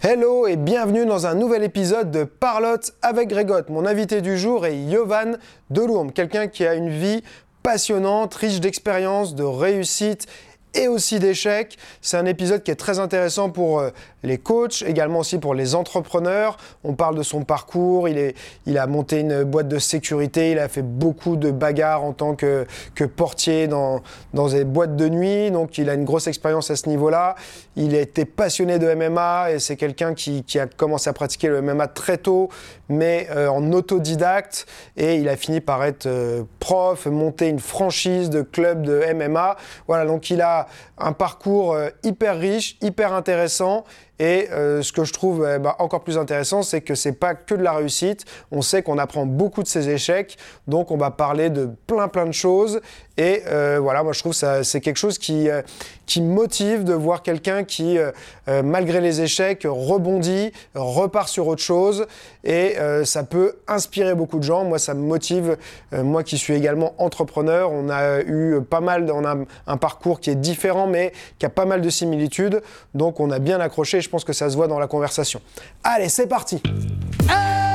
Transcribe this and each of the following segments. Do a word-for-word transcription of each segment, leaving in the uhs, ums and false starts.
Hello et bienvenue dans un nouvel épisode de Parlotte avec Grégotte. Mon invité du jour est Yovan Delourme, quelqu'un qui a une vie passionnante, riche d'expériences, de réussites et aussi d'échecs. C'est un épisode qui est très intéressant pour euh, les coachs, également aussi pour les entrepreneurs. On parle de son parcours, il, est, il a monté une boîte de sécurité, il a fait beaucoup de bagarres en tant que, que portier dans, dans des boîtes de nuit, donc il a une grosse expérience à ce niveau-là. Il a été passionné de M M A et c'est quelqu'un qui, qui a commencé à pratiquer le M M A très tôt, mais euh, en autodidacte, et il a fini par être euh, prof, monter une franchise de club de M M A. Voilà, donc il a un parcours euh, hyper riche, hyper intéressant. Et euh, ce que je trouve euh, bah, encore plus intéressant, c'est que c'est pas que de la réussite. On sait qu'on apprend beaucoup de ses échecs, donc on va parler de plein plein de choses. Et euh, voilà, moi je trouve que ça, c'est quelque chose qui, euh, qui motive de voir quelqu'un qui, euh, euh, malgré les échecs, rebondit, repart sur autre chose. Et euh, ça peut inspirer beaucoup de gens. Moi, ça me motive. Euh, moi qui suis également entrepreneur, on a eu pas mal, on a un parcours qui est différent, mais qui a pas mal de similitudes. Donc on a bien accroché. Je pense que ça se voit dans la conversation. Allez, c'est parti. And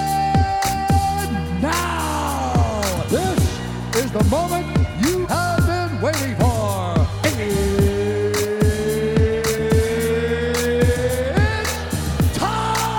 now, this is the moment you have been waiting for. It's time!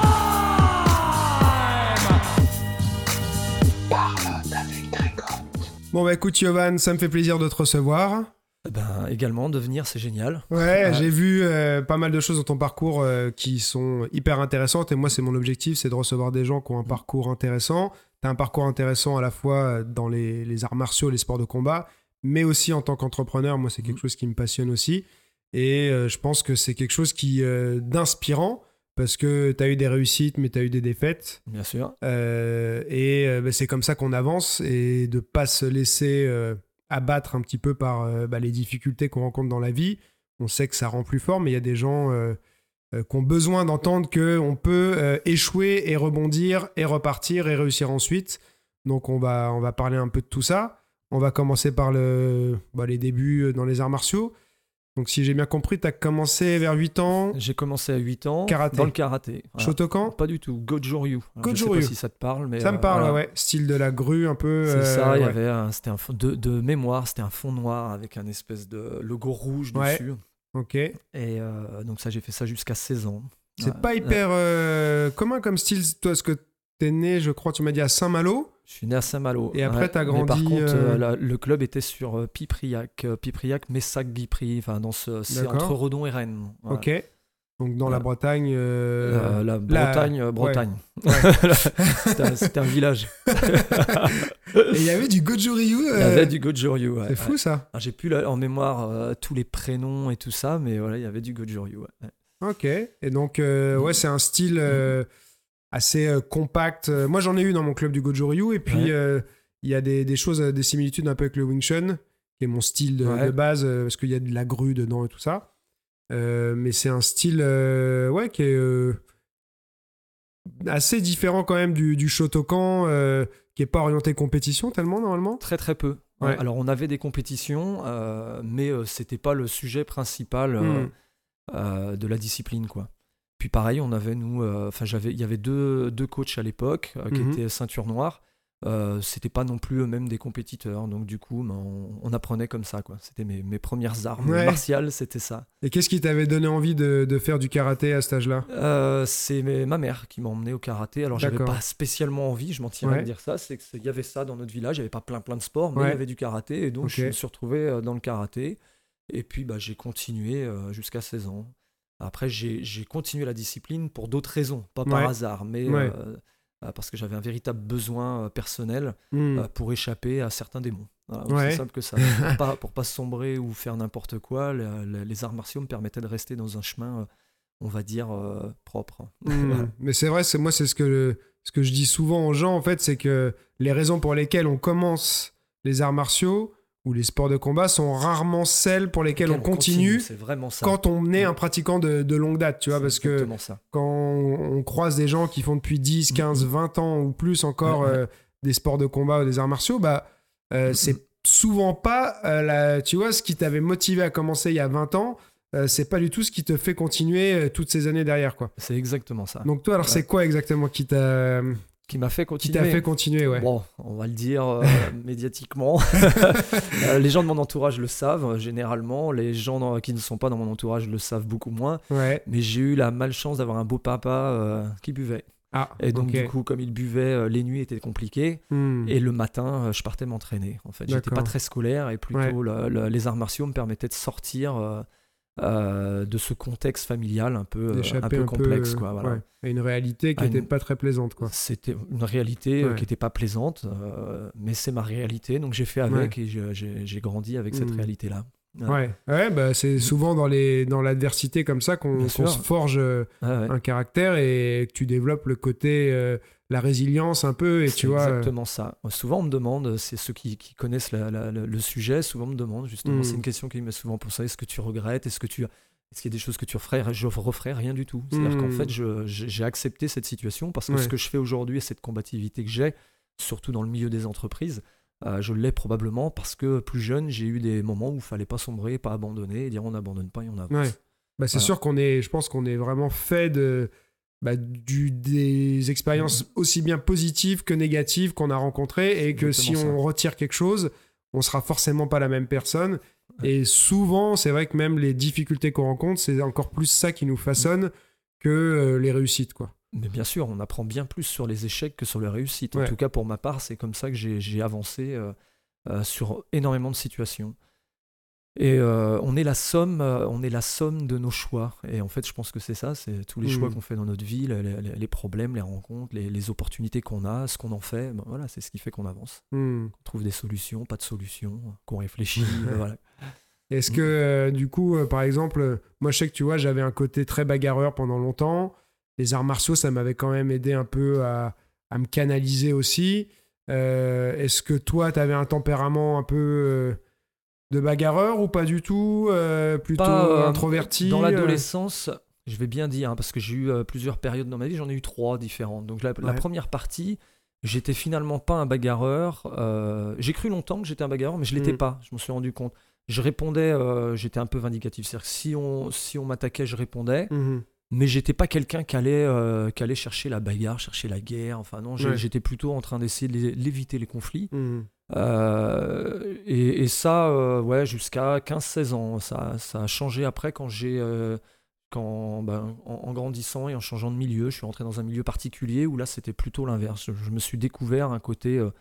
Parlotte avec Grégotte. Bon bah écoute Yovan, ça me fait plaisir de te recevoir. Ben, également, de venir, c'est génial. Ouais, Ouais. j'ai vu euh, pas mal de choses dans ton parcours euh, qui sont hyper intéressantes. Et moi, c'est mon objectif, c'est de recevoir des gens qui ont un parcours intéressant. Tu as un parcours intéressant à la fois dans les, les arts martiaux, les sports de combat, mais aussi en tant qu'entrepreneur. Moi, c'est quelque chose qui me passionne aussi. Et euh, je pense que c'est quelque chose qui euh, d'inspirant parce que tu as eu des réussites, mais tu as eu des défaites. Bien sûr. Euh, et euh, bah, c'est comme ça qu'on avance et de pas se laisser... Euh, abattre un petit peu par euh, bah, les difficultés qu'on rencontre dans la vie. On sait que ça rend plus fort, mais il y a des gens euh, euh, qui ont besoin d'entendre qu'on peut euh, échouer et rebondir et repartir et réussir ensuite. Donc on va, on va parler un peu de tout ça. On va commencer par le, bah, les débuts dans les arts martiaux. Donc si j'ai bien compris, tu as commencé vers huit ans. J'ai commencé à huit ans Karaté. dans le karaté. Voilà. Shotokan. Pas du tout. Goju-ryu. Alors, Je Goju-ryu. sais pas si ça te parle, mais Ça me euh, parle, voilà. ouais. Style de la grue un peu. C'est euh, ça. Il y ouais. avait, un, c'était un fond de, de mémoire. C'était un fond noir avec un espèce de logo rouge Ouais. dessus. Ok. Et euh, donc ça, j'ai fait ça jusqu'à seize ans. C'est Ouais. pas hyper euh, commun comme style, toi, parce que t'es né, je crois, tu m'as dit à Saint-Malo. Je suis né à Saint-Malo. Et après, t'as Mais par grandi, contre, euh, euh, la- le club était sur euh, Pipriac, euh, Pipriac, Messac-Guipry. Enfin, dans ce, c'est D'accord. entre Redon et Rennes. Voilà. Ok. Donc dans la Voilà. Bretagne. euh, Euh, la la- Bretagne, euh, ouais. Bretagne. Ouais. c'était, un, c'était un village. Et il y avait du Goju-ryu. Il y euh, avait du Goju-ryu. Ouais, C'est fou ouais. ça. Alors, j'ai plus la- en mémoire euh, tous les prénoms et tout ça, mais voilà, il y avait du Goju-ryu. Ouais. Ouais. Ok. Et donc, euh, ouais, c'est un style euh, assez euh, compact. Euh, Moi, j'en ai eu dans mon club du Goju-ryu. Et puis, Ouais. euh, il y a des, des choses, euh, des similitudes un peu avec le Wing Chun, qui est mon style de, Ouais. de base, euh, parce qu'il y a de la grue dedans et tout ça. Euh, mais c'est un style euh, ouais, qui est euh, assez différent quand même du, du Shotokan, euh, qui est pas orienté compétition tellement normalement. Très très peu. Ouais. Alors on avait des compétitions, euh, mais euh, c'était pas le sujet principal euh, Mm. euh, de la discipline, quoi. Puis pareil, on avait nous, enfin j'avais, il y avait deux, deux coachs à l'époque euh, qui Mhm. étaient ceinture noire. Euh, c'était pas non plus eux-mêmes des compétiteurs, donc du coup, ben, on, on apprenait comme ça, quoi. C'était mes, mes premières armes Ouais. martiales, c'était ça. Et qu'est-ce qui t'avait donné envie de, de faire du karaté à cet âge-là? Euh, c'est mes- ma mère qui m'a emmené au karaté. Alors j'avais D'accord. pas spécialement envie, je m'en tirais Ouais. à dire ça. C'est que c'est- il y avait ça dans notre village, il y avait pas plein plein de sports, mais Ouais. il y avait du karaté, et donc Ok. je me suis retrouvé euh, dans le karaté. Et puis bah, j'ai continué euh, jusqu'à seize ans. Après j'ai j'ai continué la discipline pour d'autres raisons, pas par Ouais. hasard, mais Ouais. euh, euh, parce que j'avais un véritable besoin euh, personnel Mm. euh, pour échapper à certains démons. Voilà, Ouais. aussi simple que ça. Pour pas, pour pas sombrer ou faire n'importe quoi, le- le- les arts martiaux me permettaient de rester dans un chemin, euh, on va dire, euh, propre. Mm. Mais c'est vrai, c'est moi, c'est ce que, ce que je dis souvent aux gens, en fait, c'est que les raisons pour lesquelles on commence les arts martiaux ou les sports de combat sont rarement celles pour lesquelles on Auquel continue C'est vraiment ça. quand on est un pratiquant de, de longue date, tu vois, C'est parce que exactement ça. quand on, on croise des gens qui font depuis dix, quinze, vingt ans ou plus encore Ouais, ouais. euh, des sports de combat ou des arts martiaux, bah, euh, c'est souvent pas, euh, la, tu vois, ce qui t'avait motivé à commencer il y a vingt ans, euh, c'est pas du tout ce qui te fait continuer euh, toutes ces années derrière, quoi. C'est exactement ça. Donc toi, alors Ouais. c'est quoi exactement qui t'a, Qui m'a fait qui continuer. t'a fait continuer, ouais. Bon, on va le dire euh, médiatiquement. Euh, les gens de mon entourage le savent, euh, généralement. Les gens dans- qui ne sont pas dans mon entourage le savent beaucoup moins. Ouais. Mais j'ai eu la malchance d'avoir un beau papa euh, qui buvait. Ah, Et donc, ok. du coup, comme il buvait, euh, les nuits étaient compliquées. Hmm. Et le matin, euh, je partais m'entraîner. En fait, j'étais D'accord. pas très scolaire et plutôt le- le- les arts martiaux me permettaient de sortir euh, euh, de ce contexte familial un peu, euh, un D'échapper peu complexe. euh, Quoi, voilà. ouais, à une réalité qui À n'était une- pas très plaisante, quoi. C'était une réalité euh, Ouais. qui n'était pas plaisante, euh, mais c'est ma réalité, donc j'ai fait avec et j'ai- j'ai j'ai grandi avec cette Mm. réalité-là. Ouais. Ouais, ouais, bah c'est souvent dans les dans l'adversité comme ça qu'on Bien qu'on sûr. se forge euh, Ouais, ouais. un caractère et que tu développes le côté euh, la résilience un peu et C'est tu vois. euh, exactement ça. Souvent on me demande, c'est ceux qui, qui connaissent la- la- la- le sujet, souvent me demandent justement, Mm. c'est une question qui m'est souvent posée, est-ce que tu regrettes, est-ce que tu est-ce qu'il y a des choses que tu referais? Je referais rien du tout. C'est-à-dire Mm. qu'en fait, je- j'ai j'ai accepté cette situation parce que Ouais. ce que je fais aujourd'hui et cette combativité que j'ai, surtout dans le milieu des entreprises, euh, je l'ai probablement parce que plus jeune, j'ai eu des moments où il fallait pas sombrer, pas abandonner, et dire on n'abandonne pas et on avance. Ouais. Bah, c'est Voilà. sûr qu'on est, je pense qu'on est vraiment fait de bah, du, des expériences aussi bien positives que négatives qu'on a rencontrées et que si exactement on ça. retire quelque chose, on sera forcément pas la même personne. Ouais. Et souvent, c'est vrai que même les difficultés qu'on rencontre, c'est encore plus ça qui nous façonne que euh, les réussites, quoi. Mais bien sûr, on apprend bien plus sur les échecs que sur les réussites. En Ouais. tout cas, pour ma part, c'est comme ça que j'ai j'ai avancé euh, euh, sur énormément de situations. Et euh, on est la somme, euh, on est la somme de nos choix. Et en fait, je pense que c'est ça, c'est tous les Mhm. choix qu'on fait dans notre vie, les, les- les problèmes, les rencontres, les, les opportunités qu'on a, ce qu'on en fait. Ben voilà, c'est ce qui fait qu'on avance. Hmm. On trouve des solutions, pas de solutions, qu'on réfléchit. euh, voilà. Est-ce Mm. que, euh, du coup, euh, par exemple, euh, moi, je sais que tu vois, j'avais un côté très bagarreur pendant longtemps. Les arts martiaux, ça m'avait quand même aidé un peu à, à me canaliser aussi. Euh, est-ce que toi, tu avais un tempérament un peu euh, de bagarreur ou pas du tout euh, Plutôt Pas, euh, introverti Dans euh, l'adolescence, je vais bien dire, hein, parce que j'ai eu euh, plusieurs périodes dans ma vie, j'en ai eu trois différentes. Donc la, la Ouais. première partie, j'étais finalement pas un bagarreur. euh, j'ai cru longtemps que j'étais un bagarreur, mais je l'étais Mm. pas. Je m'en suis rendu compte. Je répondais, euh, j'étais un peu vindicatif. C'est-à-dire que si on, si on m'attaquait, je répondais. Mhm. Mais j'étais pas quelqu'un qui allait, euh, qui allait chercher la bagarre, chercher la guerre. Enfin non, j'ai- Ouais. j'étais plutôt en train d'essayer de l'é- d'éviter les conflits. Mhm. Euh, et, et ça, euh, ouais, jusqu'à quinze seize ans. Ça, ça a changé après quand j'ai, euh, quand, ben, en, en grandissant et en changeant de milieu, je suis rentré dans un milieu particulier où là, c'était plutôt l'inverse. Je, je me suis découvert un côté euh,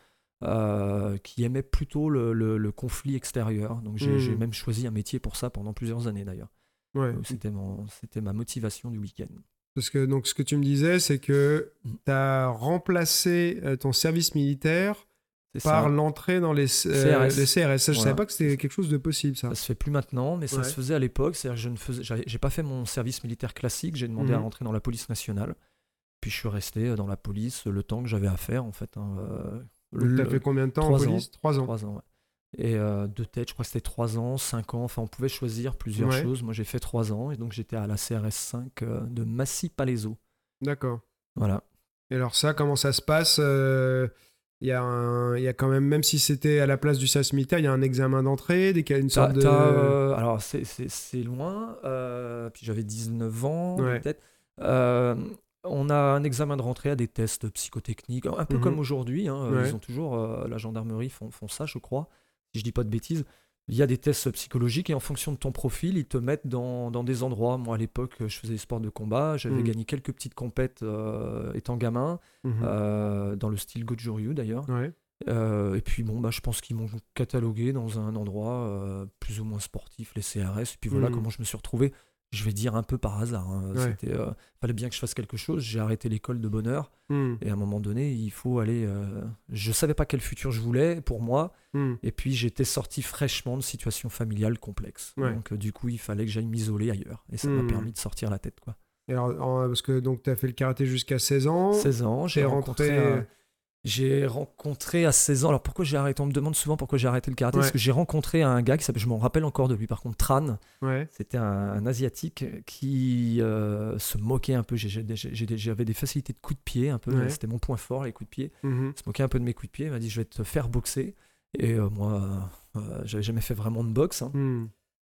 euh, qui aimait plutôt le, le- le conflit extérieur. Donc j'ai Mhm. j'ai même choisi un métier pour ça pendant plusieurs années d'ailleurs. Ouais. Donc, C'était mon, c'était ma motivation du week-end. Parce que donc, ce que tu me disais, c'est que Mm. tu as remplacé euh, ton service militaire C'est par ça. l'entrée dans les, euh, C R S. les C R S. Ça, je Voilà. savais pas que c'était quelque chose de possible, ça. Ça se fait plus maintenant, mais ça Ouais. se faisait à l'époque. C'est-à-dire que je ne faisais, j'avais- j'ai pas fait mon service militaire classique. J'ai demandé à Mhm. rentrer dans la police nationale. Puis je suis resté dans la police le temps que j'avais à faire en fait. hein, euh, Donc, le- t'as fait combien de temps en trois ans. police Trois ans. Trois ans. Ouais. Et euh, de tête, je crois que c'était trois ans, cinq ans. Enfin, on pouvait choisir plusieurs Ouais. choses. Moi, j'ai fait trois ans et donc j'étais à la C R S cinq euh, de Massy-Palaiseau. D'accord. Voilà. Et alors ça, comment ça se passe euh, Il y, a un- il y a quand même, même si c'était à la place du service militaire, il y a un examen d'entrée, des- une T'as- sorte de... t'as, euh, alors, c'est- c'est c'est loin. euh, puis j'avais dix-neuf ans, Ouais. peut-être. Euh, on a un examen de rentrée à des tests psychotechniques, un peu Mhm. comme aujourd'hui. hein, Ouais. Ils ont toujours, euh, la gendarmerie font, font ça, je crois, si je dis pas de bêtises. Il y a des tests psychologiques et en fonction de ton profil, ils te mettent dans, dans des endroits. Moi, à l'époque, je faisais des sports de combat. J'avais Mhm. gagné quelques petites compètes euh, étant gamin, Mhm. euh, dans le style Goju-Ryu d'ailleurs. Ouais. Euh, et puis bon, bah, je pense qu'ils m'ont catalogué dans un endroit euh, plus ou moins sportif, les C R S. Et puis voilà Mhm. comment je me suis retrouvé. Je vais dire un peu par hasard. hein. Ouais. C'était, euh, fallait bien que je fasse quelque chose. J'ai arrêté l'école de bonne heure. Mhm. Et à un moment donné, il faut aller. euh, Je savais pas quel futur je voulais pour moi. Mhm. Et puis j'étais sorti fraîchement de situation familiale complexe. Ouais. Donc euh, du coup, il fallait que j'aille m'isoler ailleurs. Et ça m'a Mhm. permis de sortir la tête. Quoi. Et alors, en- parce que donc tu as fait le karaté jusqu'à seize ans. seize ans, j'ai T'es rencontré. rentré- un- J'ai rencontré à seize ans. Alors pourquoi j'ai arrêté? On me demande souvent pourquoi j'ai arrêté le karaté. Ouais. Parce que j'ai rencontré un gars qui s'appelle, je m'en rappelle encore de lui par contre, Tran. Ouais. C'était un, un asiatique qui euh, se moquait un peu. J'ai- j'ai- j'ai- J'avais des facilités de coups de pied un peu. Ouais. C'était mon point fort, les coups de pied. Mhm. Il se moquait un peu de mes coups de pied. Il m'a dit je vais te faire boxer. Et euh, moi, euh, j'avais jamais fait vraiment de boxe. hein. Mhm.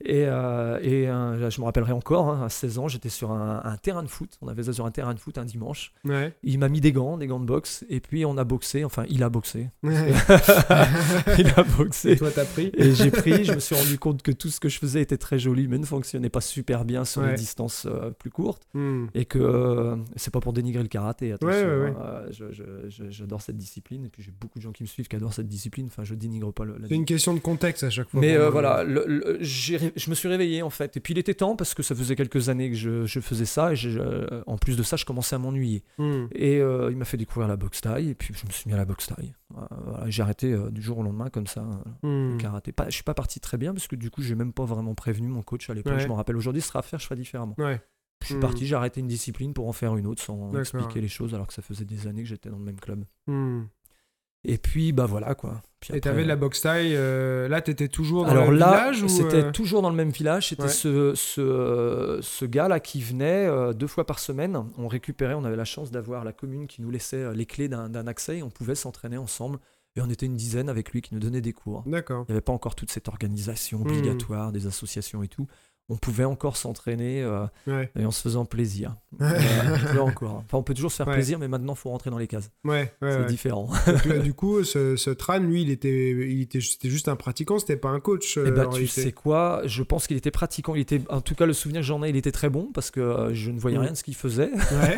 Et, euh, et euh, je me rappellerai encore, hein, à seize ans, j'étais sur un, un terrain de foot. On avait ça sur un terrain de foot un dimanche. Ouais. Il m'a mis des gants, des gants de boxe. Et puis on a boxé. Enfin, il a boxé. Ouais. Il a boxé. Et toi, t'as pris. Et j'ai pris. Je me suis rendu compte que tout ce que je faisais était très joli, mais ne fonctionnait pas super bien sur Ouais. les distances euh, plus courtes. Hmm. Et que euh, c'est pas pour dénigrer le karaté. Attention, Ouais, ouais, ouais. hein, euh, je- je- je- j'adore cette discipline. Et puis j'ai beaucoup de gens qui me suivent qui adorent cette discipline. Enfin, je dénigre pas le, la C'est une question de contexte à chaque fois. mais pour euh, moi. voilà, le- le- j'ai ré- je me suis réveillé en fait. Et puis il était temps parce que ça faisait quelques années que je, je faisais ça. Et j'ai, euh, en plus de ça, je commençais à m'ennuyer. Hmm. Et euh, il m'a fait découvrir la boxe thaï. Et puis je me suis mis à la boxe thaï. Euh, voilà, j'ai arrêté euh, du jour au lendemain comme ça. euh, Hmm. le karaté. Pas, je suis pas parti très bien parce que du coup, j'ai même pas vraiment prévenu mon coach à l'époque. Ouais. Je me rappelle aujourd'hui, ce sera à faire, je ferai différemment. Ouais. Je suis Hmm. parti, j'ai arrêté une discipline pour en faire une autre sans D'accord. expliquer les choses alors que ça faisait des années que j'étais dans le même club. Hmm. Et puis bah voilà quoi. Puis Et après, t'avais de la boxe thaï. euh, Là, t'étais toujours dans Alors le là, village ou c'était euh, toujours dans le même village. C'était Ouais. ce, ce, ce gars-là qui venait euh, deux fois par semaine. On récupérait, on avait la chance d'avoir la commune qui nous laissait euh, les clés d'un, d'un accès et on pouvait s'entraîner ensemble. Et on était une dizaine avec lui qui nous donnait des cours. D'accord. Il n'y avait pas encore toute cette organisation Hmm. obligatoire des associations et tout. On pouvait encore s'entraîner euh, Ouais. et en se faisant plaisir. Ouais. Euh, on peut encore. Enfin, on peut toujours se faire Ouais. plaisir, mais maintenant, il faut rentrer dans les cases. Ouais. Ouais. C'est ouais. différent. Donc, là, du coup, ce, ce Tran, lui, il était, il était, c'était juste un pratiquant, c'était pas un coach. euh, Eh ben, en tu réalité. sais quoi, je pense qu'il était pratiquant. Il était, en tout cas, le souvenir que j'en ai, il était très bon parce que euh, je ne voyais Mm. rien de ce qu'il faisait. Ouais.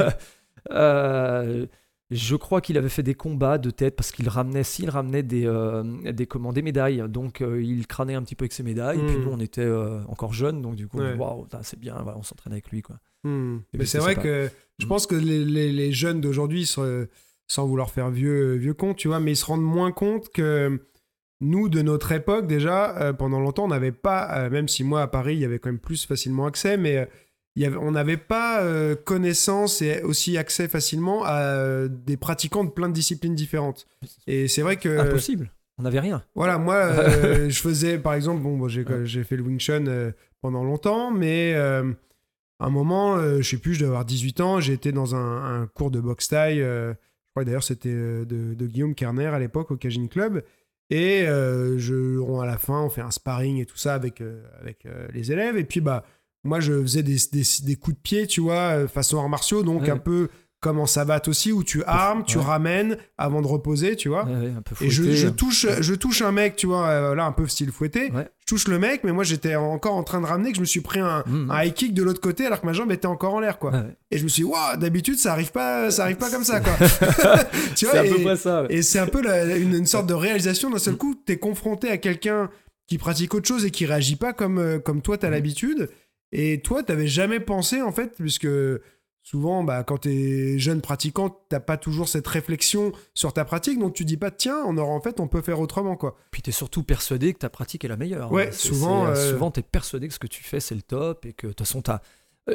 Euh, je crois qu'il avait fait des combats de tête parce qu'il ramenait, s'il ramenait des, euh, des, comment, des médailles. Donc, euh, il crânait un petit peu avec ses médailles. Et puis, Mm. nous, on était euh, encore jeunes. Donc, du coup, Ouais. waouh, putain, c'est bien. Voilà, on s'entraînait avec lui. Quoi. Hmm. Et Mais puis, c'est c'est vrai sympa. que je Mm. pense que les, les, les jeunes d'aujourd'hui, se- sans vouloir faire vieux, vieux con, tu vois, mais ils se rendent moins compte que nous, de notre époque, déjà, euh, pendant longtemps, on n'avait pas, euh, même si moi, à Paris, il y avait quand même plus facilement accès, mais euh, il y avait, on n'avait pas euh, connaissance et aussi accès facilement à euh, des pratiquants de plein de disciplines différentes. Et c'est vrai que... Impossible. On n'avait rien. Voilà, moi, euh, je faisais, par exemple, bon, bon, j'ai, j'ai fait le Wing Chun euh, pendant longtemps, mais euh, à un moment, euh, je sais plus, je devais avoir dix-huit ans, j'ai été dans un, un cours de boxe thaï, euh, je crois que d'ailleurs c'était euh, de, de Guillaume Kerner à l'époque au Cajun Club, et euh, je, on, à la fin, on fait un sparring et tout ça avec, euh, avec euh, les élèves, et puis bah, moi, je faisais des, des, des coups de pied, tu vois, euh, façon arts martiaux, donc Ouais. un peu comme en savate aussi, où tu armes, tu Ouais. ramènes avant de reposer, tu vois. Ouais, ouais, un peu Et je, fouetté. je touche, je touche un mec, tu vois, euh, là, un peu style fouetté. Ouais. Je touche le mec, mais moi, j'étais encore en train de ramener que je me suis pris un, Mhm. un high kick de l'autre côté alors que ma jambe était encore en l'air, quoi. Ouais, ouais. Et je me suis dit, waouh, d'habitude, ça arrive pas, ça arrive pas comme ça, quoi. tu vois, C'est à et, peu près ça. ouais. et c'est un peu la- une, une sorte de réalisation d'un seul coup. T'es confronté à quelqu'un qui pratique autre chose et qui réagit pas comme, euh, comme toi, t'as Mhm. l'habitude. Et toi, t'avais jamais pensé, en fait, puisque souvent, bah, quand t'es jeune pratiquant, t'as pas toujours cette réflexion sur ta pratique, donc tu dis pas, tiens, on aura, en fait, on peut faire autrement, quoi. Puis tu es surtout persuadé que ta pratique est la meilleure. Ouais, hein. C'est- souvent, c'est, euh, euh, souvent tu es persuadé que ce que tu fais, c'est le top et que de toute façon, tu as.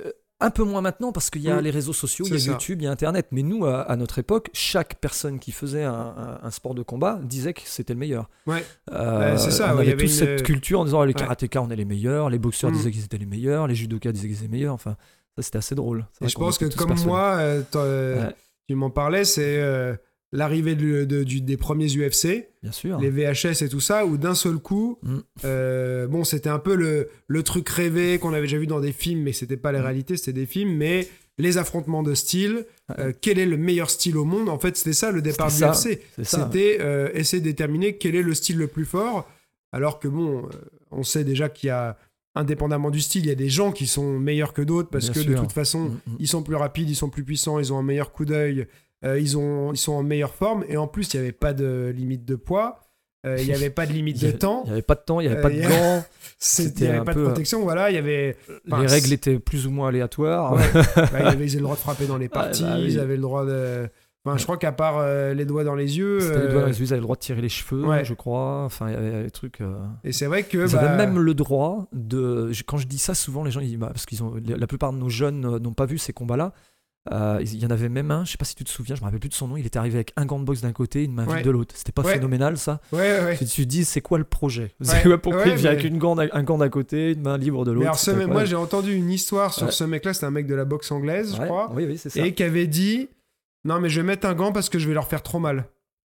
Un peu moins maintenant parce qu'il y a Mm. les réseaux sociaux, il y a C'est ça. YouTube, il y a Internet. Mais nous, à, à notre époque, chaque personne qui faisait un, un- un sport de combat disait que c'était le meilleur. Ouais. Euh, Ouais, c'est ça, on ouais, il y avait avait tous une- cette culture en disant oh, les Ouais. karatékas, on est les meilleurs, les boxeurs Mm. disaient qu'ils étaient les meilleurs, les judokas disaient qu'ils étaient les meilleurs. Enfin, ça, c'était assez drôle. C'est Et vrai je qu'on pense que était tous comme persuadés. moi, euh, t'en- euh, Ouais. tu m'en parlais, c'est euh, l'arrivée de- de- du- des premiers U F C, Bien sûr. les V H S et tout ça, où d'un seul coup, Mm. euh, bon, c'était un peu le, le truc rêvé qu'on avait déjà vu dans des films, mais c'était pas les Mm. réalités, c'était des films, mais les affrontements de style, Ouais. euh, quel est le meilleur style au monde? En fait, c'était ça le départ C'était du ça, U F C. c'est ça. C'était euh, essayer de déterminer quel est le style le plus fort, alors que bon, euh, on sait déjà qu'il y a, indépendamment du style, il y a des gens qui sont meilleurs que d'autres, parce Bien que sûr. de toute façon, Mm, mm. ils sont plus rapides, ils sont plus puissants, ils ont un meilleur coup d'œil, euh, ils, ont, ils sont en meilleure forme, et en plus, il n'y avait pas de limite de poids, euh, il n'y avait pas de limite Il y de avait- temps, Il n'y avait pas de temps, il n'y avait Euh, pas il de y a- gants, c'est- il c'était n'y avait un pas peu, de euh, protection, voilà, il y avait... enfin, les règles étaient plus ou moins aléatoires. Ouais. Bah, ils avaient ils avaient le droit de frapper dans les Ouais, parties, bah oui. ils avaient le droit de... Enfin, je crois qu'à part euh, les doigts dans les yeux... C'était les euh, doigts dans les yeux, ils avaient le droit de tirer les cheveux, Ouais. je crois. Enfin, il y avait des trucs. euh, Et c'est vrai que... Ils bah, avaient même le droit de. je- Quand je dis ça, souvent les gens, ils disent, bah, parce qu'ils ont la plupart de nos jeunes euh, n'ont pas vu ces combats-là. Euh, il y en avait même un, je sais pas si tu te souviens, je me rappelle plus de son nom. Il était arrivé avec un gant de boxe d'un côté, une main Ouais. vide de l'autre. C'était pas Ouais. phénoménal ça. Ouais, ouais, ouais. Tu te dis, c'est quoi le projet? Ouais. C'est quoi, pourquoi Ouais, il vient mais- avec une gant, d'un- un gant d'un côté, une main libre de Mais l'autre? alors, ce C'était mec- quoi moi, j'ai entendu une histoire sur Ouais. ce mec-là, c'était un mec de la boxe anglaise, je Ouais, crois, Oui, oui, c'est ça. et qui avait dit, non, mais je vais mettre un gant parce que je vais leur faire trop mal.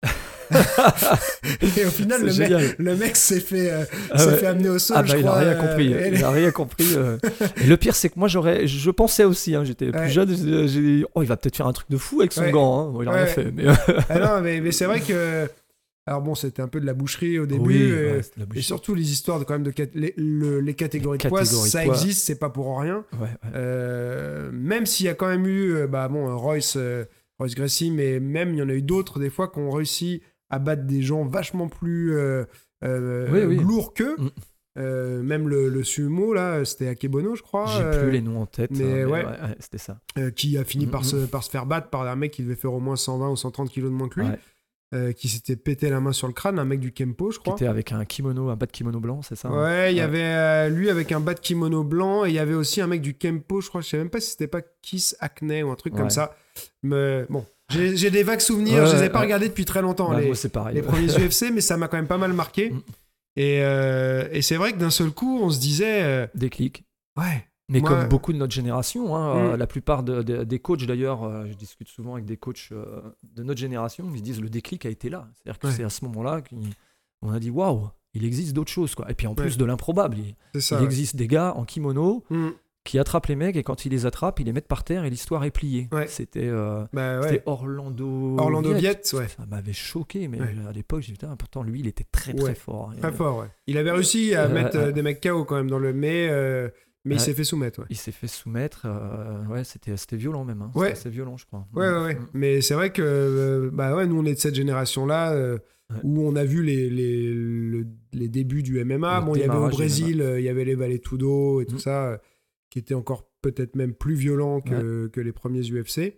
Et au final, C'est le génial. mec, le mec s'est fait, euh, Ah s'est ouais. fait amener au sol, Ah bah je il crois. a rien euh, compris, et il a rien compris. euh. Et le pire c'est que moi j'aurais, je pensais aussi, hein, j'étais Ouais. plus jeune, j'ai j'ai dit oh il va peut-être faire un truc de fou avec son Ouais. gant, hein. Bon, il a rien Ouais. fait. Mais, euh, Ah non, mais, mais c'est vrai que... Alors bon, c'était un peu de la boucherie au début. oui, euh, ouais, c'était la et boucherie. surtout les histoires de, quand même de cat- les, le- les catégories Les de poids, catégories de ça poids. existe, c'est pas pour rien. Ouais, ouais. Euh, même s'il y a quand même eu, euh, bah bon, euh, Royce, euh, Royce Gracie, mais même il y en a eu d'autres des fois qui ont réussi à battre des gens vachement plus euh, euh, Oui, oui. lourds qu'eux. Mm. Euh, même le, le sumo là, c'était Akebono, je crois. J'ai euh, plus les noms en tête, mais hein, mais ouais. ouais, ouais, c'était ça. euh, qui a fini Mm, par, mm. se, par se faire battre par un mec qui devait faire au moins cent vingt ou cent trente kilos de moins que lui. Ouais. Euh, qui s'était pété la main sur le crâne, un mec du Kempo, je Qui crois. était avec un kimono, un bas de kimono blanc, c'est ça hein Ouais, il y Ouais. avait euh, lui avec un bas de kimono blanc et il y avait aussi un mec du Kempo, je crois, je sais même pas si c'était pas Kiss Acne ou un truc Ouais. comme ça. Mais bon, j'ai j'ai des vagues souvenirs, Ouais, je les ai ouais, pas ouais. regardés depuis très longtemps, Bah, les, moi c'est pareil. les ouais. premiers U F C, mais ça m'a quand même pas mal marqué. Mm. Et, euh, et c'est vrai que d'un seul coup, on se disait, euh, Déclic. ouais, Mais Moi- comme beaucoup de notre génération, hein, Mm. euh, la plupart de- de- des coachs d'ailleurs, euh, je discute souvent avec des coachs euh, de notre génération, ils se disent le déclic a été là. C'est-à-dire que Ouais. c'est à ce moment-là qu'on a dit waouh, il existe d'autres choses. Quoi. Et puis en plus Ouais. de l'improbable, il, c'est ça. il ouais. existe des gars en kimono Mm. qui attrapent les mecs et quand ils les attrapent, ils les mettent par terre et l'histoire est pliée. Ouais. C'était euh, Bah c'était ouais. Orlando Orlando Viet. Viet, ouais. Ça m'avait choqué, mais Ouais. à l'époque, j'ai dit putain, pourtant lui, il était très très Ouais. fort. Et, Très euh, fort, ouais. Il avait réussi à Euh, mettre euh, euh, des mecs K O quand même dans le mais, euh, mais il Ouais. s'est fait soumettre, ouais. Il s'est fait soumettre. euh, ouais, c'était c'était violent même. Hein. Ouais. C'était assez violent, je crois. Ouais, ouais, ouais. Mm. Mais c'est vrai que euh, bah ouais, nous, on est de cette génération-là euh, Ouais. où on a vu les, les, le- les débuts du M M A. Le Bon, il y avait au démarrage du Brésil, euh, il y avait les Valetudo et tout Mm. ça, euh, qui étaient encore peut-être même plus violents que, que les premiers U F C.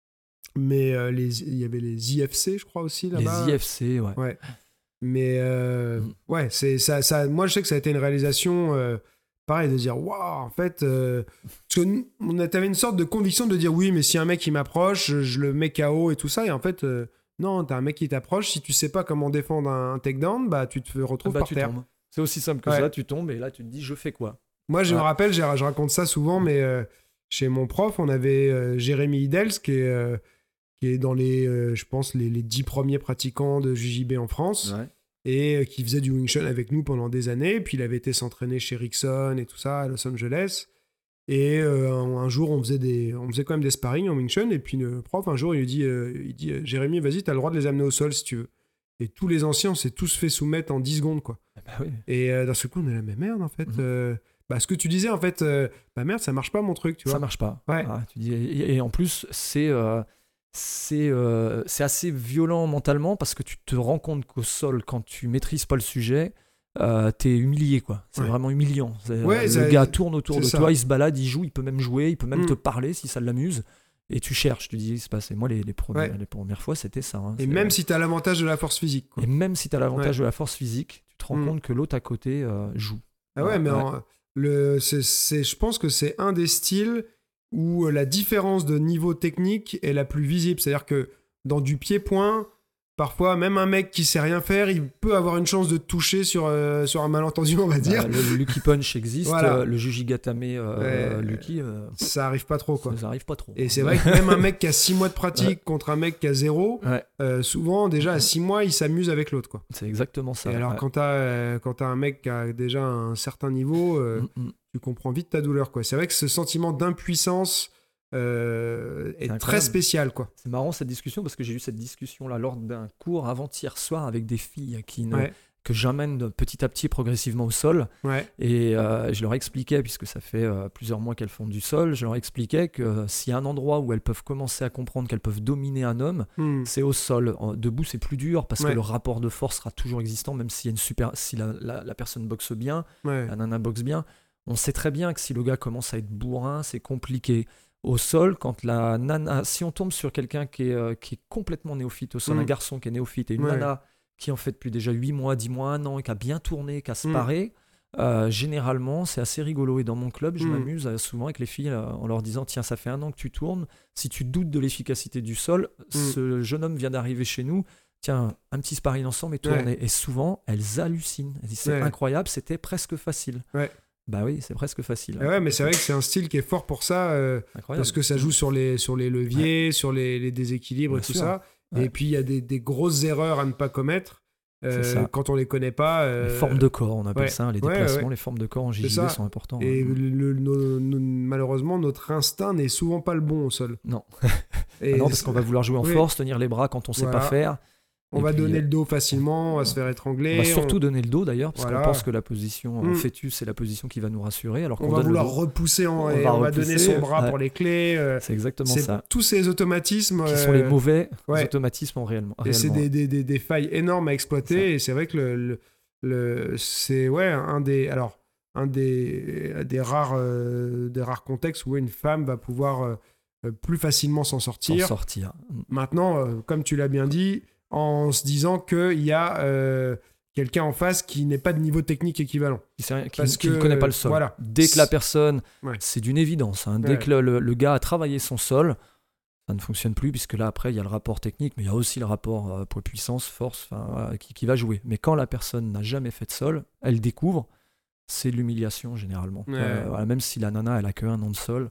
Mais euh, les, il y avait les I F C, je crois aussi, là-bas. Les I F C, ouais. Ouais. Mais euh, Mm. ouais, c'est, ça, ça, moi, je sais que ça a été une réalisation... euh, pareil, de dire, waouh, en fait, euh, parce que nous, on a- t'avais une sorte de conviction de dire, oui, mais si un mec il m'approche, je, je le mets K O et tout ça, et en fait, euh, non, t'as un mec qui t'approche, si tu sais pas comment défendre un, un takedown, bah tu te Ah retrouves bah, par tu terre. tombes. C'est aussi simple que Ouais. ça, tu tombes et là tu te dis je fais quoi. Moi, je me Ouais. rappelle, j'ai- je raconte ça souvent, mais euh, chez mon prof, on avait euh, Jérémy Hidels, qui est, euh, qui est dans les, euh, je pense, les, les dix premiers pratiquants de J J B en France. Ouais. Et euh, qui faisait du Wing Chun avec nous pendant des années. Puis il avait été s'entraîner chez Rickson et tout ça à Los Angeles. Et euh, un, un jour, on faisait, des, on faisait quand même des sparring en Wing Chun. Et puis le prof, un jour, il lui dit, euh, il dit Jérémy, vas-y, t'as le droit de les amener au sol si tu veux. Et tous les anciens, on s'est tous fait soumettre en dix secondes, quoi. Bah oui. Et euh, d'un seul coup, on est là, mais merde, en fait. Mhm. euh, bah, ce que tu disais, en fait, euh, bah merde, ça marche pas mon truc, tu Ça vois. marche pas. Ouais. Ah, tu dis, et, et en plus, c'est euh, c'est euh, c'est assez violent mentalement parce que tu te rends compte qu'au sol, quand tu maîtrises pas le sujet, euh, t'es humilié, quoi. C'est Ouais. vraiment humiliant. C'est, Ouais, euh, le ça- gars tourne autour c'est de ça. toi, il se balade, il joue, il peut même jouer, il peut même Mm. te parler si ça l'amuse. Et tu cherches, tu dis, c'est passé. Moi, les, les, premières, Ouais. les premières fois, c'était ça. hein. Et C'est- même si t'as l'avantage de la force physique, quoi. Et même si tu as l'avantage Ouais. de la force physique, tu te rends Mm. compte que l'autre à côté euh, joue. Ah ouais, mais Ouais. en- le, c'est, c'est- je pense que c'est un des styles où la différence de niveau technique est la plus visible. C'est-à-dire que dans du pied-point, parfois, même un mec qui sait rien faire, il peut avoir une chance de te toucher sur, euh, sur un malentendu, on va dire. Bah, le Lucky Punch existe, Voilà. euh, le Jujigatame euh, Ouais. Lucky, euh, Ça arrive pas trop, quoi. ça arrive pas trop. Et c'est vrai que même un mec qui a six mois de pratique contre un mec qui a zéro, Ouais, euh, souvent, déjà, à six mois, il s'amuse avec l'autre, quoi. c'est exactement ça. Et alors, ouais. quand t'as, euh, quand t'as un mec qui a déjà un certain niveau, euh, Mm, mm. tu comprends vite ta douleur, quoi. C'est vrai que ce sentiment d'impuissance euh, est C'est très incroyable. spécial, quoi. C'est marrant cette discussion parce que j'ai eu cette discussion là lors d'un cours avant-hier soir avec des filles qui ne, Ouais. que j'emmène de- petit à petit progressivement au sol. Ouais. Et euh, je leur expliquais, puisque ça fait euh, plusieurs mois qu'elles font du sol, je leur expliquais que euh, s'il y a un endroit où elles peuvent commencer à comprendre qu'elles peuvent dominer un homme, Hmm. c'est au sol. En- debout, c'est plus dur parce Ouais. que le rapport de force sera toujours existant, même si, y a une super, si la, la- la personne boxe bien, Ouais. la nana boxe bien. On sait très bien que si le gars commence à être bourrin, c'est compliqué. Au sol, quand la nana, si on tombe sur quelqu'un qui est, euh, qui est complètement néophyte au sol, Mm. un garçon qui est néophyte et une Ouais. nana qui en fait depuis déjà huit mois, dix mois, un an et qui a bien tourné, qui a se Mm. paré, euh, généralement c'est assez rigolo. Et dans mon club, je Mm. m'amuse euh, souvent avec les filles euh, en leur disant tiens, ça fait un an que tu tournes, si tu doutes de l'efficacité du sol, Mm. ce jeune homme vient d'arriver chez nous. Tiens, un petit sparring ensemble et tourne. Ouais. Et souvent, elles hallucinent. Elles disent c'est Ouais. incroyable, c'était presque facile. Ouais. Bah oui, c'est presque facile. Ah ouais, mais c'est vrai que c'est un style qui est fort pour ça, euh, Incroyable. parce que ça joue sur les, sur les leviers, sur les, les déséquilibres Bien et tout sûr. ça. Ouais. Et puis, il y a des, des grosses erreurs à ne pas commettre euh, C'est ça. quand on les connaît pas. euh, Les formes de corps, on appelle ouais. ça. Les Ouais, déplacements, ouais. les formes de corps en J C'est J B ça. sont importants. Et hein. le, le- nos- nos- malheureusement, notre instinct n'est souvent pas le bon au sol. Non. Et Ah non, parce qu'on va vouloir jouer en oui. force, tenir les bras quand on sait Voilà. pas faire. on Et va puis, donner euh, le dos facilement, on va se faire étrangler. On va surtout donner le dos d'ailleurs, parce Voilà. qu'on pense que la position en Mm. fœtus, c'est la position qui va nous rassurer. Alors on qu'on va donne vouloir le dos. repousser en, On et va on va repousser, donner son bras ouais. pour les clés. euh, C'est exactement c'est ça. tous ces automatismes. Qui euh, sont les mauvais ouais. automatismes en réellement. Et c'est réellement. des, des, des, des failles énormes à exploiter. Ça. Et c'est vrai que le, le, le- c'est ouais, un des, alors, un des, des, rares, euh, des rares contextes où une femme va pouvoir euh, plus facilement s'en S'en sortir. sortir. Maintenant, euh, comme tu l'as bien dit, en se disant qu'il y a euh, quelqu'un en face qui n'est pas de niveau technique équivalent. Qui, sait- qui- Parce qui ne que, connaît pas le sol. voilà. Dès que la personne, Ouais. c'est d'une évidence, hein, dès Ouais. que le, le- le gars a travaillé son sol, ça ne fonctionne plus, puisque là, après, il y a le rapport technique, mais il y a aussi le rapport euh, poids-puissance, force, enfin, voilà, qui, qui va jouer. Mais quand la personne n'a jamais fait de sol, elle découvre, c'est de l'humiliation, généralement. Ouais. Euh, voilà, même si la nana, elle a que un an de sol,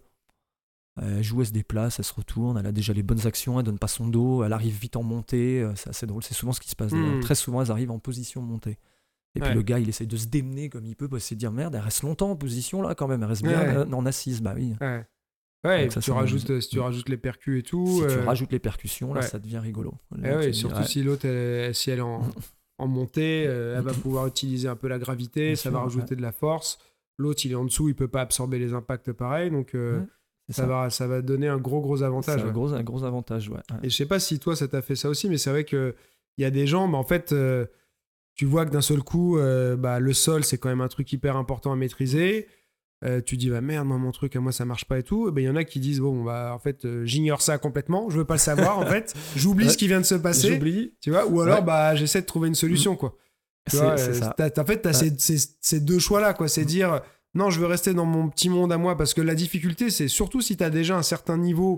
elle joue, elle se déplace, elle se retourne, elle a déjà les bonnes actions, elle donne pas son dos, elle arrive vite en montée, euh, c'est assez drôle, c'est souvent ce qui se passe. d'ailleurs. Mm. Très souvent, elles arrivent en position montée. Et Ouais. puis le gars, il essaye de se démener comme il peut pour essayer de dire merde, elle reste longtemps en position là quand même, elle reste bien Ouais. euh, en assise, bah oui. Ouais. Ouais, Donc et ça, tu ça rajoutes, m'amuse. si tu rajoutes les percus et tout. Si tu euh, rajoutes les percussions, là, ouais. ça devient rigolo. eh Là, ouais, tu dis, surtout ouais, si l'autre, elle- si elle est en, en montée, euh, elle va pouvoir utiliser un peu la gravité, Bien ça sûr, va rajouter ouais. de la force. L'autre, il est en dessous, il peut pas absorber les impacts pareil, donc euh, Ouais, c'est ça, ça. va, ça va donner un gros gros c'est avantage. un ouais. gros, un gros avantage, ouais. Ouais. Et je sais pas si toi ça t'a fait ça aussi, mais c'est vrai que il y a des gens, bah, en fait, euh, tu vois que d'un seul coup, euh, bah, le sol c'est quand même un truc hyper important à maîtriser. Euh, tu dis bah merde, moi mon truc à moi ça marche pas et tout. Et ben il y en a qui disent bon bah en fait euh, j'ignore ça complètement, je veux pas le savoir en fait, j'oublie Ouais. ce qui vient de se passer, J'oublie. tu vois, ou alors Ouais. bah j'essaie de trouver une solution quoi. Tu C'est vois, c'est euh, ça. t'as- en fait, tu as Ouais. ces, ces- ces deux choix-là. Quoi. C'est dire, non, je veux rester dans mon petit monde à moi, parce que la difficulté, c'est surtout si tu as déjà un certain niveau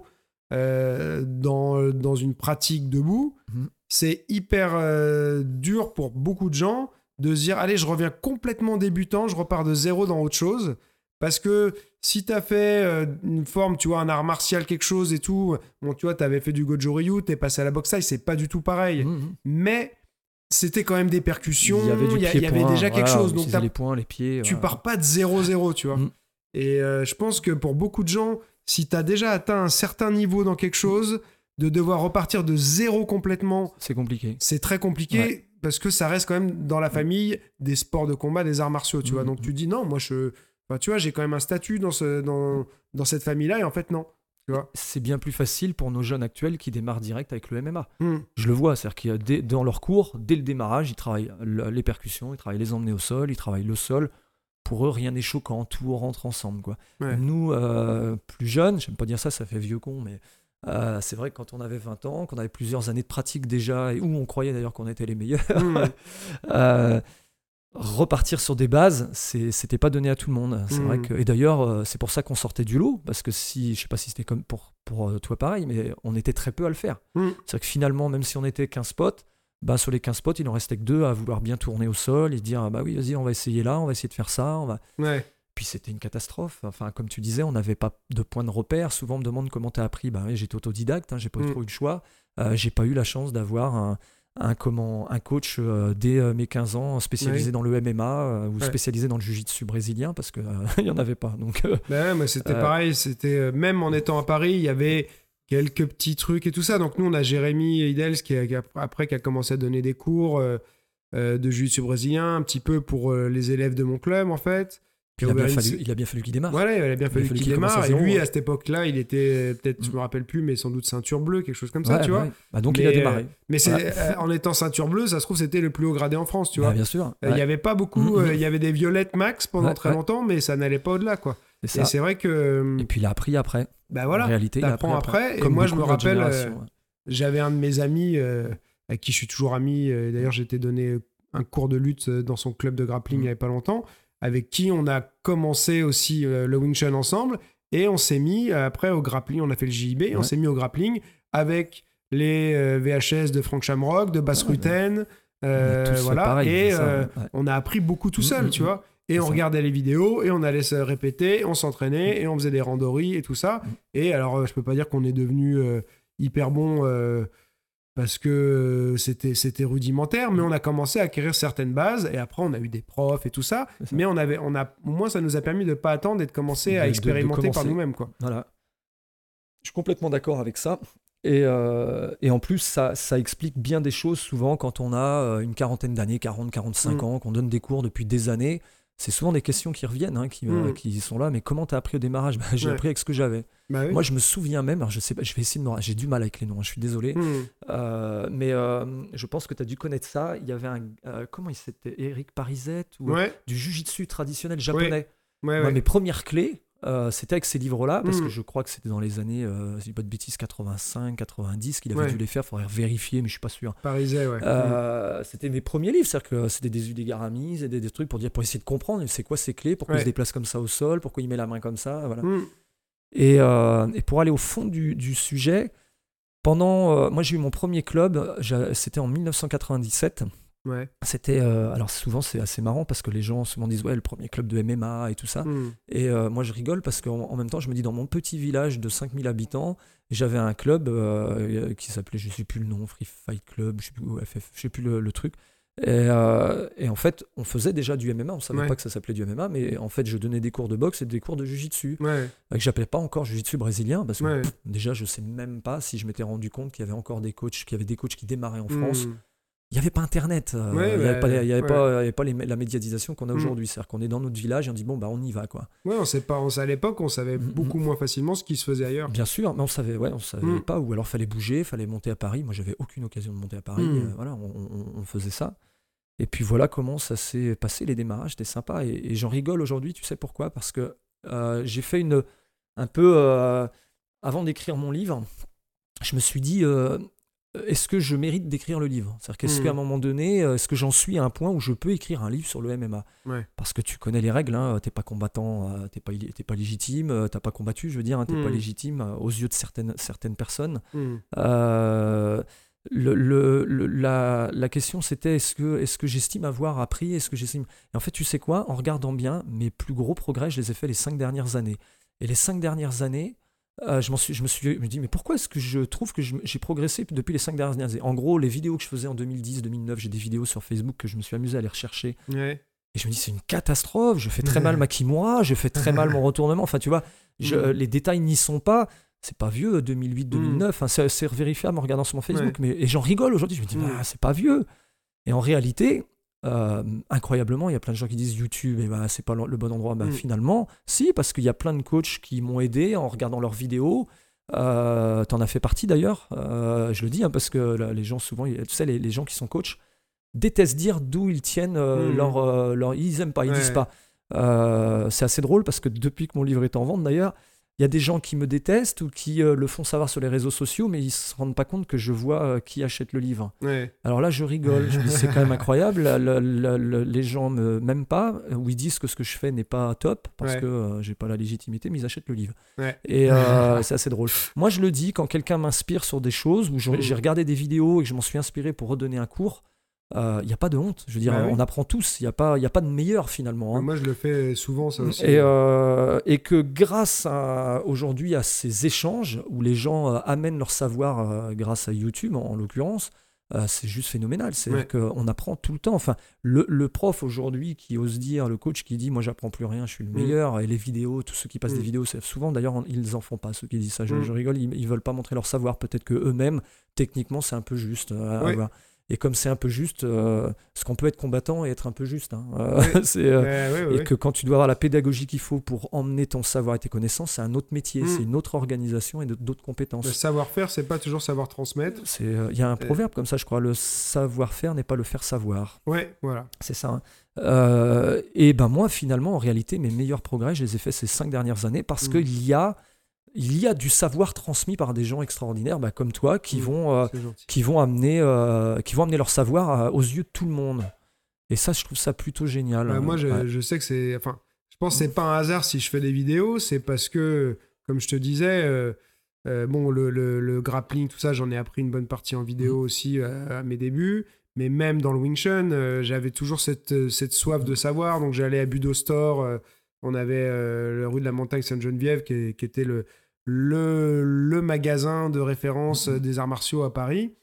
euh, dans, dans une pratique debout, Mhm. c'est hyper euh, dur pour beaucoup de gens de se dire, allez, je reviens complètement débutant, je repars de zéro dans autre chose. Parce que si tu as fait euh, une forme, tu vois, un art martial, quelque chose et tout, bon, tu vois, tu avais fait du Goju Ryu, tu es passé à la boxe taille, c'est pas du tout pareil. Mhm. Mais c'était quand même des percussions, Il y avait du il y, a- il y pied-point, avait déjà quelque voilà, chose. on Donc utilisait t'as- les poings, les pieds. tu voilà. pars pas de zéro zéro, tu vois. Mm. Et euh, je pense que pour beaucoup de gens, si tu as déjà atteint un certain niveau dans quelque chose, de devoir repartir de zéro complètement, C'est compliqué. c'est très compliqué Ouais. parce que ça reste quand même dans la famille des sports de combat, des arts martiaux, tu Mm. vois. Donc tu dis non, moi je. Enfin, tu vois, j'ai quand même un statut dans, ce, dans, dans cette famille-là et en fait, non. Tu vois. C'est bien plus facile pour nos jeunes actuels qui démarrent direct avec le M M A. Mm. Je le vois, c'est-à-dire que dès- dans leur cours, dès le démarrage, ils travaillent le- les percussions, ils travaillent les emmener au sol, ils travaillent le sol. Pour eux, rien n'est choquant, tout rentre ensemble, quoi. Ouais. Nous, euh, plus jeunes, j'aime pas dire ça, ça fait vieux con, mais euh, c'est vrai que quand on avait vingt ans, qu'on avait plusieurs années de pratique déjà, et où on croyait d'ailleurs qu'on était les meilleurs, Mm. euh, repartir sur des bases, c'est- c'était pas donné à tout le monde. C'est Mm. vrai que, et d'ailleurs, euh, c'est pour ça qu'on sortait du lot, parce que si, je sais pas si c'était comme pour, pour euh, toi pareil, mais on était très peu à le faire. Mm. C'est-à-dire que finalement, même si on était quinze spots, bah, sur les quinze spots, il en restait que deux à vouloir bien tourner au sol et dire ah bah oui, vas-y, on va essayer là, on va essayer de faire ça. On va... Ouais. Puis c'était une catastrophe. Enfin, comme tu disais, on n'avait pas de point de repère. Souvent, on me demande comment tu as appris. Bah, oui, j'étais autodidacte, hein, j'ai pas Mm. trop eu le choix. Euh, j'ai pas eu la chance d'avoir un, un, comment, un coach euh, dès euh, mes quinze ans spécialisé Ouais. dans le M M A euh, ou Ouais. spécialisé dans le jiu-jitsu brésilien parce qu'il n'y en avait pas. Donc, euh, Ben ouais, moi c'était Euh, pareil, c'était euh, même en étant à Paris, il y avait quelques petits trucs et tout ça. Donc nous on a Jérémy Hidels qui, a, qui a- après qui a commencé à donner des cours euh, euh, de jiu-jitsu brésilien un petit peu pour euh, les élèves de mon club en fait. Qui il, a ont bien ouvert une fallu, sé- il a bien fallu qu'il démarre. Voilà, il a bien fallu fallu qu'il qu'il commence démarre. à Et zéro, lui ouais. à cette époque-là, il était peut-être, je Mm. me rappelle plus, mais sans doute ceinture bleue, quelque chose comme ça, Ouais, tu ouais. vois. Bah, donc il Mais, a démarré. euh, Mais c'est Voilà. euh, en étant ceinture bleue, ça se trouve c'était le plus haut gradé en France, tu Bah, vois. bien sûr. Euh, Il Ouais, y avait pas beaucoup, Mm, mm. euh, il y avait des violettes max pendant Ouais, très ouais. longtemps, mais ça n'allait pas au-delà, quoi. c'est Et ça. c'est vrai que, Et puis il a appris après. bah voilà, en réalité, il a appris t'apprends après. Et Comme moi, je beaucoup me de notre rappelle, génération, euh, ouais. j'avais un de mes amis euh, avec qui je suis toujours ami. euh, D'ailleurs, j'ai été donné un cours de lutte euh, dans son club de grappling Mhm. il n'y avait pas longtemps, avec qui on a commencé aussi euh, le Wing Chun ensemble. Et on s'est mis, euh, après au grappling, on a fait le J I B, et on Ouais. s'est mis au grappling avec les euh, V H S de Frank Shamrock, de Bass Ouais, Rutten. On euh, a tous fait voilà. pareil, et c'est ça, euh, ouais. on a appris beaucoup tout Mhm, seul, mhm, tu vois. Et c'est on ça. regardait les vidéos, et on allait se répéter, on s'entraînait, et on faisait des randories et tout ça. Mhm. Et alors, euh, je peux pas dire qu'on est devenu euh, hyper bon euh, parce que c'était, c'était rudimentaire, mais on a commencé à acquérir certaines bases, et après on a eu des profs et tout ça, C'est ça. mais on avait, on a, au moins ça nous a permis de ne pas attendre et de commencer De- à de- de expérimenter par commencer. nous-mêmes, quoi. Voilà. Je suis complètement d'accord avec ça. Et, euh, et en plus, ça, ça explique bien des choses souvent quand on a euh, une quarantaine d'années, quarante, quarante-cinq Mm. ans, qu'on donne des cours depuis des années. C'est souvent des questions qui reviennent, hein, qui, euh, Mm. qui sont là. Mais comment t'as appris au démarrage? Bah, J'ai Ouais. appris avec ce que j'avais. Bah oui. Moi, je me souviens même, alors je sais pas, je vais essayer de me. J'ai du mal avec les noms, hein, je suis désolé. Mm. Euh, mais euh, je pense que tu as dû connaître ça. Il y avait un. euh, comment il s'était Eric Parisette ou, Ouais, du jujitsu traditionnel japonais. ouais, Moi, ouais. mes premières clés, euh, c'était avec ces livres-là, parce Mm. que je crois que c'était dans les années, euh, si je dis pas de bêtises, quatre-vingt-cinq, quatre-vingt-dix qu'il avait Ouais. dû les faire. Il faudrait vérifier, mais je suis pas sûr. Parisais, ouais. Euh, C'était mes premiers livres, c'est-à-dire que c'était des udegaramis et des, des trucs pour dire, pour essayer de comprendre c'est quoi ces clés, pourquoi Ouais. il se déplace comme ça au sol, pourquoi il met la main comme ça, voilà. Mm. Et, euh, et pour aller au fond du, du sujet, pendant, euh, moi j'ai eu mon premier club, j'a- c'était en dix-neuf cent quatre-vingt-dix-sept. Ouais. C'était, euh, alors souvent c'est assez marrant parce que les gens souvent disent ouais le premier club de M M A et tout ça. Mm. Et euh, moi je rigole parce qu'en en même temps je me dis dans mon petit village de cinq mille habitants, j'avais un club euh, qui s'appelait, je sais plus le nom, Free Fight Club, je sais plus, ou F F, je sais plus le, le truc. Et, euh, et en fait on faisait déjà du M M A, on savait Ouais. pas que ça s'appelait du M M A, mais en fait je donnais des cours de boxe et des cours de jiu-jitsu. Ouais. Euh, que j'appelais pas encore jiu-jitsu brésilien parce que Ouais. pff, déjà je sais même pas si je m'étais rendu compte qu'il y avait encore des coachs, qu'il y avait des coachs qui démarraient en France. Mm. Il n'y avait pas internet, euh, Ouais, il n'y avait, bah, pas, les- il y avait ouais. pas, il y avait pas les- la médiatisation qu'on a Mm. aujourd'hui. C'est-à-dire qu'on est dans notre village et on dit bon bah on y va quoi. Ouais, on sait pas, on sait à l'époque, on savait Mm, beaucoup moins facilement ce qui se faisait ailleurs. Bien sûr, mais on savait, ouais, on savait Mm. pas, ou alors fallait bouger, fallait monter à Paris. Moi j'avais aucune occasion de monter à Paris, Mm. euh, voilà, on, on- on faisait ça. Et puis voilà comment ça s'est passé, les démarrages, c'était sympa. Et, et j'en rigole aujourd'hui, tu sais pourquoi? Parce que euh, j'ai fait une. Un peu. euh, avant d'écrire mon livre, je me suis dit. euh, Est-ce que je mérite d'écrire le livre? C'est-à-dire qu'est-ce Mm. qu'à un moment donné, euh, est-ce que j'en suis à un point où je peux écrire un livre sur le M M A? Ouais. Parce que tu connais les règles, hein, t'es pas combattant, euh, t'es pas, illi- t'es pas légitime, euh, t'as pas combattu, je veux dire, hein, t'es Mm. pas légitime euh, aux yeux de certaines, certaines personnes. Mm. Euh, le, le- le- la, la question c'était est-ce que, est-ce que j'estime avoir appris? Est-ce que j'estime... Et en fait, tu sais quoi? En regardant bien, mes plus gros progrès, je les ai faits les cinq dernières années. Et les cinq dernières années, euh, je, m'en suis, je me suis je me dis, mais pourquoi est-ce que je trouve que je- j'ai progressé depuis les cinq dernières années? En gros, les vidéos que je faisais en deux mille dix, deux mille neuf, j'ai des vidéos sur Facebook que je me suis amusé à les rechercher. Ouais. Et je me dis, c'est une catastrophe, je fais très mal ma kimura, je fais très mal mon retournement. Enfin, tu vois, je- Mm. les détails n'y sont pas. C'est pas vieux, deux mille huit, deux mille neuf, hein, c'est, c'est vérifiable en regardant sur mon Facebook. Mais, et j'en rigole aujourd'hui, je me dis, Mm. bah, c'est pas vieux. Et en réalité, euh, incroyablement, il y a plein de gens qui disent YouTube, et bah, c'est pas le le bon endroit. Bah, Mm. Finalement, si, parce qu'il y a plein de coachs qui m'ont aidé en regardant leurs vidéos. Euh, t'en as fait partie d'ailleurs, euh, je le dis, hein, parce que là, les gens, souvent, tu sais, les, les gens qui sont coachs détestent dire d'où ils tiennent euh, Mm. leur, euh, leur. Ils aiment pas, ils Ouais. disent pas. Euh, c'est assez drôle parce que depuis que mon livre est en vente d'ailleurs, il y a des gens qui me détestent ou qui euh, le font savoir sur les réseaux sociaux, mais ils se rendent pas compte que je vois euh, qui achète le livre. Ouais. Alors là, je rigole, je me dis c'est quand même incroyable, la- la- la- la- les gens me m'aiment pas, ou ils disent que ce que je fais n'est pas top parce Ouais. que euh, j'ai pas la légitimité, mais ils achètent le livre. Ouais. Et euh, c'est assez drôle. Moi, je le dis quand quelqu'un m'inspire sur des choses, où je- Mm. j'ai regardé des vidéos et que je m'en suis inspiré pour redonner un cours, il n'y a pas de honte. Je veux dire, Bah oui. on apprend tous, il n'y a, pas- y a pas de meilleur finalement. hein. Moi, je le fais souvent, ça aussi. Et, euh, et que grâce à, aujourd'hui à ces échanges où les gens euh, amènent leur savoir euh, grâce à YouTube en, en l'occurrence, euh, c'est juste phénoménal. C'est-à-dire Ouais. qu'on apprend tout le temps. Enfin, le, le prof aujourd'hui qui ose dire, le coach qui dit moi j'apprends plus rien, je suis le meilleur, et les vidéos, tous ceux qui passent Mm. des vidéos, c'est souvent d'ailleurs ils en font pas, ceux qui disent ça. Je, Mm. je rigole, ils, ils veulent pas montrer leur savoir. Peut-être que eux-mêmes, techniquement, c'est un peu juste. euh, à Ouais. voir. Et comme c'est un peu juste, euh, ce qu'on peut être combattant et être un peu juste. hein. Euh, Ouais. c'est, euh, Ouais, ouais, ouais. et que quand tu dois avoir la pédagogie qu'il faut pour emmener ton savoir et tes connaissances, c'est un autre métier, Mm. c'est une autre organisation et de- d'autres Le compétences. savoir-faire, c'est pas toujours savoir transmettre. C'est, euh, il y a un proverbe comme ça, je crois, le savoir-faire n'est pas le faire savoir. Ouais, voilà. C'est ça. hein. Euh, et ben moi, finalement, en réalité, mes meilleurs progrès, je les ai faits ces cinq dernières années parce Mm. qu'il y a, il y a du savoir transmis par des gens extraordinaires, bah, comme toi, qui Mm. vont, euh, C'est gentil. qui vont amener, euh, qui vont amener leur savoir à- aux yeux de tout le monde. Et ça, je trouve ça plutôt génial. Bah, moi, je, Ouais. je sais que c'est. Enfin, je pense que c'est pas un hasard si je fais des vidéos, c'est parce que, comme je te disais, euh, euh, bon, le, le, le grappling, tout ça, j'en ai appris une bonne partie en vidéo aussi euh, à mes débuts. Mais même dans le Wing Chun, euh, j'avais toujours cette, cette soif de savoir. Donc, j'allais à Budo Store. euh, on avait euh, le rue de la Montagne Sainte-Geneviève qui, est- qui était le, le, le magasin de référence euh, des arts martiaux à Paris, qui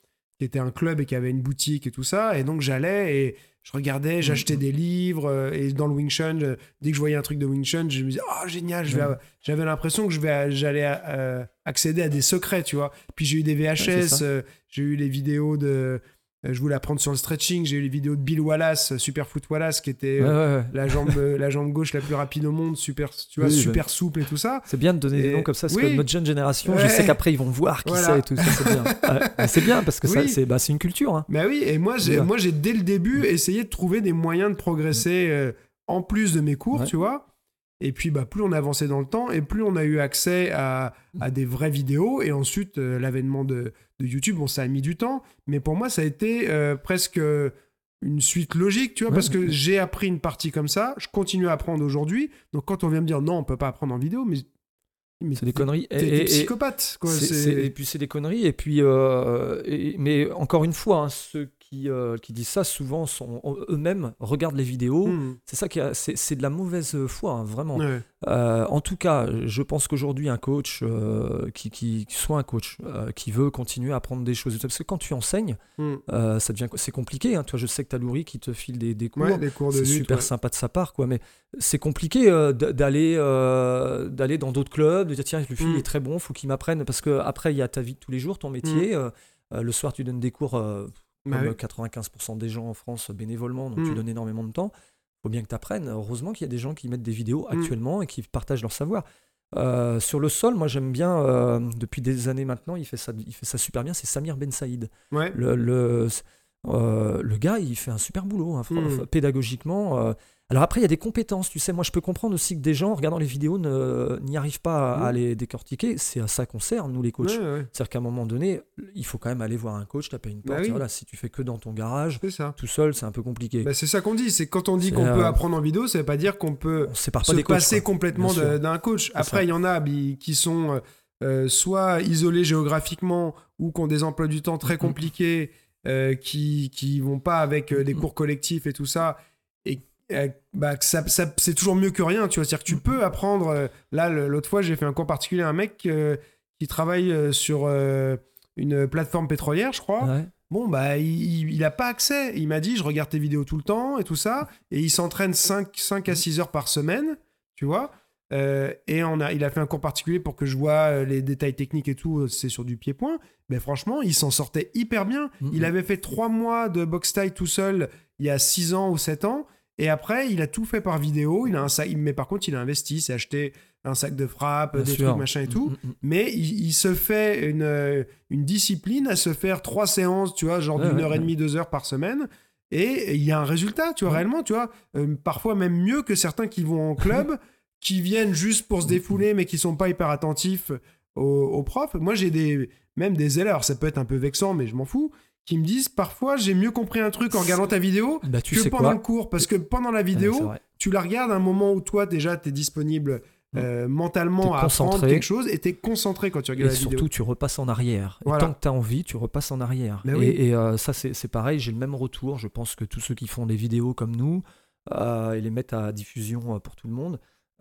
qui était un club et qui avait une boutique et tout ça. Et donc, j'allais et je regardais, j'achetais des livres. euh, et dans le Wing Chun, je- dès que je voyais un truc de Wing Chun, je me disais, oh, génial, je vais, Ouais. j'avais l'impression que je vais, j'allais euh, accéder à des secrets, tu vois. Puis j'ai eu des V H Ouais, c'est S, ça. euh, j'ai eu les vidéos de. euh, je voulais apprendre sur le stretching, j'ai eu les vidéos de Bill Wallace, euh, Superfoot Wallace, qui était Ouais, euh, ouais, ouais. la, jambe, euh, la jambe gauche la plus rapide au monde, super, tu vois, Oui, super souple et tout ça. C'est bien de donner des Et- noms comme ça, parce oui. que notre jeune génération, je Ouais. sais qu'après ils vont voir qui Voilà. c'est et tout ça, c'est bien. Ouais. Mais c'est bien parce que ça, Oui. c'est, bah, c'est une culture. Hein. Bah oui, et moi j'ai, Voilà. moi, j'ai dès le début essayé de trouver des moyens de progresser euh, en plus de mes cours, Ouais. tu vois. Et puis, bah, plus on avançait dans le temps, et plus on a eu accès à, à des vraies vidéos. Et ensuite, euh, l'avènement de, de YouTube, bon, ça a mis du temps. Mais pour moi, ça a été euh, presque euh, une suite logique, tu vois, Ouais. parce que j'ai appris une partie comme ça. Je continue à apprendre aujourd'hui. Donc, quand on vient me dire non, on peut pas apprendre en vidéo, mais, mais C'est des conneries. T'es, Et- t'es et- et- psychopathe, quoi. C'est- C'est- c'est- et puis c'est des conneries. Et puis, euh, et- mais encore une fois, hein, ceux qui, euh, qui disent ça souvent sont eux-mêmes regardent les vidéos. Hmm. C'est ça qui, a- c'est, c'est de la mauvaise foi, hein, vraiment. Ouais. Euh, en tout cas, je pense qu'aujourd'hui, un coach, euh, qui, qui, qui soit un coach, euh, qui veut continuer à apprendre des choses, parce que quand tu enseignes, Hmm. euh, ça devient, c'est compliqué. Hein. Toi, je sais que tu as Louri qui te file des, des cours. Ouais, des cours de C'est lutte, super ouais. sympa de sa part, quoi. Mais c'est compliqué euh, d- d'aller, euh, d'aller dans d'autres clubs, de dire tiens, le fil Mm. est très bon, faut qu'il m'apprenne. Parce que après, il y a ta vie de tous les jours, ton métier. euh, euh, le soir, tu donnes des cours, euh, Bah comme oui. quatre-vingt-quinze pour cent des gens en France bénévolement, donc Mm. tu donnes énormément de temps. Faut bien que tu apprennes. Heureusement qu'il y a des gens qui mettent des vidéos Mm. actuellement et qui partagent leur savoir. Euh, sur le sol, moi j'aime bien, euh, depuis des années maintenant, il fait ça, il fait ça super bien, c'est Samir Ben Saïd. Ouais. Le, le, euh, le gars, il fait un super boulot, hein, fr- Mm. pédagogiquement. euh. Alors après, il y a des compétences, tu sais. Moi, je peux comprendre aussi que des gens, en regardant les vidéos, ne- n'y arrivent pas à, à Mm. les décortiquer. C'est à ça qu'on sert, nous, les coachs. Ouais, ouais. C'est-à-dire qu'à un moment donné, il faut quand même aller voir un coach, taper une Bah porte. oui. Voilà, si tu fais que dans ton garage, C'est ça. tout seul, c'est un peu compliqué. Bah, c'est ça qu'on dit. C'est quand on dit C'est, qu'on peut euh, apprendre en vidéo, ça veut pas dire qu'on peut On sépare pas se des coachs. passer quoi. complètement Bien de- sûr. d'un coach. ça. Après, il y en a bi- qui sont euh, euh, soit isolés géographiquement ou qui ont des emplois du temps très Mhm. compliqués, euh, qui qui vont pas avec euh, des Mhm. cours collectifs et tout ça. Et euh, bah, que ça, ça- c'est toujours mieux que rien, tu vois. C'est-à-dire que tu Mhm. peux apprendre. euh, là, le- l'autre fois, j'ai fait un cours particulier à un mec euh, qui travaille euh, sur euh, une plateforme pétrolière, je crois. Ouais. Bon, bah, il, il a pas accès. Il m'a dit, je regarde tes vidéos tout le temps et tout ça. Et il s'entraîne cinq à six heures par semaine, tu vois. Euh, et on a, il a fait un cours particulier pour que je vois euh, les détails techniques et tout. C'est sur du pied-point. Mais franchement, il s'en sortait hyper bien. Mhm. Il avait fait trois mois de boxe taille tout seul il y a six ans ou sept ans. Et après, il a tout fait par vidéo. Il a un sac, mais par contre, il a investi. Il s'est acheté un sac de frappe, Bien des sûr. trucs, machin et tout. Mm, mm, mm. Mais il, il se fait une, euh, une discipline à se faire trois séances, tu vois, genre Ouais, d'une ouais, heure et ouais. demie, deux heures par semaine. Et il y a un résultat, tu vois, Ouais. réellement, tu vois. Euh, parfois même mieux que certains qui vont en club, qui viennent juste pour se défouler, mais qui sont pas hyper attentifs aux, aux profs. Moi, j'ai des, même des élèves, alors ça peut être un peu vexant, mais je m'en fous, qui me disent parfois, j'ai mieux compris un truc en regardant ta vidéo Bah, tu que sais pendant quoi le cours. Parce que pendant la Ouais, vidéo, c'est vrai. tu la regardes à un moment où toi, déjà, tu es disponible euh, mentalement T'es à apprendre concentré. quelque chose et tu es concentré quand tu Et regardes la vidéo. surtout, tu repasses en arrière. Et Voilà. tant que tu as envie, tu repasses en arrière. Ben et oui. et, euh, ça, c'est c'est pareil, j'ai le même retour. Je pense que tous ceux qui font des vidéos comme nous euh, et les mettent à diffusion euh, pour tout le monde,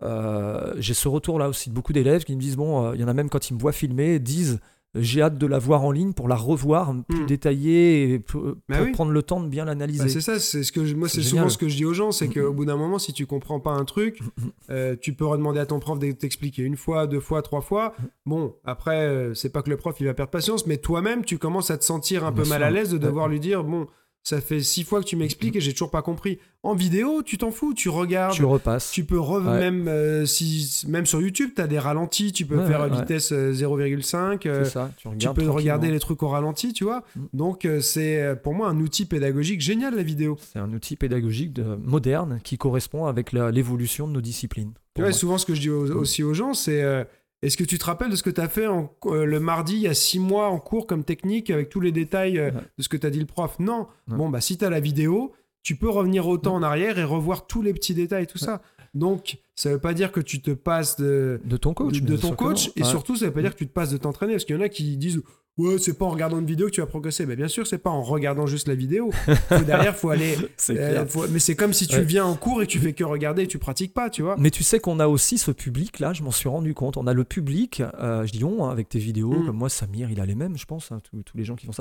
euh, j'ai ce retour-là aussi de beaucoup d'élèves qui me disent, bon, euh, il y en a même quand ils me voient filmer, disent, j'ai hâte de la voir en ligne pour la revoir plus Mm. détaillée et pour, Bah pour oui. prendre le temps de bien l'analyser. Bah, c'est ça, c'est ce que je- moi C'est c'est génial. souvent ce que je dis aux gens, c'est Mhm. qu'au bout d'un moment, si tu comprends pas un truc, euh, tu peux redemander à ton prof de t'expliquer une fois, deux fois, trois fois. Bon, après, euh, c'est pas que le prof il va perdre patience, mais toi-même, tu commences à te sentir un Bien peu mal sûr. à l'aise de devoir Ouais. lui dire, bon, ça fait six fois que tu m'expliques et j'ai toujours pas compris. En vidéo, tu t'en fous, tu regardes. Tu repasses. Tu peux re- Ouais. même euh, si même sur YouTube, tu as des ralentis, tu peux Ouais, faire ouais, ouais. vitesse euh, zéro virgule cinq. euh, C'est ça. Tu, tu regardes peux regarder tranquillement. les trucs au ralenti, tu vois. Mm. Donc euh, c'est euh, pour moi un outil pédagogique génial la vidéo. C'est un outil pédagogique de, moderne qui correspond avec la- l'évolution de nos disciplines. Tu pour vois, moi. souvent ce que je dis aux- aussi aux gens, c'est euh, est-ce que tu te rappelles de ce que tu as fait en- euh, le mardi il y a six mois en cours comme technique avec tous les détails euh, Ouais. de ce que t'a dit le prof? Non. Ouais. Bon, bah si tu as la vidéo, tu peux revenir autant en arrière et revoir tous les petits détails, tout ça. Donc, ça veut pas dire que tu te passes de, De ton coach. de, de bien ton sûr que coach non. et Ouais. surtout, ça veut pas dire que tu te passes de t'entraîner parce qu'il y en a qui disent ouais, c'est pas en regardant une vidéo que tu vas progresser. Mais bien sûr, c'est pas en regardant juste la vidéo. Faut- derrière, faut aller. C'est euh, clair. faut- Mais c'est comme si tu Ouais. viens en cours et que tu fais que regarder et tu pratiques pas, tu vois. Mais tu sais qu'on a aussi ce public-là, je m'en suis rendu compte. On a le public, euh, je dis on, hein, avec tes vidéos, Mm. comme moi, Samir, il a les mêmes, je pense, hein, tous, tous les gens qui font ça.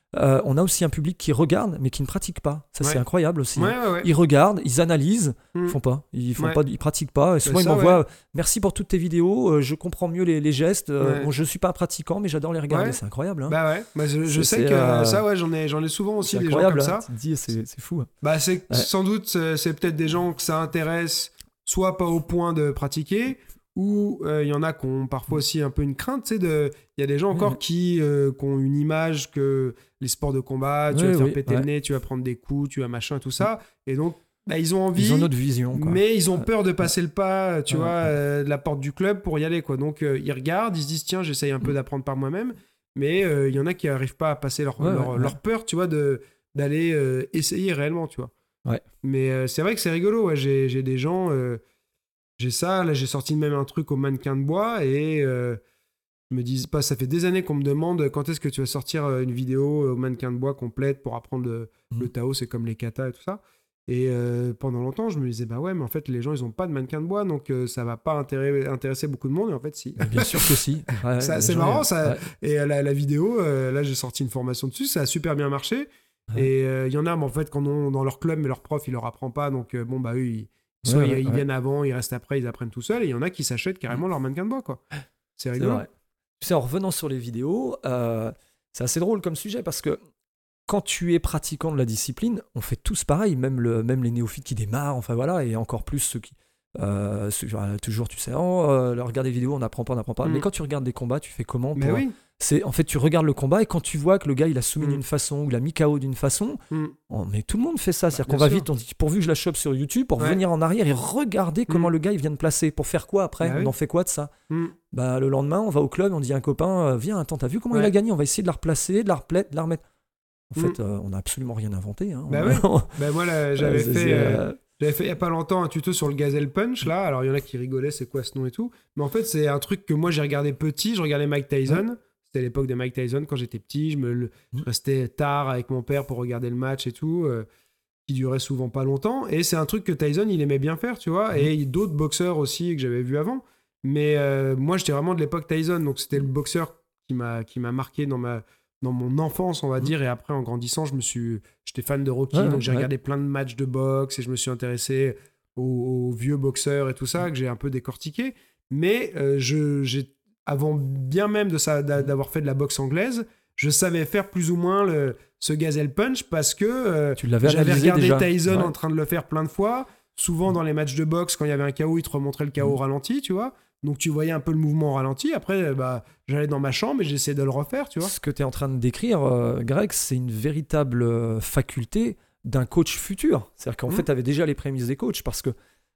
euh, on a aussi un public qui regarde, mais qui ne pratique pas. Ça, Ouais. c'est incroyable aussi. Ouais, ouais, ouais. Ils regardent, ils analysent, Mm. ils font pas, ils font Ouais. pas, ils pratiquent pas. Et souvent, Bah, ils ça, m'envoient ouais. euh, merci pour toutes tes vidéos, euh, je comprends mieux les, les gestes. euh, Ouais. Bon, je suis pas un pratiquant, mais j'adore les regarder. Ouais. C'est incroyable. Hein. Bah ouais, bah, je, je C'est- sais c'est, que euh, ça, ouais, j'en ai, j'en ai souvent aussi c'est des gens incroyable. comme hein. ça. Tu te dis, c'est, c'est fou. hein. Bah, c'est Ouais. sans doute, c'est, c'est peut-être des gens que ça intéresse, soit pas au point de pratiquer, ou il y en a qui ont parfois aussi un peu une crainte, tu sais, de... il y a des gens encore Ouais. qui, euh, qui ont une image que les sports de combat, tu Ouais, vas te faire oui, péter ouais. le nez, tu vas prendre des coups, tu vas machin, tout ça, et donc, bah, ils ont envie... Ils ont notre vision. Quoi. Mais ils ont Ouais. peur de passer le pas, tu Ouais. vois, euh, de la porte du club pour y aller, quoi. Donc, euh, ils regardent, ils se disent, tiens, j'essaye un peu Mm. d'apprendre par moi-même. Mais euh, il y en a qui n'arrivent pas à passer leur, Ouais, leur, ouais, leur ouais. peur, tu vois, de, d'aller euh, essayer réellement, tu vois. Ouais. Mais euh, c'est vrai que c'est rigolo, ouais. J'ai, j'ai des gens... euh, j'ai ça, là, j'ai sorti même un truc au mannequin de bois et... euh, je me dis pas, ça fait des années qu'on me demande quand est-ce que tu vas sortir euh, une vidéo au mannequin de bois complète pour apprendre le, Mm. le Tao, c'est comme les katas et tout ça. Et euh, pendant longtemps, je me disais, bah ouais, mais en fait, les gens, ils ont pas de mannequin de bois, donc euh, ça va pas intér- intéresser beaucoup de monde. Et en fait, si. Mais Bien sûr que si. Ouais, Ça, les c'est gens, marrant, euh, ça. ouais. Et euh, la, la vidéo, euh, là, j'ai sorti une formation dessus, ça a super bien marché. Ouais. Et il y en a, mais en fait, quand on dans leur club, mais leur prof, il leur apprend pas, donc euh, bon, bah eux, ils, soit Ouais, ils, ouais, ils ouais. viennent avant, ils restent après, ils apprennent tout seuls. Et il y en a qui s'achètent carrément leur mannequin de bois, quoi. C'est C'est rigolo. vrai. Tu sais, en revenant sur les vidéos, euh, c'est assez drôle comme sujet parce que quand tu es pratiquant de la discipline, on fait tous pareil, même, le, même les néophytes qui démarrent, enfin voilà, et encore plus ceux qui. Euh, ceux- euh, toujours, tu sais, oh, euh, regarder des vidéos, on n'apprend pas, on n'apprend pas. Mm. Mais quand tu regardes des combats, tu fais comment Mais pour- oui. c'est, En fait, tu regardes le combat et quand tu vois que le gars il a soumis Mm. d'une façon ou il a mis K O d'une façon, Mm. oh, mais tout le monde fait ça. C'est-à-dire bien qu'on va sûr. vite, on dit pourvu que je la chope sur YouTube pour Ouais. venir en arrière et regarder comment Mm. le gars il vient de placer. Pour faire quoi après Bah On oui. en fait quoi de ça Mm. Bah, le lendemain, on va au club, on dit à un copain, euh, viens, attends, t'as vu comment il Ouais. a gagné? On va essayer de la replacer, de la replacer, de la remettre. En Mm. fait, euh, on n'a absolument rien inventé. Hein. Bah On- oui. Ben moi, là, j'avais c'est- fait... c'est, euh, euh, J'avais fait il y a pas longtemps un tuto sur le Gazelle Punch, là. Alors, il y en a qui rigolaient, c'est quoi ce nom et tout. Mais en fait, c'est un truc que moi, j'ai regardé petit. Je regardais Mike Tyson. C'était l'époque de Mike Tyson quand j'étais petit. Je, me, le- je restais tard avec mon père pour regarder le match et tout, euh, qui durait souvent pas longtemps. Et c'est un truc que Tyson, il aimait bien faire, tu vois. Et d'autres boxeurs aussi que j'avais vu avant. Mais euh, moi, j'étais vraiment de l'époque Tyson. Donc, c'était le boxeur qui m'a, qui m'a marqué dans ma... dans mon enfance, on va dire, et après en grandissant, je me suis, j'étais fan de Rocky, Ouais, donc ouais, j'ai ouais. regardé plein de matchs de boxe et je me suis intéressé aux, aux vieux boxeurs et tout ça que j'ai un peu décortiqué. Mais euh, je, j'ai, avant bien même de ça, d'a- d'avoir fait de la boxe anglaise, je savais faire plus ou moins le, ce Gazelle Punch parce que euh, Tu l'avais j'avais analysé regardé déjà. Tyson Ouais. en train de le faire plein de fois. Souvent dans les matchs de boxe, quand il y avait un K O, il te remontrait le K O au ralenti, tu vois. Donc tu voyais un peu le mouvement au ralenti. Après, bah, j'allais dans ma chambre et j'essayais de le refaire, tu vois. Ce que tu es en train de décrire, euh, Greg, c'est une véritable euh, faculté d'un coach futur. C'est-à-dire qu'en Mhm. fait, tu avais déjà les prémices des coachs parce que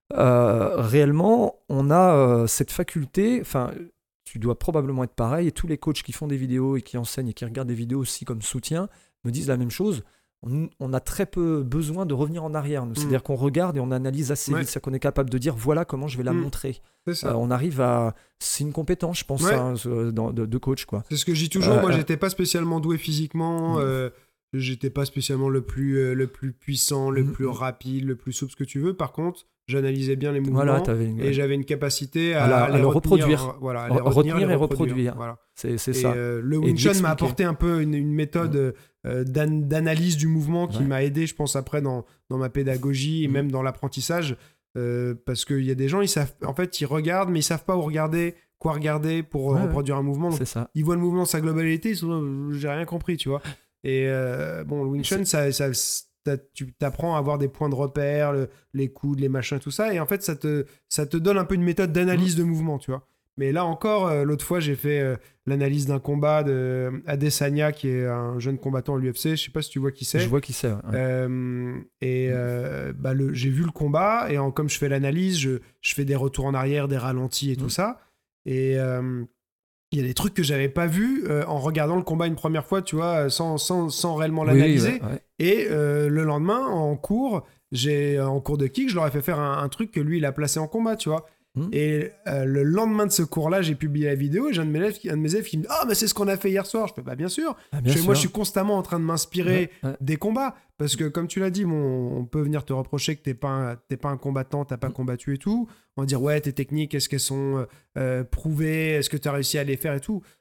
euh, réellement, on a euh, cette faculté. Enfin, tu dois probablement être pareil. Et tous les coachs qui font des vidéos et qui enseignent et qui regardent des vidéos aussi comme soutien me disent la même chose. On, on a très peu besoin de revenir en arrière. nous. C'est-à-dire qu'on regarde et on analyse assez Ouais. vite. C'est-à-dire qu'on est capable de dire voilà comment je vais la Mhm. montrer. C'est ça. Euh, on arrive à. C'est une compétence, je pense, Ouais. hein, ce- dans- de, de coach. Quoi. C'est ce que je dis toujours. Euh, Moi, euh. j'étais pas spécialement doué physiquement. Mm. euh, j'étais pas spécialement le plus, euh, le plus puissant, le Mm, plus mm. rapide, le plus souple, ce que tu veux. Par contre, j'analysais bien les mouvements Voilà, t'avais une- et j'avais une capacité à, À la- à à les le retenir, reproduire. euh, Voilà, à Re- les retenir, retenir les et reproduire. Voilà. C'est, c'est Et ça. euh, le Et Wing Chun d'expliquer. m'a apporté un peu une, une méthode euh, d'an- d'analyse du mouvement qui Ouais. m'a aidé, je pense, après dans, dans ma pédagogie et Mm. même dans l'apprentissage. euh, parce qu'il y a des gens, ils savent, en fait, ils regardent, mais ils savent pas où regarder, quoi regarder pour euh, Ouais, ouais. reproduire un mouvement. Donc, C'est ça. ils voient le mouvement dans sa globalité, ils sont là, j'ai rien compris, tu vois. Et euh, bon, le Wing Chun, ça, ça, t'as- tu t'apprends à avoir des points de repère, le- les coudes, les machins, tout ça. Et en fait, ça te, ça te donne un peu une méthode d'analyse de mouvement, tu vois. Mais là encore, euh, l'autre fois, j'ai fait euh, l'analyse d'un combat de Adesanya, qui est un jeune combattant à l'U F C. Je sais pas si tu vois qui c'est. Je vois qui c'est. ouais. Euh, et euh, bah, le, j'ai vu le combat et en, comme je fais l'analyse, je, je fais des retours en arrière, des ralentis et tout Mm. ça. Et euh, il y a des trucs que j'avais pas vus euh, en regardant le combat une première fois, tu vois, sans, sans, sans réellement Oui, l'analyser. ouais, ouais. Et euh, le lendemain, en cours, j'ai en cours de kick, je leur ai fait faire un, un truc que lui, il a placé en combat, tu vois. Mm. Et euh, le lendemain de ce cours-là, j'ai publié la vidéo et j'ai un de mes élèves, qui- un de mes élèves qui me dit « Ah, mais c'est ce qu'on a fait hier soir !» Je fais « Bah, bien sûr !» Ah, bien Je fais, Moi, je sûr. suis constamment en train de m'inspirer Ouais, ouais. des combats. Parce que, comme tu l'as dit, bon, on peut venir te reprocher que t'es pas, un- t'es pas un combattant, t'as pas Mm. combattu et tout. On va dire, ouais, tes techniques, est-ce qu'elles sont euh, prouvées? Est-ce que tu as réussi à les faire et tout?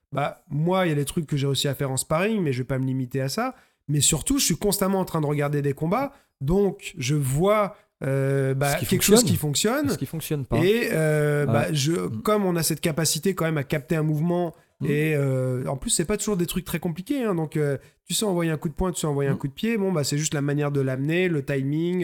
bah, moi, il y a des trucs que j'ai réussi à faire en sparring, mais je vais pas me limiter à ça. Mais surtout, je suis constamment en train de regarder des combats, donc je vois euh, bah, Ce qui quelque fonctionne. chose qui fonctionne. Ce qui fonctionne pas. Et euh, Ouais. bah, je, Mm. comme on a cette capacité quand même à capter un mouvement, Mm. et euh, en plus, c'est pas toujours des trucs très compliqués. Hein, donc, euh, tu sais envoyer un coup de poing, tu sais envoyer Mm. un coup de pied. Bon, bah, c'est juste la manière de l'amener, le timing,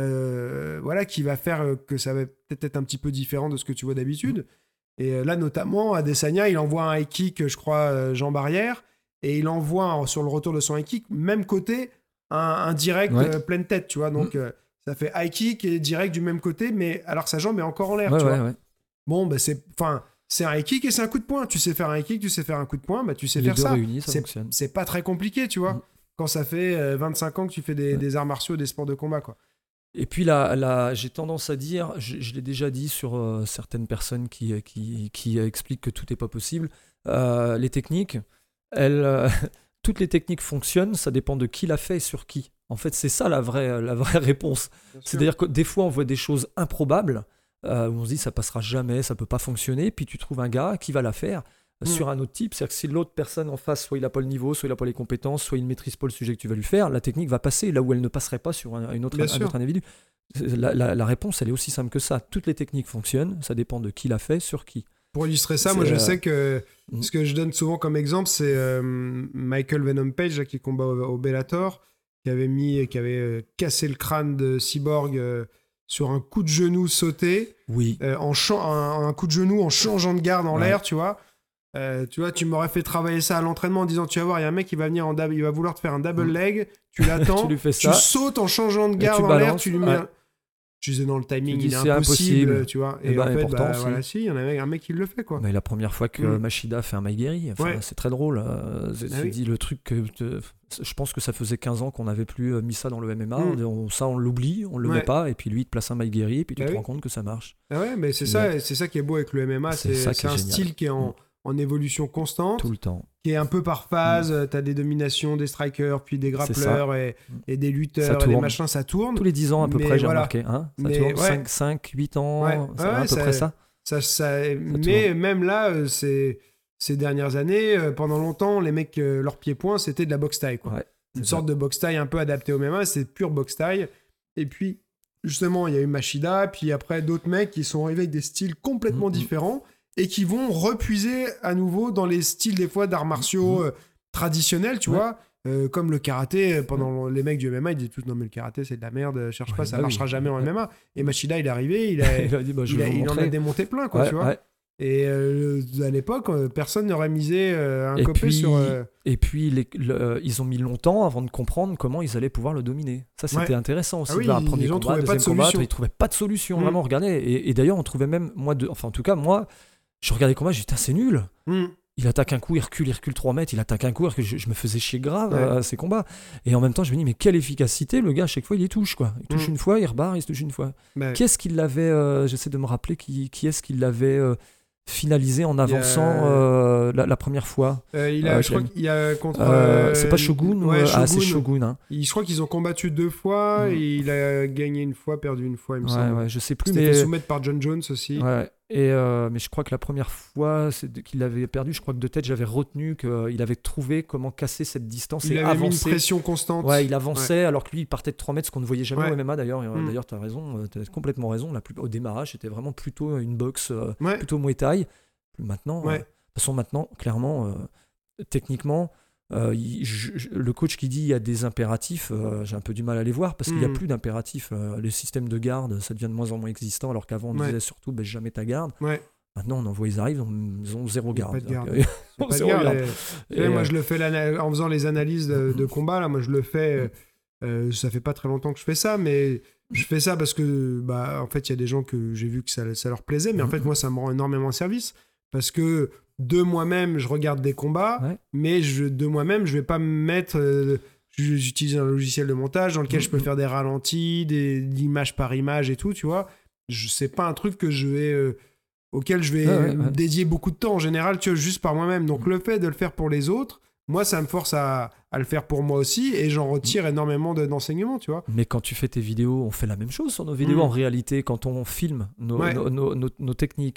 euh, voilà, qui va faire euh, que ça va peut-être être un petit peu différent de ce que tu vois d'habitude. Et euh, là, notamment, Adesanya, il envoie un high kick, je crois, euh, Jean Barrière, et il envoie en- sur le retour de son high kick, même côté, un, un direct Ouais. euh, pleine tête, tu vois. Donc, Mm. euh, ça fait high kick et direct du même côté, mais alors que sa jambe est encore en l'air, Ouais, tu ouais, vois. ouais. Bon, bah, c'est, enfin, c'est un high kick et c'est un coup de poing. Tu sais faire un high kick, tu sais faire un coup de poing, bah, tu sais Les faire deux ça. réunis, ça c'est, fonctionne. c'est pas très compliqué, tu vois. Mm. Quand ça fait euh, vingt-cinq ans que tu fais des, Ouais. des arts martiaux, des sports de combat, quoi. Et puis là, là, j'ai tendance à dire, je, je l'ai déjà dit sur euh, certaines personnes qui, qui, qui expliquent que tout n'est pas possible, euh, les techniques, elles, euh, toutes les techniques fonctionnent, ça dépend de qui l'a fait et sur qui. En fait, c'est ça la vraie, la vraie réponse. C'est-à-dire que des fois, on voit des choses improbables, euh, où on se dit ça passera jamais, ça peut pas fonctionner, puis tu trouves un gars qui va la faire Mm. sur un autre type. C'est-à-dire que si l'autre personne en face, soit il n'a pas le niveau, soit il n'a pas les compétences, soit il ne maîtrise pas le sujet que tu vas lui faire, la technique va passer là où elle ne passerait pas sur un, une autre, Bien un sûr. autre individu. La, la- la réponse, elle est aussi simple que ça. Toutes les techniques fonctionnent, ça dépend de qui l'a fait, sur qui. Pour illustrer ça, C'est, moi je euh, sais que mm. ce que je donne souvent comme exemple, c'est euh, Michael Venom Page là, qui combat au, au Bellator, qui avait mis, qui avait euh, cassé le crâne de Cyborg euh, sur un coup de genou sauté, Oui. euh, en chan- un, un coup de genou en changeant de garde en Ouais. l'air, tu vois. Euh, tu vois, tu m'aurais fait travailler ça à l'entraînement en disant, tu vas voir, il y a un mec qui va venir en dab- il va vouloir te faire un double Mm. leg, tu l'attends, Tu lui fais tu ça. sautes en changeant de Et garde tu en l'air, balances, tu lui mets. ouais. un- Je disais dans le timing, Tu dis, il est c'est impossible, impossible. tu vois. Eh Et, ben, en fait, pourtant, bah, si. voilà, si, il y en a un mec qui le fait, quoi. Mais la première fois que Mm. Machida fait un Maigeri, enfin, Ouais. c'est très drôle. euh, c'est- Ah tu oui. dis le truc que te- je pense que ça faisait quinze ans qu'on n'avait plus euh, mis ça dans le M M A. Mm. On- ça, on l'oublie, on le Ouais. met pas, et puis lui, il te place un Maigeri, et puis tu Bah te oui. rends compte que ça marche. Ah ouais, mais c'est Génial. ça, c'est ça qui est beau avec le M M A, C'est c'est, ça qui c'est est un génial. style qui est en, en évolution constante, Tout le temps. qui est un peu par phase. euh, T'as des dominations, des strikers, puis des C'est grappleurs et, et des lutteurs, et des tourne. machins, ça tourne. Tous les dix ans, à peu Mais près, j'ai voilà. remarqué. Hein ça Mais tourne ouais. cinq, cinq, huit ans, Ouais. ça Ouais, va à peu ça- près ça. Ça, ça, mais même là, euh, c'est, ces dernières années, euh, pendant longtemps, les mecs, euh, leur pied-point, c'était de la boxe taille, quoi. Ouais, Une c'est sorte de boxe taille un peu adaptée au M M A, c'est pure boxe taille. Et puis, justement, il y a eu Machida, puis après d'autres mecs qui sont arrivés avec des styles complètement Mhm. différents et qui vont repuiser à nouveau dans les styles des fois d'arts martiaux Mhm. euh, traditionnels, tu Ouais. vois. Euh, comme le karaté, euh, pendant les mecs du M M A, ils disaient tous non mais le karaté c'est de la merde, euh, cherche Ouais, pas, ça bah marchera oui. jamais en Ouais. M M A. Et Machida il est arrivé, il, a, Il a dit, bah, je il, vais a- vous il en a montrer. démonté plein quoi, Ouais, tu vois. ouais. Et euh, à l'époque, euh, personne n'aurait misé euh, un Et copé puis, sur. euh, et puis les- le- euh, ils ont mis longtemps avant de comprendre comment ils allaient pouvoir le dominer. Ça, c'était Ouais. intéressant aussi. Ah oui, de voir un ils- premier ils ont combat, trouvé pas de deuxième combat, solution. ils trouvaient pas de solution. Mm. Vraiment, regardez. Et, et d'ailleurs, on trouvait même, moi, de, enfin, en tout cas, moi, je regardais les combats, je disais, putain, c'est nul. hmm. Il attaque un coup, il recule, il recule trois mètres, il attaque un coup, il recule. Je, je me faisais chier grave Ouais. à ces combats. Et en même temps, je me dis, mais quelle efficacité, le gars, à chaque fois, il les touche, quoi. Il touche Mm. une fois, il rebarre, il se touche une fois. Bah, Qui est-ce qui l'avait, euh, j'essaie de me rappeler, qui, qui est-ce qui l'avait euh, finalisé en avançant euh, la, la première fois euh, il a, euh, je crois Clem. qu'il y a contre. Euh, euh, C'est pas Shogun ou- ouais, Ah, c'est Shogun. Shogun, hein. Il- je crois qu'ils ont combattu deux fois Mm. et il a gagné une fois, perdu une fois, il me Ouais, semble. ouais, je sais plus, C'était mais... fait soumettre par John Jones aussi. Ouais. Et euh, mais je crois que la première fois c'est de- qu'il avait perdu, je crois que de tête j'avais retenu qu'il avait trouvé comment casser cette distance Il et avait mis une avancer. pression constante. Ouais, il avançait alors que lui il partait de trois mètres, ce qu'on ne voyait jamais Ouais. au M M A d'ailleurs. Et, euh, Mm. D'ailleurs, tu as raison, tu as complètement raison. La plus... Au démarrage, c'était vraiment plutôt une boxe, euh, Ouais. plutôt Muay Thai. Maintenant, Ouais. euh, de toute façon, maintenant, clairement, euh, techniquement, euh, il- je- je- le coach qui dit il y a des impératifs, euh, j'ai un peu du mal à les voir parce qu'il n'y a Mm. plus d'impératifs. Euh, les systèmes de garde, ça devient de moins en moins existant alors qu'avant on Ouais. disait surtout baisse jamais ta garde. Ouais. Maintenant, on en voit, ils arrivent, ils ont zéro Il y a garde. pas de garde. Donc, Il y a euh, pas de zéro garde, garde. et- et Et, moi, euh, je le fais l'ana- en faisant les analyses de, de combat. Là, moi, je le fais. euh, euh, ça fait pas très longtemps que je fais ça, mais je fais ça parce que, bah, en fait, il y a des gens que j'ai vu que ça, ça leur plaisait, mais en fait, moi, ça me rend énormément service parce que de moi-même, je regarde des combats, Ouais. mais je, de moi-même, je vais pas me mettre. euh, j- J'utilise un logiciel de montage dans lequel je peux faire des ralentis, des, des images par image et tout, tu vois. Je sais pas un truc que je vais. euh, auquel je vais Ouais, ouais, euh, ouais. dédier beaucoup de temps en général, tu vois, juste par moi-même. Donc le fait de le faire pour les autres, moi, ça me force à, à le faire pour moi aussi et j'en retire énormément de- d'enseignements, tu vois. Mais quand tu fais tes vidéos, on fait la même chose sur nos vidéos. Mm. En réalité, quand on filme nos, Ouais. nos, nos- nos- nos techniques,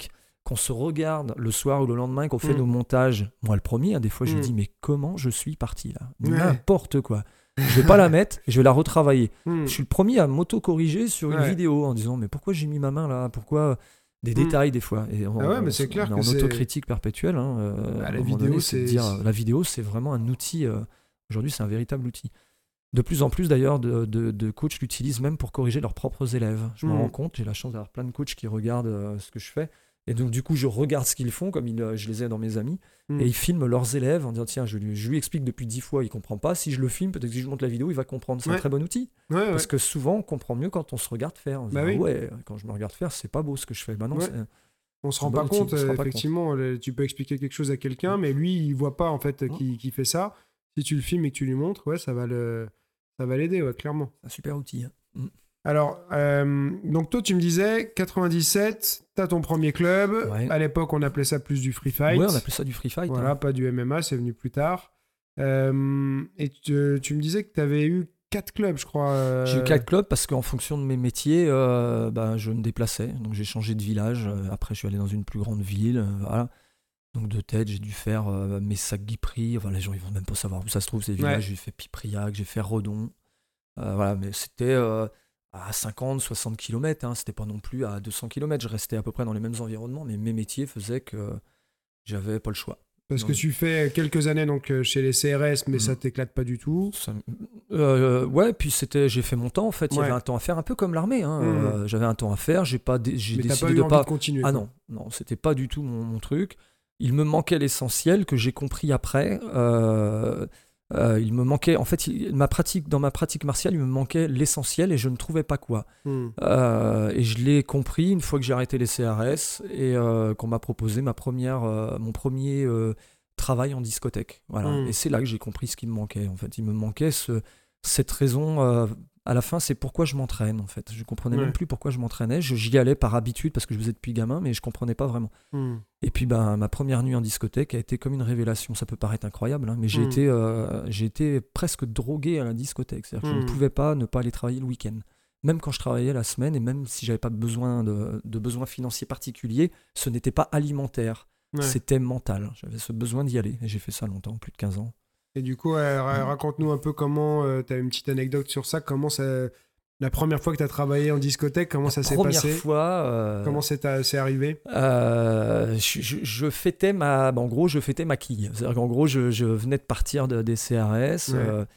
qu'on se regarde le soir ou le lendemain, qu'on fait Mm. nos montages. Moi, le premier, hein, des fois, je me Mm. dis, mais comment je suis parti là? Ouais. N'importe quoi. Je vais pas la mettre, je vais la retravailler. Hmm. Je suis le premier à m'auto-corriger sur une Ouais. vidéo en disant, mais pourquoi j'ai mis ma main là? Pourquoi des Mm. détails des fois? Et on, Ah ouais, mais on- c'est clair on est que en c'est- autocritique perpétuelle. Hein, euh, Bah, à un la moment vidéo, donné, c'est- de dire, euh, la vidéo, c'est vraiment un outil. euh, Aujourd'hui, c'est un véritable outil. De plus en plus d'ailleurs de, de, de coachs l'utilisent même pour corriger leurs propres élèves. Je m'en Mm. rends compte, j'ai la chance d'avoir plein de coachs qui regardent euh, ce que je fais. Et donc du coup, je regarde ce qu'ils font, comme ils, euh, je les ai dans mes amis, Mm. et ils filment leurs élèves en disant, tiens, je lui, je lui explique depuis dix fois, il comprend pas. Si je le filme, peut-être que si je monte la vidéo, il va comprendre. C'est Ouais. un très bon outil. Ouais, ouais. Parce que souvent, on comprend mieux quand on se regarde faire. On se Bah dit, oui. ah ouais, quand je me regarde faire, c'est pas beau ce que je fais. Bah non, Ouais. c'est- On se un rend bon pas outil, compte, on se rend euh, pas effectivement, le- tu peux expliquer quelque chose à quelqu'un, mais lui, il voit pas en fait Mm. qu'il qu'il fait ça. Si tu le filmes et que tu lui montres, ouais, ça va le, ça va l'aider, ouais, clairement. un super outil. hein. Mm. Alors, euh, donc toi, tu me disais, quatre-vingt-dix-sept, t'as ton premier club. Ouais. À l'époque, on appelait ça plus du free fight. Ouais, on appelle ça du free fight. Voilà, hein. pas du M M A, c'est venu plus tard. Euh, et tu, tu me disais que tu avais eu quatre clubs, je crois. euh, J'ai eu quatre clubs parce qu'en fonction de mes métiers, euh, bah, je me déplaçais. Donc j'ai changé de village. Euh, Après, je suis allé dans une plus grande ville. euh, voilà. Donc de tête, j'ai dû faire euh, Messac, Guipry. Enfin, les gens ils vont même pas savoir où ça se trouve ces villages. Ouais. J'ai fait Pipriac, j'ai fait Redon. Euh, voilà, mais c'était euh, à cinquante, soixante kilomètres. Hein. C'était pas non plus à deux cents kilomètres. Je restais à peu près dans les mêmes environnements, mais mes métiers faisaient que j'avais pas le choix. Parce Non. que tu fais quelques années donc, euh, chez les C R S, mais Mhm. ça t'éclate pas du tout. Ça me- euh, ouais, puis c'était, j'ai fait mon temps en fait. Il y Ouais. avait un temps à faire, un peu comme l'armée. Hein. Mhm. Euh, j'avais un temps à faire. J'ai pas, dé- j'ai Mais t'as décidé pas eu de envie pas. de continuer. Ah quoi. non, non, c'était pas du tout mon, mon truc. Il me manquait l'essentiel que j'ai compris après. Euh, euh, il me manquait, en fait, il- ma pratique, dans ma pratique martiale, il me manquait l'essentiel et je ne trouvais pas quoi. Hmm. Euh, et je l'ai compris une fois que j'ai arrêté les C R S et euh, qu'on m'a proposé ma première, euh, mon premier euh, travail en discothèque. Voilà. Mm. Et c'est là que j'ai compris ce qui me manquait. En fait, il me manquait ce, cette raison. euh, à la fin, c'est pourquoi je m'entraîne. En fait, je comprenais Ouais. même plus pourquoi je m'entraînais. Je- J'y allais par habitude parce que je faisais depuis gamin, mais je comprenais pas vraiment. Hmm. Et puis, ben, ma première nuit en discothèque a été comme une révélation. Ça peut paraître incroyable, hein, mais j'ai Mm. été, euh, j'ai été presque drogué à la discothèque. C'est-à-dire que je Mm. ne pouvais pas ne pas aller travailler le week-end. Même quand je travaillais la semaine et même si j'avais pas besoin de, de besoins financiers particuliers, ce n'était pas alimentaire. Ouais. C'était mental. J'avais ce besoin d'y aller. Et j'ai fait ça longtemps, plus de quinze ans. Et du coup, euh, ra- raconte-nous un peu comment, tu as une petite anecdote sur ça, comment ça, la première fois que tu as travaillé en discothèque, comment ça s'est Première passé fois. euh, Comment c'est à- c'est arrivé euh, je, je- je fêtais ma. En gros, je fêtais ma quille. C'est-à-dire qu'en gros, je, je venais de partir de- des C R S. Ouais. euh,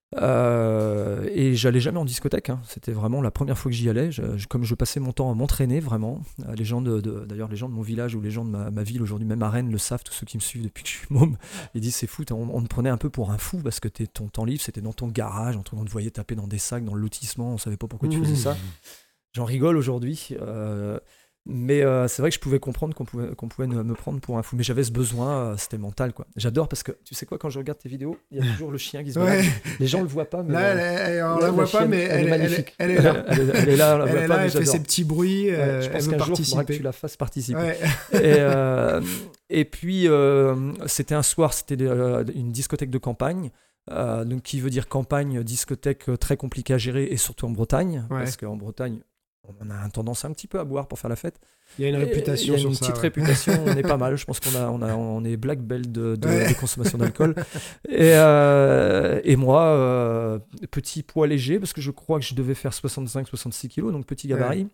euh, et j'allais jamais en discothèque. hein. C'était vraiment la première fois que j'y allais. Je- je- comme je passais mon temps à m'entraîner, vraiment. Euh, Les gens de, de- d'ailleurs, les gens de mon village ou les gens de ma, ma ville aujourd'hui, même à Rennes, le savent, tous ceux qui me suivent depuis que je suis môme, ils disent c'est fou. On, on me prenait un peu pour un fou parce que t'es- ton temps libre, c'était dans ton garage, en train de te voyait taper dans des sacs, dans le lotissement. On savait pas pourquoi tu faisais ça. J'en rigole aujourd'hui. euh, mais euh, c'est vrai que je pouvais comprendre qu'on pouvait, qu'on pouvait me me prendre pour un fou. Mais j'avais ce besoin, euh, c'était mental, quoi. J'adore parce que, tu sais quoi, quand je regarde tes vidéos, il y a toujours le chien qui se balade. Ouais. Les gens le voient pas, mais... Là, euh, elle, est- elle- on là, la voit pas, chienne, mais elle, est est- elle, magnifique. est- elle est là. elle, est- elle est là, on la Elle voit est pas, là, mais elle fait j'adore. ses petits bruits, Ouais, euh, je elle pense veut qu'un jour, il faudra que participer. tu la fasses participer. Ouais. Et, euh, et puis, euh, c'était un soir, c'était euh, une discothèque de campagne. Euh, donc, qui veut dire campagne, discothèque euh, très compliquée à gérer, et surtout en Bretagne. Ouais. Parce qu'en Bretagne, on a un tendance un petit peu à boire pour faire la fête. Il y a une réputation Il y a sur une ça. petite ouais. réputation, on est pas mal. Je pense qu'on a, on a, on est black belt de, de, Ouais. de consommation d'alcool. Et, euh, et moi, euh, petit poids léger, parce que je crois que je devais faire soixante-cinq soixante-six kilos, donc petit gabarit.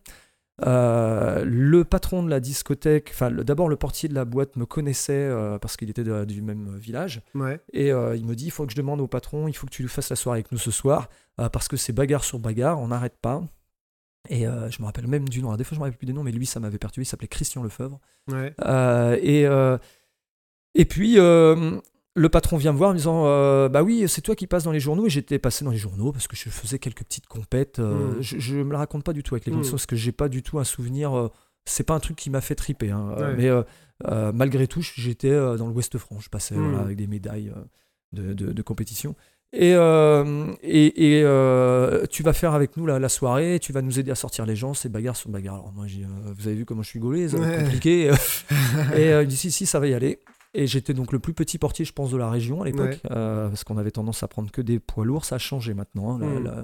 Euh, le patron de la discothèque, enfin le- d'abord le portier de la boîte me connaissait euh, parce qu'il était de- du même village. Ouais. Et euh, il me dit, il faut que je demande au patron, il faut que tu fasses la soirée avec nous ce soir, euh, parce que c'est bagarre sur bagarre, on n'arrête pas. Et euh, je me rappelle même du nom, alors des fois je me rappelle plus des noms, mais lui ça m'avait perturbé, il s'appelait Christian Lefebvre. Ouais. Euh, et, euh, et puis euh, le patron vient me voir en me disant, euh, bah oui, c'est toi qui passes dans les journaux, et j'étais passé dans les journaux parce que je faisais quelques petites compètes. euh, Mm. je, je me la raconte pas du tout avec les Mm. conditions, parce que j'ai pas du tout un souvenir, euh, c'est pas un truc qui m'a fait triper, hein, euh, Ouais. mais euh, euh, malgré tout, j'étais euh, dans le Ouest France, je passais Mm. voilà, avec des médailles euh, de, de, de compétition. Et, euh, et, et euh, tu vas faire avec nous la, la soirée, tu vas nous aider à sortir les gens, c'est bagarre sur bagarre. Alors moi, j'ai, euh, vous avez vu comment je suis gaulé, ça va être Ouais. compliqué. Et euh, il dit si, si, ça va y aller. Et j'étais donc le plus petit portier, je pense, de la région à l'époque, Ouais. euh, parce qu'on avait tendance à prendre que des poids lourds. Ça a changé maintenant. hein. La- Mm. la-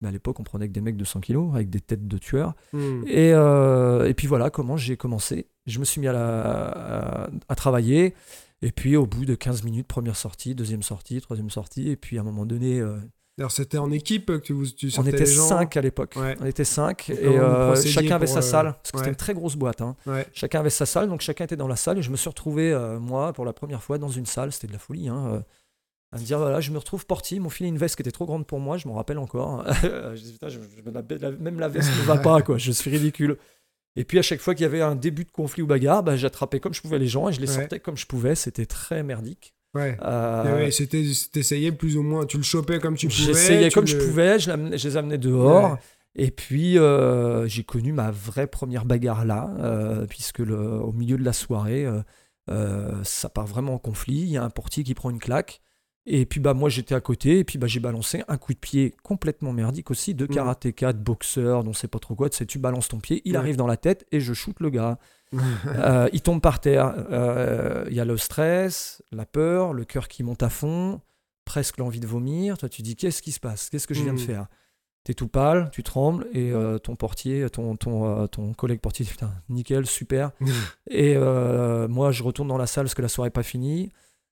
Mais à l'époque, on prenait que des mecs de cent kilos, avec des têtes de tueurs. Hmm. Et, euh, et puis voilà comment j'ai commencé. Je me suis mis à, la, à, à travailler. Et puis au bout de quinze minutes, première sortie, deuxième sortie, troisième sortie. Et puis à un moment donné, euh, Alors, c'était en équipe que tu, tu on sortais était les gens cinq à l'époque. Ouais. On était cinq. Et Et comment vous euh, procédiez chacun avait pour, sa euh, salle. Parce que ouais. c'était une très grosse boîte. Hein. Ouais. Chacun avait sa salle. Donc chacun était dans la salle. Et je me suis retrouvé, euh, moi, pour la première fois, dans une salle. C'était de la folie. Hein, euh, à me dire, voilà, je me retrouve portier. Ils m'ont filé une veste qui était trop grande pour moi. Je m'en rappelle encore. je dis, putain, je, je me la, la, même la veste ne va pas, quoi. Je suis ridicule. Et puis à chaque fois qu'il y avait un début de conflit ou bagarre, bah, j'attrapais comme je pouvais les gens et je les Ouais. sortais comme je pouvais. C'était très merdique. Ouais. Euh, Et ouais, c'était, t'essayais plus ou moins, tu le chopais comme tu pouvais. J'essayais tu comme le- je pouvais, je, l'amenais- je les amenais dehors. Ouais. Et puis, euh, j'ai connu ma vraie première bagarre là, euh, puisque le, au milieu de la soirée, euh, euh, ça part vraiment en conflit. Il y a un portier qui prend une claque. Et puis, bah, moi, j'étais à côté. Et puis, bah, j'ai balancé un coup de pied complètement merdique aussi, de Mm. karatéka, de boxeur, dont c'est pas trop quoi. Tu sais, tu balances ton pied, il Ouais. arrive dans la tête et je shoot le gars. Euh, il tombe par terre. Euh, Il y a le stress, la peur, le cœur qui monte à fond, presque l'envie de vomir. Toi, tu dis qu'est-ce qui se passe? Qu'est-ce que je viens de Mm. faire? T'es tout pâle, tu trembles et euh, ton portier, ton, ton, euh, ton collègue portier dit putain, nickel, super. Et euh, moi, je retourne dans la salle parce que la soirée n'est pas finie.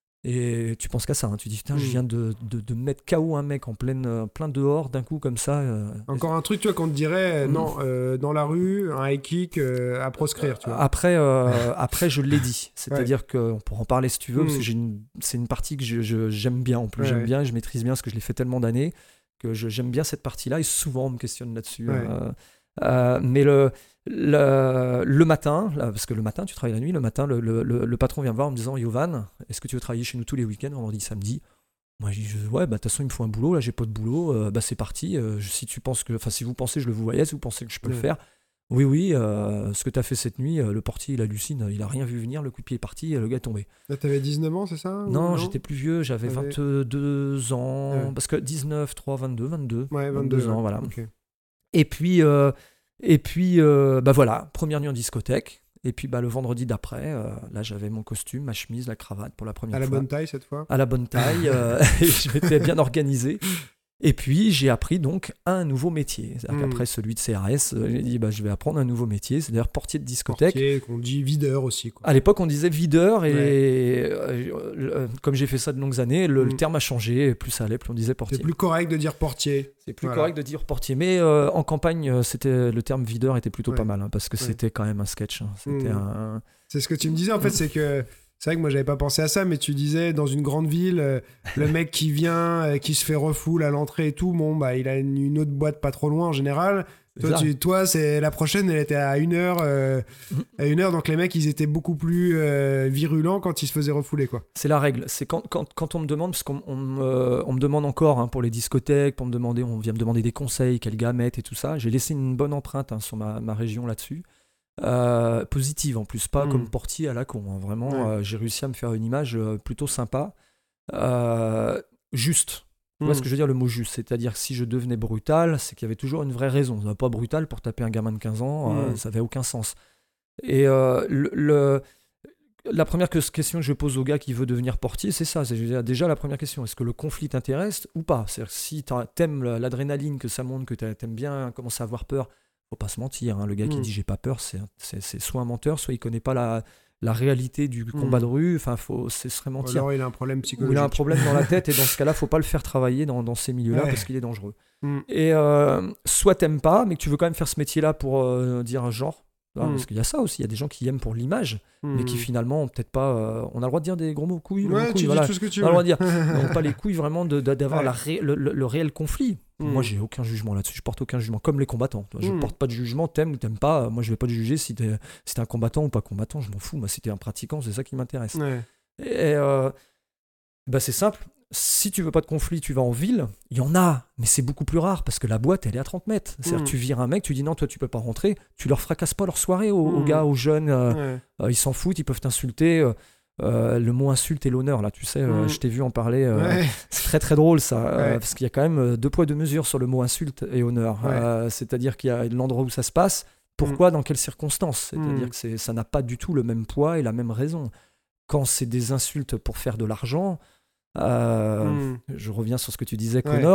Et tu penses qu'à ça, hein. Tu dis putain, je Mm. viens de, de, de mettre K O un mec en pleine, euh, plein dehors d'un coup comme ça. euh, Encore un truc, tu vois, qu'on te dirait, euh, Mm. non, euh, dans la rue, un high kick euh, à proscrire, tu vois. Après, euh, après, je l'ai dit. C'est-à-dire qu'on pourra en parler si tu veux, parce que Mm. j'ai une- c'est une partie que je, je- j'aime bien en plus. Ouais, j'aime ouais. bien, je maîtrise bien, parce que je l'ai fait tellement d'années, que je- j'aime bien cette partie-là, et souvent on me questionne là-dessus. Ouais. Euh, euh, mais le, le, le matin, là, parce que le matin, tu travailles la nuit, le matin, le, le- le- le patron vient me voir en me disant, Yovan, est-ce que tu veux travailler chez nous tous les week-ends, vendredi, samedi? Moi, je dis, ouais, bah, de toute façon, il me faut un boulot, là, j'ai pas de boulot, euh, bah, c'est parti. Euh, si tu penses que, enfin, si vous pensez, je le vous voyais, si vous pensez que je peux Ouais. le faire, oui, oui, euh, ce que tu as fait cette nuit, euh, le portier, il hallucine, il a rien vu venir, le coup de pied est parti, euh, le gars est tombé. Là, t'avais dix-neuf ans, c'est ça ou Non, j'étais plus vieux, j'avais T'avais- vingt-deux ans, Ouais. parce que dix-neuf, trois, vingt-deux, vingt-deux, Ouais, vingt-deux ans, ouais. voilà. Ok. Et puis, euh, et puis euh, bah voilà, première nuit en discothèque. Et puis bah, le vendredi d'après, euh, là j'avais mon costume, ma chemise, la cravate pour la première À la fois. bonne taille cette fois. À la bonne taille, euh, et je m'étais bien organisé. Et puis j'ai appris donc un nouveau métier. C'est-à-dire Mm. qu'après celui de C R S, euh, j'ai dit bah, je vais apprendre un nouveau métier, c'est d'ailleurs portier de discothèque. Portier, qu'on dit videur aussi, quoi. À l'époque, on disait videur et Ouais. euh, euh, comme j'ai fait ça de longues années, le, le Mm. terme a changé. Plus ça allait, plus on disait portier. C'est plus correct de dire portier. C'est plus Voilà. correct de dire portier. Mais euh, en campagne, euh, c'était le terme videur était plutôt Ouais. pas mal hein, parce que Ouais. c'était quand même un sketch. hein. C'était Mm. un. C'est ce que tu me disais en fait, Mm. c'est que c'est vrai que moi j'avais pas pensé à ça, mais tu disais dans une grande ville, euh, le mec qui vient, euh, qui se fait refoule à l'entrée et tout, bon bah il a une, une autre boîte pas trop loin en général. C'est Toi, ça. tu, toi c'est la prochaine, elle était à une heure, euh, à une heure, donc les mecs ils étaient beaucoup plus euh, virulents quand ils se faisaient refouler quoi. C'est la règle. C'est quand, quand, quand on me demande, parce qu'on on me, on me demande encore hein, pour les discothèques, pour me demander, on vient me demander des conseils, quel gars mettre et tout ça. J'ai laissé une bonne empreinte hein, sur ma, ma région là-dessus. Euh, positive en plus, pas Mm. comme portier à la con. hein. Vraiment, Ouais. euh, j'ai réussi à me faire une image euh, plutôt sympa. Euh, juste. Tu vois Mm. ce que je veux dire, le mot juste? C'est-à-dire que si je devenais brutal, c'est qu'il y avait toujours une vraie raison. Pas brutal pour taper un gamin de quinze ans, euh, Mm. ça n'avait aucun sens. Et euh, le, le- la première que- question que je pose au gars qui veut devenir portier, c'est ça. C'est je veux dire, déjà la première question, est-ce que le conflit t'intéresse ou pas? C'est-à-dire si t'as- t'aimes la- l'adrénaline, que ça monte, que t'a- t'aimes bien commencer à avoir peur, faut pas se mentir. hein. Le gars qui Mm. dit j'ai pas peur, c'est, c'est, c'est soit un menteur, soit il connaît pas la, la réalité du combat Mm. de rue. Enfin, faut, ce serait Ou mentir. alors il a un problème Ou psychologique. il a un problème dans la tête et dans ce cas-là, faut pas le faire travailler dans, dans ces milieux-là Ouais. parce qu'il est dangereux. Mm. Et euh, soit t'aimes pas, mais que tu veux quand même faire ce métier-là pour euh, dire un genre. hein, Mm. Parce qu'il y a ça aussi, il y a des gens qui aiment pour l'image, mais qui Mm. finalement ont peut-être pas. euh, on a le droit de dire des gros mots couilles, le mot Ouais, couille, tu voilà. dis tout ce que tu On a veux. le droit de dire. Non, pas les couilles vraiment de- de- d'avoir Ouais. la ré- le, le- le réel conflit. Mm. Moi, j'ai aucun jugement là-dessus. Je porte aucun jugement, comme les combattants. Je Mm. porte pas de jugement. T'aimes ou t'aimes pas. Moi, je vais pas te juger si t'es si t'es un combattant ou pas combattant. Je m'en fous. Moi, si t'es un pratiquant, c'est ça qui m'intéresse. Ouais. Et euh, bah, c'est simple. Si tu veux pas de conflit, tu vas en ville. Il y en a, mais c'est beaucoup plus rare parce que la boîte, elle est à trente mètres. C'est-à-dire Mm. que tu vires un mec, tu dis non, toi, tu peux pas rentrer. Tu leur fracasses pas leur soirée aux, aux Mm. gars, aux jeunes. euh, Ouais. euh, ils s'en foutent, ils peuvent t'insulter. euh, euh, le mot insulte et l'honneur, là, tu sais, euh, Mm. je t'ai vu en parler. euh, Ouais. C'est très très drôle ça, euh, Ouais. parce qu'il y a quand même euh, deux poids deux mesures sur le mot insulte et honneur. Ouais. Euh, c'est-à-dire qu'il y a l'endroit où ça se passe, pourquoi, dans quelles circonstances. C'est-à-dire Mm. que c'est, ça n'a pas du tout le même poids et la même raison. Quand c'est des insultes pour faire de l'argent, euh, Mm. je reviens sur ce que tu disais, Ouais. Connor.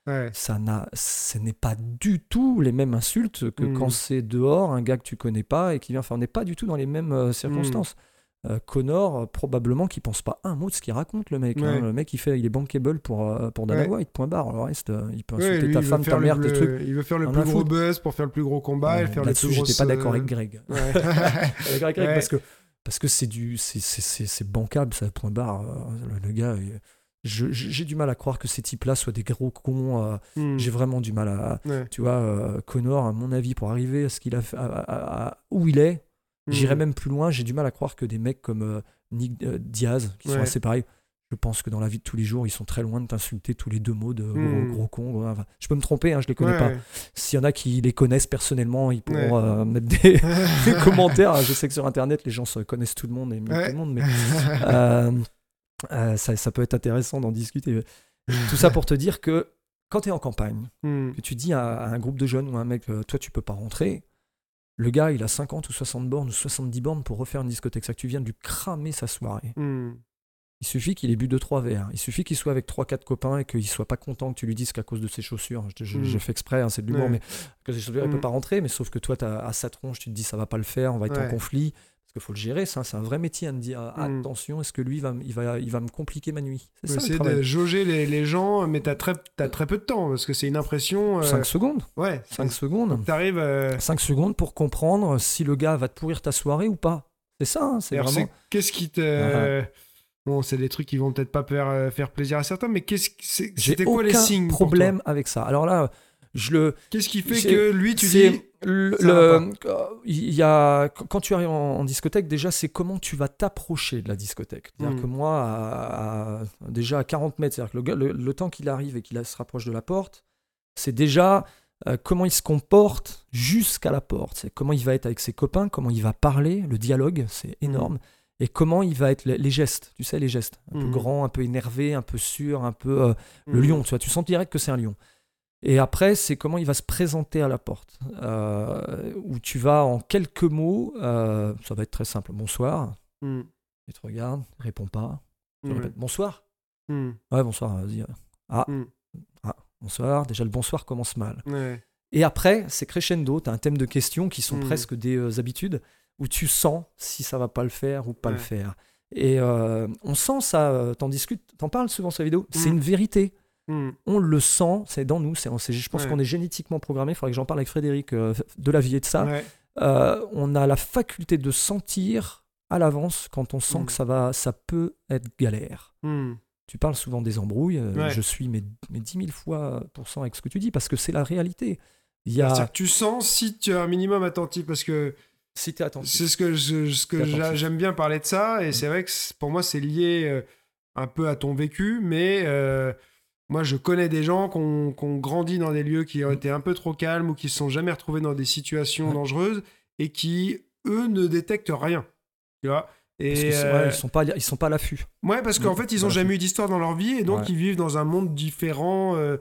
Ouais. Ça n'a, ce n'est pas du tout les mêmes insultes que Mm. quand c'est dehors, un gars que tu connais pas et qui vient. Enfin, on n'est pas du tout dans les mêmes euh, circonstances. Euh, Connor, euh, probablement qu'il pense pas un mot de ce qu'il raconte, le mec. Ouais. hein. Le mec, il, fait, il est bankable pour, euh, pour Dana Ouais. White, point barre. Le reste, euh, il peut Ouais, insulter lui, ta il veut femme, faire ta le- mère, tes le- trucs. Il veut faire le En plus un gros foot. buzz pour faire le plus gros combat et Euh, faire le Là-dessus, plus gros. j'étais pas d'accord avec Greg. Ouais. Avec Greg, Ouais. parce que parce que c'est du c'est, c'est, c'est, c'est bancable, ça, point barre. Euh, Le, le gars, il- je- je- j'ai du mal à croire que ces types-là soient des gros cons. euh, Hmm. J'ai vraiment du mal à. Ouais. Tu vois, euh, Connor, à mon avis, pour arriver à ce qu'il a fait, à, à- à- où il est, j'irais Hmm. même plus loin. J'ai du mal à croire que des mecs comme euh, Nick euh, Diaz, qui sont Ouais. assez pareils, je pense que dans la vie de tous les jours, ils sont très loin de t'insulter tous les deux mots de gros, Hmm. gros con. gros- enfin, je peux me tromper, hein, je les connais Ouais. pas. S'il y en a qui les connaissent personnellement, ils pourront Ouais. euh, mettre des, des commentaires. Je sais que sur Internet, les gens se connaissent tout le monde et mieux Ouais. tout le monde, mais euh, euh, ça, ça peut être intéressant d'en discuter. Tout ça pour te dire que quand tu es en campagne, Hmm. que tu dis à, à un groupe de jeunes ou à un mec, euh, toi tu peux pas rentrer, le gars il a cinquante ou soixante bornes ou soixante-dix bornes pour refaire une discothèque, ça que tu viens de lui cramer sa soirée. Hmm. Il suffit qu'il ait bu deux trois verres, il suffit qu'il soit avec trois quatre copains et qu'il soit pas content que tu lui dises qu'à cause de ses chaussures, je, je, Mm. j'ai fait exprès, hein, c'est de l'humour, Ouais. mais que ses chaussures, il Mm. peut pas rentrer, mais sauf que toi t'as, à sa tronche tu te dis ça va pas le faire, on va être Ouais. en conflit, parce qu'il faut le gérer, ça, c'est un vrai métier à me dire Mm. attention, est-ce que lui va, m- il va, il va me compliquer ma nuit. C'est Faut ça le essayer travail. de jauger les, les gens, mais t'as très, t'as très peu de temps parce que c'est une impression. euh, cinq secondes, Ouais. cinq secondes. T'arrives. euh, cinq secondes pour comprendre si le gars va te pourrir ta soirée ou pas. C'est ça, hein, c'est alors, vraiment. c'est- Qu'est-ce qui te. Bon, c'est des trucs qui vont peut-être pas faire, euh, faire plaisir à certains, mais qu'est-ce que c'est- J'ai c'était quoi les aucun signes pour problème toi avec ça. Alors là, je le. Qu'est-ce qui fait c'est- que lui, tu c'est dis. le, ça va le- il y a quand tu arrives en, en discothèque, déjà c'est comment tu vas t'approcher de la discothèque. C'est-à-dire Mm. que moi, à, à- déjà à quarante mètres, c'est-à-dire que le, gars- le, le temps qu'il arrive et qu'il se rapproche de la porte, c'est déjà euh, comment il se comporte jusqu'à la porte. C'est comment il va être avec ses copains, comment il va parler, le dialogue, c'est énorme. Et comment il va être, les, les gestes, tu sais, les gestes. Un peu Mhm. grand, un peu énervé, un peu sûr, un peu euh, le Hmm. lion, tu vois. Tu sens direct que c'est un lion. Et après, c'est comment il va se présenter à la porte. Euh, où tu vas en quelques mots, euh, ça va être très simple. Bonsoir. Hmm. Il te regarde, il répond pas. Tu Hmm. répètes bonsoir. Hmm. Ouais, bonsoir, vas-y. Ah, Hmm. ah, bonsoir. Déjà, le bonsoir commence mal. Ouais. Et après, c'est crescendo. Tu as un thème de questions qui sont Mm. presque des euh, habitudes où tu sens si ça va pas le faire ou pas le Ouais. faire. Et euh, on sent ça, euh, t'en discutes, t'en parles souvent sur la vidéo. C'est Mm. une vérité. Hmm. On le sent, c'est dans nous. C'est, on- c'est- je pense Ouais. qu'on est génétiquement programmé. Il faudrait que j'en parle avec Frédéric euh, de la vie et de ça. Ouais. Euh, on a la faculté de sentir à l'avance quand on sent Mm. que ça, va, ça peut être galère. Hmm. Tu parles souvent des embrouilles. euh, Ouais. Je suis mes, mes dix mille fois pour cent avec ce que tu dis parce que c'est la réalité. Il y a... C'est-à-dire que tu sens si tu es un minimum attentif parce que Si t'es attentif. c'est ce que je- ce que T'es j'a- attentif. j'aime bien parler de ça et c'est vrai que c'est- pour moi c'est lié euh, un peu à ton vécu, mais euh, moi je connais des gens qui ont, qui ont grandi dans des lieux qui ont été un peu trop calmes ou qui se sont jamais retrouvés dans des situations Ouais. dangereuses et qui eux ne détectent rien, tu vois. Et Parce qu'ils sont, euh, ouais, ils sont pas, ils sont pas à l'affût. ouais, parce qu'en Mm. fait ils ont Voilà. jamais eu d'histoire dans leur vie et donc Ouais. ils vivent dans un monde différent. euh,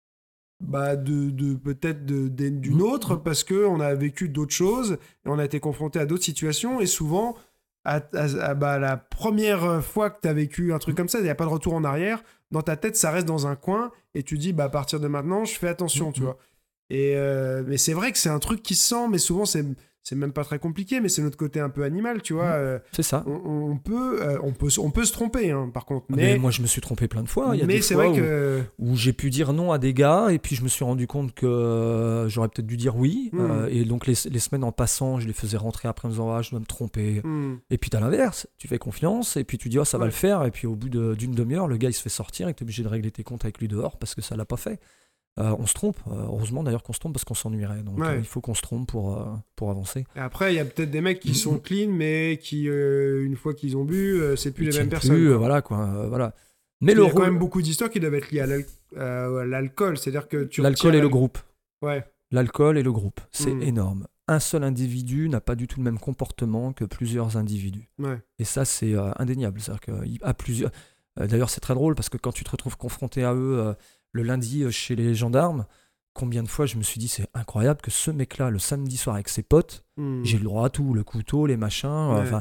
bah de, de peut-être de- de- d'une Mhm. autre parce que on a vécu d'autres choses et on a été confronté à d'autres situations et souvent à, à- à- bah, la première fois que tu as vécu un truc Mhm. comme ça, il n'y a pas de retour en arrière, dans ta tête ça reste dans un coin et tu dis bah à partir de maintenant je fais attention, tu Mhm. vois. Et euh, mais c'est vrai que c'est un truc qui se sent, mais souvent c'est c'est même pas très compliqué, mais c'est notre côté un peu animal, tu vois. Mhm. euh, C'est ça. on, on peut euh, on peut on peut se tromper hein, par contre, Mais, mais moi, je me suis trompé plein de fois. Il y a mais des c'est fois vrai où, que où j'ai pu dire non à des gars et puis je me suis rendu compte que euh, j'aurais peut-être dû dire oui. Mm. Euh, et donc les, les semaines en passant, je les faisais rentrer après en me disant ah, je dois me tromper. hmm, Et puis t'as l'inverse, tu fais confiance et puis tu dis oh, ça va Ouais. le faire. Et puis au bout de- d'une demi-heure, le gars il se fait sortir et tu es obligé de régler tes comptes avec lui dehors parce que ça l'a pas fait. Euh, on se trompe. Euh, heureusement d'ailleurs qu'on se trompe parce qu'on s'ennuierait. Donc Ouais. euh, il faut qu'on se trompe pour, euh, pour avancer. Et après, il y a peut-être des mecs qui sont clean, mais qui, euh, une fois qu'ils ont bu, euh, c'est plus Ils les tiennent mêmes plus, personnes. euh, quoi. voilà quoi. euh, voilà. Mais Il le y a quand rôle, même beaucoup d'histoires qui doivent être liées à l'al- euh, à l'alcool. C'est-à-dire que tu l'alcool retires et le l'al- groupe. Ouais. L'alcool et le groupe, c'est Mm. énorme. Un seul individu n'a pas du tout le même comportement que plusieurs individus. Ouais. Et ça, c'est euh, indéniable. C'est-à-dire qu'à plusieurs. euh, D'ailleurs, c'est très drôle parce que quand tu te retrouves confronté à eux euh, le lundi euh, chez les gendarmes, combien de fois je me suis dit, c'est incroyable que ce mec-là, le samedi soir avec ses potes, Hmm. j'ai le droit à tout, le couteau, les machins. euh, Ouais. Enfin,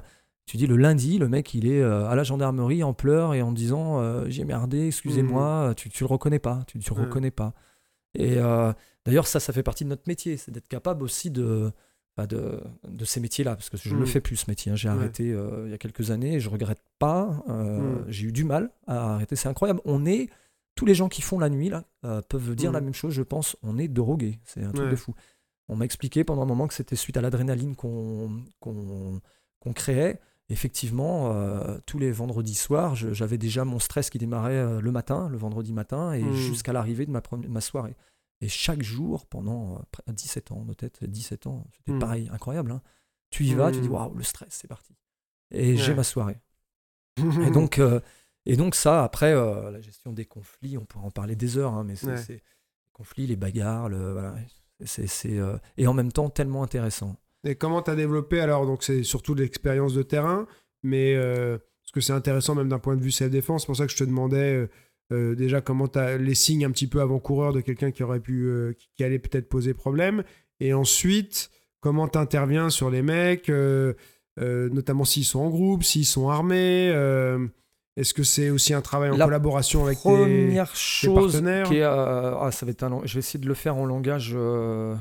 Tu dis le lundi, le mec il est euh, à la gendarmerie en pleurs et en disant euh, j'ai merdé, excusez-moi, mmh. tu, tu le reconnais pas, tu, tu le mmh. reconnais pas. Et euh, d'ailleurs ça, ça fait partie de notre métier, c'est d'être capable aussi de, bah de, de ces métiers-là, parce que je ne mmh. le fais plus ce métier, hein. J'ai ouais. arrêté euh, il y a quelques années et je regrette pas, euh, mmh. j'ai eu du mal à arrêter, c'est incroyable. On est, tous les gens qui font la nuit là euh, peuvent dire mmh. la même chose, je pense, on est drogués, c'est un truc ouais. de fou. On m'a expliqué pendant un moment que c'était suite à l'adrénaline qu'on, qu'on, qu'on créait. Effectivement, euh, tous les vendredis soirs, je, j'avais déjà mon stress qui démarrait euh, le matin, le vendredi matin, et mmh. jusqu'à l'arrivée de ma, première, ma soirée. Et chaque jour, pendant euh, dix-sept ans, peut-être dix-sept ans, c'était mmh. pareil, incroyable. Hein. Tu y vas, mmh. tu dis, waouh, le stress, c'est parti. Et ouais. j'ai ma soirée. et, donc, euh, et donc ça, après, euh, la gestion des conflits, on pourrait en parler des heures, hein, mais c'est, ouais. c'est les conflits, les bagarres, le, voilà, c'est, c'est, euh, et en même temps tellement intéressant. Et comment tu as développé, alors, donc c'est surtout de l'expérience de terrain, mais euh, parce que c'est intéressant même d'un point de vue self-défense, c'est pour ça que je te demandais euh, euh, déjà comment tu as les signes un petit peu avant-coureurs de quelqu'un qui aurait pu, euh, qui, qui allait peut-être poser problème, et ensuite, comment tu interviens sur les mecs, euh, euh, notamment s'ils sont en groupe, s'ils sont armés, euh, est-ce que c'est aussi un travail en La collaboration avec tes, première chose tes partenaires qui est, euh, ah, ça va être un, je vais essayer de le faire en langage... Euh...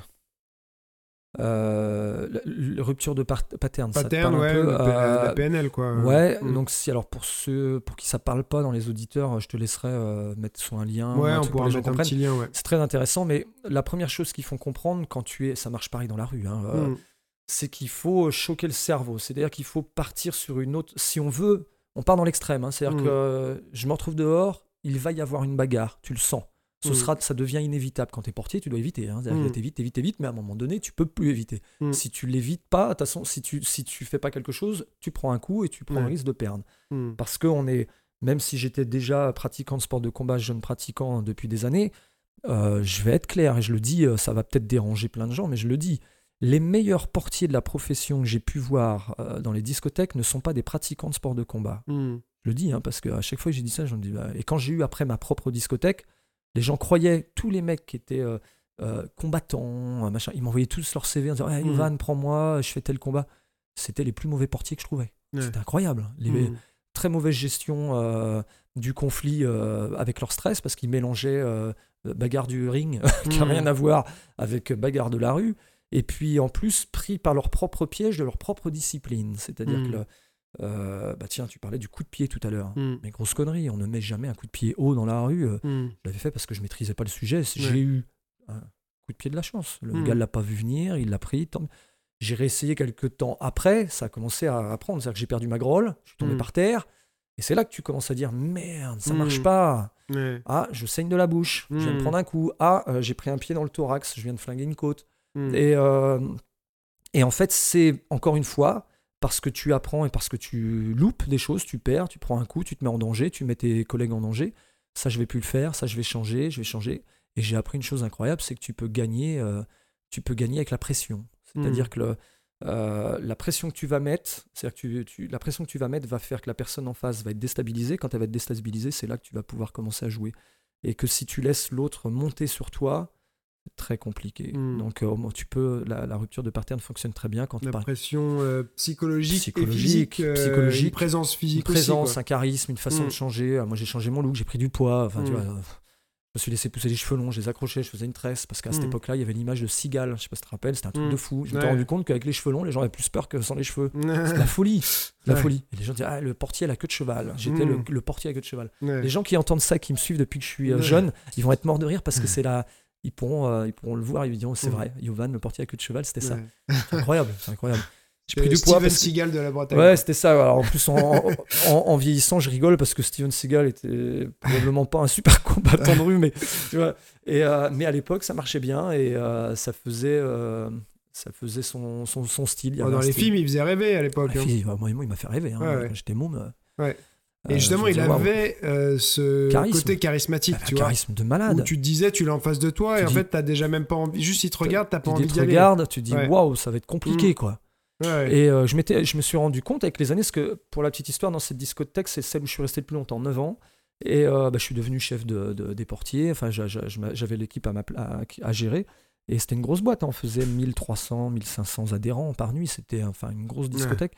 Euh, la, la rupture de par- pattern, pattern ça ouais, un peu, le, euh, la P N L quoi. Ouais, mm. donc si alors pour ceux pour qui ça parle pas dans les auditeurs, je te laisserai euh, mettre sur un lien. Ouais, un on truc pourra pour les mettre gens un petit lien. Ouais. C'est très intéressant, mais la première chose qu'ils font comprendre quand tu es, ça marche pareil dans la rue, hein, euh, mm. c'est qu'il faut choquer le cerveau. C'est-à-dire qu'il faut partir sur une autre. Si on veut, on part dans l'extrême. Hein, c'est-à-dire mm. que euh, je me retrouve dehors, il va y avoir une bagarre, tu le sens. Ce sera, ça devient inévitable. Quand tu es portier, tu dois éviter. Hein. Mm. T'évites, t'évites, t'évites, mais à un moment donné, tu peux plus éviter. Mm. Si tu l'évites pas, de toute façon, si tu si tu fais pas quelque chose, tu prends un coup et tu prends mm. le risque de perdre. Mm. Parce que on est, même si j'étais déjà pratiquant de sport de combat, jeune pratiquant depuis des années, euh, je vais être clair et je le dis, ça va peut-être déranger plein de gens, mais je le dis. Les meilleurs portiers de la profession que j'ai pu voir euh, dans les discothèques ne sont pas des pratiquants de sport de combat. Mm. Je le dis, hein, parce qu'à chaque fois que j'ai dit ça, j'en dis. Bah, et quand j'ai eu après ma propre discothèque, les gens croyaient, tous les mecs qui étaient euh, euh, combattants, machin, ils m'envoyaient tous leur C V en disant hey, « Yovan, mmh. prends-moi, je fais tel combat ». C'était les plus mauvais portiers que je trouvais. Ouais. C'était incroyable. Les mmh. très mauvaise gestion euh, du conflit euh, avec leur stress, parce qu'ils mélangeaient euh, bagarre du ring, qui n'a mmh. rien à voir avec bagarre de la rue, et puis en plus pris par leur propre piège de leur propre discipline. C'est-à-dire mmh. que... Le, Euh, bah tiens, tu parlais du coup de pied tout à l'heure. Mm. Mais grosse connerie, on ne met jamais un coup de pied haut dans la rue. Mm. Je l'avais fait parce que je maîtrisais pas le sujet. J'ai ouais. eu un coup de pied de la chance. Le mm. gars l'a pas vu venir, il l'a pris. Tant... J'ai réessayé quelques temps après, ça a commencé à apprendre. C'est-à-dire que j'ai perdu ma grolle, je suis tombé mm. par terre. Et c'est là que tu commences à dire merde, ça mm. marche pas. Ouais. Ah, je saigne de la bouche, mm. je viens de prendre un coup. Ah, euh, j'ai pris un pied dans le thorax, je viens de flinguer une côte. Mm. Et, euh... et en fait, c'est encore une fois. Parce que tu apprends et parce que tu loupes des choses, tu perds, tu prends un coup, tu te mets en danger, tu mets tes collègues en danger. Ça, je vais plus le faire, ça, je vais changer, je vais changer. Et j'ai appris une chose incroyable, c'est que tu peux gagner, euh, tu peux gagner avec la pression. C'est-à-dire mmh. que le, euh, la pression que tu vas mettre, c'est-à-dire que tu, tu, la pression que tu vas mettre va faire que la personne en face va être déstabilisée. Quand elle va être déstabilisée, c'est là que tu vas pouvoir commencer à jouer. Et que si tu laisses l'autre monter sur toi, très compliqué. Mm. Donc euh, tu peux la, la rupture de pattern fonctionne très bien quand la tu pression euh, psychologique, psychologique, et physique, euh, psychologique, une présence physique, une présence, aussi, un charisme, une façon mm. de changer. Moi j'ai changé mon look, j'ai pris du poids. Enfin mm. tu vois, euh, je me suis laissé pousser les cheveux longs, je les accrochais, je faisais une tresse parce qu'à mm. cette époque-là il y avait l'image de cigale. Je sais pas si tu te rappelles, c'était un truc mm. de fou. Je me suis ouais. rendu compte qu'avec les cheveux longs, les gens avaient plus peur que sans les cheveux. C'est de la folie, de la ouais. folie. Et les gens disaient ah le portier à la queue de cheval. J'étais mm. le, le portier à la queue de cheval. Ouais. Les gens qui entendent ça, qui me suivent depuis que je suis euh, jeune, ils vont être morts de rire parce que c'est la Ils pourront, euh, ils pourront le voir, ils diront c'est mmh. vrai, Yovan, le portier à queue de cheval, c'était ça. Ouais. C'est incroyable, c'est incroyable. J'ai pris du poids. Steven Seagal de la Bretagne. Ouais, c'était ça. Alors, en plus, en, en, en vieillissant, je rigole parce que Steven Seagal était probablement pas un super combattant de rue, mais tu vois. Et, euh, mais à l'époque, ça marchait bien et euh, ça faisait, euh, ça faisait son, son, son style. Oh, dans les style. films, il faisait rêver à l'époque. Ah, hein. Fille, moi, moi, il m'a fait rêver. Hein. Ouais, ouais. J'étais môme. Ouais. Et justement, euh, il avait wow. euh, ce charisme. côté charismatique, bah, tu vois. Charisme de malade. Où tu te disais, tu l'as en face de toi, tu et dis, en fait, t'as déjà même pas envie. Juste, il te regarde, t'as pas envie d'y aller. Tu te regardes, tu dis, waouh, wow, ça va être compliqué, mmh. quoi. Ouais. Et euh, je, m'étais, je me suis rendu compte avec les années, parce que pour la petite histoire, dans cette discothèque, c'est celle où je suis resté le plus longtemps, neuf ans. Et euh, bah, je suis devenu chef de, de, des portiers. Enfin, j'avais l'équipe à, ma, à, à gérer. Et c'était une grosse boîte. Hein. On faisait mille trois cents, mille cinq cents adhérents par nuit. C'était enfin une grosse discothèque. Ouais.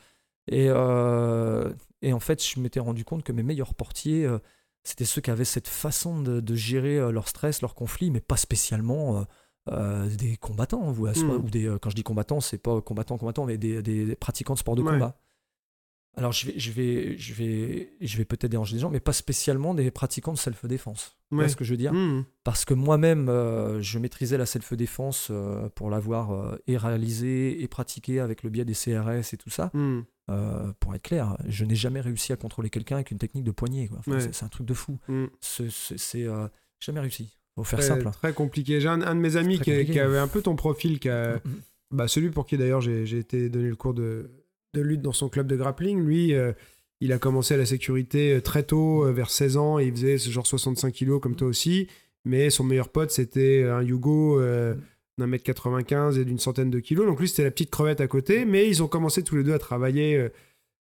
Et, euh, et en fait, je m'étais rendu compte que mes meilleurs portiers, euh, c'était ceux qui avaient cette façon de, de gérer euh, leur stress, leur conflit, mais pas spécialement euh, euh, des combattants. Ou, Mm. ou des, euh, quand je dis combattants, c'est pas combattants, combattants, mais des, des, des pratiquants de sport de Ouais. combat. Alors, je vais, je, vais, je, vais, je vais peut-être déranger des gens, mais pas spécialement des pratiquants de self-défense. Tu vois Ouais. ce que je veux dire ? Mm. Parce que moi-même, euh, je maîtrisais la self-défense euh, pour l'avoir euh, et réalisé et pratiqué avec le biais des C R S et tout ça. Mm. Euh, pour être clair, je n'ai jamais réussi à contrôler quelqu'un avec une technique de poignet. Quoi. Enfin, Ouais. c'est, c'est un truc de fou. Mm. C'est, c'est, c'est, euh, jamais réussi. Faut faire Très, simple. hein. très compliqué. J'ai un, un de mes amis très qui, compliqué, qui hein. avait un peu ton profil, qui a, Mhm. bah, celui pour qui d'ailleurs j'ai, j'ai été donné le cours de, de lutte dans son club de grappling. Lui, euh, il a commencé à la sécurité euh, très tôt, euh, vers seize ans, et il faisait ce genre soixante-cinq kilos comme toi aussi. Mais son meilleur pote, c'était un Yougo euh, d'un mètre quatre-vingt-quinze et d'une centaine de kilos. Donc lui, c'était la petite crevette à côté. Mais ils ont commencé tous les deux à travailler euh,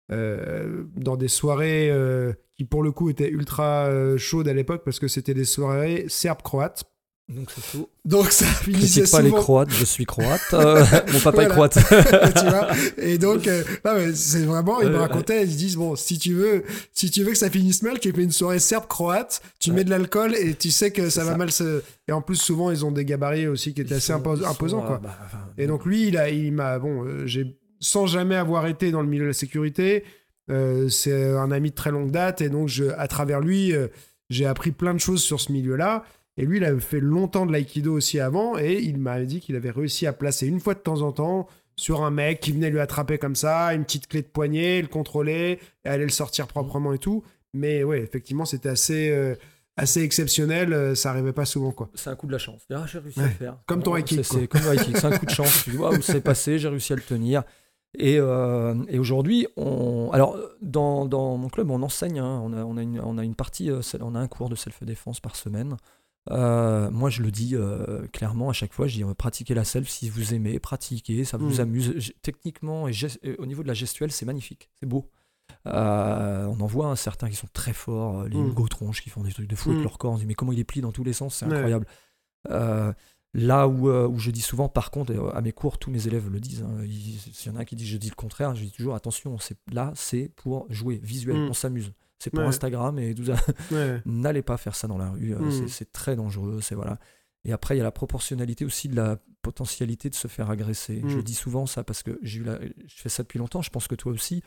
euh, dans des soirées euh, qui, pour le coup, étaient ultra euh, chaudes à l'époque parce que c'était des soirées serbes-croates. Donc c'est faux. Donc ça finissait Critique pas les souvent... Croates, je suis croate. Euh, mon papa est Voilà. croate. tu vois, et donc euh, non, mais c'est vraiment, ils me Euh, racontaient, ils disent bon, si tu veux si tu veux que ça finisse mal, tu fais une soirée serbe croate, tu Ouais. mets de l'alcool et tu sais que ça C'est va ça. mal se... et en plus souvent ils ont des gabarits aussi qui étaient Ils assez sont- impos- ils sont, imposants euh, quoi. bah, enfin, Et donc lui, il a, il m'a, bon, euh, j'ai, sans jamais avoir été dans le milieu de la sécurité, euh, c'est un ami de très longue date, et donc je, à travers lui, euh, j'ai appris plein de choses sur ce milieu-là. Et lui, il avait fait longtemps de l'aïkido aussi avant, et il m'a dit qu'il avait réussi à placer une fois de temps en temps sur un mec qui venait lui attraper comme ça, une petite clé de poignet, le contrôler, et aller le sortir proprement et tout. Mais ouais, effectivement, c'était assez, euh, assez exceptionnel, euh, ça arrivait pas souvent, quoi. c'est un coup de la chance. Ah, j'ai réussi Ouais. à le faire. Comme ton Oh, high kick, C'est, quoi. c'est comme le high kick, c'est un coup de chance. Tu dis, waouh, c'est passé, j'ai réussi à le tenir. Et, euh, et aujourd'hui, on... alors dans, dans mon club, on enseigne. hein. On, a, on, a une, on a une partie, euh, on a un cours de self-défense par semaine. Euh, moi, je le dis euh, clairement à chaque fois. Je dis, euh, pratiquez la self si vous aimez, pratiquez, ça vous Mm. amuse. J- Techniquement et gest- et au niveau de la gestuelle, c'est magnifique, c'est beau. Euh, on en voit hein, certains qui sont très forts, euh, les Mm. Hugo Tronche qui font des trucs de fou Mm. avec leur corps. On se dit, mais comment il est plié dans tous les sens, c'est Ouais. incroyable. Euh, là où, euh, où je dis souvent, par contre, et, euh, à mes cours, tous mes élèves le disent. hein, il- S'il y en a un qui dit, je dis le contraire, je dis toujours, attention, c'est, là, c'est pour jouer, visuel, Mm. on s'amuse. C'est pour Ouais. Instagram et tout ça. Ouais. N'allez pas faire ça dans la rue, euh, Mm. c'est, c'est très dangereux. C'est, voilà. Et après, il y a la proportionnalité aussi de la potentialité de se faire agresser. Mm. Je dis souvent ça parce que j'ai eu la... je fais ça depuis longtemps, je pense que toi aussi,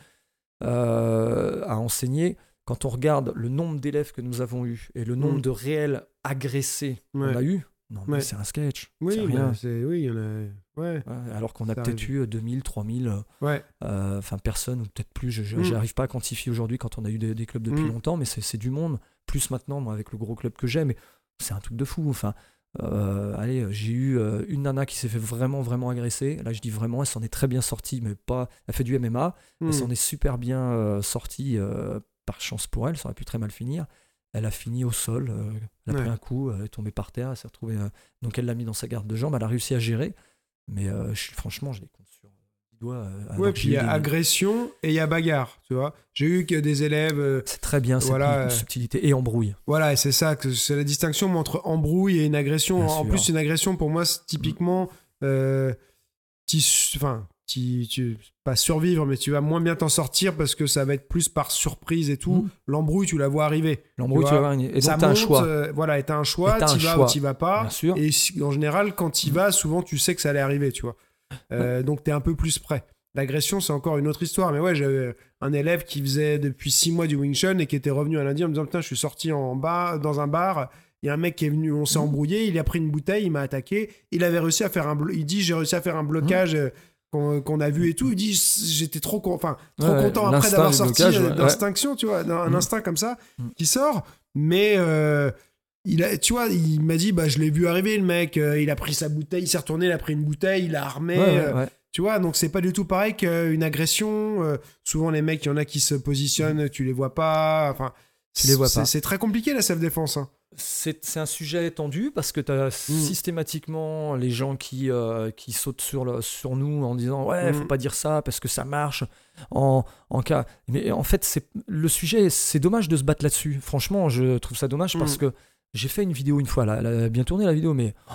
euh, à enseigner. Quand on regarde le nombre d'élèves que nous avons eu et le nombre Mm. de réels agressés Ouais. qu'on a eu, non, mais Ouais. c'est un sketch. Oui, c'est bah, rien. c'est, oui, il y en a. Ouais, Ouais, alors qu'on a Ça peut-être arrive. eu deux mille, trois mille, ouais. euh, enfin personne ou peut-être plus. Je Mm. n'arrive pas à quantifier aujourd'hui quand on a eu des, des clubs depuis Mm. longtemps, mais c'est, c'est du monde. Plus maintenant, moi, avec le gros club que j'ai, mais c'est un truc de fou. Enfin, euh, allez, j'ai eu euh, une nana qui s'est fait vraiment, vraiment agresser. Là, je dis vraiment, elle s'en est très bien sortie, mais pas. Elle fait du M M A. Mm. Elle s'en est super bien euh, sortie euh, par chance pour elle. Ça aurait pu très mal finir. Elle a fini au sol. euh, elle a Ouais. pris un coup. Elle est tombée par terre. Elle s'est retrouvée. euh, donc, elle l'a mis dans sa garde de jambe. Elle a réussi à gérer. Mais euh, je, franchement, je les compte sur les doigts. euh, alors Ouais, que puis j'ai il y eu a des- agression et il y a bagarre, tu vois. J'ai eu que des élèves, euh, C'est très bien cette Voilà, petite euh, subtilité. Et embrouille. voilà, et c'est ça, que c'est la distinction moi, entre embrouille et une agression. Bien En sûr. plus, une agression, pour moi, c'est typiquement, euh, t'y su- enfin, t'y- tu, pas survivre, mais tu vas moins bien t'en sortir parce que ça va être plus par surprise et tout. Mm. L'embrouille, tu la vois arriver. L'embrouille, tu tu vas vois, voir. une- Et ça donc, tu as un monte, choix. euh, voilà, et t'as un choix, Et t'as un t'y vas choix. ou t'y vas pas. Bien sûr. Et si- en général, quand t'y Mm. vas, souvent, tu sais que ça allait arriver, tu vois. Euh, donc, t'es un peu plus prêt. L'agression, c'est encore une autre histoire. Mais ouais, j'avais un élève qui faisait depuis six mois du Wing Chun et qui était revenu à lundi en me disant, putain, je suis sorti en bas, dans un bar. Il y a un mec qui est venu, on s'est Mm. embrouillé, il a pris une bouteille, il m'a attaqué. Il avait réussi à faire un blo- il dit, j'ai réussi à faire un blocage euh, qu'on, qu'on a vu et tout. Il dit, j'étais trop, con- enfin, trop Ouais, content après l'instinct d'avoir du sorti blocage, euh, ouais. d'instinction, tu vois, d'un- un Mm. instinct comme ça Mm. qui sort. Mais euh, il a, tu vois, il m'a dit, bah, je l'ai vu arriver, le mec. euh, il a pris sa bouteille, il s'est retourné, il a pris une bouteille, il a armé. Ouais, ouais, euh, ouais. Tu vois, donc c'est pas du tout pareil qu'une agression. euh, souvent, les mecs, il y en a qui se positionnent, tu les vois pas. Enfin, Tu les vois c'est- pas. C'est très compliqué la self-défense. hein. C'est, c'est un sujet tendu parce que tu as systématiquement les gens qui, euh, qui sautent sur, le, sur nous en disant ouais, faut Mm. pas dire ça parce que ça marche en, en cas. Mais en fait, c'est, le sujet, c'est dommage de se battre là-dessus. Franchement, je trouve ça dommage parce Mm. que j'ai fait une vidéo une fois, là, elle a bien tourné la vidéo, mais oh, je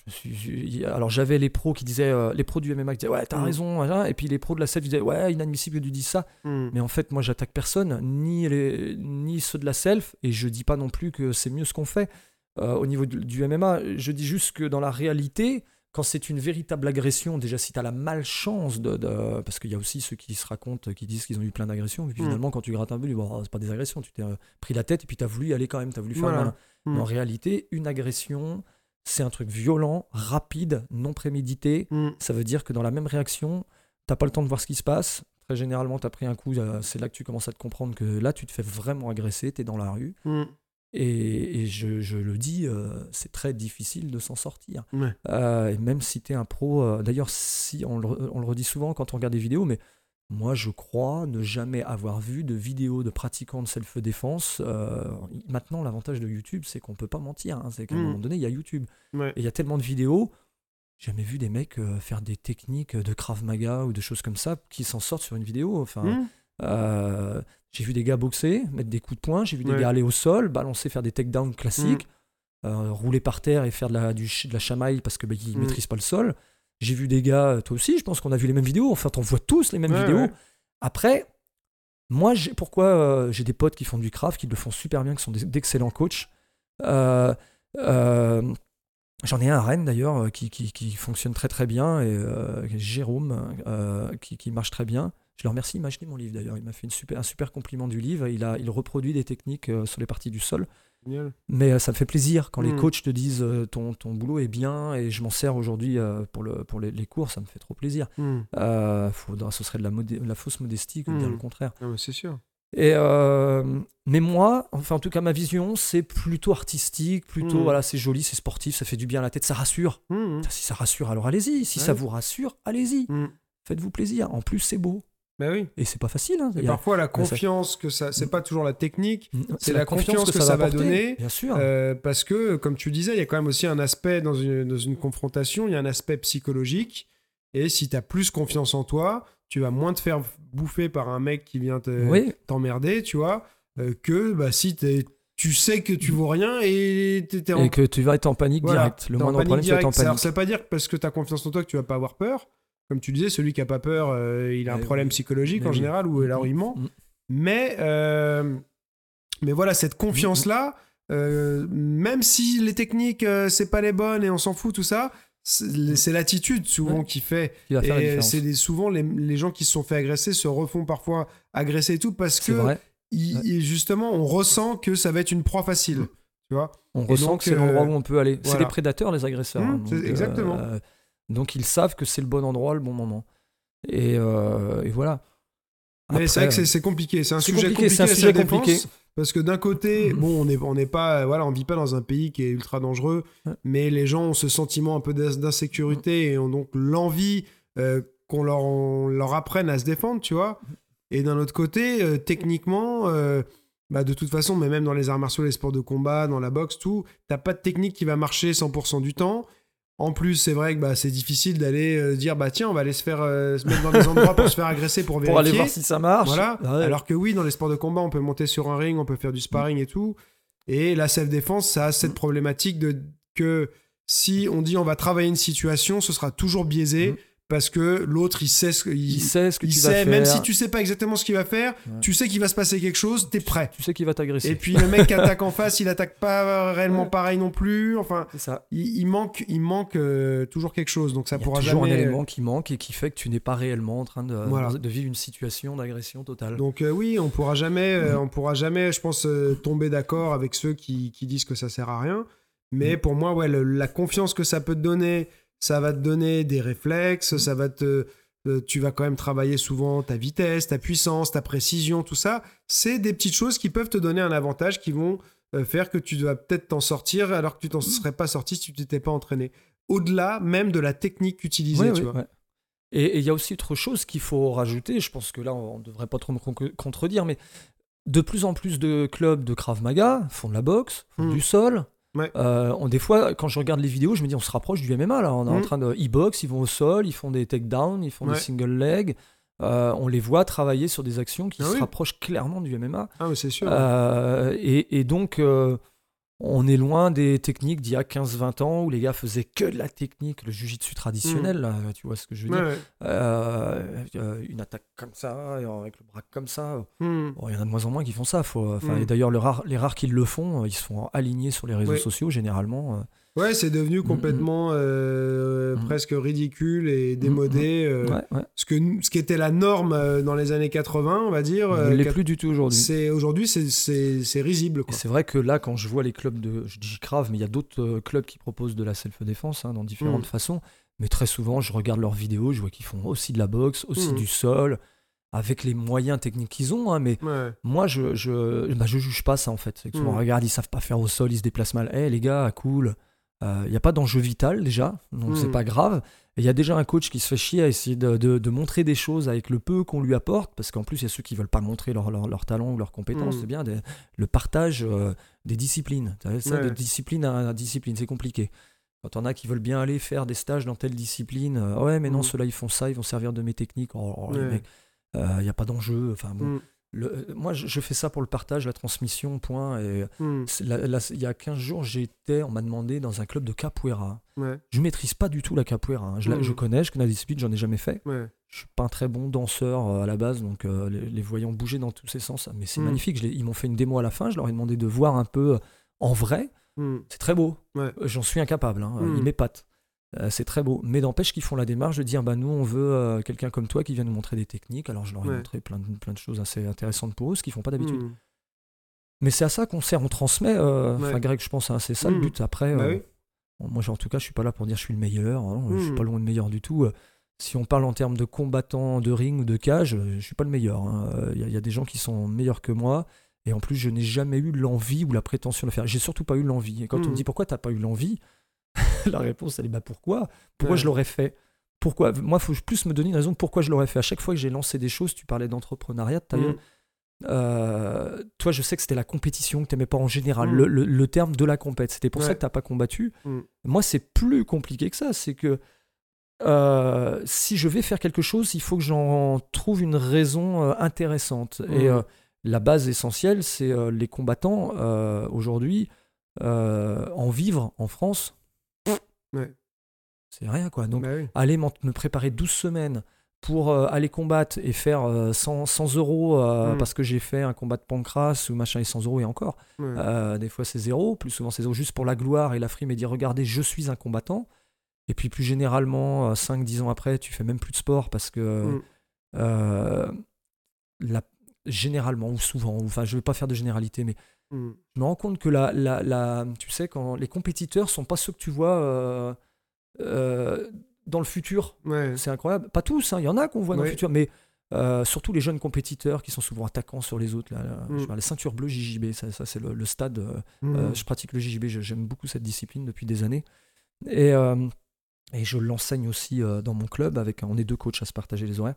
Je suis, je- alors j'avais les pros qui disaient, euh, les pros du M M A qui disaient ouais t'as Mm. raison, voilà. Et puis les pros de la self disaient ouais inadmissible que tu dises ça. Mm. Mais en fait moi j'attaque personne, ni les, ni ceux de la self, et je dis pas non plus que c'est mieux ce qu'on fait euh, au niveau du, du M M A. Je dis juste que dans la réalité, quand c'est une véritable agression, déjà si t'as la malchance de, de- parce qu'il y a aussi ceux qui se racontent, qui disent qu'ils ont eu plein d'agressions, et puis Mm. finalement quand tu grattes un peu, tu dis bon oh, c'est pas des agressions, tu t'es euh, pris la tête et puis t'as voulu y aller quand même, t'as voulu faire Voilà. le malin. Mm. Mais en réalité, une agression, c'est un truc violent, rapide, non prémédité. Mm. Ça veut dire que dans la même réaction, t'as pas le temps de voir ce qui se passe. Très généralement, t'as pris un coup, euh, c'est là que tu commences à te comprendre que là, tu te fais vraiment agresser, t'es dans la rue. Mm. Et, et je, je le dis, euh, c'est très difficile de s'en sortir. Ouais. Euh, et même si t'es un pro, euh, d'ailleurs, si on le, on le redit souvent quand on regarde des vidéos, mais moi, je crois ne jamais avoir vu de vidéo de pratiquants de self-défense. Euh, maintenant, l'avantage de YouTube, c'est qu'on peut pas mentir. Hein. C'est qu'à un Mm. moment donné, il y a YouTube. Ouais. Et il y a tellement de vidéos, j'ai jamais vu des mecs euh, faire des techniques de Krav Maga ou de choses comme ça qui s'en sortent sur une vidéo. Enfin, Mm. euh, j'ai vu des gars boxer, mettre des coups de poing, j'ai vu des Ouais. gars aller au sol, balancer, faire des takedowns classiques, euh, rouler par terre et faire de la, du, ch- de la chamaille parce qu'ils bah, ils Mm. maîtrisent pas le sol. J'ai vu des gars, euh, toi aussi, je pense qu'on a vu les mêmes vidéos. Enfin, on voit tous les mêmes Ouais, vidéos. ouais. Après, moi, j'ai, pourquoi euh, j'ai des potes qui font du craft, qui le font super bien, qui sont des- d'excellents coachs. Euh, euh, j'en ai un à Rennes d'ailleurs euh, qui, qui, qui fonctionne très très bien, et euh, Jérôme euh, qui, qui marche très bien. Je le remercie, il m'a acheté mon livre d'ailleurs. Il m'a fait une super, un super compliment du livre. Il, a, il reproduit des techniques euh, sur les parties du sol. Génial. Mais euh, ça me fait plaisir quand les Mm. coachs te disent euh, ton, ton boulot est bien, et je m'en sers aujourd'hui euh, pour, le, pour les, les cours, ça me fait trop plaisir. Mm. Euh, faudra- ce serait de la, modé- la fausse modestie que de dire Mm. le contraire. Ah, mais c'est sûr. Et euh, mais moi, enfin en tout cas ma vision, c'est plutôt artistique, plutôt Mm. voilà, c'est joli, c'est sportif, ça fait du bien à la tête, ça rassure. Mm. Si ça rassure, alors allez-y. Si Ouais. ça vous rassure, allez-y. Mm. Faites-vous plaisir. En plus, c'est beau. Bah oui. Et c'est pas facile. Hein. Et Il y a- parfois, la mais ça- confiance que ça. C'est pas toujours la technique, c'est la confiance que ça va apporter, donner, Bien sûr. euh, parce que, comme tu disais, il y a quand même aussi un aspect dans une, dans une confrontation, il y a un aspect psychologique. Et si tu as plus confiance en toi, tu vas moins te faire bouffer par un mec qui vient te- oui. t'emmerder, tu vois, euh, que bah, si t'es- tu sais que tu vaux rien et t'es en Et que tu vas être en panique Voilà. direct. Le T'es en moindre panique problème, c'est d'être en direct. Alors, panique. ça veut pas dire que parce que tu as confiance en toi que tu vas pas avoir peur. Comme tu disais, celui qui a pas peur, euh, il a un Mais problème oui. psychologique Mais en oui. général, ou alors il ment. Mm. Mais, euh, mais voilà, cette confiance-là, euh, même si les techniques, euh, c'est pas les bonnes et on s'en fout, tout ça, c'est c'est l'attitude souvent Ouais. qui fait. Qui va faire la Et différence. c'est des- souvent les, les gens qui se sont fait agresser se refont parfois agresser et tout parce C'est que vrai. il- Ouais. il- justement, on ressent que ça va être une proie facile. Tu vois. On Et ressent donc, que c'est euh, l'endroit où on peut aller. C'est voilà. des prédateurs, les agresseurs. Mmh, hein. c'est- Donc, exactement. euh, donc ils savent que c'est le bon endroit, le bon moment. Et, euh, et voilà. Mais c'est Après, vrai que c'est- c'est compliqué. C'est un c'est sujet compliqué, compliqué. c'est un la sujet self-défense, compliqué. Parce que d'un côté, Mhm. bon, on est, on n'est pas, voilà, on vit pas dans un pays qui est ultra dangereux, Ouais. mais les gens ont ce sentiment un peu d'ins- d'insécurité et ont donc l'envie euh, qu'on leur, on leur apprenne à se défendre, tu vois. Et d'un autre côté, euh, techniquement, euh, bah, de toute façon, mais même dans les arts martiaux, les sports de combat, dans la boxe, tout, t'as pas de technique qui va marcher cent pour cent du temps. En plus, c'est vrai que bah, c'est difficile d'aller euh, dire bah tiens, on va aller se faire euh, se mettre dans des endroits pour se faire agresser pour vérifier. pour aller voir si ça marche. Voilà. Ouais. Alors que oui, dans les sports de combat, on peut monter sur un ring, on peut faire du sparring et tout. Et la self-défense, ça a cette problématique de que si on dit on va travailler une situation, ce sera toujours biaisé Mm. parce que l'autre, il sait ce que- il sait ce que il tu sait, vas faire. même si tu sais pas exactement ce qu'il va faire, Ouais. tu sais qu'il va se passer quelque chose, t'es prêt. Tu sais qu'il va t'agresser. Et puis le mec qui attaque en face, il attaque pas réellement pareil non plus. Enfin, c'est ça. il, il manque, il manque euh, toujours quelque chose. Donc ça Il y a pourra toujours jamais. un élément qui manque et qui fait que tu n'es pas réellement en train de, Voilà. de vivre une situation d'agression totale. Donc euh, oui, on pourra jamais, euh, on pourra jamais, je pense, euh, tomber d'accord avec ceux qui, qui disent que ça sert à rien. Mais Mm. pour moi, ouais, le- la confiance que ça peut te donner, ça va te donner des réflexes, ça va te, euh, tu vas quand même travailler souvent ta vitesse, ta puissance, ta précision, tout ça. C'est des petites choses qui peuvent te donner un avantage, qui vont euh, faire que tu vas peut-être t'en sortir alors que tu t'en serais pas sorti si tu t'étais pas entraîné. Au-delà même de la technique utilisée, Ouais, tu ouais, vois. ouais. Et il y a aussi autre chose qu'il faut rajouter, je pense que là on ne devrait pas trop me con- contredire, mais de plus en plus de clubs de Krav Maga font de la boxe, font Mm. du sol. Ouais. Euh, on, des fois, quand je regarde les vidéos, je me dis on se rapproche du M M A là. On est en Mm. train de e-box, ils vont au sol, ils font des takedowns, ils font Ouais. des single leg. Euh, on les voit travailler sur des actions qui Ah se oui. rapprochent clairement du M M A. Ah, mais c'est sûr. Euh, et, et donc, euh, on est loin des techniques d'il y a quinze vingt ans où les gars faisaient que de la technique, le jiu-jitsu traditionnel, mmh. là, tu vois ce que je veux ouais, dire. ouais. Euh, euh, une attaque comme ça, avec le bras comme ça. Mmh. Bon, il y en a de moins en moins qui font ça. Faut, mmh. Et d'ailleurs, le rare, les rares qui le font, ils se font aligner sur les réseaux ouais. sociaux généralement. Ouais, c'est devenu complètement euh, mmh. presque ridicule et démodé. Mmh. Euh, ouais, ouais. Ce, que, ce qui était la norme euh, dans les années quatre-vingts, on va dire. Ne euh, l'est quat- plus du tout aujourd'hui. C'est, aujourd'hui, c'est, c'est, c'est risible. Quoi. Et c'est vrai que là, quand je vois les clubs de. Je dis Crave, mais il y a d'autres euh, clubs qui proposent de la self-défense hein, dans différentes mmh. façons. Mais très souvent, je regarde leurs vidéos, je vois qu'ils font aussi de la boxe, aussi mmh. du sol, avec les moyens techniques qu'ils ont. Hein, mais ouais. moi, je je, bah, je juge pas ça en fait. C'est que souvent, mmh. regarde, ils savent pas faire au sol, ils se déplacent mal. Eh hey, les gars, cool. Il euh, n'y a pas d'enjeu vital déjà, donc mmh. c'est pas grave. Et il y a déjà un coach qui se fait chier à essayer de, de, de montrer des choses avec le peu qu'on lui apporte, parce qu'en plus il y a ceux qui veulent pas montrer leur, leur, leur talent ou leurs compétences. Mmh. C'est bien des, le partage euh, des disciplines. Ça, ouais. De discipline à, à discipline, c'est compliqué. Quand on a qui veulent bien aller faire des stages dans telle discipline, euh, ouais mais non, mmh. ceux-là ils font ça, ils vont servir de mes techniques. Oh, oh, ouais. les mecs, il euh, n'y a pas d'enjeu. Enfin bon. Mmh. Le, moi, je, je fais ça pour le partage, la transmission, point. Et mm. la, la, il y a quinze jours, j'étais, on m'a demandé dans un club de capoeira. Ouais. Je ne maîtrise pas du tout la capoeira. Hein. Je, mm. la, je connais, je connais la discipline, j'en ai jamais fait. Ouais. Je ne suis pas un très bon danseur euh, à la base, donc euh, les, les voyant bouger dans tous ces sens, mais c'est mm. magnifique. Je ils m'ont fait une démo à la fin, je leur ai demandé de voir un peu euh, en vrai. Mm. C'est très beau. Ouais. J'en suis incapable, hein. mm. Ils m'épatent. Euh, c'est très beau, mais n'empêche qu'ils font la démarche de dire bah, nous on veut euh, quelqu'un comme toi qui vient nous montrer des techniques. Alors je leur ai ouais. montré plein de, plein de choses assez intéressantes pour eux, ce qu'ils font pas d'habitude. Mmh. Mais c'est à ça qu'on sert, on transmet. Euh, ouais. Enfin, Greg, je pense, hein, c'est ça mmh. le but. Après, bah, euh, oui. bon, moi en tout cas, je suis pas là pour dire je suis le meilleur. Hein, mmh. Je suis pas loin de meilleur du tout. Si on parle en termes de combattants de ring ou de cage, je suis pas le meilleur. Il hein. y, y a des gens qui sont meilleurs que moi. Et en plus, je n'ai jamais eu l'envie ou la prétention de le faire. J'ai surtout pas eu l'envie. Et quand mmh. on me dit pourquoi t'as pas eu l'envie, la réponse, elle est bah pourquoi Pourquoi ouais. je l'aurais fait Pourquoi Moi, il faut plus me donner une raison de pourquoi je l'aurais fait. À chaque fois que j'ai lancé des choses, tu parlais d'entrepreneuriat tout à l'heure. Mmh. Euh, toi, je sais que c'était la compétition que tu n'aimais pas en général, mmh. le, le, le terme de la compète. C'était pour ouais. ça que tu n'as pas combattu. Mmh. Moi, c'est plus compliqué que ça. C'est que euh, si je vais faire quelque chose, il faut que j'en trouve une raison euh, intéressante. Mmh. Et euh, la base essentielle, c'est euh, les combattants euh, aujourd'hui euh, en vivre en France. Ouais. C'est rien quoi. Donc, bah oui. aller me préparer douze semaines pour euh, aller combattre et faire euh, cent, cent euros euh, mm. parce que j'ai fait un combat de pancras ou machin et cent euros et encore. Mm. Euh, des fois, c'est zéro. Plus souvent, c'est zéro juste pour la gloire et la frime et dire regardez, je suis un combattant. Et puis, plus généralement, cinq dix ans après, tu fais même plus de sport parce que mm. euh, la, généralement ou souvent, enfin, je ne vais pas faire de généralité, mais Mm. je me rends compte que la, la, la, tu sais, quand les compétiteurs sont pas ceux que tu vois euh, euh, dans le futur. Ouais. C'est incroyable. Pas tous, il hein, y en a qu'on voit ouais. dans le futur, mais euh, surtout les jeunes compétiteurs qui sont souvent attaquants sur les autres. Là, là, mm. je vois, les ceintures bleues J J B, ça, ça c'est le, le stade. Euh, mm. euh, je pratique le J J B, j'aime beaucoup cette discipline depuis des années. Et, euh, et je l'enseigne aussi euh, dans mon club. Avec, on est deux coachs à se partager les horaires.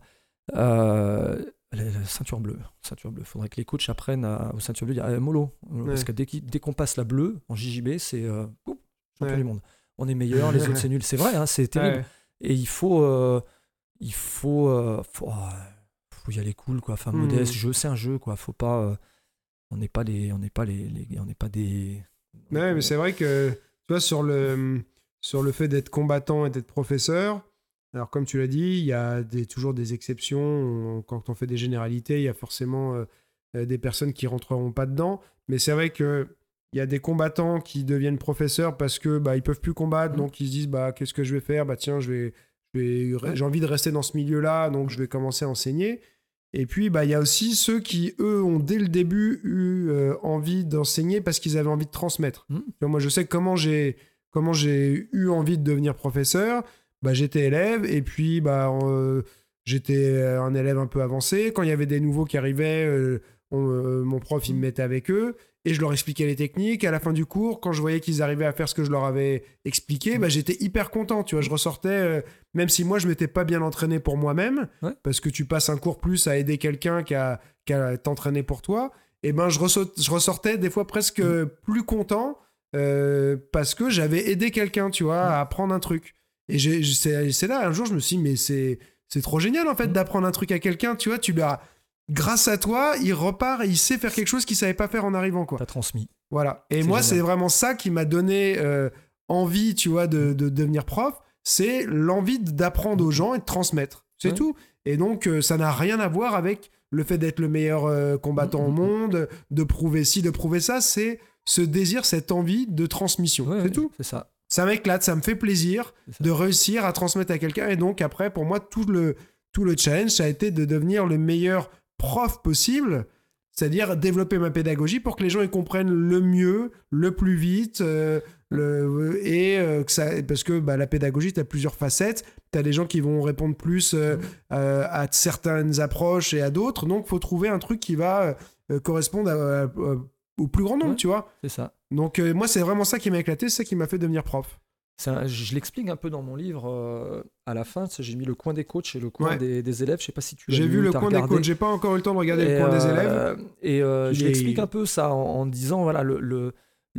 Euh, La, la ceinture bleue, ceinture bleue. Faudrait que les coachs apprennent à, aux ceintures bleues, dire eh, mollo, mollo ouais. parce que dès, dès qu'on passe la bleue en J J B, c'est euh, champion ouais. du monde. On est meilleur, les autres c'est nul. C'est vrai, hein, c'est terrible. Ouais. Et il faut, euh, il faut, euh, faut, oh, faut y aller cool, quoi. Enfin, mmh. modeste. Jeu, c'est un jeu, quoi. Faut pas, euh, on n'est pas des, on n'est pas les, les on n'est pas des. Ouais, euh, mais c'est vrai que tu vois sur le, sur le fait d'être combattant et d'être professeur. Alors, comme tu l'as dit, il y a des, toujours des exceptions. On, quand on fait des généralités, il y a forcément euh, des personnes qui ne rentreront pas dedans. Mais c'est vrai qu'il y a des combattants qui deviennent professeurs parce qu'ils bah, ne peuvent plus combattre. Mmh. Donc, ils se disent bah, qu'est-ce que je vais faire bah, Tiens, je vais, je vais, j'ai envie de rester dans ce milieu-là, donc je vais commencer à enseigner. Et puis, bah, il y a aussi ceux qui, eux, ont dès le début eu euh, envie d'enseigner parce qu'ils avaient envie de transmettre. Mmh. Moi, je sais comment j'ai, comment j'ai eu envie de devenir professeur. Bah, j'étais élève et puis bah, euh, j'étais un élève un peu avancé. Quand il y avait des nouveaux qui arrivaient, euh, on, euh, mon prof il me mettait avec eux et je leur expliquais les techniques. À la fin du cours, quand je voyais qu'ils arrivaient à faire ce que je leur avais expliqué, bah, j'étais hyper content. Tu vois, je ressortais, euh, même si moi je m'étais pas bien entraîné pour moi-même, ouais. parce que tu passes un cours plus à aider quelqu'un qu'à, qu'à t'entraîner pour toi, et ben je, ressort, je ressortais des fois presque mmh. plus content euh, parce que j'avais aidé quelqu'un, tu vois, mmh. à apprendre un truc. Et j'ai, c'est, c'est là, un jour, je me suis dit, mais c'est, c'est trop génial, en fait, d'apprendre un truc à quelqu'un. Tu vois, tu lui as, grâce à toi, il repart et il sait faire quelque chose qu'il savait pas faire en arrivant, quoi. T'as transmis. Voilà. Et C'est moi, génial. c'est vraiment ça qui m'a donné euh, envie, tu vois, de, de devenir prof. C'est l'envie d'apprendre aux gens et de transmettre. C'est Ouais. tout. Et donc, euh, ça n'a rien à voir avec le fait d'être le meilleur euh, combattant Mhm. au monde, de prouver ci, de prouver ça. C'est ce désir, cette envie de transmission. Ouais, c'est ouais, tout. C'est ça. Ça m'éclate, ça me fait plaisir C'est ça. de réussir à transmettre à quelqu'un. Et donc, après, pour moi, tout le, tout le challenge, ça a été de devenir le meilleur prof possible. C'est-à-dire développer ma pédagogie pour que les gens ils comprennent le mieux, le plus vite. euh, le, et euh, que ça, parce que bah, la pédagogie, tu as plusieurs facettes. Tu as des gens qui vont répondre plus euh, euh, à certaines approches et à d'autres. Donc, il faut trouver un truc qui va euh, correspondre à- à- à- au plus grand nombre, Ouais. tu vois. C'est ça. Donc, euh, moi, c'est vraiment ça qui m'a éclaté. C'est ça qui m'a fait devenir prof. C'est un- je l'explique un peu dans mon livre euh, à la fin. c'est- J'ai mis le coin des coachs et le coin Ouais. des, des élèves. Je sais pas si tu l'as J'ai lu, vu le t'as coin des regardé. coachs. J'ai pas encore eu le temps de regarder Et, le coin des euh, élèves. Et euh, je Il est- l'explique un peu ça en, en disant voilà le, le,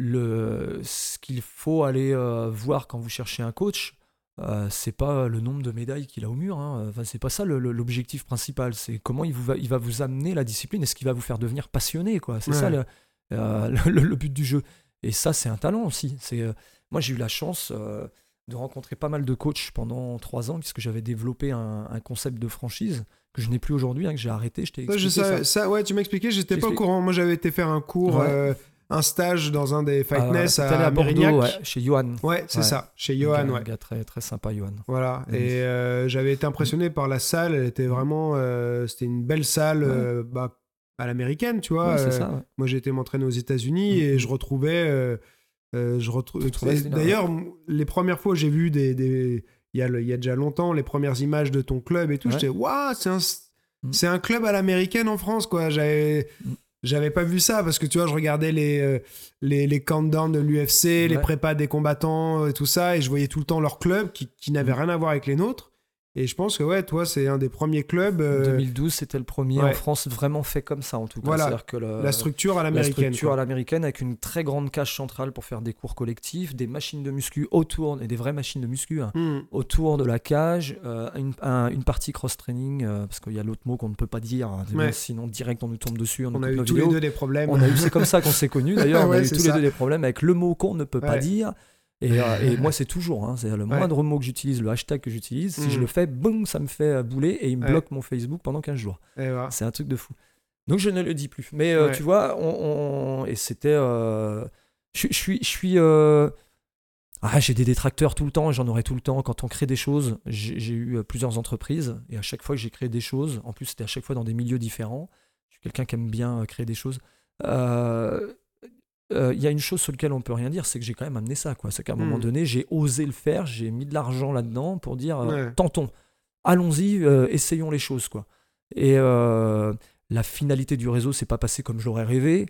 le ce qu'il faut aller euh, voir quand vous cherchez un coach. Euh, c'est pas le nombre de médailles qu'il a au mur. Hein. Enfin, c'est pas ça le- le- l'objectif principal. C'est comment il, vous va, il va vous amener la discipline et ce qui va vous faire devenir passionné. Quoi. C'est Ouais. ça le, euh, le, le but du jeu. Et ça, c'est un talent aussi. C'est, euh, moi, j'ai eu la chance euh, de rencontrer pas mal de coachs pendant trois ans puisque j'avais développé un, un concept de franchise que je n'ai plus aujourd'hui, hein, que j'ai arrêté. Je t'ai Ça, je expliqué savais- ça. ça, ouais, tu m'expliquais, j'étais pas au J'explique. courant. Moi, j'avais été faire un cours, Ouais. euh, un stage dans un des Fightness Euh, t'es allé à, à Bordeaux, Mérignac. ouais, chez Johan. Ouais, c'est Ouais. ça, chez Un Johan, gars- ouais. Un gars très, très sympa, Johan. Voilà. Oui. Et euh, j'avais été impressionné par la salle. Elle était vraiment, euh, c'était une belle salle, Ouais. euh, bah, à l'américaine, tu vois. Ouais, c'est Euh, ça, ouais. Moi, j'ai été m'entraîner aux États-Unis Mhm. et je retrouvais. euh, euh, je retrouve. Tu trouvais ce délire, D'ailleurs, m- les premières fois où j'ai vu des, des- il y a, le- il y a déjà longtemps les premières images de ton club et tout, Ouais. j'étais waouh, c'est un, Mhm. c'est un club à l'américaine en France, quoi. J'avais, Mhm. j'avais pas vu ça parce que tu vois, je regardais les euh, les, les countdowns de l'U F C, les Ouais. prépas des combattants et tout ça, et je voyais tout le temps leur club qui, qui n'avait Mhm. rien à voir avec les nôtres. Et je pense que ouais, toi, c'est un des premiers clubs. euh, deux mille douze, c'était le premier ouais. en France vraiment fait comme ça, en tout cas. Voilà. C'est-à-dire que le- la structure à la l'américaine. structure quoi. à l'américaine avec une très grande cage centrale pour faire des cours collectifs, des machines de muscu autour, et des vraies machines de muscu, hein, Mhm. autour de la cage, euh, une, un- une partie cross-training, euh, parce qu'il y a l'autre mot qu'on ne peut pas dire, hein, Ouais. sinon direct on nous tombe dessus, on, nous On a coupe eu nos tous vidéos. les deux des problèmes. On a eu, c'est comme ça qu'on s'est connus d'ailleurs, on Ouais, a eu c'est tous les ça. deux des problèmes avec le mot qu'on ne peut pas Ouais. dire. Et, euh, et moi, c'est toujours, hein, c'est le Ouais. moindre mot que j'utilise, le hashtag que j'utilise, si Mm. je le fais, boum, ça me fait euh, bouler et il me Ouais. bloque mon Facebook pendant quinze jours. Et voilà. C'est un truc de fou. Donc je ne le dis plus. Mais euh, Ouais. tu vois, on, on- et c'était. euh, Je je suis. Je suis euh, ah, j'ai des détracteurs tout le temps et j'en aurai tout le temps. Quand on crée des choses, j'ai j'ai eu euh, plusieurs entreprises et à chaque fois que j'ai créé des choses, en plus c'était à chaque fois dans des milieux différents. Je suis quelqu'un qui aime bien euh, créer des choses. Euh, euh, Il y a une chose sur laquelle on peut rien dire, c'est que j'ai quand même amené ça. quoi. C'est qu'à un moment Mm. donné, j'ai osé le faire, j'ai mis de l'argent là-dedans pour dire euh, Ouais. tentons, allons-y, euh, essayons les choses. quoi. Et euh, la finalité du réseau s'est pas passée comme je l'aurais rêvé.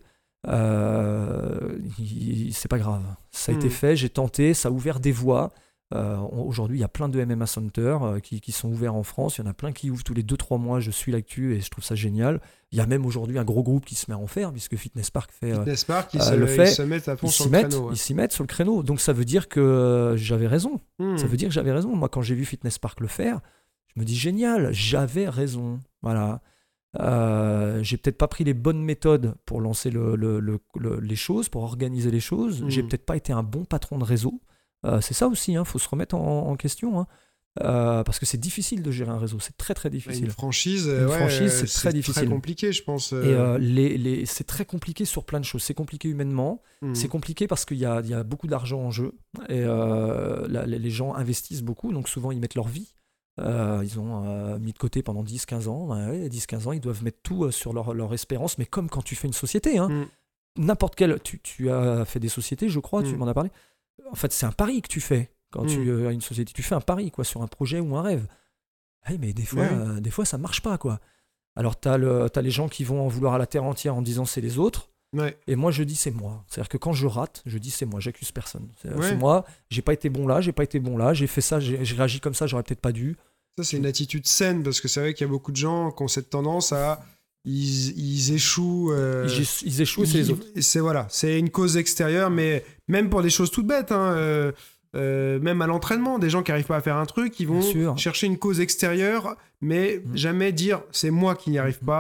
Euh, il- c'est pas grave. Ça a Mm. été fait, j'ai tenté, ça a ouvert des voies. Euh, on- Aujourd'hui, il y a plein de M M A Centers euh, qui, qui sont ouverts en France. Il y en a plein qui ouvrent tous les deux trois mois. Je suis l'actu et je trouve ça génial. Il y a même aujourd'hui un gros groupe qui se met à en faire, puisque Fitness Park fait. euh, Fitness Park, ils, euh, se, le ils fait, se mettent à fond ils sur s'y le mettent, créneau. ouais. ils s'y mettent sur le créneau. Donc ça veut dire que euh, j'avais raison. Hmm. Ça veut dire que j'avais raison. Moi, quand j'ai vu Fitness Park le faire, je me dis génial, j'avais raison. Voilà. Euh, j'ai peut-être pas pris les bonnes méthodes pour lancer le, le- le- le- les choses, pour organiser les choses. Mhm. J'ai peut-être pas été un bon patron de réseau. Euh, c'est ça aussi, il faut se remettre en, en question. hein. Euh, parce que c'est difficile de gérer un réseau, c'est très très Bah, difficile. Une franchise, Une euh, ouais, franchise, euh, c'est très difficile. compliqué, je pense. euh. Et euh, les, les- c'est très compliqué sur plein de choses. C'est compliqué humainement, Hmm. c'est compliqué parce qu'il y a, il y a beaucoup d'argent en jeu et euh, la- les les gens investissent beaucoup, donc souvent ils mettent leur vie. Euh, ils ont euh, mis de côté pendant dix quinze ans. Ouais, ouais, dix quinze ans, ils doivent mettre tout euh, sur leur, leur espérance, mais comme quand tu fais une société. Hein, Hmm. N'importe quelle. Tu, tu as fait des sociétés, je crois, tu Mm. m'en as parlé. En fait, c'est un pari que tu fais quand Mm. tu euh, as une société. Tu fais un pari quoi, sur un projet ou un rêve. Hey, mais des fois, Ouais. euh, des fois, ça marche pas. quoi. Alors, tu as les gens qui vont en vouloir à la terre entière en disant c'est les autres. Ouais. Et moi, je dis c'est moi. C'est-à-dire que quand je rate, je dis c'est moi, j'accuse personne. C'est Ouais. c'est moi, j'ai pas été bon là, j'ai pas été bon là, j'ai fait ça, j'ai j'ai réagi comme ça, j'aurais peut-être pas dû. Ça, c'est une attitude saine parce que c'est vrai qu'il y a beaucoup de gens qui ont cette tendance à. Ils, ils échouent. euh, Ils, ils échouent, c'est les ils- autres. C'est voilà, c'est une cause extérieure, mais même pour des choses toutes bêtes, hein, euh, euh, même à l'entraînement, des gens qui n'arrivent pas à faire un truc, ils vont Bien sûr. chercher une cause extérieure, mais Mm. jamais dire c'est moi qui n'y arrive pas.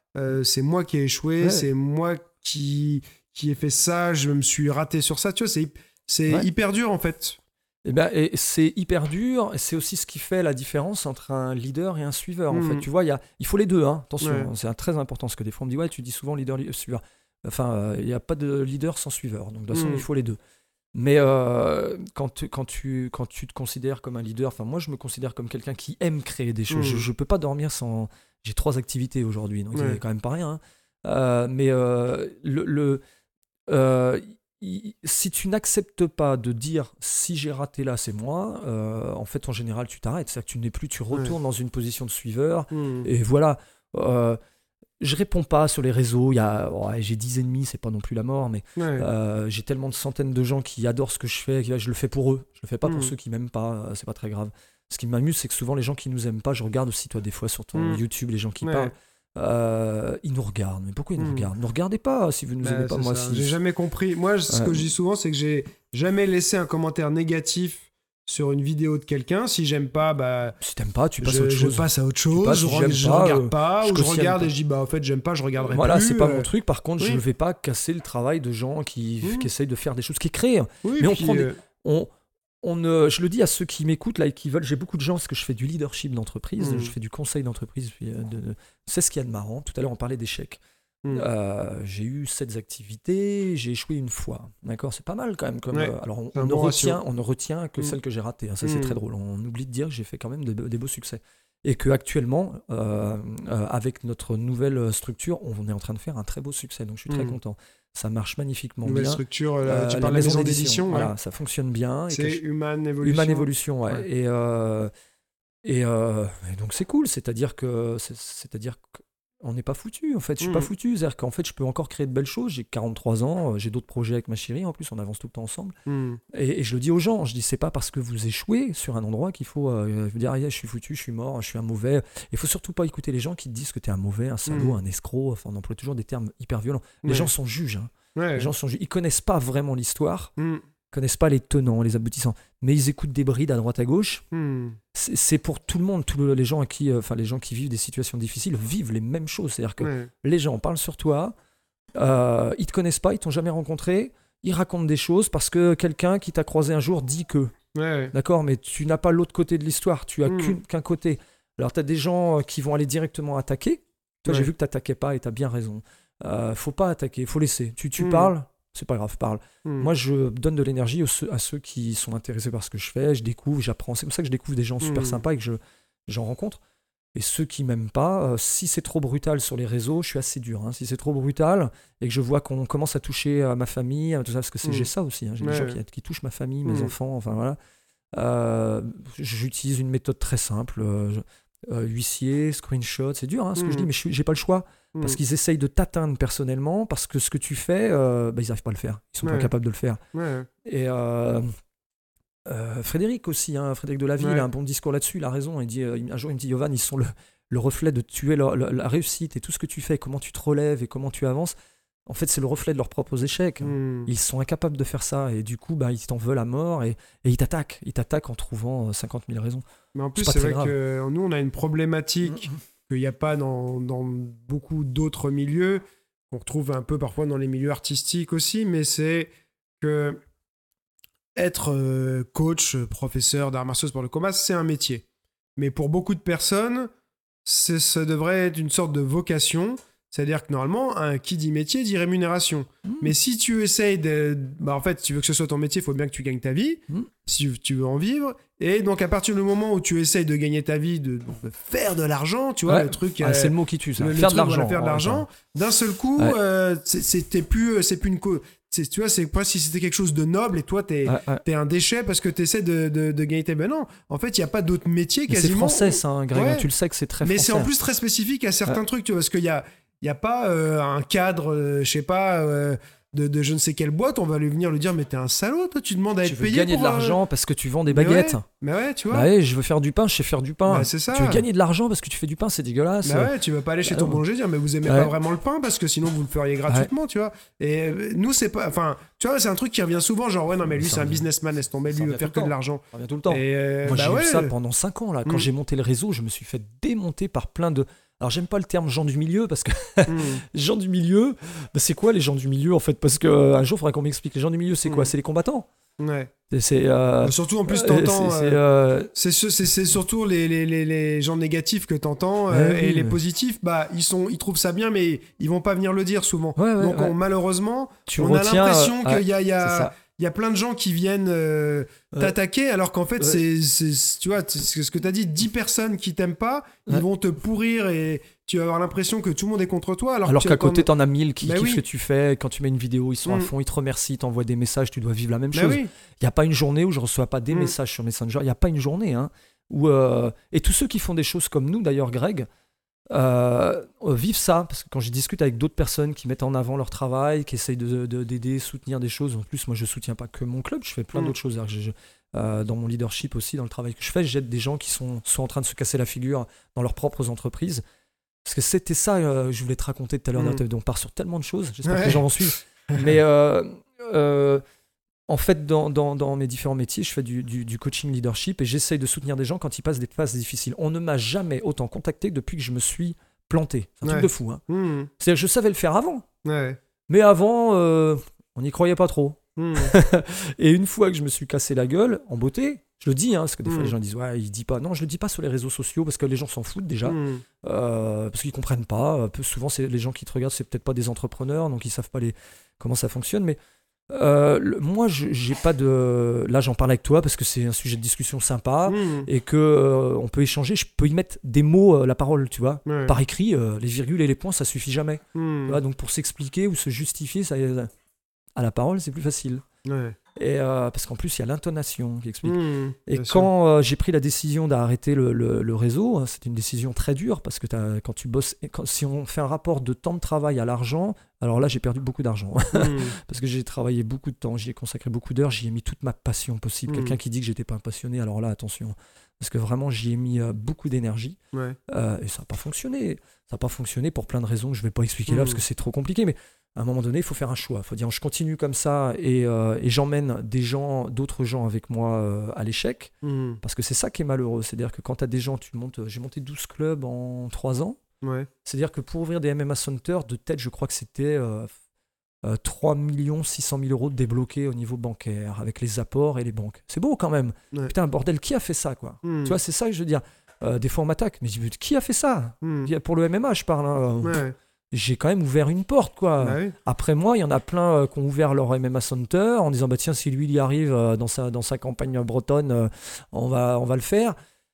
euh, c'est moi qui ai échoué, Ouais. c'est moi qui, qui ai fait ça, je me suis raté sur ça. Tu vois, c'est, c'est Ouais. hyper dur en fait. Et ben, et c'est hyper dur, et c'est aussi ce qui fait la différence entre un leader et un suiveur. En Mhm. fait, tu vois, il y a, il faut les deux, hein. Attention, Ouais. hein, c'est un- très important, parce que des fois on me dit, ouais, tu dis souvent leader, li- suiveur. Enfin, euh, il n'y a pas de leader sans suiveur, donc de toute façon, Mhm. il faut les deux. Mais euh, quand, tu, quand, tu, quand tu te considères comme un leader, enfin, moi, je me considère comme quelqu'un qui aime créer des choses. Mhm. Je ne peux pas dormir sans. J'ai trois activités aujourd'hui, donc Ouais. c'est quand même pas rien, hein. Euh, mais euh, le. le euh, il- si tu n'acceptes pas de dire si j'ai raté là, c'est moi, euh, en fait, en général, tu t'arrêtes. C'est-à-dire que tu n'es plus, tu retournes dans une position de suiveur. Mhm. Et voilà. Euh, je réponds pas sur les réseaux. Il y a, ouais, j'ai dix ennemis, c'est pas non plus la mort, mais Ouais. euh, j'ai tellement de centaines de gens qui adorent ce que je fais, que je le fais pour eux. Je le fais pas pour Mhm. ceux qui m'aiment pas. euh, C'est pas très grave. Ce qui m'amuse, c'est que souvent les gens qui nous aiment pas, je regarde aussi toi des fois sur ton Mhm. YouTube les gens qui Ouais. parlent. Euh, ils nous regardent. Mais pourquoi ils nous Mhm. regardent? Ne regardez pas si vous ne nous Bah, aimez pas. c'est Moi, ça. si. J'ai jamais compris. Moi, ce Ouais. que je dis souvent, c'est que j'ai jamais laissé un commentaire négatif sur une vidéo de quelqu'un. Si j'aime pas, bah, Si t'aimes pas, tu passes à je, autre je chose. passe à autre chose. passes, je si re- j'aime je pas, regarde euh, pas, je ou je cautionne regarde pas. et je dis, bah, en fait, j'aime pas, je regarderai Voilà, plus. c'est pas euh, mon truc. Par contre, oui. je vais pas casser le travail de gens qui, Mhm. qui essayent de faire des choses, qui créent. Oui, Mais on puis, prend des- euh, On, on, euh, je le dis à ceux qui m'écoutent là et qui veulent. J'ai beaucoup de gens parce que je fais du leadership d'entreprise, Mhm. je fais du conseil d'entreprise. puis, euh, de- C'est ce qu'il y a de marrant. Tout à l'heure, on parlait d'échecs. Mhm. Euh, j'ai eu sept activités, j'ai échoué une fois. D'accord, c'est pas mal quand même. Comme, Ouais, euh, alors on, c'est un on ne bon ratio. retient, on ne retient que Mm. celles que j'ai ratées, hein. Ça c'est Mm. très drôle. On oublie de dire que j'ai fait quand même de- des beaux succès et que actuellement, euh, euh, avec notre nouvelle structure, on est en train de faire un très beau succès. Donc je suis très Mm. content. Ça marche magnifiquement nouvelle bien. structure, euh, Euh, tu la parles de la maison d'édition. ouais. voilà, ça fonctionne bien. et C'est que je- Human Evolution. Human Evolution, ouais. Ouais. Et, euh, et, euh, et donc c'est cool, c'est-à-dire que c'est- c'est-à-dire qu'on n'est pas foutu, en fait. Je suis pas Mm. foutu, c'est-à-dire qu'en fait, je peux encore créer de belles choses. J'ai quarante-trois ans, euh, j'ai d'autres projets avec ma chérie. En plus, on avance tout le temps ensemble. Hmm. Et, et je le dis aux gens, je dis c'est pas parce que vous échouez sur un endroit qu'il faut euh, vous dire ah, je suis foutu, je suis mort, je suis un mauvais. Il faut surtout pas écouter les gens qui te disent que tu es un mauvais, un salaud, Mm. un escroc. Enfin, on emploie toujours des termes hyper violents. Les Ouais. gens sont juges. hein. Ouais. Les gens sont juges. Ils connaissent pas vraiment l'histoire, Hmm. connaissent pas les tenants, les aboutissants, mais ils écoutent des brides à droite à gauche. Hmm. C'est c'est pour tout le monde, tous le- les gens à qui, euh, enfin les gens qui vivent des situations difficiles vivent les mêmes choses. C'est-à-dire que Ouais. les gens parlent sur toi, euh, ils te connaissent pas, ils t'ont jamais rencontré, ils racontent des choses parce que quelqu'un qui t'a croisé un jour dit que, Ouais. d'accord, mais tu n'as pas l'autre côté de l'histoire, tu as Mm. qu'une- qu'un côté. Alors tu as des gens euh, qui vont aller directement attaquer. Toi, j'ai Ouais. vu que tu n'attaquais pas et tu as bien raison. Euh, faut pas attaquer, faut laisser. Tu, tu Mm. parles, c'est pas grave, parle. Hmm. Moi, je donne de l'énergie aux ceux- à ceux qui sont intéressés par ce que je fais. Je découvre, j'apprends. C'est comme ça que je découvre des gens super Mm. sympas et que je, j'en rencontre. Et ceux qui m'aiment pas, euh, si c'est trop brutal sur les réseaux, je suis assez dur. hein. Si c'est trop brutal et que je vois qu'on commence à toucher à ma famille, à tout ça, parce que c'est, Mm. j'ai ça aussi. hein. J'ai Ouais, des gens ouais. qui, qui touchent ma famille, mes Mm. enfants, enfin voilà. Euh, j'utilise une méthode très simple. euh, je- euh, huissier, screenshot, c'est dur hein, ce que je Mm. dis, mais je suis- j'ai pas le choix. Hmm. Parce qu'ils essayent de t'atteindre personnellement, parce que ce que tu fais, euh, bah, ils n'arrivent pas à le faire. Ils sont pas Ouais. capables de le faire. Ouais. Et euh, euh, Frédéric aussi, hein, Frédéric Delaville, Ouais. il a un bon discours là-dessus, il a raison. Il dit, euh, un jour, il me dit, Yovan, ils sont le, le reflet de tuer leur- la, la réussite et tout ce que tu fais, comment tu te relèves et comment tu avances. En fait, c'est le reflet de leurs propres échecs. Hmm. Ils sont incapables de faire ça et du coup, bah, ils t'en veulent à mort et, et ils t'attaquent. Ils t'attaquent en trouvant euh, cinquante mille raisons. Mais en plus, pas c'est très vrai grave. que nous, on a une problématique qu'il n'y a pas dans, dans beaucoup d'autres milieux, qu'on retrouve un peu parfois dans les milieux artistiques aussi, mais c'est que être euh, coach, professeur d'arts martiaux pour le combat, c'est un métier. Mais pour beaucoup de personnes, c'est- ça devrait être une sorte de vocation. C'est-à-dire que normalement, un qui dit métier dit rémunération. Mmh. Mais si tu essayes de... Bah en fait, si tu veux que ce soit ton métier, il faut bien que tu gagnes ta vie, Mmh. si tu- tu veux en vivre. Et donc, à partir du moment où tu essayes de gagner ta vie, de, de faire de l'argent, tu vois, Ouais. le truc... Ah, euh, c'est le mot qui tue, ça. le- le faire, de truc, voilà, l'argent. faire de Ouais, l'argent, d'un seul coup, Ouais. euh, c'est- c'était plus, c'est plus une... Co- c'est- tu vois, c'est pas si c'était quelque chose de noble et toi, t'es... ouais, ouais. T'es un déchet parce que tu essaies de, de, de gagner ta vie. Ben non, en fait, il n'y a pas d'autre métier Mais c'est quasiment. français, ça, hein, Greg. Ouais. Tu le sais que c'est très Mais français. c'est en plus très spécifique à certains Ouais. trucs, tu vois, parce qu'il y a, il y a pas euh, un cadre, euh, je sais pas, euh, de, de je ne sais quelle boîte, on va lui venir lui dire, mais t'es un salaud, toi, tu demandes à Tu être veux payé gagner pour, de euh, l'argent parce que tu vends des mais baguettes. ouais, mais ouais, tu vois. Bah ouais, je veux faire du pain, je sais faire du pain. Bah, c'est ça. Tu veux gagner de l'argent parce que tu fais du pain, c'est dégueulasse. Bah ouais, tu vas pas aller chez Bah ton non. boulanger dire mais vous aimez Ouais. pas vraiment le pain parce que sinon vous le feriez gratuitement, tu vois. Et euh, nous c'est pas, enfin, tu vois, c'est un truc qui revient souvent, genre ouais non mais lui Ça c'est un revient. businessman, laisse tomber, Ça lui il veut revient faire tout que le de temps. l'argent. Ça revient tout le temps. Et euh, Moi, bah j'ai ouais. eu ça pendant cinq ans. Là. Quand Mm. j'ai monté le réseau, je me suis fait démonter par plein de. Alors, j'aime pas le terme gens du milieu parce que Mm. les gens du milieu, bah, c'est quoi les gens du milieu en fait? Parce qu'un jour, il faudrait qu'on m'explique. Les gens du milieu, c'est quoi? Mm. C'est les combattants. Ouais. C'est, c'est, euh, Bah, surtout en plus, euh, t'entends. c'est- c'est, euh, euh, C'est ce- c'est- c'est surtout les, les, les, les gens négatifs que t'entends euh, Ouais, et oui, les mais- positifs, bah ils sont ils trouvent ça bien mais ils vont pas venir le dire souvent. Ouais, ouais, Donc ouais. on- malheureusement, tu on a retiens, l'impression euh, qu'il y a il y c'est a ça. il y a plein de gens qui viennent euh, Ouais. t'attaquer alors qu'en fait Ouais. c'est, c'est tu vois c'est ce que t'as dit, dix personnes qui t'aiment pas, Ouais. ils vont te pourrir et tu vas avoir l'impression que tout le monde est contre toi alors, Alors que qu'à quand- côté, t'en as mille qui Bah kiffent oui. ce que tu fais. Quand tu mets une vidéo, ils sont à Mm. fond, ils te remercient, ils t'envoient des messages, tu dois vivre la même Bah chose. oui. Il n'y a pas une journée où je ne reçois pas des Mm. messages sur Messenger. Il n'y a pas une journée. Hein, où, euh, Et tous ceux qui font des choses comme nous, d'ailleurs, Greg, euh, euh, vivent ça. Parce que quand je discute avec d'autres personnes qui mettent en avant leur travail, qui essayent de, de- d'aider, soutenir des choses. En plus, moi, je ne soutiens pas que mon club. Je fais plein Mm. d'autres choses. Alors, je- je- euh, dans mon leadership aussi, dans le travail que je fais, j'aide des gens qui sont soit en train de se casser la figure dans leurs propres entreprises. Parce que c'était ça euh, que je voulais te raconter tout à l'heure. Mm. On part sur tellement de choses. J'espère Ouais. que les gens vont suivre. Mais euh, euh, en fait, dans, dans, dans mes différents métiers, je fais du, du, du coaching leadership et j'essaye de soutenir des gens quand ils passent des phases difficiles. On ne m'a jamais autant contacté depuis que je me suis planté. C'est un Ouais. truc de fou. Hein. Mm. C'est-à-dire que je savais le faire avant. Ouais. Mais avant, euh, on n'y croyait pas trop. Mm. Et une fois que je me suis cassé la gueule, en beauté, je le dis, hein, parce que des fois Mm. les gens disent ouais, il dit pas. Non, je le dis pas sur les réseaux sociaux parce que les gens s'en foutent déjà, Mm. euh, parce qu'ils comprennent pas. Euh, peu- souvent, c'est les gens qui te regardent, c'est peut-être pas des entrepreneurs, donc ils savent pas les comment ça fonctionne. Mais euh, le- moi, je- j'ai pas de. Là, j'en parle avec toi parce que c'est un sujet de discussion sympa Mm. et que euh, on peut échanger. Je peux y mettre des mots, euh, la parole, tu vois. Ouais. Par écrit, euh, les virgules et les points, ça suffit jamais. Mm. Tu vois, donc pour s'expliquer ou se justifier, ça, à la parole, c'est plus facile. Ouais. Et euh, parce qu'en plus, il y a l'intonation qui explique. Mm. Et Bien sûr. quand euh, j'ai pris la décision d'arrêter le, le- le réseau, hein, c'était une décision très dure parce que t'as- quand tu bosses, et quand- si on fait un rapport de temps de travail à l'argent, alors là j'ai perdu beaucoup d'argent Mm. parce que j'ai travaillé beaucoup de temps, j'y ai consacré beaucoup d'heures, j'y ai mis toute ma passion possible. Mm. Quelqu'un qui dit que j'étais pas un passionné, alors là attention, parce que vraiment j'y ai mis euh, beaucoup d'énergie Ouais. euh, et ça n'a pas fonctionné. Ça n'a pas fonctionné pour plein de raisons que je ne vais pas expliquer là Mm. parce que c'est trop compliqué. Mais à un moment donné, il faut faire un choix. Il faut dire je continue comme ça et, euh, et j'emmène des gens, d'autres gens avec moi euh, à l'échec. Mm. Parce que c'est ça qui est malheureux. C'est-à-dire que quand tu as des gens, tu montes. J'ai monté douze clubs en trois ans. Ouais. C'est-à-dire que pour ouvrir des M M A Center, de tête, je crois que c'était euh, euh, trois millions six cent mille euros débloqués au niveau bancaire avec les apports et les banques. C'est beau quand même. Ouais. Putain, bordel, qui a fait ça quoi Mm. Tu vois, c'est ça que je veux dire. Euh, des fois, on m'attaque. Mais je dis, qui a fait ça Mm. Il y a- Pour le M M A, je parle. hein. Ouais. J'ai quand même ouvert une porte, quoi. Bah oui. Après moi, il y en a plein euh, qui ont ouvert leur M M A Center en disant, bah tiens, si lui, il y arrive euh, dans, sa, dans sa campagne bretonne, euh, on, va, on va le faire.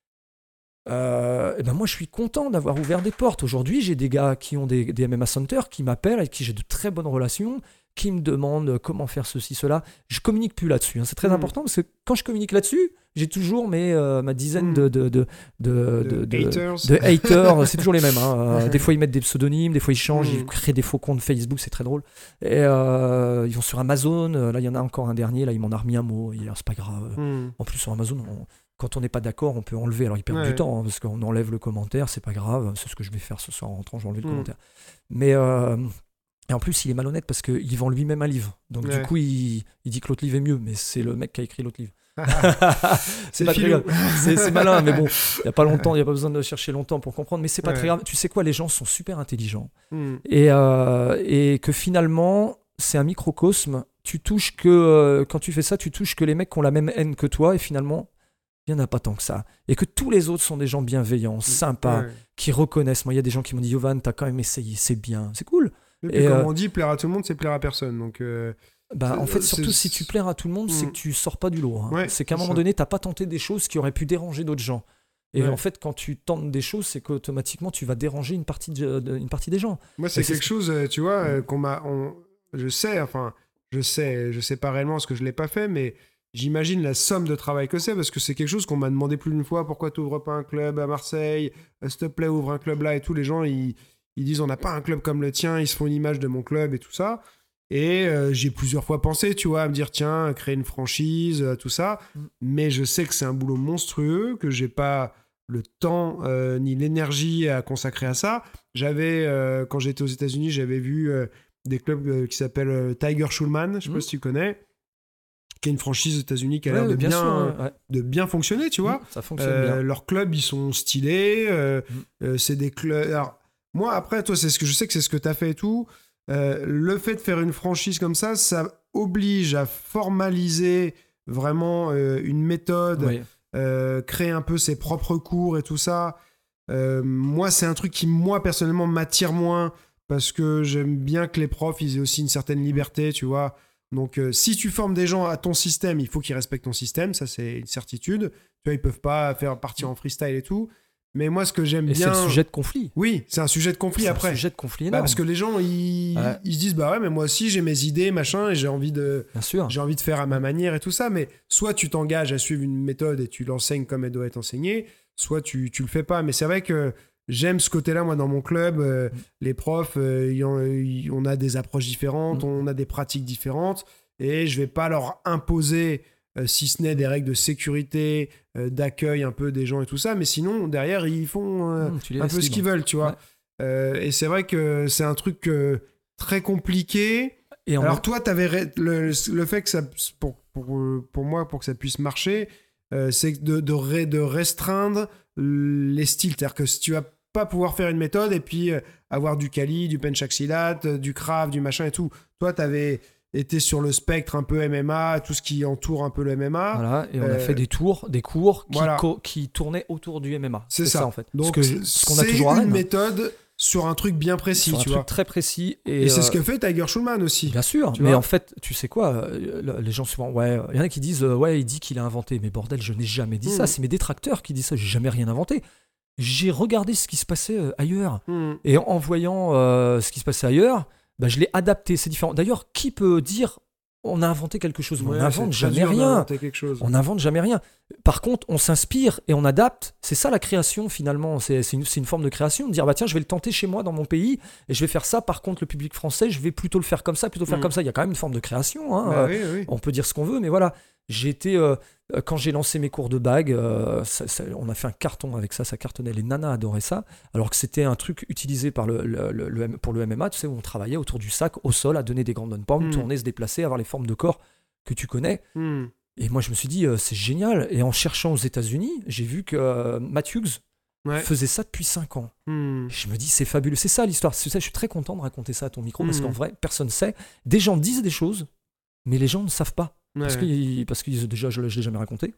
Euh, et ben moi, je suis content d'avoir ouvert des portes. Aujourd'hui, j'ai des gars qui ont des, des M M A Center qui m'appellent, avec qui j'ai de très bonnes relations, qui me demandent comment faire ceci, cela. Je communique plus là-dessus. hein. C'est très Mm. important parce que quand je communique là-dessus, j'ai toujours mes, euh, ma dizaine Mm. de, de, de, de, De de- de- haters. de haters. C'est toujours les mêmes. hein. Euh, Des fois, ils mettent des pseudonymes, des fois, ils changent, Mm. ils créent des faux comptes Facebook, c'est très drôle. Et euh, ils vont sur Amazon. euh, Là, il y en a encore un dernier. Là, il m'en a remis un mot hier, c'est pas grave. Mm. En plus, sur Amazon, on- quand on n'est pas d'accord, on peut enlever. Alors, ils perdent Ouais. du temps hein, parce qu'on enlève le commentaire, c'est pas grave. C'est ce que je vais faire ce soir en rentrant, je vais enlever le Mm. commentaire. Mais. euh, et en plus, il est malhonnête parce qu'il vend lui-même un livre. Donc, Ouais. du coup, il, il dit que l'autre livre est mieux, mais c'est le mec qui a écrit l'autre livre. C'est pas très filou. grave. C'est c'est malin, mais bon, il n'y a pas longtemps, il n'y a pas besoin de chercher longtemps pour comprendre, mais c'est pas Ouais. très grave. Tu sais quoi, les gens sont super intelligents. Mm. Et, euh, et que finalement, c'est un microcosme. Tu touches que, euh, quand tu fais ça, tu touches que les mecs qui ont la même haine que toi, et finalement, il n'y en a pas tant que ça. Et que tous les autres sont des gens bienveillants, sympas, Ouais. qui reconnaissent. Moi, il y a des gens qui m'ont dit, Yovan, t'as quand même essayé, c'est bien, c'est cool. Et puis, Et, comme euh, on dit, plaire à tout le monde, c'est plaire à personne. Donc, euh, Bah, C'est- en fait, c'est- surtout si tu plais à tout le monde, c'est Mm. que tu sors pas du lot. hein. Ouais, c'est qu'à un c'est moment ça. donné, t'as pas tenté des choses qui auraient pu déranger d'autres gens. Et Ouais. en fait, quand tu tentes des choses, c'est qu'automatiquement, tu vas déranger une partie, de- de- une partie des gens. moi, c'est Et c'est quelque ce- chose, euh, tu vois, euh, qu'on m'a. on- Je sais, enfin, je sais, je sais pas réellement parce que je l'ai pas fait, mais j'imagine la somme de travail que c'est parce que c'est quelque chose qu'on m'a demandé plus d'une fois. Pourquoi tu ouvres pas un club à Marseille? Euh, S'il te plaît, ouvre un club là et tout. Les gens, ils, ils disent on n'a pas un club comme le tien, ils se font une image de mon club et tout ça. Et euh, j'ai plusieurs fois pensé, tu vois, à me dire tiens, créer une franchise, euh, tout ça. Mm. Mais je sais que c'est un boulot monstrueux, que j'ai pas le temps euh, ni l'énergie à consacrer à ça. J'avais, euh, quand j'étais aux États-Unis, j'avais vu euh, des clubs euh, qui s'appellent euh, Tiger Schulman, je sais Mm. pas si tu connais, qui est une franchise aux États-Unis qui a Ouais, l'air de bien bien, sûr, ouais, ouais. de bien fonctionner, tu vois. Ça fonctionne Euh, bien. leurs clubs, ils sont stylés. euh, Mm. euh, c'est des clubs. Alors, moi, après, toi, c'est ce que je sais que c'est ce que tu as fait et tout. Euh, le fait de faire une franchise comme ça, ça oblige à formaliser vraiment euh, une méthode, Oui. euh, créer un peu ses propres cours et tout ça. Euh, moi, c'est un truc qui, moi, personnellement, m'attire moins parce que j'aime bien que les profs, ils aient aussi une certaine liberté, tu vois. Donc, euh, si tu formes des gens à ton système, il faut qu'ils respectent ton système, ça, c'est une certitude. Tu vois, ils peuvent pas faire partir en freestyle et tout. Mais moi, ce que j'aime Et bien... c'est le sujet de conflit. Oui, c'est un sujet de conflit C'est après. un sujet de conflit Bah, énorme. parce que les gens, ils, Ouais. ils se disent, bah ouais, mais moi aussi, j'ai mes idées, machin, et j'ai envie de... Bien sûr. J'ai envie de faire à ma manière et tout ça, mais soit tu t'engages à suivre une méthode et tu l'enseignes comme elle doit être enseignée, soit tu, tu le fais pas. Mais c'est vrai que j'aime ce côté-là, moi, dans mon club. euh, Mm. Les profs, euh, y en- y- on a des approches différentes, Mm. on a des pratiques différentes, et je vais pas leur imposer, euh, si ce n'est des règles de sécurité, euh, d'accueil un peu des gens et tout ça, mais sinon, derrière, ils font euh, Mmh, tu les un laisses peu ce libres. qu'ils veulent, tu vois. Ouais. Euh, et c'est vrai que c'est un truc euh, très compliqué. Et en Alors même- toi, t'avais ré- le, le fait que ça, pour, pour, euh, pour moi, pour que ça puisse marcher, euh, c'est de, de, ré- de restreindre les styles. C'est-à-dire que si tu vas pas pouvoir faire une méthode et puis euh, avoir du Kali, du penchaxilat, euh, du Krav, du machin et tout. Toi, t'avais été sur le spectre un peu M M A, tout ce qui entoure un peu le M M A. Voilà, et on Euh, a fait des tours, des cours qui, voilà. co- qui tournaient autour du M M A. C'est ça. en fait. Donc, ce que- ce qu'on a c'est toujours à une Rennes. méthode sur un truc bien précis, Sur un tu truc vois. très précis. Et, Et c'est euh, ce que fait Tiger Schulman aussi. Bien sûr, Tu mais vois. en fait, tu sais quoi, euh, le- les gens souvent, ouais, il y en a qui disent, euh, ouais, il dit qu'il a inventé, mais bordel, je n'ai jamais dit Mm. ça, c'est mes détracteurs qui disent ça, j'ai jamais rien inventé. J'ai regardé ce qui se passait euh, ailleurs, Hmm. et en, en voyant euh, ce qui se passait ailleurs, bah, je l'ai adapté, c'est différent. D'ailleurs, qui peut dire, on a inventé quelque chose, mais Ouais, on n'invente c'est très jamais dur rien. d'inventer quelque chose. On n'invente jamais rien. Par contre, on s'inspire et on adapte. C'est ça la création finalement. C'est c'est une, c'est une forme de création. De dire, bah tiens, je vais le tenter chez moi dans mon pays et je vais faire ça. Par contre, le public français, je vais plutôt le faire comme ça, plutôt le faire Mm. comme ça. Il y a quand même une forme de création. Hein. Bah Euh, oui, oui. On peut dire ce qu'on veut, mais voilà. J'ai été, euh, euh, quand j'ai lancé mes cours de bague, euh, ça- ça- on a fait un carton avec ça, ça cartonnait. Les nanas adoraient ça, alors que c'était un truc utilisé par le, le- le- le M- pour le M M A, tu sais, où on travaillait autour du sac, au sol, à donner des grandes pommes, Mm. tourner, se déplacer, avoir les formes de corps que tu connais. Hmm. Et moi, je me suis dit, euh, c'est génial. Et en cherchant aux États-Unis, j'ai vu que euh, Matt Hughes Ouais. faisait ça depuis cinq ans. Hmm. Et je me dis, c'est fabuleux. C'est ça l'histoire. C'est ça, je suis très content de raconter ça à ton micro parce Mhm. qu'en vrai, personne ne sait. Des gens disent des choses, mais les gens ne savent pas. Parce Ouais. qu'ils, parce qu'ils déjà, je ne l'ai jamais raconté.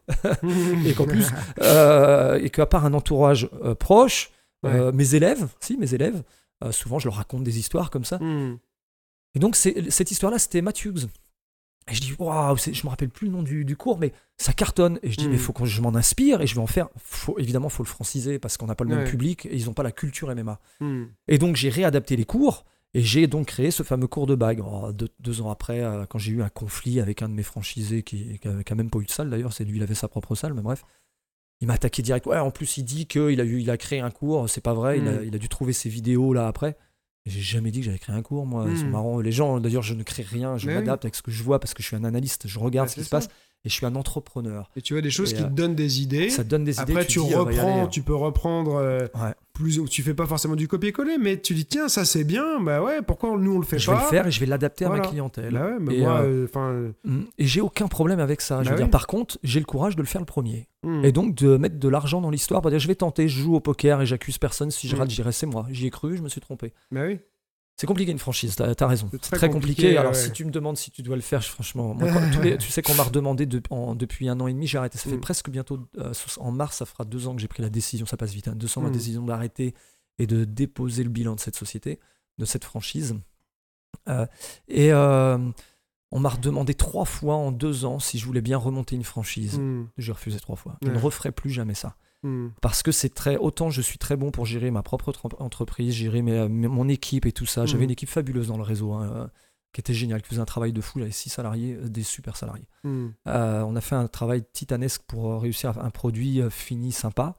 Et qu'en plus, euh, et qu'à part un entourage euh, proche, euh, mes élèves, si, mes élèves, euh, souvent je leur raconte des histoires comme ça. Hmm. Et donc, c'est, cette histoire-là, c'était Matt Hughes. Et je dis, waouh, c'est- je me rappelle plus le nom du, du cours, mais ça cartonne. Et je dis, Mm. mais il faut que je m'en inspire et je vais en faire. Faut, évidemment, il faut le franciser parce qu'on n'a pas le même Ouais. public et ils n'ont pas la culture M M A. Hmm. Et donc, j'ai réadapté les cours et j'ai donc créé ce fameux cours de bague. Oh, deux, deux ans après, euh, quand j'ai eu un conflit avec un de mes franchisés qui n'a même pas eu de salle d'ailleurs, c'est lui, il avait sa propre salle, mais bref. Il m'a attaqué direct. Ouais, en plus, il dit qu'il a, eu- il a créé un cours, c'est pas vrai, il, a, Mm. il a dû trouver ses vidéos là après. Et j'ai jamais dit que j'avais créé un cours, moi. Ils sont Mm. marrants. Les gens, d'ailleurs, je ne crée rien, je Mais m'adapte avec ce que je vois parce que je suis un analyste, je regarde Bah, ce qui c'est se ça. passe et je suis un entrepreneur. Et tu vois des choses Et, qui euh, te donnent des idées. Ça te donne des idées. Après, tu, te dis, ah, va y aller, reprends, hein. tu peux reprendre euh, Ouais. plus. Tu fais pas forcément du copier-coller, mais tu dis tiens, ça c'est bien. Bah ouais, pourquoi nous on le fait Je pas vais le faire et je vais l'adapter à Voilà. ma clientèle. Bah ouais, mais Et, moi, euh, euh, enfin. Mm. Et j'ai aucun problème avec ça. Je Bah veux dire, oui. par contre, j'ai le courage de le faire le premier. hmm. Et donc de mettre de l'argent dans l'histoire. Pour dire, je vais tenter, je joue au poker et j'accuse personne. Si je Mm. rate, je dirais c'est moi. J'y ai cru, je me suis trompé. Bah oui. C'est compliqué une franchise, t'as as raison. C'est C'est très très, compliqué. compliqué, Alors ouais. si tu me demandes si tu dois le faire, je- franchement, moi, quand- tous les- tu sais qu'on m'a redemandé de- en- depuis un an et demi, j'ai arrêté. Ça fait Mm. presque bientôt, euh, en mars, ça fera deux ans que j'ai pris la décision, ça passe vite, hein, deux ans ma Mm. décision d'arrêter et de déposer le bilan de cette société, de cette franchise. Euh, et euh, on m'a redemandé trois fois en deux ans si je voulais bien remonter une franchise. Hmm. J'ai refusé trois fois. Je Ouais. ne referai plus jamais ça. Hmm. Parce que c'est très. Autant je suis très bon pour gérer ma propre tra- entreprise, gérer mes- mes- mon équipe et tout ça. J'avais Mhm. une équipe fabuleuse dans le réseau, hein, euh, qui était géniale, qui faisait un travail de fou. J'avais six salariés, euh, des super salariés. Hmm. Euh, on a fait un travail titanesque pour euh, réussir un produit euh, fini, sympa.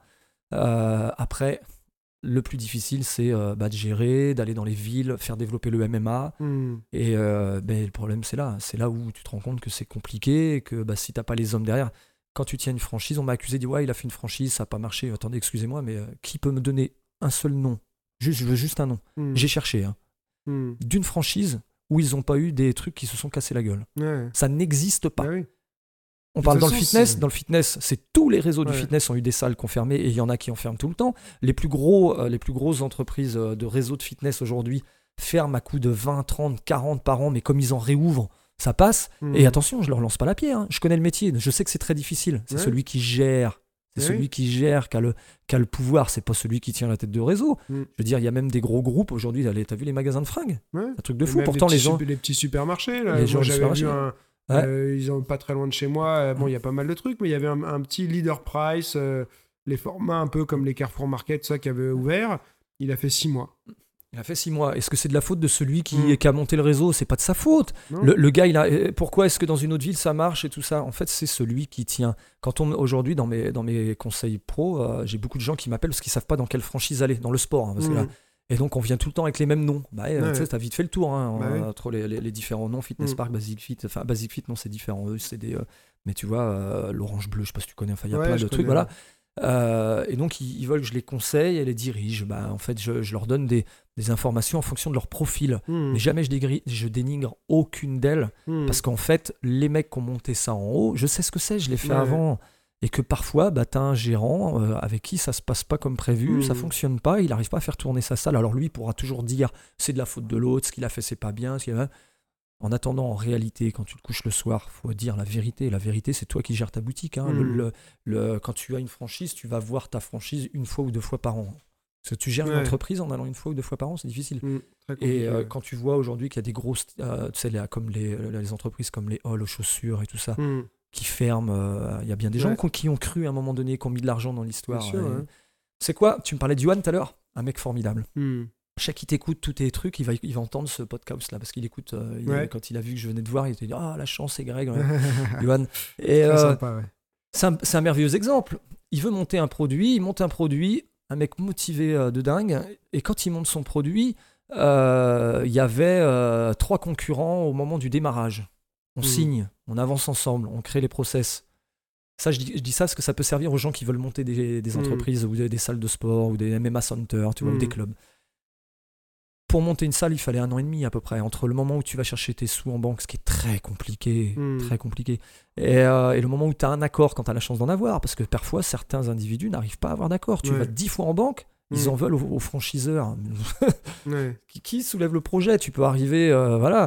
Euh, après, le plus difficile, c'est euh, bah, de gérer, d'aller dans les villes, faire développer le M M A. Hmm. Et euh, ben, le problème, c'est là. C'est là où tu te rends compte que c'est compliqué et que bah, si tu n'as pas les hommes derrière. Quand tu tiens une franchise, on m'a accusé de dire ouais, il a fait une franchise, ça n'a pas marché. Attendez, excusez-moi, mais euh, qui peut me donner un seul nom? Juste, je veux juste un nom. Hmm. J'ai cherché. Hein, Hmm. d'une franchise où ils n'ont pas eu des trucs qui se sont cassés la gueule. Ouais. Ça n'existe pas. Bah oui. On parle toute dans le façon, fitness. c'est- Dans le fitness, c'est tous les réseaux du Ouais. fitness ont eu des salles qu'on fermait et il y en a qui en ferment tout le temps. Les plus gros, euh, les plus grosses entreprises euh, de réseaux de fitness aujourd'hui ferment à coût de vingt, trente, quarante par an, mais comme ils en réouvrent, ça passe. Mm. Et attention, je leur lance pas la pierre. hein. Je connais le métier. Je sais que c'est très difficile. C'est Ouais. celui qui gère. C'est Eh celui oui. qui gère, qui a, le, qui a le pouvoir. C'est pas celui qui tient la tête de réseau. Mm. Je veux dire, il y a même des gros groupes aujourd'hui. Allez, t'as vu les magasins de fringues? Ouais. Un truc de Et fou. même Pourtant, les les petits, gens. sup- les petits supermarchés, là. Les Moi, gens du j'avais vu supermarché. un. Ouais. euh, ils ont pas très loin de chez moi. euh, Bon, il y a pas mal de trucs, mais il y avait un, un petit leader price, euh, les formats un peu comme les Carrefour Market, tout ça, qui avait ouvert. Il a fait six mois. Il a fait six mois. Est-ce que c'est de la faute de celui qui, Mm. qui a monté le réseau? C'est pas de sa faute. Non. Le, le gars, il a. euh, Pourquoi est-ce que dans une autre ville ça marche et tout ça? En fait, c'est celui qui tient. Quand on aujourd'hui dans mes dans mes conseils pro, euh, j'ai beaucoup de gens qui m'appellent parce qu'ils savent pas dans quelle franchise aller dans le sport. hein, parce que Mm. là- et donc on vient tout le temps avec les mêmes noms. Bah, euh, Ouais. tu sais, t'as vite fait le tour hein, Bah en- oui. entre les, les- les différents noms. Fitness Mm. Park, Basic Fit. Enfin, Basic Fit, non, c'est différent. Eux, c'est des. euh, mais tu vois, euh, l'orange bleu, je sais pas si tu connais. Enfin, il y a Ouais, plein je de trucs. connais, Voilà. Euh, et donc ils, ils veulent que je les conseille et les dirige. Bah, en fait, je, je leur donne des, des informations en fonction de leur profil. Mm. Mais jamais je, dégri- je dénigre aucune d'elles. Mm. Parce qu'en fait, les mecs qui ont monté ça en haut, je sais ce que c'est, je l'ai fait Ouais. avant. Et que parfois, bah, tu as un gérant euh, avec qui ça se passe pas comme prévu, Mhm. ça fonctionne pas, il n'arrive pas à faire tourner sa salle. Alors lui, il pourra toujours dire c'est de la faute de l'autre, ce qu'il a fait, c'est pas bien. Ce qu'il a... En attendant, en réalité, quand tu te couches le soir, faut dire la vérité. La vérité, c'est toi qui gères ta boutique. hein. Le- Mhm. le- le- quand tu as une franchise, tu vas voir ta franchise une fois ou deux fois par an. Parce que tu gères une Ouais. entreprise en allant une fois ou deux fois par an, c'est difficile. Mm. Très compliqué, Et euh, ouais. quand tu vois aujourd'hui qu'il y a des grosses, euh, tu sais, les- comme les, les entreprises comme les halls aux chaussures et tout ça, Mm. qui ferment, euh, il y a bien des gens Ouais. qui ont, qui ont cru à un moment donné, qui ont mis de l'argent dans l'histoire. Bien sûr, Et ouais. C'est quoi? Tu me parlais de Johan tout à l'heure? Un mec formidable. Mm. Je sais qu'il t'écoute tous tes trucs, il va, il va entendre ce podcast là parce qu'il écoute. euh, il- Ouais. quand il a vu que je venais de voir, il était dit ah la chance c'est Greg, ouais. Johan. Et Très euh, sympa, ouais. c'est un, c'est un merveilleux exemple. Il veut monter un produit, il monte un produit, un mec motivé euh, de dingue. Et quand il monte son produit, euh, il y avait euh, trois concurrents au moment du démarrage. On Mhm. signe, on avance ensemble, on crée les process. Ça, je dis, je dis ça parce que ça peut servir aux gens qui veulent monter des, des Mhm. entreprises ou des, des salles de sport ou des M M A centers, tu vois, ou des Mhm. clubs. Pour monter une salle, il fallait un an et demi à peu près, entre le moment où tu vas chercher tes sous en banque, ce qui est très compliqué, Mhm. très compliqué, et, euh, et le moment où tu as un accord quand tu as la chance d'en avoir, parce que parfois certains individus n'arrivent pas à avoir d'accord. Tu Ouais. vas dix fois en banque, ils Mhm. en veulent aux, aux franchiseurs. Ouais. qui, qui soulève le projet? Tu peux arriver, euh, voilà.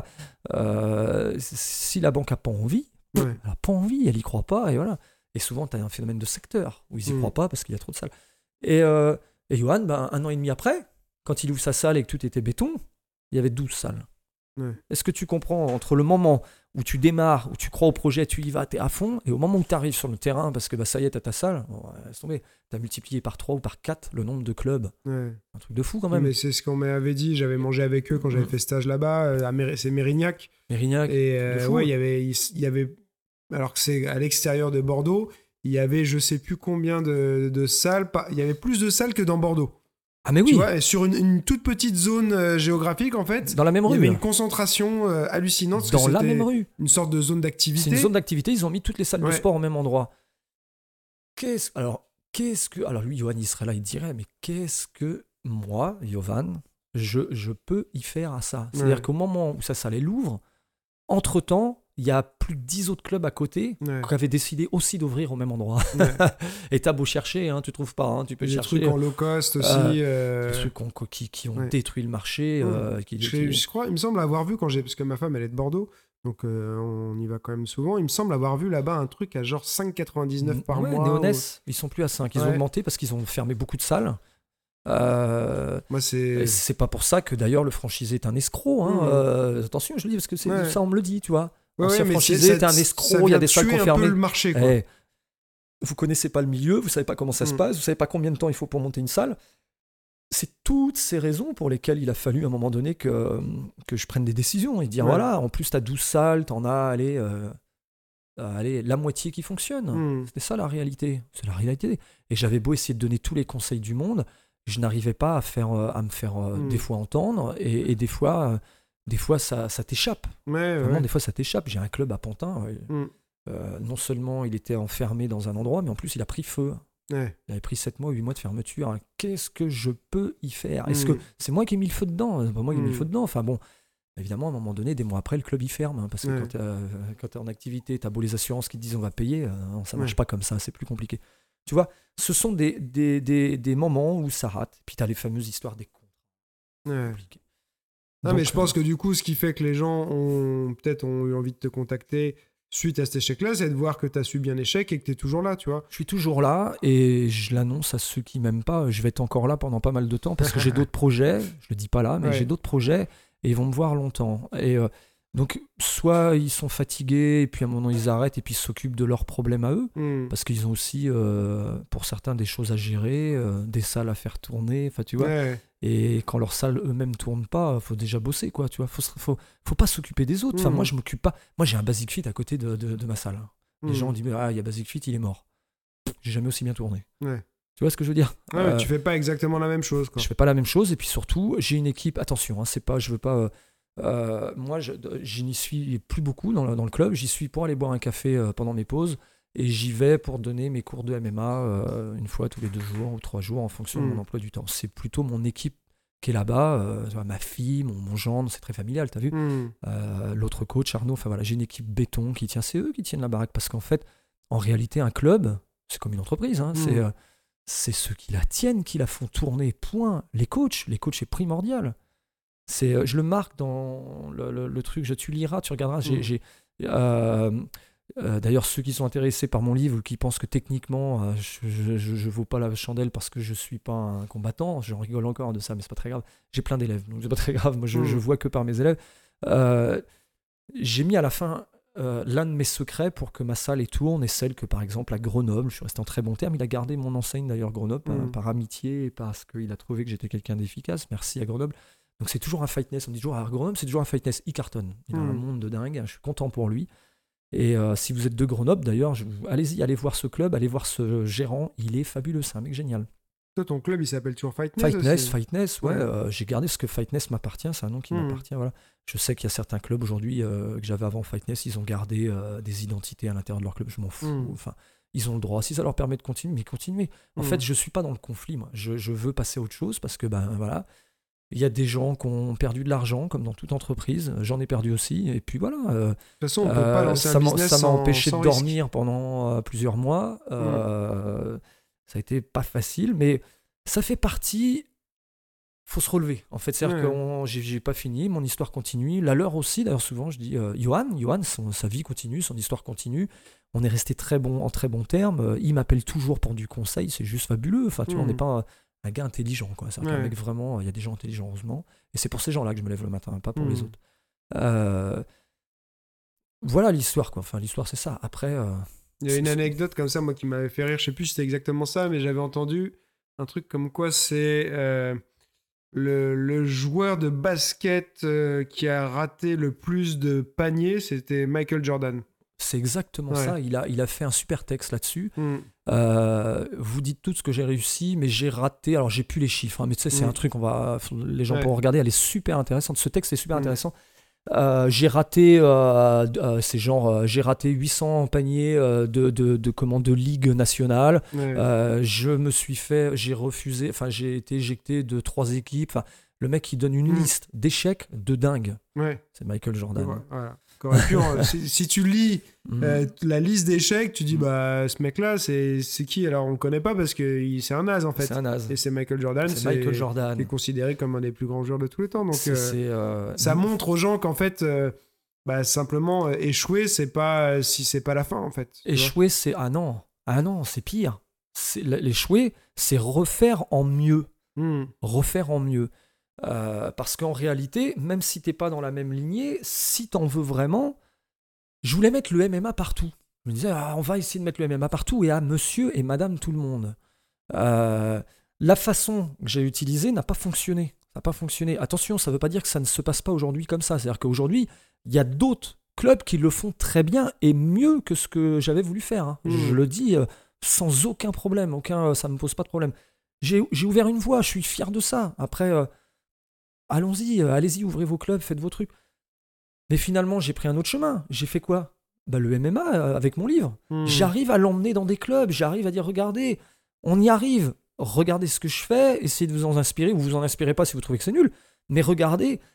Euh, si la banque a pas envie, Ouais. elle n'a pas envie, elle y croit pas, et voilà. Et souvent, tu as un phénomène de secteur où ils y Mhm. croient pas parce qu'il y a trop de salles. Et, euh, et Johan, ben, un an et demi après, quand il ouvre sa salle et que tout était béton, il y avait douze salles. Ouais. Est-ce que tu comprends entre le moment où tu démarres, où tu crois au projet, tu y vas, tu es à fond, et au moment où tu arrives sur le terrain, parce que bah, ça y est, tu as ta salle, bon, ouais, laisse tomber, tu as multiplié par trois ou par quatre le nombre de clubs. Ouais. Un truc de fou quand même. Mais c'est ce qu'on m'avait dit. J'avais mangé avec eux quand j'avais Mhm. fait stage là-bas. euh, à Méri- C'est Mérignac. Mérignac, Et de euh, fou. ouais, il y avait, il y avait, alors que c'est à l'extérieur de Bordeaux, il y avait je sais plus combien de, de salles. pas- Il y avait plus de salles que dans Bordeaux. Ah mais Tu oui, vois, et sur une, une toute petite zone euh, géographique, en fait, dans la même il y avait rue. une concentration euh, hallucinante. parce que Dans la c'était même rue. une sorte de zone d'activité. C'est une zone d'activité, ils ont mis toutes les salles de Ouais. sport au même endroit. Qu'est-ce alors qu'est-ce que alors lui Johan il serait là, il dirait mais qu'est-ce que moi Johan je, je peux y faire à ça? C'est-à-dire Ouais. qu'au moment où sa salle elle ouvre, entre-temps, il y a plus de dix autres clubs à côté Ouais. qui avaient décidé aussi d'ouvrir au même endroit. Ouais. Et t'as beau chercher, hein, tu trouves pas, hein, tu peux Des chercher trucs en low cost aussi. Euh, euh, des trucs qu'on- qui, qui ont ouais. détruit le marché. euh, qui- je, qui- je crois, il me semble avoir vu quand j'ai, parce que ma femme elle est de Bordeaux, donc euh, on y va quand même souvent. Il me semble avoir vu là-bas un truc à genre cinq virgule quatre-vingt-dix-neuf par Ouais, mois. Néonès, ils sont plus à cinq, ils ont Ouais. augmenté parce qu'ils ont fermé beaucoup de salles. Euh, ou- Moi Et c'est. c'est pas pour ça que d'ailleurs le franchisé est un escroc. Hein. Mmh. Euh, attention, je le dis parce que c'est Ouais. ça, on me le dit, tu vois. Ouais, Ancien ouais, mais franchisé c'est- est un ça- escroc, ça il y a vient des salles tuer un confirmées. peu le marché, quoi. Eh, vous connaissez pas le milieu, vous savez pas comment ça se Mm. passe, vous savez pas combien de temps il faut pour monter une salle. C'est toutes ces raisons pour lesquelles il a fallu à un moment donné que, que je prenne des décisions et dire Ouais. voilà, en plus t'as douze salles, t'en as allez, euh, allez, la moitié qui fonctionne. Hmm. C'était ça la réalité. C'est la réalité. Et j'avais beau essayer de donner tous les conseils du monde, je n'arrivais pas à, faire, euh, à me faire euh, Mm. des fois entendre et, et des fois, euh, des fois ça, ça t'échappe. Ouais, Vraiment, ouais. des fois ça t'échappe. J'ai un club à Pantin. euh, Mm. euh, non seulement il était enfermé dans un endroit, mais en plus il a pris feu. Ouais. Il avait pris sept mois, huit mois de fermeture. Qu'est-ce que je peux y faire? Est-ce Mm. que c'est moi qui ai mis le feu dedans? C'est pas moi qui ai mis le Mm. feu dedans. Enfin bon, Évidemment, à un moment donné, des mois après, le club il ferme. Hein, parce que Ouais. quand tu quand tu es en activité, tu as beau les assurances qui te disent on va payer, euh, non, ça marche Ouais. pas comme ça, c'est plus compliqué. Tu vois, ce sont des, des, des, des moments où ça rate. Puis tu as les fameuses histoires des contrats Ouais. compliqués. Non, Donc, mais je pense euh, que du coup, ce qui fait que les gens ont peut-être ont eu envie de te contacter suite à cet échec-là, c'est de voir que tu as subi un échec et que tu es toujours là, tu vois. je suis toujours là et je l'annonce à ceux qui m'aiment pas. Je vais être encore là pendant pas mal de temps parce que j'ai d'autres projets. Je le dis pas là, mais Ouais. j'ai d'autres projets et ils vont me voir longtemps. Et euh, donc, soit ils sont fatigués et puis à un moment ils arrêtent et puis ils s'occupent de leurs problèmes à eux Hmm. parce qu'ils ont aussi, euh, pour certains, des choses à gérer, euh, des salles à faire tourner. Enfin, tu vois. Ouais. Et quand leurs salles eux-mêmes tournent pas, faut déjà bosser, quoi. Tu vois. Faut, se- faut, faut pas s'occuper des autres. Enfin, Mhm. moi, je m'occupe pas. Moi, j'ai un Basic Fit à côté de, de, de ma salle. Les Hmm. gens disent ah, il y a Basic Fit, il est mort. J'ai jamais aussi bien tourné. Ouais. Tu vois ce que je veux dire? Ouais, Euh, mais tu fais pas exactement la même chose, quoi. Je fais pas la même chose et puis surtout, j'ai une équipe. Attention, hein, c'est pas, je veux pas. euh, euh, moi, je, je n'y suis plus beaucoup dans le, dans le club. J'y suis pour aller boire un café euh, pendant mes pauses et j'y vais pour donner mes cours de M M A euh, une fois tous les deux jours ou trois jours en fonction de Mm. mon emploi du temps. C'est plutôt mon équipe qui est là-bas. euh, tu vois, ma fille, mon, mon gendre, c'est très familial, t'as vu? Hmm. Euh, l'autre coach, Arnaud, enfin voilà, j'ai une équipe béton qui tient, c'est eux qui tiennent la baraque parce qu'en fait, en réalité, un club, c'est comme une entreprise, hein, Mm. c'est, euh, c'est ceux qui la tiennent qui la font tourner, point. Les coachs, les coachs, c'est primordial. C'est, euh, je le marque dans le, le- le truc, je, tu liras, tu regarderas. J'ai, Mm. j'ai, euh, euh, d'ailleurs, ceux qui sont intéressés par mon livre ou qui pensent que techniquement, euh, je, je, je vaux pas la chandelle parce que je suis pas un combattant, j'en rigole encore de ça, mais c'est pas très grave. J'ai plein d'élèves, donc c'est pas très grave. Moi, je, Mm. je vois que par mes élèves. Euh, j'ai mis à la fin euh, l'un de mes secrets pour que ma salle tourne et celle que, par exemple, à Grenoble, je suis resté en très bon terme. Il a gardé mon enseigne d'ailleurs, Grenoble, Mm. hein, par amitié et parce qu'il a trouvé que j'étais quelqu'un d'efficace. Merci à Grenoble. Donc c'est toujours un fightness. On me dit toujours à Grenoble, c'est toujours un fightness. Il cartonne. Il a Mm. un monde de dingue. Je suis content pour lui. Et euh, si vous êtes de Grenoble, d'ailleurs, je- allez-y, allez voir ce club, allez voir ce gérant. Il est fabuleux. C'est un mec génial. Toi, ton club, il s'appelle toujours Fightness Fightness, aussi Fightness, ouais, Ouais. euh, j'ai gardé parce que Fightness m'appartient, c'est un nom qui Mhm. m'appartient, voilà. Je sais qu'il y a certains clubs aujourd'hui euh, que j'avais avant Fightness, ils ont gardé euh, des identités à l'intérieur de leur club, je m'en fous. Mhm. Enfin, ils ont le droit, si ça leur permet de continuer, mais continuer. En Mhm. fait, je suis pas dans le conflit, moi. Je, je veux passer à autre chose parce que, ben voilà, il y a des gens qui ont perdu de l'argent, comme dans toute entreprise. J'en ai perdu aussi, et puis voilà. euh, De toute façon, on peut pas euh, lancer ça un m'a business ça m'a sans, empêché sans de risque. dormir pendant euh, plusieurs mois. Euh, Ça a été pas facile, mais ça fait partie. Faut se relever. En fait, c'est-à-dire Ouais. que on- j'ai, j'ai pas fini, mon histoire continue. La leur aussi, d'ailleurs, souvent, je dis, euh, Johan, Johan son- sa vie continue, son histoire continue. On est resté très bon, en très bons termes. Euh, Il m'appelle toujours pour du conseil, c'est juste fabuleux. Enfin, tu vois, on Mhm. n'est pas un, un gars intelligent, quoi. C'est un Ouais. mec vraiment. Il y a des gens intelligents, heureusement. Et c'est pour ces gens-là que je me lève le matin, pas pour les Mhm. autres. Euh, Voilà l'histoire, quoi. Enfin, l'histoire, c'est ça. Après. euh, Il y a une C'est- anecdote comme ça, moi, qui m'avait fait rire. Je sais plus si c'était exactement ça, mais j'avais entendu un truc comme quoi c'est euh, le, le joueur de basket euh, qui a raté le plus de paniers, c'était Michael Jordan. C'est exactement Ouais. ça. Il a, il a fait un super texte là-dessus. Hmm. Euh, vous dites tout ce que j'ai réussi, mais j'ai raté. Alors, j'ai plus les chiffres, hein, mais tu sais, c'est Mm. un truc, on va, les gens Ouais. pourront regarder. Elle est super intéressante. Ce texte est super Mm. intéressant. Euh, j'ai raté, euh, euh, c'est genre, euh, j'ai raté huit cents paniers euh, de, de, de, comment, de ligue nationale. Ouais. Euh, je me suis fait, j'ai refusé, enfin, j'ai été éjecté de trois équipes. Enfin, le mec, il donne une Mm. liste d'échecs de dingue. Ouais. C'est Michael Jordan. Voilà. Voilà. Qu'aurait pu en- si, si tu lis Mm. euh, la liste d'échecs, tu dis Mm. bah ce mec-là, c'est c'est qui? Alors on le connaît pas parce que il- c'est un naze en fait. C'est un naze. Et c'est Michael Jordan. C'est Michael Jordan. Qui est considéré comme un des plus grands joueurs de tous les temps. Donc C'est- euh, c'est, euh, ça montre aux gens qu'en fait, euh, bah, simplement euh, échouer, c'est pas euh, si c'est pas la fin en fait. tu vois. Échouer, c'est. Ah non, ah non, c'est pire. C'est... L'échouer, c'est refaire en mieux. Hmm. Refaire en mieux. Euh, parce qu'en réalité, même si t'es pas dans la même lignée, si t'en veux vraiment, je voulais mettre le M M A partout. Je me disais, ah, on va essayer de mettre le M M A partout et à monsieur et madame tout le monde. Euh, la façon que j'ai utilisée n'a pas fonctionné. Ça n'a pas fonctionné. Attention, ça ne veut pas dire que ça ne se passe pas aujourd'hui comme ça. C'est-à-dire qu'aujourd'hui, il y a d'autres clubs qui le font très bien et mieux que ce que j'avais voulu faire. hein. Mmh. Je le dis euh, sans aucun problème. Aucun, ça ne me pose pas de problème. J'ai, j'ai ouvert une voie, je suis fier de ça. Après, euh, allons-y, euh, allez-y, ouvrez vos clubs, faites vos trucs. Mais finalement, j'ai pris un autre chemin. J'ai fait quoi? Bah, le M M A euh, avec mon livre. Hmm. J'arrive à l'emmener dans des clubs, j'arrive à dire regardez, on y arrive, regardez ce que je fais, essayez de vous en inspirer, ou vous en inspirez pas si vous trouvez que c'est nul, mais regardez,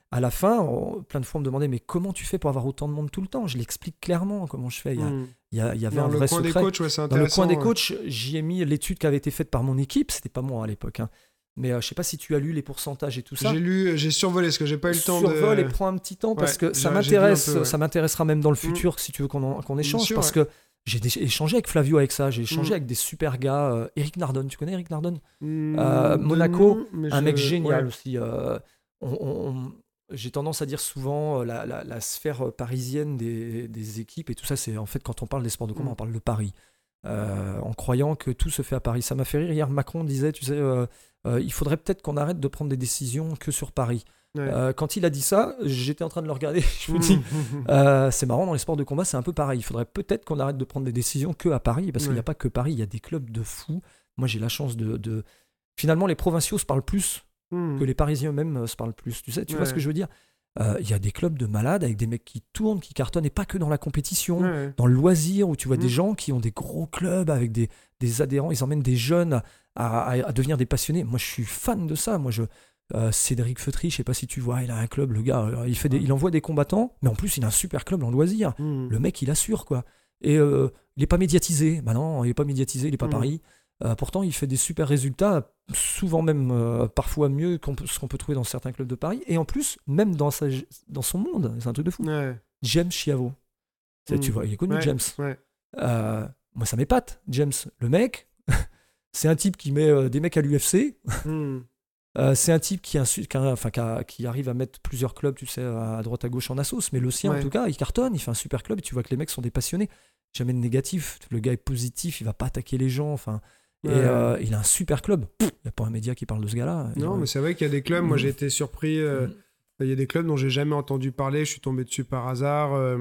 à la fin, on- plein de fois, on me demandait mais comment tu fais pour avoir autant de monde tout le temps? Je l'explique clairement comment je fais. Il y, a- Mm. il y, a- il y avait Dans un le vrai coin des secret. coachs, ouais, c'est Dans le intéressant. coin des ouais. coachs, j'y ai mis l'étude qui avait été faite par mon équipe. C'était pas moi à l'époque, hein. Mais euh, je sais pas si tu as lu les pourcentages et tout ça. J'ai lu, j'ai survolé parce que j'ai pas eu le temps Survole de. et prends un petit temps parce Ouais, que ça j'ai- m'intéresse, j'ai vu un peu, ouais. ça m'intéressera même dans le futur si tu veux qu'on en- qu'on échange sûr, parce ouais. que j'ai dé- échangé avec Flavio avec ça, j'ai échangé Mm. avec des super gars, euh, Eric Nardone, tu connais Eric Nardone? Mm, Euh, de Monaco, nom, mais Un je- mec génial ouais. aussi. euh, on- on- on- j'ai tendance à dire souvent euh, la, la- la sphère euh, parisienne des, des équipes et tout ça, c'est en fait quand on parle des sports de combat, Mm. on parle de Paris. Euh, en croyant que tout se fait à Paris. Ça m'a fait rire. Hier, Macron disait, tu sais, euh, euh, il faudrait peut-être qu'on arrête de prendre des décisions que sur Paris. Ouais. Euh, quand il a dit ça, j'étais en train de le regarder. Je me Mm. dis, euh, c'est marrant, dans les sports de combat, c'est un peu pareil. Il faudrait peut-être qu'on arrête de prendre des décisions que à Paris, parce qu'il n'y Ouais. a pas que Paris, il y a des clubs de fous. Moi, j'ai la chance de, de- Finalement, les provinciaux se parlent plus Mm. que les Parisiens eux-mêmes euh, se parlent plus. Tu sais, tu vois Ouais. ce que je veux dire? Euh, Il y a des clubs de malades avec des mecs qui tournent, qui cartonnent, et pas que dans la compétition, Ouais. dans le loisir, où tu vois Mm. des gens qui ont des gros clubs avec des, des adhérents, ils emmènent des jeunes à, à- à devenir des passionnés. Moi, je suis fan de ça. Moi, je, euh, Cédric Feutry, je sais pas si tu vois, il a un club, le gars, euh, il, fait des- il envoie des combattants, mais en plus, il a un super club en loisir. Mm. Le mec, il assure, quoi. Et euh, il est pas médiatisé. Bah non, il est pas médiatisé, il est pas Mm. Paris. Euh, pourtant, il fait des super résultats, souvent même euh, parfois mieux que ce qu'on peut trouver dans certains clubs de Paris. Et en plus, même dans, sa, dans son monde, c'est un truc de fou. Ouais. James Chiavo. Tu sais, Mm. tu vois, il est connu, Ouais, James. ouais. Euh, moi, ça m'épate, James. Le mec, c'est un type qui met euh, des mecs à l'U F C. Mm. Euh, c'est un type qui, a un su- qui, a- enfin, qui, a- qui arrive à mettre plusieurs clubs, tu sais, à droite à gauche en assos. Mais le sien, en Ouais. tout cas, il cartonne, il fait un super club. Et tu vois que les mecs sont des passionnés. Jamais de négatif. Le gars est positif, il va pas attaquer les gens. Enfin, Ouais. et euh, il a un super club. Il n'y a pas un média qui parle de ce gars-là. Non, Et, mais c'est vrai qu'il y a des clubs, moi j'ai été surpris. euh, Mm. Il y a des clubs dont j'ai jamais entendu parler, je suis tombé dessus par hasard. euh,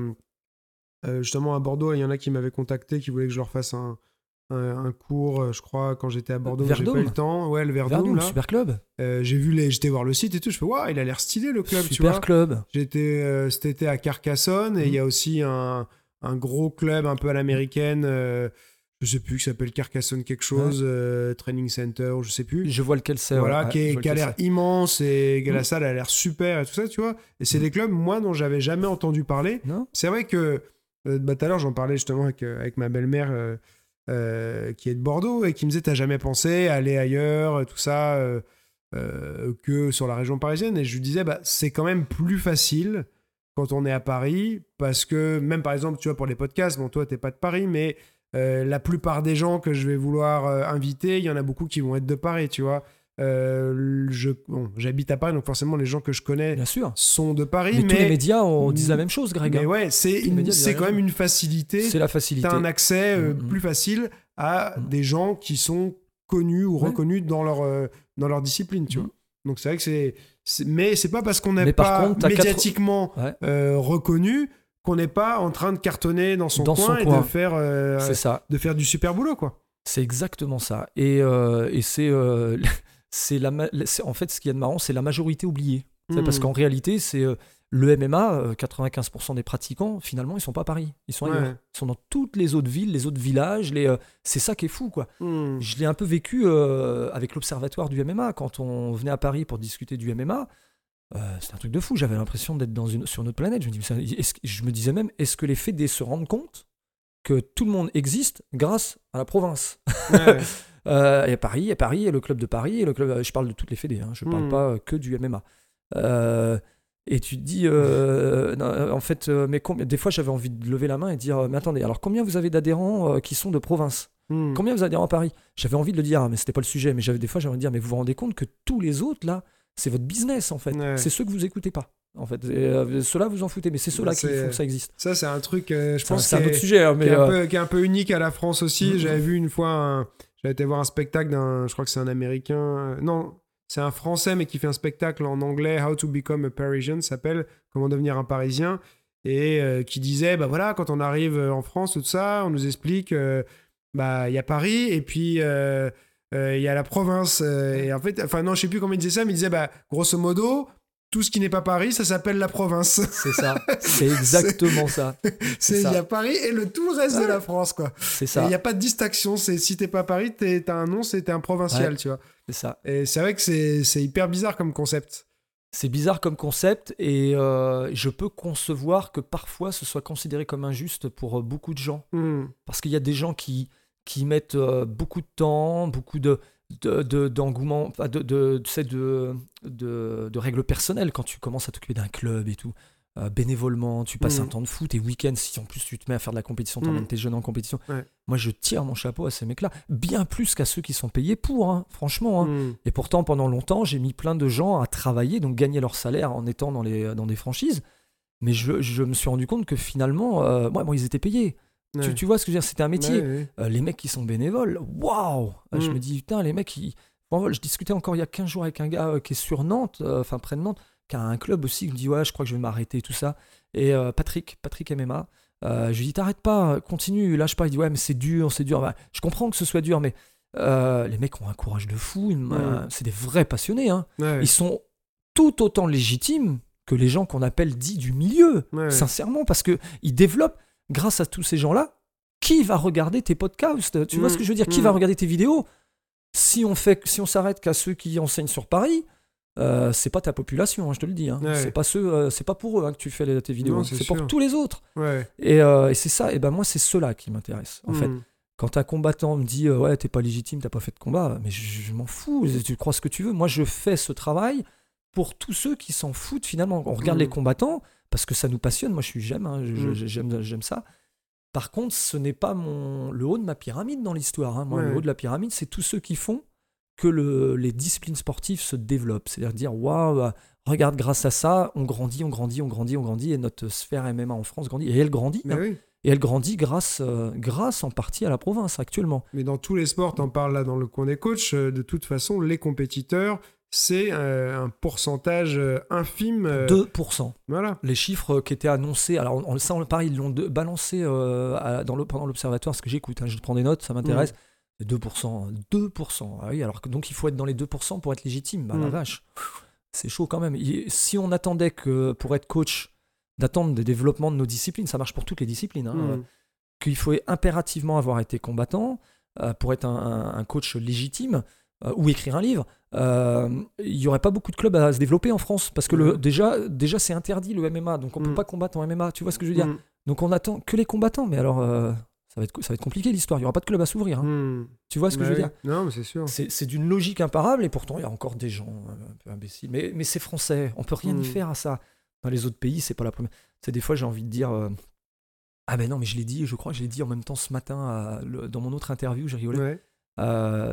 euh, justement à Bordeaux, il y en a qui m'avaient contacté, qui voulaient que je leur fasse un, un, un cours, euh, je crois, quand j'étais à Bordeaux, mais j'ai Verdum. pas eu le temps. Ouais, le Verdum, Verdun, là. super club. Euh, j'ai vu les, j'étais voir le site et tout, je fais waouh, il a l'air stylé le club, tu super vois. club. J'étais euh, cet été à Carcassonne et il Mhm. y a aussi un, un gros club un peu à l'américaine, euh, je sais plus, qui s'appelle Carcassonne quelque chose, euh, Training Center, je sais plus. Je vois lequel c'est. Voilà, ouais, qui, ouais, est- je vois qui a lequel l'air c'est. immense et que la Mhm. salle a l'air super et tout ça, tu vois. Et c'est des clubs, moi, dont j'avais jamais entendu parler. Non. C'est vrai que euh, bah, tout à l'heure, j'en parlais justement avec, euh, avec ma belle-mère euh, euh, qui est de Bordeaux et qui me disait t'as jamais pensé à aller ailleurs, tout ça, euh, euh, que sur la région parisienne. Et je lui disais bah, c'est quand même plus facile quand on est à Paris parce que même par exemple, tu vois, pour les podcasts, bon, toi, t'es pas de Paris, mais euh, la plupart des gens que je vais vouloir euh, inviter, il y en a beaucoup qui vont être de Paris, tu vois. Euh, je, bon, j'habite à Paris, donc forcément, les gens que je connais Bien sûr. sont de Paris, Mais, mais, tous les médias on Mm. disent la même chose, Greg. mais hein. ouais, c'est, Tous les une- médias c'est disent quand la même une facilité. C'est la facilité. T'as un accès euh, Mm, mm. plus facile à Mm. des gens qui sont connus ou Ouais. reconnus dans leur, euh, dans leur discipline, tu Mm. vois. Donc c'est vrai que c'est, c'est- mais c'est pas parce qu'on n'est Mais par pas contre, t'as quatre- médiatiquement Ouais. euh, reconnu qu'on n'est pas en train de cartonner dans son Dans coin son et coin. de faire euh, C'est ça. de faire du super boulot, quoi. C'est exactement ça. Et, euh, et c'est, euh, c'est la, ma- c'est- en fait, ce qui est de marrant, c'est la majorité oubliée. C'est Mm. Parce qu'en réalité, c'est euh, le M M A, euh, quatre-vingt-quinze pour cent des pratiquants, finalement, ils sont pas à Paris. Ils sont ailleurs. Ouais. Ils sont dans toutes les autres villes, les autres villages. Les, euh, c'est ça qui est fou, quoi. Mm. Je l'ai un peu vécu euh, avec l'observatoire du M M A. Quand on venait à Paris pour discuter du M M A, euh, c'était un truc de fou. J'avais l'impression d'être dans une, sur une autre planète. Je me, dis, mais ça- est-ce que- je me disais même, est-ce que les fédés se rendent compte que tout le monde existe grâce à la province? Ouais. Euh, et à Paris, et Paris, et le club de Paris, et le club, je parle de toutes les fédés, hein, je ne parle Mm. pas que du M M A. Euh, et tu te dis, euh, non, en fait, euh, mais combien, des fois j'avais envie de lever la main et de dire, euh, mais attendez, alors combien vous avez d'adhérents euh, qui sont de province? Mm. Combien vous avez d'adhérents à Paris? J'avais envie de le dire, hein, mais c'était pas le sujet, mais j'avais des fois j'avais envie de dire, mais vous vous rendez compte que tous les autres là, c'est votre business en fait, Ouais. c'est ceux que vous écoutez pas. En fait, et, euh, ceux-là vous en foutez, mais c'est ceux-là qui C'est- font que ça existe. Ça, c'est un truc, euh, je C'est un, pense, c'est un qui est- autre sujet, hein, qui mais est, un euh, peu, qui est un peu unique à la France aussi. Mhm. J'avais vu une fois, un- j'avais été voir un spectacle d'un, je crois que c'est un Américain, euh, non, c'est un Français, mais qui fait un spectacle en anglais, How to Become a Parisian, ça s'appelle Comment devenir un Parisien, et euh, qui disait, bah voilà, quand on arrive en France, tout ça, on nous explique, euh, bah il y a Paris, et puis euh, euh, il y a la province, euh, et en fait, enfin non, je sais plus comment il disait ça, mais il disait, bah grosso modo, tout ce qui n'est pas Paris, ça s'appelle la province. c'est ça, c'est exactement ça, C'est, il ça. y a Paris et le, tout le reste de la France, quoi. c'est Il ça, n'y a pas de distinction. C'est, si t'es pas Paris, t'es, t'as un nom, c'est, t'es un provincial, Ouais. tu vois. c'est ça. Et c'est vrai que c'est, c'est hyper bizarre comme concept. C'est bizarre comme concept et euh, je peux concevoir que parfois ce soit considéré comme injuste pour euh, beaucoup de gens. Hmm. Parce qu'il y a des gens qui, qui mettent euh, beaucoup de temps, beaucoup de, de, de- d'engouement, enfin, de, de, tu sais, de, de, de règles personnelles quand tu commences à t'occuper d'un club et tout. Euh, bénévolement, tu passes Mm. un temps de foot et week-end, si en plus tu te mets à faire de la compétition, tu emmènes Mm. tes jeunes en compétition. Ouais. Moi, je tire mon chapeau à ces mecs-là, bien plus qu'à ceux qui sont payés pour, hein, franchement. hein. Hmm. Et pourtant, pendant longtemps, j'ai mis plein de gens à travailler, donc gagner leur salaire en étant dans, les, dans des franchises. Mais je, je me suis rendu compte que finalement, euh, ouais, bon, ils étaient payés. Tu, Ouais. tu vois ce que je veux dire? C'était un métier. Ouais, ouais. Euh, les mecs qui sont bénévoles, waouh! Euh, Je Mm. me dis, putain, les mecs, ils... Bon, je discutais encore il y a quinze jours avec un gars euh, qui est sur Nantes, euh, enfin près de Nantes, qui a un club aussi, qui me dit, ouais, je crois que je vais m'arrêter, tout ça. Et euh, Patrick, Patrick M M A, euh, je lui dis, t'arrêtes pas, continue, lâche pas. Il dit, ouais, mais c'est dur, c'est dur. Bah, je comprends que ce soit dur, mais euh, les mecs ont un courage de fou, ils m- Mm. euh, c'est des vrais passionnés. Hein. Ouais. Ils sont tout autant légitimes que les gens qu'on appelle dits du milieu, Ouais. sincèrement, parce qu'ils développent, grâce à tous ces gens-là, qui va regarder tes podcasts? Tu vois Mm. ce que je veux dire? Qui Mm. va regarder tes vidéos? Si on fait, si on s'arrête qu'à ceux qui enseignent sur Paris, euh, c'est pas ta population, hein, je te le dis. Hein. Ouais. C'est pas ceux, euh, c'est pas pour eux hein, que tu fais les- tes vidéos. Non, hein. c'est c'est pour sûr. tous les autres. Ouais. Et, euh, et c'est ça. Et ben moi, c'est ceux-là qui m'intéressent. En fait, Hmm. quand un combattant me dit euh, ouais, t'es pas légitime, t'as pas fait de combat, mais je, je m'en fous. Tu crois ce que tu veux. Moi, je fais ce travail pour tous ceux qui s'en foutent finalement. On regarde Mm. les combattants parce que ça nous passionne. Moi, je suis j'aime, hein, je- Mm. je- j'aime, j'aime ça. Par contre, ce n'est pas mon, le haut de ma pyramide dans l'histoire. hein. Moi, Ouais. le haut de la pyramide, c'est tous ceux qui font que le- les disciplines sportives se développent. C'est-à-dire dire, waouh, euh, regarde, grâce à ça, on grandit, on grandit, on grandit, on grandit, et notre sphère M M A en France grandit. Et elle grandit. Mais hein. oui. Et elle grandit grâce, euh, grâce en partie à la province actuellement. Mais dans tous les sports, t'en parles là dans le coin des coachs, euh, de toute façon, les compétiteurs, c'est euh, un pourcentage euh, infime. euh, deux pour cent. Voilà. Les chiffres qui étaient annoncés, alors on, ça, on, pareil, ils l'ont de- balancé euh, à- dans le, pendant l'observatoire, parce que j'écoute, hein, je prends des notes, ça m'intéresse. C'est deux pour cent. deux pour cent. Ah oui, alors que donc il faut être dans les deux pour cent pour être légitime. Bah, la Mm. vache, c'est chaud quand même. Il- si on attendait que pour être coach, d'attendre des développements de nos disciplines, ça marche pour toutes les disciplines, hein, Hmm. euh, qu'il faut impérativement avoir été combattant euh, pour être un, un- un coach légitime euh, ou écrire un livre, euh, il n'y aurait pas beaucoup de clubs à se développer en France parce que le, Mhm. déjà, déjà c'est interdit le M M A, donc on ne Mhm. peut pas combattre en M M A, tu vois ce que je veux dire? Hmm. Donc on attend que les combattants, mais alors euh, ça, va être, ça va être compliqué l'histoire, il n'y aura pas de club à s'ouvrir, hein. Hmm. Tu vois ce que Bah je veux oui. dire? Non, mais c'est sûr. C'est c'est d'une logique imparable et pourtant il y a encore des gens euh, un peu imbéciles. Mais, mais c'est français, on peut rien y Mm. faire à ça. Dans les autres pays, c'est pas la première. C'est des fois j'ai envie de dire euh, ah ben non mais je l'ai dit, je crois que je l'ai dit en même temps ce matin à- le- dans mon autre interview, j'ai rigolé. Ouais. Euh,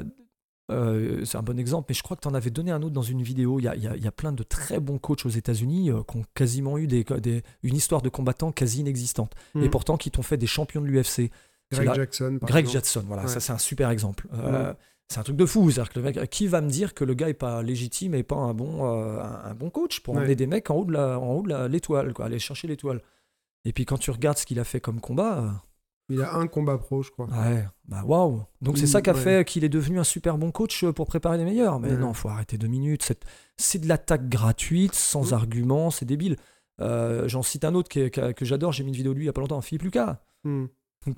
euh, c'est un bon exemple, mais je crois que tu en avais donné un autre dans une vidéo. Il y a, il y a- il y a plein de très bons coachs aux États-Unis euh, qui ont quasiment eu des, des- une histoire de combattant quasi inexistante et Hmm. pourtant qui t'ont fait des champions de l'U F C. C'est Greg la- Jackson. par Greg exemple. Jackson, voilà, Ouais. ça c'est un super exemple. Euh, Mm. C'est un truc de fou. C'est-à-dire que le mec, qui va me dire que le gars est pas légitime et pas un bon, euh, un, un bon coach pour Ouais. emmener des mecs en haut de la, en haut de la- l'étoile, quoi, aller chercher l'étoile. Et puis quand tu regardes ce qu'il a fait comme combat, Il a un combat pro, je crois. euh, ouais, bah waouh. Donc c'est Mm, ça qui a ouais. fait qu'il est devenu un super bon coach euh, pour préparer les meilleurs. Mais Ouais. non, faut arrêter deux minutes. C'est, c'est de l'attaque gratuite, sans Mm. argument, c'est débile. Euh, j'en cite un autre qui est- qui a- que j'adore. J'ai mis une vidéo de lui il y a pas longtemps, Philippe Lucas. Hmm.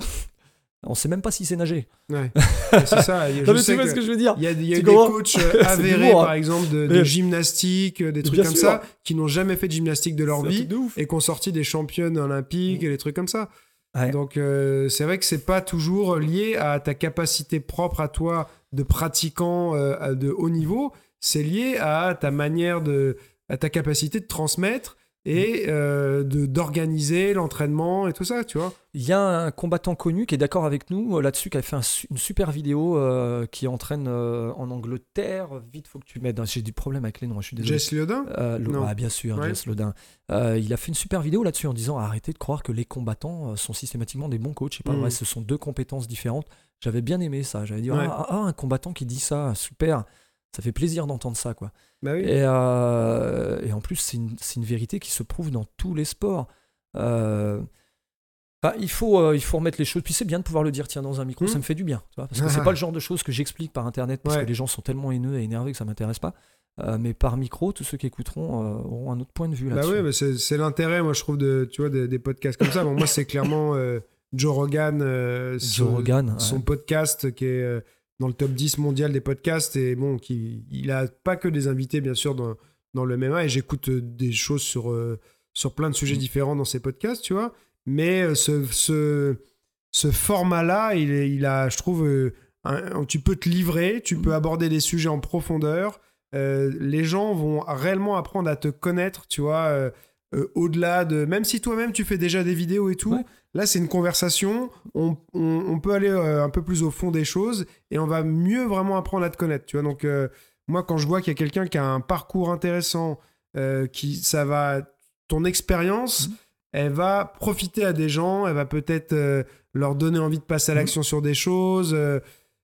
On sait même pas s'il sait nager. Ouais. Mais c'est ça. Je Non, mais tu sais vois que ce que je veux dire? Il y a, il y a Tu eu des comprends? coachs euh, C'est avérés, l'humour, hein. par exemple, de, de Mais- gymnastique, euh, des trucs Bien comme sûr. ça, qui n'ont jamais fait de gymnastique de leur C'est un vie truc de ouf. et qui ont sorti des championnes olympiques et des trucs comme ça. Ouais. Donc, euh, c'est vrai que c'est pas toujours lié à ta capacité propre à toi de pratiquant euh, à- de haut niveau. C'est lié à ta manière de, à ta capacité de transmettre et euh, de d'organiser l'entraînement et tout ça, tu vois. Il y a un combattant connu qui est d'accord avec nous euh, là-dessus, qui a fait un su- une super vidéo euh, qui entraîne euh, en Angleterre. Vite, faut que tu m'aides. J'ai du problème avec les noms, je suis désolé. Jess Liodin. Euh, le- Non. ah, bien sûr, Ouais. Jess Lodin. Euh, il a fait une super vidéo là-dessus en disant arrêtez de croire que les combattants euh, sont systématiquement des bons coachs. C'est pas Mm. vrai, ce sont deux compétences différentes. J'avais bien aimé ça. J'avais dit Ouais. ah, ah, un combattant qui dit ça, super. Ça fait plaisir d'entendre ça, quoi. Bah oui. Et, euh, et en plus, c'est une, c'est une vérité qui se prouve dans tous les sports. Euh, enfin, il, faut, euh, il faut remettre les choses. Puis c'est bien de pouvoir le dire, tiens, dans un micro, Mm. ça me fait du bien. Tu vois, parce que c'est pas le genre de choses que j'explique par Internet, parce Ouais. que les gens sont tellement haineux et énervés que ça m'intéresse pas. Euh, mais par micro, tous ceux qui écouteront euh, auront un autre point de vue Bah là-dessus. oui, mais c'est c'est l'intérêt, moi, je trouve, de, tu vois, des, des podcasts comme ça. Bon, moi, c'est clairement euh, Joe Rogan, euh, Joe son, Rogan, son ouais. podcast qui est euh, dans le top dix mondial des podcasts. Et bon, qui, il a pas que des invités, bien sûr, dans, dans le M M A et j'écoute euh, des choses sur, euh, sur plein de sujets Mm. différents dans ces podcasts, tu vois. Mais euh, ce, ce, ce format-là, il, est- il a, je trouve, euh, un- tu peux te livrer, tu peux aborder des sujets en profondeur. Euh, les gens vont réellement apprendre à te connaître, tu vois, euh, euh, au-delà de... Même si toi-même, tu fais déjà des vidéos et tout, Ouais. là, c'est une conversation, on, on- on peut aller euh, un peu plus au fond des choses et on va mieux vraiment apprendre à te connaître, tu vois. Donc, euh, moi, quand je vois qu'il y a quelqu'un qui a un parcours intéressant, euh, qui, ça va... Ton expérience, Mhm. elle va profiter à des gens, elle va peut-être euh, leur donner envie de passer à Mhm. l'action sur des choses... euh,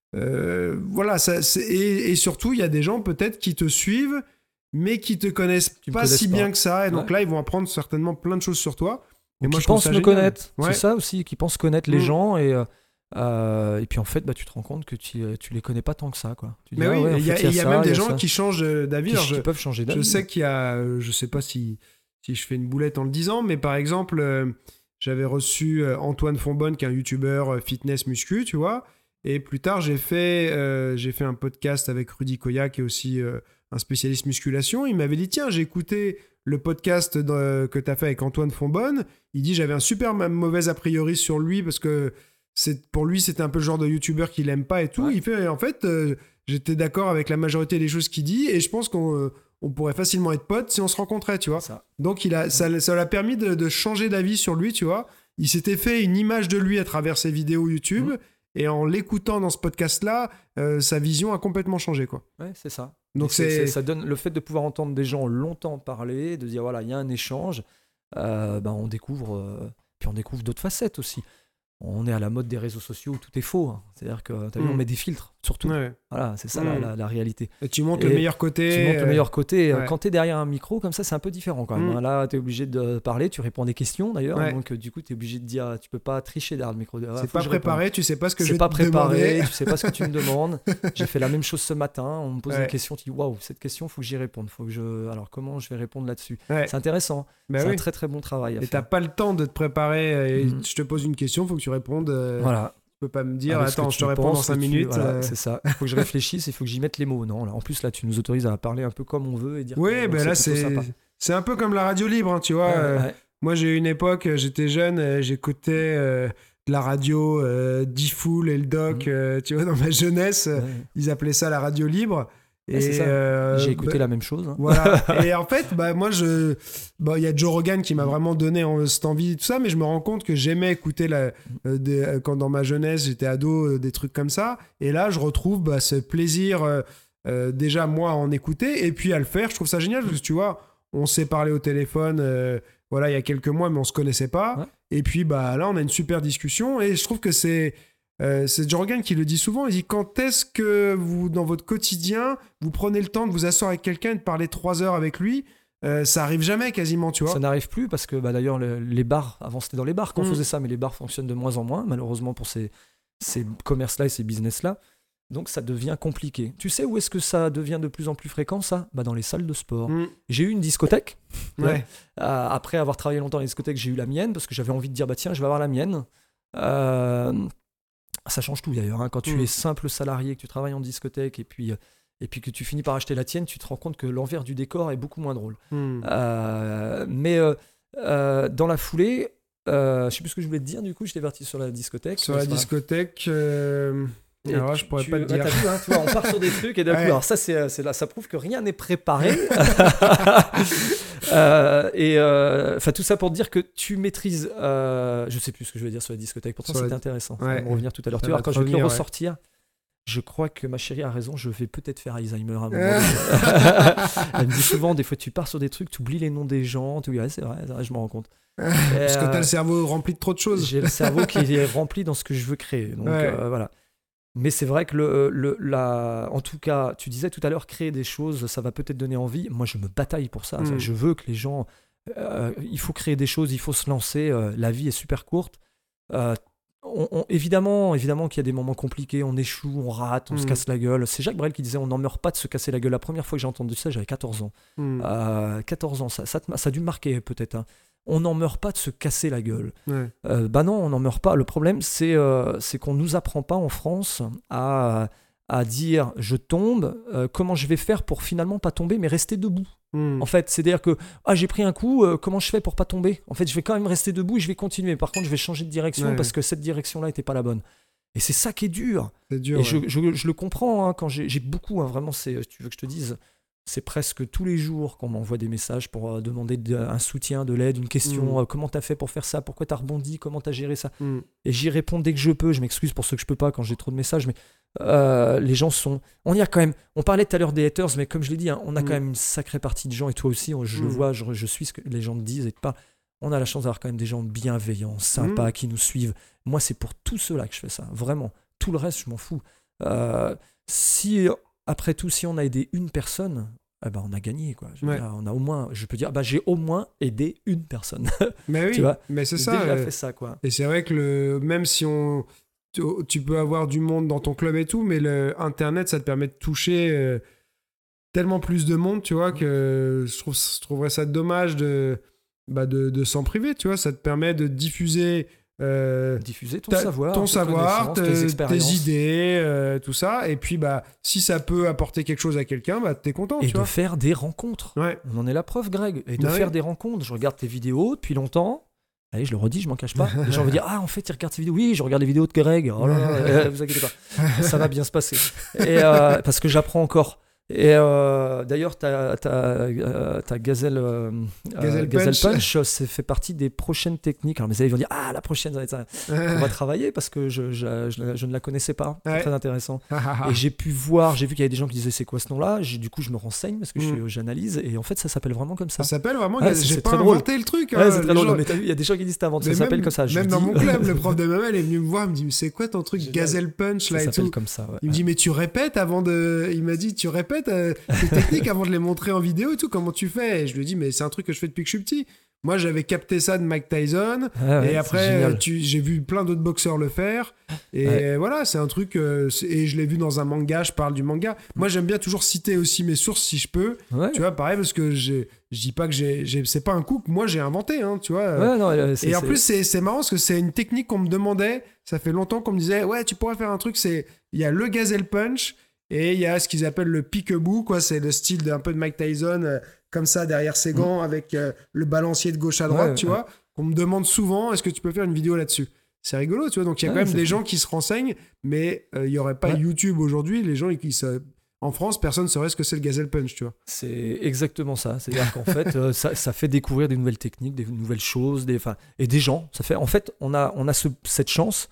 euh, voilà, ça, c'est- et, et surtout, il y a des gens peut-être qui te suivent, mais qui te connaissent Qui me pas connaissent si pas. bien que ça. Et donc Ouais. là, ils vont apprendre certainement plein de choses sur toi. Et Ou moi, qui je trouve pensent ça me génial. connaître, Ouais. c'est ça aussi, qui pensent connaître les Mm. gens et, euh, euh, et puis en fait, bah, tu te rends compte que tu, tu les connais pas tant que ça. Quoi. Tu dis, Mais ah oui, ouais, en et il y a, fait, il y a ça, même il y des a gens ça. qui changent euh, d'avis. qui, Alors, qui je, peuvent changer je d'avis. sais qu'il y a, euh, je sais pas si, si je fais une boulette en le disant, mais par exemple, euh, j'avais reçu euh, Antoine Fonbonne, qui est un youtubeur euh, fitness muscu, tu vois. Et plus tard, j'ai fait, euh, j'ai fait un podcast avec Rudy Koya, qui est aussi euh, un spécialiste musculation. Il m'avait dit, tiens, j'ai écouté le podcast de- que tu as fait avec Antoine Fonbonne. Il dit, j'avais un super ma- mauvais a priori sur lui parce que c'est, pour lui, c'était un peu le genre de youtubeur qu'il aime pas et tout. Ouais. Il fait, en fait, euh, j'étais d'accord avec la majorité des choses qu'il dit et je pense qu'on euh, on pourrait facilement être potes si on se rencontrait, tu vois. C'est ça. Donc, il a, ça, ça l'a permis de, de changer d'avis sur lui, tu vois. Il s'était fait une image de lui à travers ses vidéos YouTube. Mhm. Et en l'écoutant dans ce podcast-là, euh, sa vision a complètement changé, quoi. Ouais, c'est ça. Donc Et c'est- c'est- c'est- ça donne le fait de pouvoir entendre des gens longtemps parler, de dire voilà, il y a un échange. euh, ben, on découvre, euh, puis on découvre d'autres facettes aussi. On est à la mode des réseaux sociaux où tout est faux. hein. C'est-à-dire que t'as vu, Mm. on met des filtres, surtout. Ouais. Voilà, c'est ça Mm. la, la- la réalité. Et tu montres Et le meilleur côté. Tu montres le euh, meilleur côté. ouais. Quand tu es derrière un micro, comme ça, c'est un peu différent quand même. Mm. hein. Là, tu es obligé de parler, tu réponds à des questions d'ailleurs. Ouais. Donc, euh, du coup, tu es obligé de dire, tu peux pas tricher derrière le micro. Ah, C'est faut pas que je réponde. préparé, tu sais pas ce que je C'est vais pas te préparé, demander. tu sais pas ce que tu me demandes. J'ai fait la même chose ce matin. On me pose Ouais. une question, tu dis waouh, cette question, faut que j'y réponde. Faut que je. Alors, comment je vais répondre là-dessus Ouais. C'est intéressant. Bah c'est oui. un très très bon travail. À Et t'as faire. pas le temps de te préparer. Et Mm. je te pose une question, faut que tu répondes. euh, Voilà. Tu peux pas me dire, Avec ce que attends, tu je te réponds dans penses, cinq que tu- minutes. voilà, euh. c'est ça. Il faut que je réfléchisse, il faut que j'y mette les mots. Non, là, en plus, là, tu nous autorises à parler un peu comme on veut et dire. Oui, que- ben donc là, plutôt c'est sympa. c'est un peu comme la radio libre, hein, tu vois. Ouais, euh, ouais. Moi, j'ai eu une époque, euh, j'étais jeune, euh, j'écoutais euh, de la radio, euh, D-Fool et le Doc, Mhm. euh, tu vois, dans ma jeunesse, euh, Ouais. ils appelaient ça la radio libre. Ouais, c'est ça. euh, J'ai écouté bah, la même chose. hein. Voilà. Et en fait, bah, moi, je. Bon, il y a Joe Rogan qui m'a vraiment donné en- cette envie, tout ça, mais je me rends compte que j'aimais écouter la, euh, des- euh, quand dans ma jeunesse, j'étais ado, euh, des trucs comme ça. Et là, je retrouve bah, ce plaisir, euh, euh, déjà, moi, à en écouter, et puis à le faire. Je trouve ça génial parce que tu vois, on s'est parlé au téléphone, euh, voilà, il y a quelques mois, mais on se connaissait pas. Ouais. Et puis, bah, là, on a une super discussion, et je trouve que c'est. Euh, c'est Joe Rogan qui le dit souvent. Il dit quand est-ce que vous, dans votre quotidien, vous prenez le temps de vous asseoir avec quelqu'un et de parler trois heures avec lui. Euh, ça arrive jamais quasiment, tu vois. Ça n'arrive plus parce que bah, d'ailleurs le- les bars, avant c'était dans les bars qu'on Mm. faisait ça, mais les bars fonctionnent de moins en moins malheureusement pour ces, ces commerces-là et ces business-là. Donc ça devient compliqué. Tu sais où est-ce que ça devient de plus en plus fréquent ça bah, Dans les salles de sport. Mm. J'ai eu une discothèque. Ouais. Euh, après avoir travaillé longtemps dans les discothèques, j'ai eu la mienne parce que j'avais envie de dire bah tiens je vais avoir la mienne. Euh, ça change tout d'ailleurs. hein. Quand tu Mm. es simple salarié, que tu travailles en discothèque et puis, euh, et puis que tu finis par acheter la tienne, tu te rends compte que l'envers du décor est beaucoup moins drôle. Mm. Euh, mais euh, euh, dans la foulée, euh, je sais plus ce que je voulais te dire, du coup, j'étais parti sur la discothèque. Sur mais la c'est pas grave. discothèque. euh, Et Alors là, tu- je pourrais tu- pas te ouais, dire. t'as vu, hein, tu vois, on part sur des trucs et d'un coup, Ouais. alors ça, c'est, c'est là, ça prouve que rien n'est préparé. Euh, et euh, enfin, tout ça pour te dire que tu maîtrises. Euh, je sais plus ce que je voulais dire sur la discothèque. Pourtant, Sur la- c'était intéressant. Ça Ouais. va me revenir tout à l'heure. Ça Tu va vois, quand te je vais te le revenir, ouais. ressortir. Je crois que ma chérie a raison, je vais peut-être faire Alzheimer à un moment donné. Elle me dit souvent, des fois tu pars sur des trucs, tu oublies les noms des gens, tu dis, ouais, c'est vrai, c'est vrai, je m'en rends compte. Parce Et, que euh, t'as le cerveau rempli de trop de choses. j'ai le cerveau qui est rempli dans ce que je veux créer. Donc Ouais. euh, voilà. Mais c'est vrai que le, le, la, en tout cas, tu disais tout à l'heure, créer des choses, ça va peut-être donner envie. Moi, je me bataille pour ça. Mm. Je veux que les gens, euh, il faut créer des choses, il faut se lancer. euh, la vie est super courte. Euh, on- on- évidemment, évidemment qu'il y a des moments compliqués, on échoue, on rate, on se Mm. casse la gueule. C'est Jacques Brel qui disait on n'en meurt pas de se casser la gueule. La première fois que j'ai entendu ça, j'avais quatorze ans. Mm. Euh, quatorze ans, ça, ça, te- ça a dû me marquer peut-être. hein. On n'en meurt pas de se casser la gueule. Ouais. Euh, bah non, on n'en meurt pas. Le problème, c'est euh, c'est qu'on ne nous apprend pas en France à, à dire je tombe, euh, comment je vais faire pour finalement pas tomber mais rester debout. Hmm. En fait, c'est-à-dire que ah, j'ai pris un coup, euh, comment je fais pour pas tomber? En fait, je vais quand même rester debout et je vais continuer. Par contre, je vais changer de direction Ouais. parce que cette direction-là était pas la bonne. Et c'est ça qui est dur. C'est dur. Et ouais. je, je- je le comprends hein, quand j'ai, j'ai beaucoup, hein, vraiment, c'est, tu veux que je te dise, c'est presque tous les jours qu'on m'envoie des messages pour euh, demander de- un soutien, de l'aide, une question. Mm. euh, comment t'as fait pour faire ça? Pourquoi t'as rebondi? Comment t'as géré ça? Hmm. Et j'y réponds dès que je peux. Je m'excuse pour ceux que je peux pas quand j'ai trop de messages, mais euh, les gens sont. On y a quand même. On parlait tout à l'heure des haters, mais comme je l'ai dit, hein, on a Mm. quand même une sacrée partie de gens, et toi aussi, on- je le Mm. vois, je, je suis ce que les gens te disent et te parlent. On a la chance d'avoir quand même des gens bienveillants, sympas, qui nous suivent. Moi, c'est pour tout cela que je fais ça, vraiment. Tout le reste, je m'en fous. Euh, si, après tout, si on a aidé une personne, eh ben, on a gagné. Quoi. Je, veux Ouais. dire, on a au moins, je peux dire, bah, j'ai au moins aidé une personne. Mais oui, Tu vois, mais c'est J'ai ça. déjà euh, fait ça, quoi. Et c'est vrai que le, même si on, tu, tu peux avoir du monde dans ton club et tout, mais le Internet, ça te permet de toucher euh, tellement plus de monde, tu vois, que je, trouve, je trouverais ça dommage de, bah de, de s'en priver, tu vois. Ça te permet de diffuser euh, Diffuser ton ta- savoir, ton tes savoir, connaissances, tes, tes expériences. tes idées, euh, tout ça. Et puis, bah, si ça peut apporter quelque chose à quelqu'un, bah, t'es content, Et tu de vois. faire des rencontres. Ouais. On en est la preuve, Greg. Et de Bah faire oui. des rencontres. Je regarde tes vidéos depuis longtemps. Allez, je le redis, je m'en cache pas. Les gens vont dire ah, en fait, il regarde tes vidéos. Oui, je regarde les vidéos de Greg. Oh là là, euh, vous inquiétez pas. Ça va bien se passer. Et, euh, parce que j'apprends encore. Et euh, d'ailleurs, ta, ta, euh, ta Gazelle, euh, Gazelle euh, Gazelle Punch. Punch, c'est fait partie des prochaines techniques. Alors, mes élèves vont dire ah, la prochaine, ça va être ça. On va travailler parce que je, je, je, je ne la connaissais pas. C'est Ouais. très intéressant. Ah. Et j'ai pu voir, j'ai vu qu'il y avait des gens qui disaient c'est quoi ce nom-là. J'ai- Du coup, je me renseigne parce que je Mm. suis- j'analyse. Et en fait, ça s'appelle vraiment comme ça. Ça s'appelle vraiment. Ouais, Gaz- c'est- J'ai c'est pas très drôle. inventé le truc. Ouais, hein, c'est les très drôle. gens- Mais t'as vu, il y a des gens qui disent t'inventes. Ça Mais s'appelle même- comme ça. Je Même dis, dans mon euh, club, le prof de ma mère, il est venu me voir, il me dit, mais c'est quoi ton truc Génial. Gazelle Punch ça là et s'appelle tout. comme ça. Ouais. Il me dit, mais tu répètes avant de. Il m'a dit, tu répètes euh, tes techniques avant de les montrer en vidéo et tout, comment tu fais? Et je lui ai dit, mais c'est un truc que je fais depuis que je suis petit. Moi, j'avais capté ça de Mike Tyson. Ah ouais, et c'est après, génial. tu- j'ai vu plein d'autres boxeurs le faire. Et Ouais. voilà, c'est un truc. euh, c'est- et je l'ai vu dans un manga, je parle du manga. Moi, j'aime bien toujours citer aussi mes sources si je peux. Ouais. Tu vois, pareil, parce que j'ai- je dis pas que j'ai. j'ai- C'est pas un coup que moi j'ai inventé, hein, tu vois. Ouais, non, euh, c'est- Et en c'est- plus, c'est c'est marrant parce que c'est une technique qu'on me demandait. Ça fait longtemps qu'on me disait, ouais, tu pourrais faire un truc. C'est il y a le Gazelle Punch et il y a ce qu'ils appellent le peekaboo, quoi. C'est le style d'un peu de Mike Tyson, euh, comme ça derrière ses gants avec euh, le balancier de gauche à droite, Ouais, tu ouais. vois. Qu'on me demande souvent, est-ce que tu peux faire une vidéo là-dessus? C'est rigolo, tu vois. Donc il y a Ouais, quand même c'est des cool. gens qui se renseignent, mais euh, il y aurait pas Ouais. YouTube aujourd'hui. Les gens, ils se... en France, personne ne saurait ce que c'est le Gazelle Punch, tu vois. C'est exactement ça. C'est-à-dire qu'en fait, euh, ça, ça fait découvrir des nouvelles techniques, des nouvelles choses, des, enfin, et des gens. Ça fait, en fait, on a, on a ce- cette chance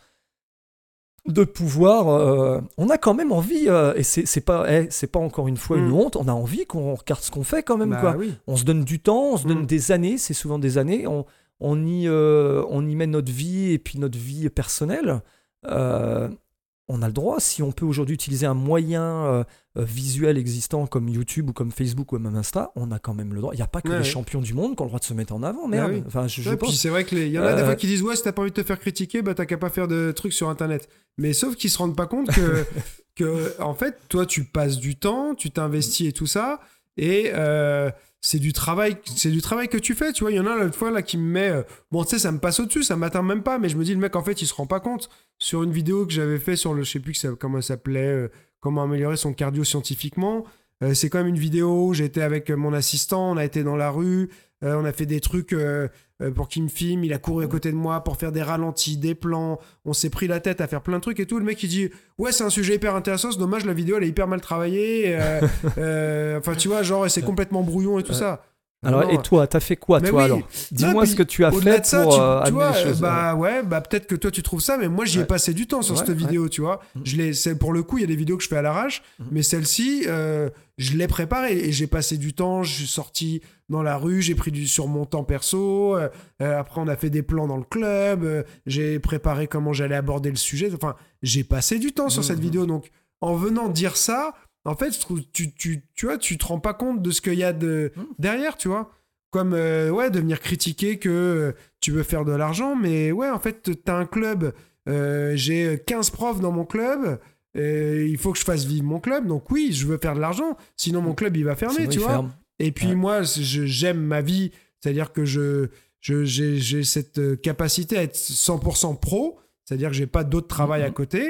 de pouvoir. euh, on a quand même envie, euh, et c'est c'est pas, eh, c'est pas encore une fois une Mm. honte. On a envie qu'on regarde ce qu'on fait quand même, Bah quoi. oui. On se donne du temps, on se donne Mm. des années. C'est souvent des années. On, on y, euh, on y met notre vie et puis notre vie personnelle. Euh, on a le droit, si on peut aujourd'hui utiliser un moyen euh, euh, visuel existant comme YouTube ou comme Facebook ou même Insta, on a quand même le droit. Il n'y a pas que Ouais, les ouais. champions du monde qui ont le droit de se mettre en avant, merde. oui. Enfin, je, je Ouais, puis pense. c'est vrai qu'il y en a des Euh, fois qui disent ouais, si t'as pas envie de te faire critiquer, bah t'as qu'à pas faire de trucs sur internet. Mais sauf qu'ils se rendent pas compte que, que en fait, toi tu passes du temps, tu t'investis et tout ça, et euh, c'est du travail, c'est du travail que tu fais. Tu vois, il y en a l'autre fois là qui me met, euh, bon tu sais, ça me passe au-dessus, ça m'atteint même pas, mais je me dis le mec en fait il se rend pas compte. Sur une vidéo que j'avais fait sur le, je sais plus que ça- comment ça s'appelait, euh, comment améliorer son cardio scientifiquement. Euh, c'est quand même une vidéo où j'étais avec mon assistant, on a été dans la rue, euh, on a fait des trucs euh, euh, pour qu'il me filme, il a couru à côté de moi pour faire des ralentis, des plans, on s'est pris la tête à faire plein de trucs et tout. Le mec il dit ouais c'est un sujet hyper intéressant, c'est dommage la vidéo elle est hyper mal travaillée, euh, euh, enfin tu vois genre c'est complètement brouillon et tout Ouais. ça. Alors, Non, et toi, t'as fait quoi, mais toi, oui. alors Dis-moi puis, ce que tu as au-delà fait de ça, pour tu, euh, tu amener vois, les choses. bah ouais, bah peut-être que toi tu trouves ça, mais moi j'y ai Ouais. passé du temps sur Ouais, cette ouais. vidéo, tu vois. Mhm. Je l'ai, c'est pour le coup, il y a des vidéos que je fais à l'arrache, Mhm. mais celle-ci, euh, je l'ai préparée et j'ai passé du temps. Je suis sorti dans la rue, j'ai pris du sur mon temps perso. euh, euh, après, on a fait des plans dans le club. euh, j'ai préparé comment j'allais aborder le sujet. Enfin, j'ai passé du temps sur Mhm. cette vidéo, donc en venant dire ça, en fait, je trouve, tu, tu, tu vois, tu te rends pas compte de ce qu'il y a de Mhm. derrière, tu vois. Comme euh, ouais, de venir critiquer que euh, tu veux faire de l'argent, mais ouais, en fait, t'as un club, euh, j'ai quinze profs dans mon club, euh, il faut que je fasse vivre mon club, donc oui, je veux faire de l'argent, sinon mon club il va fermer, Sinon, tu il vois. ferme. Et puis Ouais. moi, je- j'aime ma vie, c'est-à-dire que je, je, j'ai, j'ai cette euh, capacité à être cent pour cent pro, c'est-à-dire que j'ai pas d'autre travail à Mhm. côté.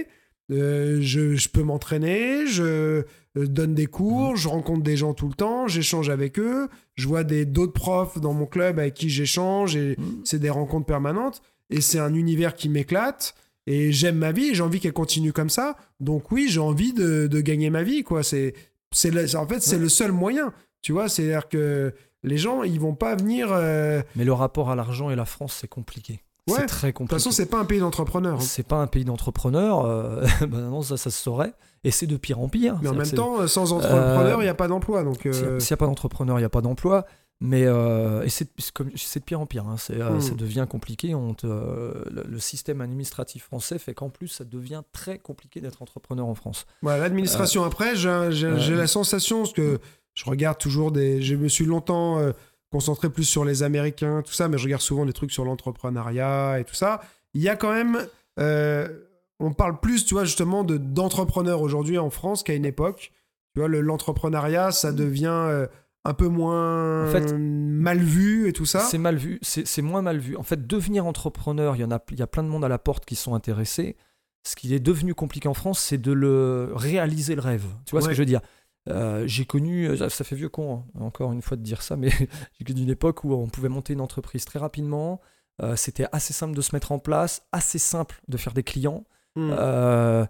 Euh, je, je peux m'entraîner, je euh, donne des cours, je rencontre des gens tout le temps, j'échange avec eux, je vois des, d'autres profs dans mon club avec qui j'échange et c'est des rencontres permanentes et c'est un univers qui m'éclate et j'aime ma vie et j'ai envie qu'elle continue comme ça. Donc oui, j'ai envie de, de gagner ma vie, quoi. C'est, c'est le, en fait, c'est Ouais. le seul moyen, tu vois. C'est-à-dire que les gens, ils vont pas venir... euh, Mais le rapport à l'argent et la France, c'est compliqué. Ouais. C'est très De toute compliqué. façon, c'est pas un pays d'entrepreneurs. hein. C'est pas un pays d'entrepreneurs. euh, bah non, ça, ça se saurait. Et c'est de pire en pire. Mais en même C'est-à-dire que temps, sans entrepreneurs, il Euh, n'y a pas d'emploi. Donc, c'est- euh, S'il n'y a pas d'entrepreneur, il n'y a pas d'emploi. Mais euh, et c'est, c'est comme- c'est de pire en pire. hein. C'est, euh, Mm. Ça devient compliqué. On te- euh, le, le système administratif français fait qu'en plus, ça devient très compliqué d'être entrepreneur en France. voilà, l'administration, après, j'ai, j'ai- euh, j'ai la sensation, parce que je regarde toujours des... Je me suis longtemps euh, concentré plus sur les Américains, tout ça, mais je regarde souvent des trucs sur l'entrepreneuriat et tout ça. Il y a quand même... euh, on parle plus, tu vois, justement, de, d'entrepreneurs aujourd'hui en France qu'à une époque. Tu vois, le- l'entrepreneuriat, ça devient euh, un peu moins En fait, mal vu et tout ça. C'est mal vu, c'est, c'est moins mal vu. En fait, devenir entrepreneur, il y en a, il y a plein de monde à la porte qui sont intéressés. Ce qui est devenu compliqué en France, c'est de le réaliser le rêve. Tu vois ce Ouais. que je veux dire? Euh, j'ai connu, ça ça fait vieux con, hein, encore une fois de dire ça, mais j'ai connu une époque où on pouvait monter une entreprise très rapidement. Euh, c'était assez simple de se mettre en place, assez simple de faire des clients. Mm. Euh,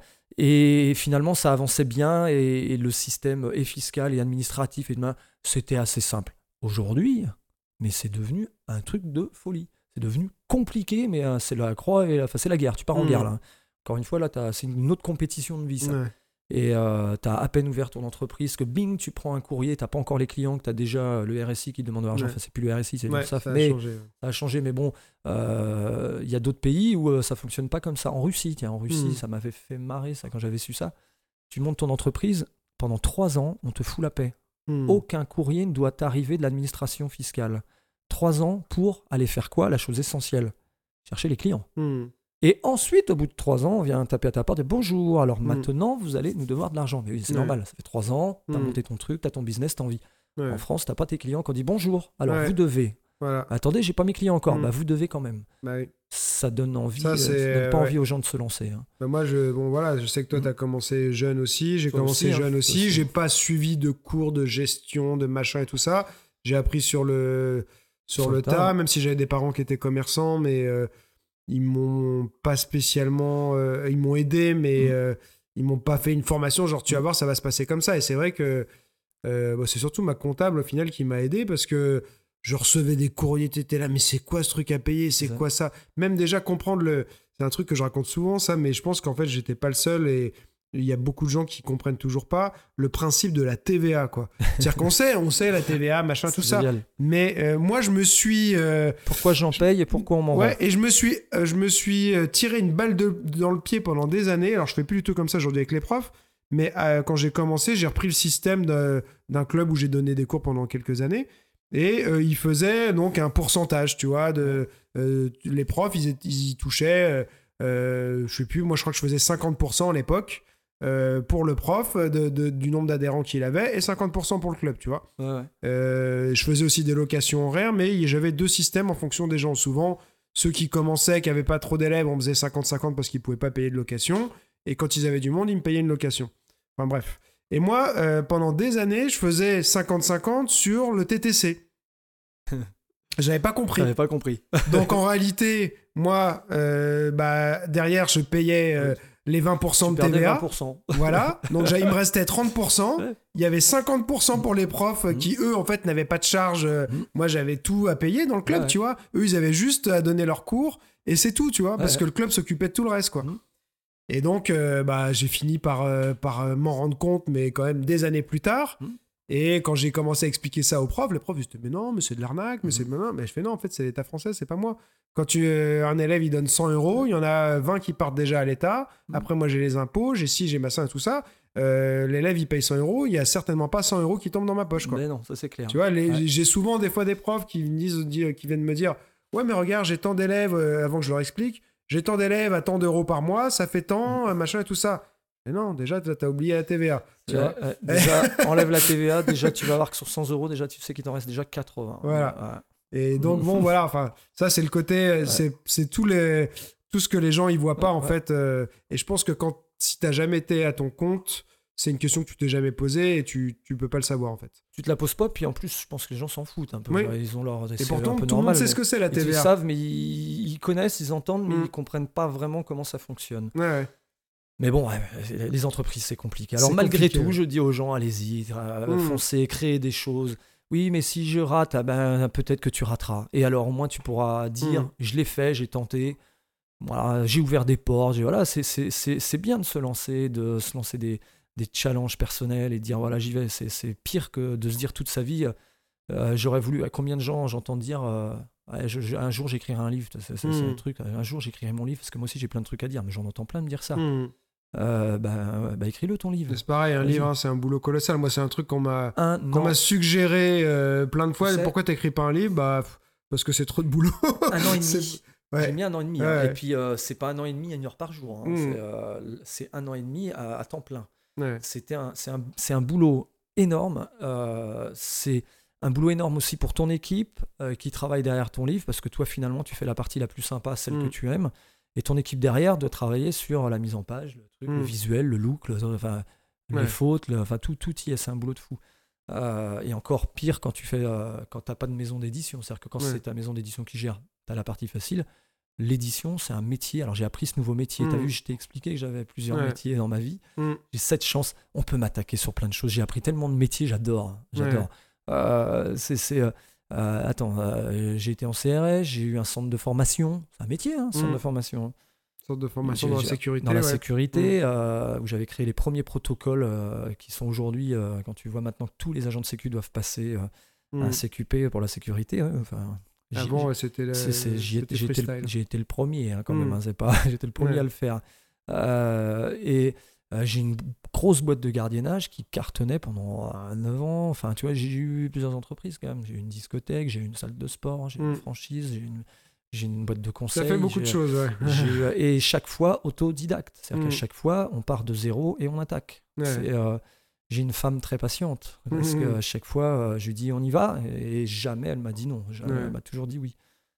et finalement, ça avançait bien et, et le système est fiscal et administratif et de main, c'était assez simple. Aujourd'hui, mais c'est devenu un truc de folie. C'est devenu compliqué, mais euh, c'est la croix et la, enfin, c'est la guerre. Tu pars en Mm. guerre là. Encore une fois, là, t'as- c'est une autre compétition de vie, ça. Ouais. Et euh, tu as à peine ouvert ton entreprise que bing, tu prends un courrier, tu n'as pas encore les clients, que tu as déjà le R S I qui te demande de l'argent. Ouais. Enfin, c'est plus le R S I, c'est Ouais, l'URSSAF, ça a mais changé. ouais. ça a changé. Mais bon, euh, il y a d'autres pays où euh, ça fonctionne pas comme ça. En Russie, tiens, en Russie, Mm. ça m'avait fait marrer ça quand j'avais su ça. Tu montes ton entreprise, pendant trois ans, on te fout la paix. Mm. Aucun courrier ne doit t'arriver de l'administration fiscale. Trois ans pour aller faire quoi? La chose essentielle, chercher les clients. Mm. Et ensuite, au bout de trois ans, on vient taper à ta porte et bonjour, alors Mm. maintenant, vous allez nous devoir de l'argent. Mais oui, c'est Ouais. normal, ça fait trois ans, t'as Mm. monté ton truc, t'as ton business, t'as envie. Ouais. En France, t'as pas tes clients qui ont dit bonjour, alors Ouais. vous devez. Voilà. Attendez, j'ai pas mes clients encore, Mm. bah vous devez quand même. Bah oui. Ça donne envie, Ça, euh, c'est- ça donne pas ouais. envie aux gens de se lancer. hein. Bah moi, je, bon, voilà, je sais que toi, Mm. tu as commencé jeune aussi. J'ai Toi commencé aussi, hein, jeune toi aussi. aussi. J'ai pas suivi de cours de gestion, de machin et tout ça. J'ai appris sur le, sur Sur le le tas, tas. même si j'avais des parents qui étaient commerçants, mais euh, ils m'ont pas spécialement. euh, ils m'ont aidé, mais Mm. euh, ils m'ont pas fait une formation. Genre, tu vas voir, ça va se passer comme ça. Et c'est vrai que euh, bah, c'est surtout ma comptable au final qui m'a aidé parce que je recevais des courriers, t'étais là, mais c'est quoi ce truc à payer? C'est C'est ça. quoi ça? Même déjà comprendre le. C'est un truc que je raconte souvent, ça, mais je pense qu'en fait, j'étais pas le seul et il y a beaucoup de gens qui comprennent toujours pas le principe de la T V A, quoi. C'est-à-dire qu'on sait, on sait la T V A, machin, tout C'est ça. génial. Mais euh, moi, je me suis. euh, Pourquoi j'en paye et pourquoi on m'en Ouais, rend? et je me suis, euh, je me suis euh, tiré une balle de, dans le pied pendant des années. Alors, je fais plus du tout comme ça aujourd'hui avec les profs. Mais euh, quand j'ai commencé, j'ai repris le système de- d'un club où j'ai donné des cours pendant quelques années. Et euh, ils faisaient donc un pourcentage, tu vois. De, euh, les profs, ils, étaient- ils y touchaient, euh, euh, je sais plus, moi je crois que je faisais cinquante pour cent à l'époque euh, pour le prof de, de- du nombre d'adhérents qu'il avait et cinquante pour cent pour le club, tu vois. Ouais, ouais. Euh, je faisais aussi des locations horaires, mais j'avais deux systèmes en fonction des gens. Souvent, ceux qui commençaient, qui n'avaient pas trop d'élèves, on faisait cinquante cinquante parce qu'ils ne pouvaient pas payer de location. Et quand ils avaient du monde, ils me payaient une location. Enfin bref. Et moi, euh, pendant des années, je faisais cinquante cinquante sur le T T C. J'avais pas compris. J'avais pas compris. Donc en réalité, moi, euh, bah, derrière, je payais euh, les vingt pour cent Tu de perdais T V A. vingt pour cent. Voilà, donc j'ai- il me restait trente pour cent. Ouais. Il y avait cinquante pour cent pour les profs euh, Mhm. qui, eux, en fait, n'avaient pas de charge. Euh, Mhm. Moi, j'avais tout à payer dans le club, Ouais. tu vois. Eux, ils avaient juste à donner leurs cours et c'est tout, tu vois, parce Ouais. que le club s'occupait de tout le reste, quoi. Mhm. Et donc, euh, bah, j'ai fini par, euh, par euh, m'en rendre compte, mais quand même des années plus tard. Mhm. Et quand j'ai commencé à expliquer ça aux profs, les profs ils se disaient, mais non, mais c'est de l'arnaque, mais Mhm. c'est... Non, mais je fais non, en fait, c'est l'État français, c'est pas moi. Quand tu, euh, un élève, il donne cent euros, il y en a vingt qui partent déjà à l'État. Mhm. Après, moi, j'ai les impôts, j'ai ci, j'ai ma ça et tout ça. Euh, l'élève, il paye cent euros, il y a certainement pas cent euros qui tombent dans ma poche, quoi. Mais non, ça c'est clair. Tu vois, les- Ouais. j'ai souvent des fois des profs qui, me disent, di- qui viennent me dire, ouais, mais regarde, j'ai tant d'élèves, euh, avant que je leur explique, j'ai tant d'élèves à tant d'euros par mois, ça fait tant, euh, machin et tout ça. Mais non, déjà, t'as t'as oublié la T V A. Tu Ouais, vois ouais. Déjà, enlève la T V A, déjà tu vas voir que sur cent euros, déjà tu sais qu'il t'en reste déjà quatre-vingts. Voilà. Et donc, bon, voilà, enfin, ça, c'est le côté, euh, c'est c'est tout, les, tout ce que les gens, ils voient pas, Ouais, en ouais. fait. euh, et je pense que quand si t'as jamais été à ton compte, c'est une question que tu t'es jamais posée et tu, tu peux pas le savoir en fait. Tu te la poses pas, puis en plus, je pense que les gens s'en foutent un peu. Oui. Ils ont leur. Et c'est pourtant, un peu tout le normal, monde sait mais- ce que c'est la Ils, T V ils A. savent, mais ils, ils connaissent, ils entendent, mais Mm. ils comprennent pas vraiment comment ça fonctionne. Ouais, ouais. Mais bon, ouais, les entreprises, c'est compliqué. Alors C'est malgré compliqué, tout, ouais. je dis aux gens, allez-y, euh, Mm. foncez, créez des choses. Oui, mais si je rate, ah ben, peut-être que tu rateras. Et alors au moins, tu pourras dire, Mm. je l'ai fait, j'ai tenté. Voilà, j'ai ouvert des portes. j'ai- Voilà, c'est, c'est, c'est, c'est bien de se lancer, de se lancer des, des challenges personnels et dire, voilà, j'y vais. C'est, c'est pire que de se dire toute sa vie, euh, j'aurais voulu... À combien de gens j'entends dire, euh, ouais, je- je- un jour j'écrirai un livre, c'est, c'est, c'est Mm. un truc, un jour j'écrirai mon livre, parce que moi aussi j'ai plein de trucs à dire, mais j'en entends plein me dire ça. Mm. Euh, bah, bah, écris-le ton livre. C'est pareil, un Vas-y. livre, hein, c'est un boulot colossal. Moi, c'est un truc qu'on m'a, Un qu'on an, m'a suggéré euh, plein de fois. Tu sais- Pourquoi t'écris pas un livre? Bah, f- parce que c'est trop de boulot. un an et C'est- demi. Ouais. J'ai mis un an et demi. Ouais, hein. ouais. Et puis, euh, c'est pas un an et demi à une heure par jour. hein. Mm. C'est, euh, c'est un an et demi à, à temps plein. Ouais. C'était un, c'est, un, c'est un boulot énorme. Euh, c'est un boulot énorme aussi pour ton équipe euh, qui travaille derrière ton livre, parce que toi, finalement, tu fais la partie la plus sympa, celle Mm. que tu aimes. Et ton équipe derrière de travailler sur la mise en page, le, truc, Mm. le visuel, le look, le- enfin, Ouais. les fautes, le- enfin, tout, tout y est. C'est un boulot de fou. Euh, et encore pire quand tu fais, euh, quand t'as pas de maison d'édition. C'est-à-dire que quand Ouais. c'est ta maison d'édition qui gère, tu as la partie facile. L'édition, c'est un métier. Alors j'ai appris ce nouveau métier. Tu as Mm. vu, je t'ai expliqué que j'avais plusieurs Ouais. métiers dans ma vie. Mm. J'ai cette chance. On peut m'attaquer sur plein de choses. J'ai appris tellement de métiers, j'adore. J'adore. Euh, c'est, c'est, euh, euh, attends, euh, j'ai été en C R S, j'ai eu un centre de formation. C'est un métier, hein, centre Mm. de formation. hein. Une sorte de formation J'ai- dans la j'ai- sécurité. Dans la ouais. sécurité, euh, où j'avais créé les premiers protocoles euh, qui sont aujourd'hui, euh, quand tu vois maintenant que tous les agents de sécu doivent passer euh, Mm. un C Q P pour la sécurité. hein, enfin, j'y- Avant, ouais, c'était le, c'est- c'est- j'y c'était étais- j'ai, été, freestyle. le- j'ai été le premier hein, quand Mm. même, hein, c'est pas, j'étais le premier Ouais. à le faire. Euh, et euh, j'ai une grosse boîte de gardiennage qui cartonnait pendant euh, neuf ans. Enfin, tu vois, j'ai eu plusieurs entreprises quand même. J'ai eu une discothèque, j'ai eu une salle de sport, j'ai eu Mm. une franchise, j'ai eu une, j'ai une boîte de Ça conseil. fait beaucoup de j'ai- choses, ouais. j'ai eu- et chaque fois autodidacte. C'est-à-dire Mm. qu'à chaque fois, on part de zéro et on attaque. Ouais. C'est, euh, j'ai une femme très patiente. Parce Mhm. qu'à chaque fois, euh, je lui dis on y va. Et jamais elle m'a dit non. Jamais, Ouais. Elle m'a toujours dit oui.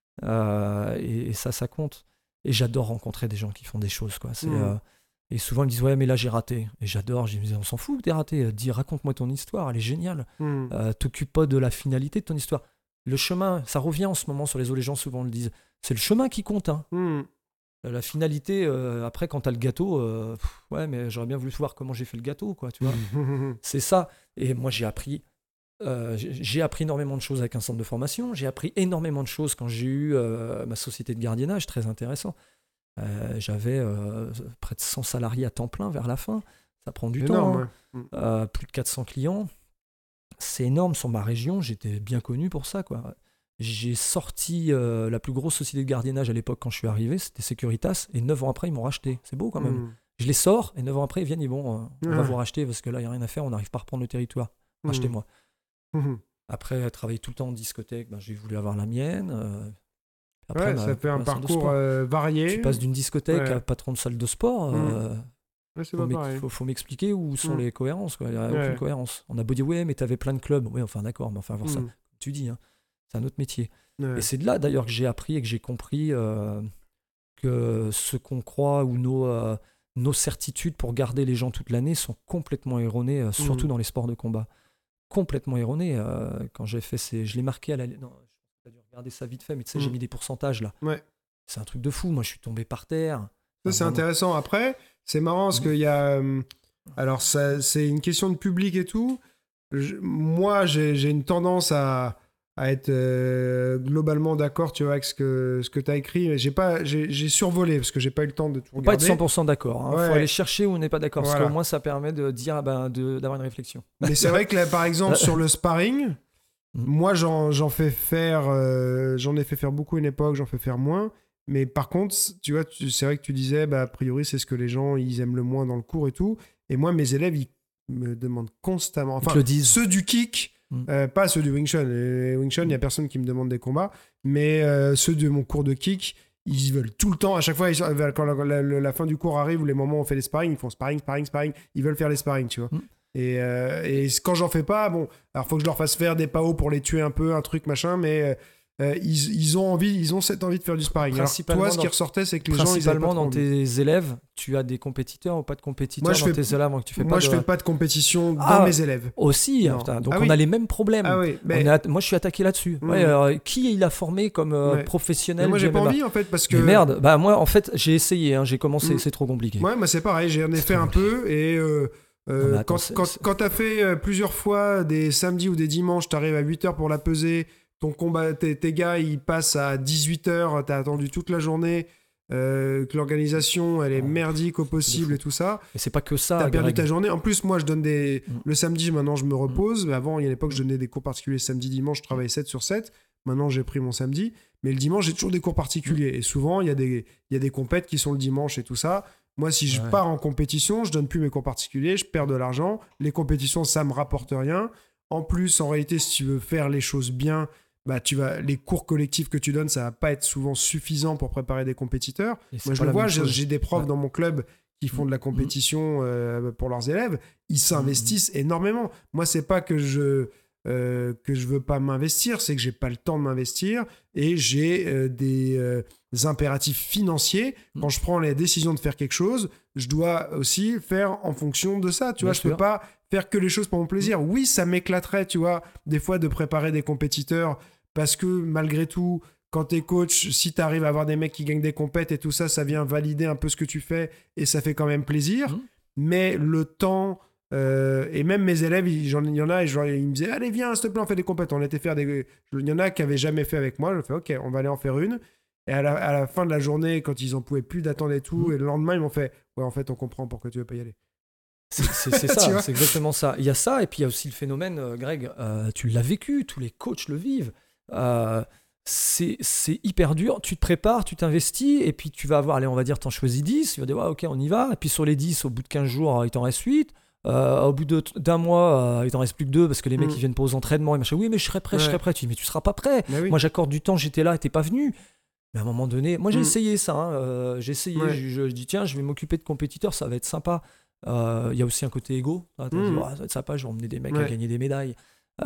Euh, et, et ça, ça compte. Et j'adore rencontrer des gens qui font des choses. Quoi. C'est, Mhm. euh, et souvent, ils me disent ouais, mais là, j'ai raté. Et j'adore. Je me dis on s'en fout que t'aies raté. Dis, raconte-moi ton histoire. Elle est géniale. Mm. Euh, t'occupe pas de la finalité de ton histoire. Le chemin, ça revient en ce moment sur les eaux. Les gens souvent le disent. C'est le chemin qui compte. Hein. Mm. La finalité, euh, après, quand t'as le gâteau, euh, pff, ouais, mais j'aurais bien voulu voir comment j'ai fait le gâteau, quoi, tu vois. C'est ça. Et moi, j'ai appris, euh, j'ai j'ai appris énormément de choses avec un centre de formation. J'ai appris énormément de choses quand j'ai eu euh, ma société de gardiennage, très intéressant. Euh, J'avais euh, près de cent salariés à temps plein vers la fin. Ça prend du temps. Énorme, hein. ouais. Euh, plus de quatre cents clients. C'est énorme sur ma région. J'étais bien connu pour ça, quoi. J'ai sorti euh, la plus grosse société de gardiennage à l'époque quand je suis arrivé, c'était Securitas, et neuf ans après, ils m'ont racheté. C'est beau quand même. Mm. Je les sors, et neuf ans après, ils viennent, ils vont, euh, on va Ouais. vous racheter parce que là, il n'y a rien à faire, on n'arrive pas à reprendre le territoire. Mm. Rachetez-moi. Mhm. Après, travailler tout le temps en discothèque, ben, j'ai voulu avoir la mienne. euh, après, Ouais, ma- ça fait un ma salle de parcours sport. euh, varié. Tu passes d'une discothèque Ouais. à patron de salle de sport. Mm. euh, Ouais, c'est faut pas m'ex- pareil. faut, faut m'expliquer où sont Mm. les cohérences. quoi. Il n'y a Ouais. aucune cohérence. On a beau dire, ouais, mais tu avais plein de clubs. Oui, enfin, d'accord, mais enfin, voir ça, Mm. tu dis, hein, c'est un autre métier. Ouais. Et c'est de là d'ailleurs que j'ai appris et que j'ai compris euh, que ce qu'on croit ou nos, euh, nos certitudes pour garder les gens toute l'année sont complètement erronées, euh, surtout Mhm. dans les sports de combat. Complètement erronées. euh, quand j'ai fait ces... Je l'ai marqué à la... Non, j'ai dû regarder ça vite fait, mais tu sais, j'ai Mhm. mis des pourcentages là. Ouais. C'est un truc de fou. Moi, je suis tombé par terre. Ça, Enfin, c'est vraiment. intéressant. Après, c'est marrant parce Mhm. qu'il y a. euh, alors, ça, c'est une question de public et tout. Je- moi, j'ai j'ai une tendance à, à être euh, globalement d'accord, tu vois, avec ce que, ce que tu as écrit. J'ai pas, j'ai j'ai survolé parce que j'ai pas eu le temps de tout Faut pas être regarder. cent pour cent d'accord. Il Ouais. faut aller chercher où on n'est pas d'accord. Parce Voilà. qu'au moins, ça permet de dire, ah ben, de- d'avoir une réflexion. Mais c'est vrai que là, par exemple, sur le sparring, Mhm. moi, j'en j'en fais faire, euh, j'en ai fait faire beaucoup à une époque, j'en fais faire moins. Mais par contre, tu vois, tu- c'est vrai que tu disais, bah, a priori, c'est ce que les gens, ils aiment le moins dans le cours et tout. Et moi, mes élèves, ils me demandent constamment. Ils te Enfin, le disent. ceux du kick, Mm. euh, pas ceux du Wing Chun. Les Wing Chun, il n'y a personne qui me demande des combats. Mais euh, ceux de mon cours de kick, ils veulent tout le temps. À chaque fois, ils- quand la, la- la fin du cours arrive ou les moments où on fait les sparring, ils font sparring, sparring, sparring. Ils veulent faire les sparring, tu vois. Mm. Et, euh, et quand j'en fais pas, bon, alors faut que je leur fasse faire des P A O pour les tuer un peu, un truc machin, mais, euh, ils, ils ont envie, ils ont cette envie de faire du sparring. Alors toi, ce qui dans- ressortait, c'est que les gens, ils avaient pas Principalement trop dans envie. tes élèves, tu as des compétiteurs ou pas de compétiteurs Moi, je dans fais- tes élèves donc tu fais Moi, pas je de... fais pas de compétition dans Ah, mes élèves. Aussi, Non. putain, donc Ah on oui. a les mêmes problèmes. Ah oui, On mais, est at- Moi, je suis attaqué là-dessus. Mmh. Ouais, alors, qui il a formé comme euh, Ouais. professionnel mais moi, j'ai du pas M M A? envie en fait parce que. Mais merde, bah moi en fait j'ai essayé, hein, j'ai commencé, Mm. c'est trop compliqué. Ouais, moi c'est pareil, j'ai en ai C'est fait trop un peu et euh, euh, Non, mais attends, quand, c'est- quand, c'est- quand t'as fait euh, plusieurs fois des samedis ou des dimanches, t'arrives à huit heures pour la peser, ton combat, tes, tes gars ils passent à dix-huit heures, t'as attendu toute la journée, euh, que l'organisation elle est Ouais. merdique au possible fou. et tout ça, Et c'est pas que ça. t'as perdu Greg. ta journée. En plus, moi je donne des. Mm. Le samedi, maintenant je me repose, mais avant, il y a une époque, je donnais des cours particuliers samedi, dimanche, je travaillais sept sur sept. Maintenant, j'ai pris mon samedi. Mais le dimanche, j'ai toujours des cours particuliers. Et souvent, il y a des, il y a des compètes qui sont le dimanche et tout ça. Moi, si je Ouais. pars en compétition, je donne plus mes cours particuliers, je perds de l'argent. Les compétitions, ça me rapporte rien. En plus, en réalité, si tu veux faire les choses bien, bah, tu vas, les cours collectifs que tu donnes, ça va pas être souvent suffisant pour préparer des compétiteurs. Et c'est Moi, je pas le la vois, même j'ai chose. j'ai des profs Ouais. dans mon club qui font de la compétition euh, pour leurs élèves. Ils s'investissent énormément. Moi, c'est pas que je euh, que je veux pas m'investir, c'est que j'ai pas le temps de m'investir et j'ai euh, des, euh, des impératifs financiers. Mm. Quand je prends les décisions de faire quelque chose, je dois aussi faire en fonction de ça. Tu Bien vois, je peux sûr. pas faire que les choses pour mon plaisir. Oui, ça m'éclaterait, tu vois, des fois de préparer des compétiteurs parce que malgré tout, quand t'es coach, si t'arrives à avoir des mecs qui gagnent des compètes et tout ça, ça vient valider un peu ce que tu fais et ça fait quand même plaisir. Mhm. Mais le temps, euh, et même mes élèves, il j'en- il y en a, et genre, ils me disaient, allez, viens, s'il te plaît, on fait des compètes. On était faire des. Il y en a qui avaient jamais fait avec moi. Je fais, ok, on va aller en faire une. Et à la, à la fin de la journée, quand ils en pouvaient plus d'attendre et tout, Mhm. et le lendemain, ils m'ont fait, ouais, en fait, on comprend pourquoi tu veux pas y aller. C'est c'est- c'est Tu ça, vois c'est exactement ça. Il y a ça, et puis il y a aussi le phénomène, euh, Greg, euh, tu l'as vécu, tous les coachs le vivent. Euh, c'est c'est hyper dur. Tu te prépares, tu t'investis, et puis tu vas avoir, allez, on va dire, t'en choisis dix, tu vas dire, ouais, ok, on y va. Et puis sur les dix, au bout de quinze jours, euh, il t'en reste huit. Euh, au bout de- d'un mois, euh, il t'en reste plus que deux parce que les mecs Mm. ils viennent pas aux entraînements et machin. Oui, mais je serai prêt, je Ouais. serai prêt. Tu dis, mais tu seras pas prêt. Mais oui. Moi, j'accorde du temps, j'étais là, t'es pas venu. Mais à un moment donné, moi j'ai Mm. essayé ça. hein, euh, j'ai essayé. Ouais. Je, je dis, tiens, je vais m'occuper de compétiteurs, ça va être sympa. Euh, Il y a aussi un côté égo. Ah, t'as dit, Mm. oh, ça va être sympa, je vais emmener des mecs à Ouais. gagner des médailles.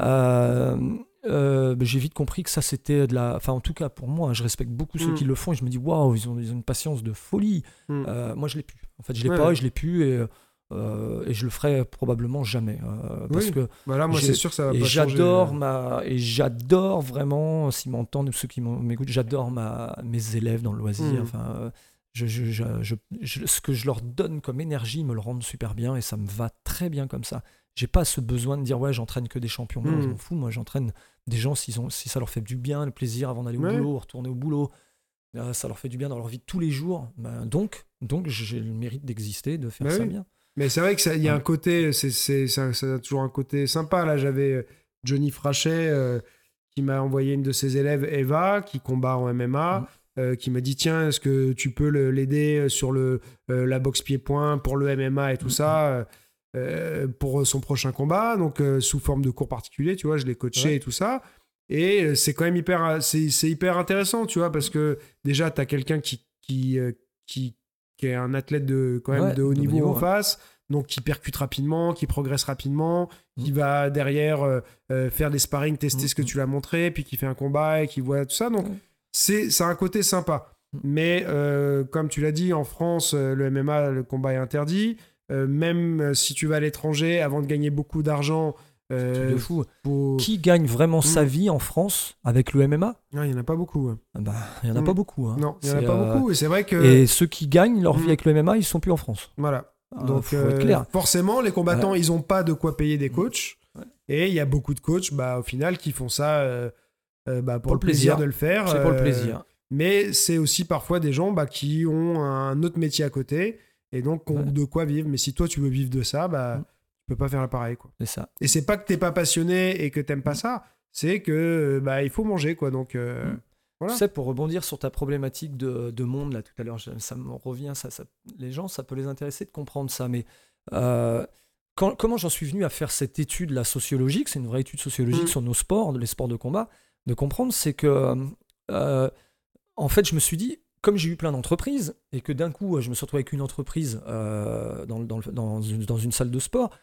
Euh, euh, ben, j'ai vite compris que ça c'était de la. Enfin, en tout cas, pour moi, je respecte beaucoup ceux Mm. qui le font et je me dis, waouh, ils ont, ils ont une patience de folie. Mm. Euh, moi, je l'ai plus. En fait, je l'ai Ouais, pas ouais. et je l'ai plus et, euh, et je le ferai probablement jamais. euh, parce Oui. que Voilà, moi, j'ai- c'est sûr que ça va et pas changer. j'adore ma et j'adore vraiment, s'ils m'entendent ou ceux qui m'en- m'écoutent, j'adore ma mes élèves dans le loisir. Mm. Enfin, euh, je, je, je, je- je- ce que je leur donne comme énergie me le rendent super bien et ça me va très bien comme ça. J'ai pas ce besoin de dire ouais j'entraîne que des champions. Non, Mm. je m'en fous. Moi j'entraîne des gens s'ils ont si ça leur fait du bien, le plaisir avant d'aller au Ouais. boulot, retourner au boulot. euh, ça leur fait du bien dans leur vie de tous les jours. Ben, donc donc j'ai le mérite d'exister, de faire Bah ça oui. bien. Mais c'est vrai que ça- il y a Ouais. un côté, c'est, c'est, ça, ça a toujours un côté sympa. Là, j'avais euh, Johnny Frachet euh, qui m'a envoyé une de ses élèves, Eva, qui combat en M M A, Mm. euh, qui m'a dit tiens, est-ce que tu peux le- l'aider sur le, euh, la boxe pied-point pour le M M A et tout Mm. ça euh, euh, pour son prochain combat, donc euh, sous forme de cours particuliers, tu vois, je l'ai coaché Ouais. et tout ça. Et euh, c'est quand même hyper, c'est, c'est hyper intéressant, tu vois, parce que déjà, tu as quelqu'un qui, qui, euh, qui, qui est un athlète de, quand même Ouais, de haut de niveau, niveau, en ouais. face, donc qui percute rapidement, qui progresse rapidement, qui Mm. va derrière euh, euh, faire des sparring, tester Mm, ce que mm. tu l'as montré, puis qui fait un combat et qui voit tout ça. Donc, Ouais. c'est, c'est un côté sympa. Mm. Mais euh, comme tu l'as dit, en France, euh, le M M A, le combat est interdit. Euh, même euh, si tu vas à l'étranger, avant de gagner beaucoup d'argent, euh, Truc de fou. faut- Qui gagne vraiment sa Mm. vie en France avec le M M A? Ah, il n'y en a pas beaucoup. hein. Ah bah, il n'y en a Mm. pas beaucoup. hein. Non, il n'y en a C'est, pas euh, beaucoup. Et c'est vrai que. Et ceux qui gagnent leur vie Mm. avec le M M A, ils sont plus en France. Voilà. Ah, Donc, faut euh, être clair. forcément, les combattants, ils n'ont pas de quoi payer des coachs. Ouais. Et il y a beaucoup de coachs, bah, au final, qui font ça euh, euh, bah, pour, Pour le le plaisir. plaisir. de le faire. C'est pour le euh, plaisir. Mais c'est aussi parfois des gens bah, qui ont un autre métier à côté et donc ont Ouais. de quoi vivre. Mais si toi, tu veux vivre de ça, bah, Mm. tu peux pas faire pareil. Quoi. C'est ça. Et c'est pas que t'es pas passionné et que t'aimes pas ça, c'est que bah, il faut manger. Quoi. Donc, euh, Mm. Voilà. Tu sais, pour rebondir sur ta problématique de, de monde, là, tout à l'heure, je- ça me revient, ça, ça- les gens, ça peut les intéresser de comprendre ça, mais euh, quand- comment j'en suis venu à faire cette étude là, sociologique, c'est une vraie étude sociologique Mm. sur nos sports, les sports de combat, de comprendre, c'est que, euh, en fait, je me suis dit, comme j'ai eu plein d'entreprises, et que d'un coup, je me suis retrouvé avec une entreprise euh, dans, dans, le- dans une, dans une salle de sport,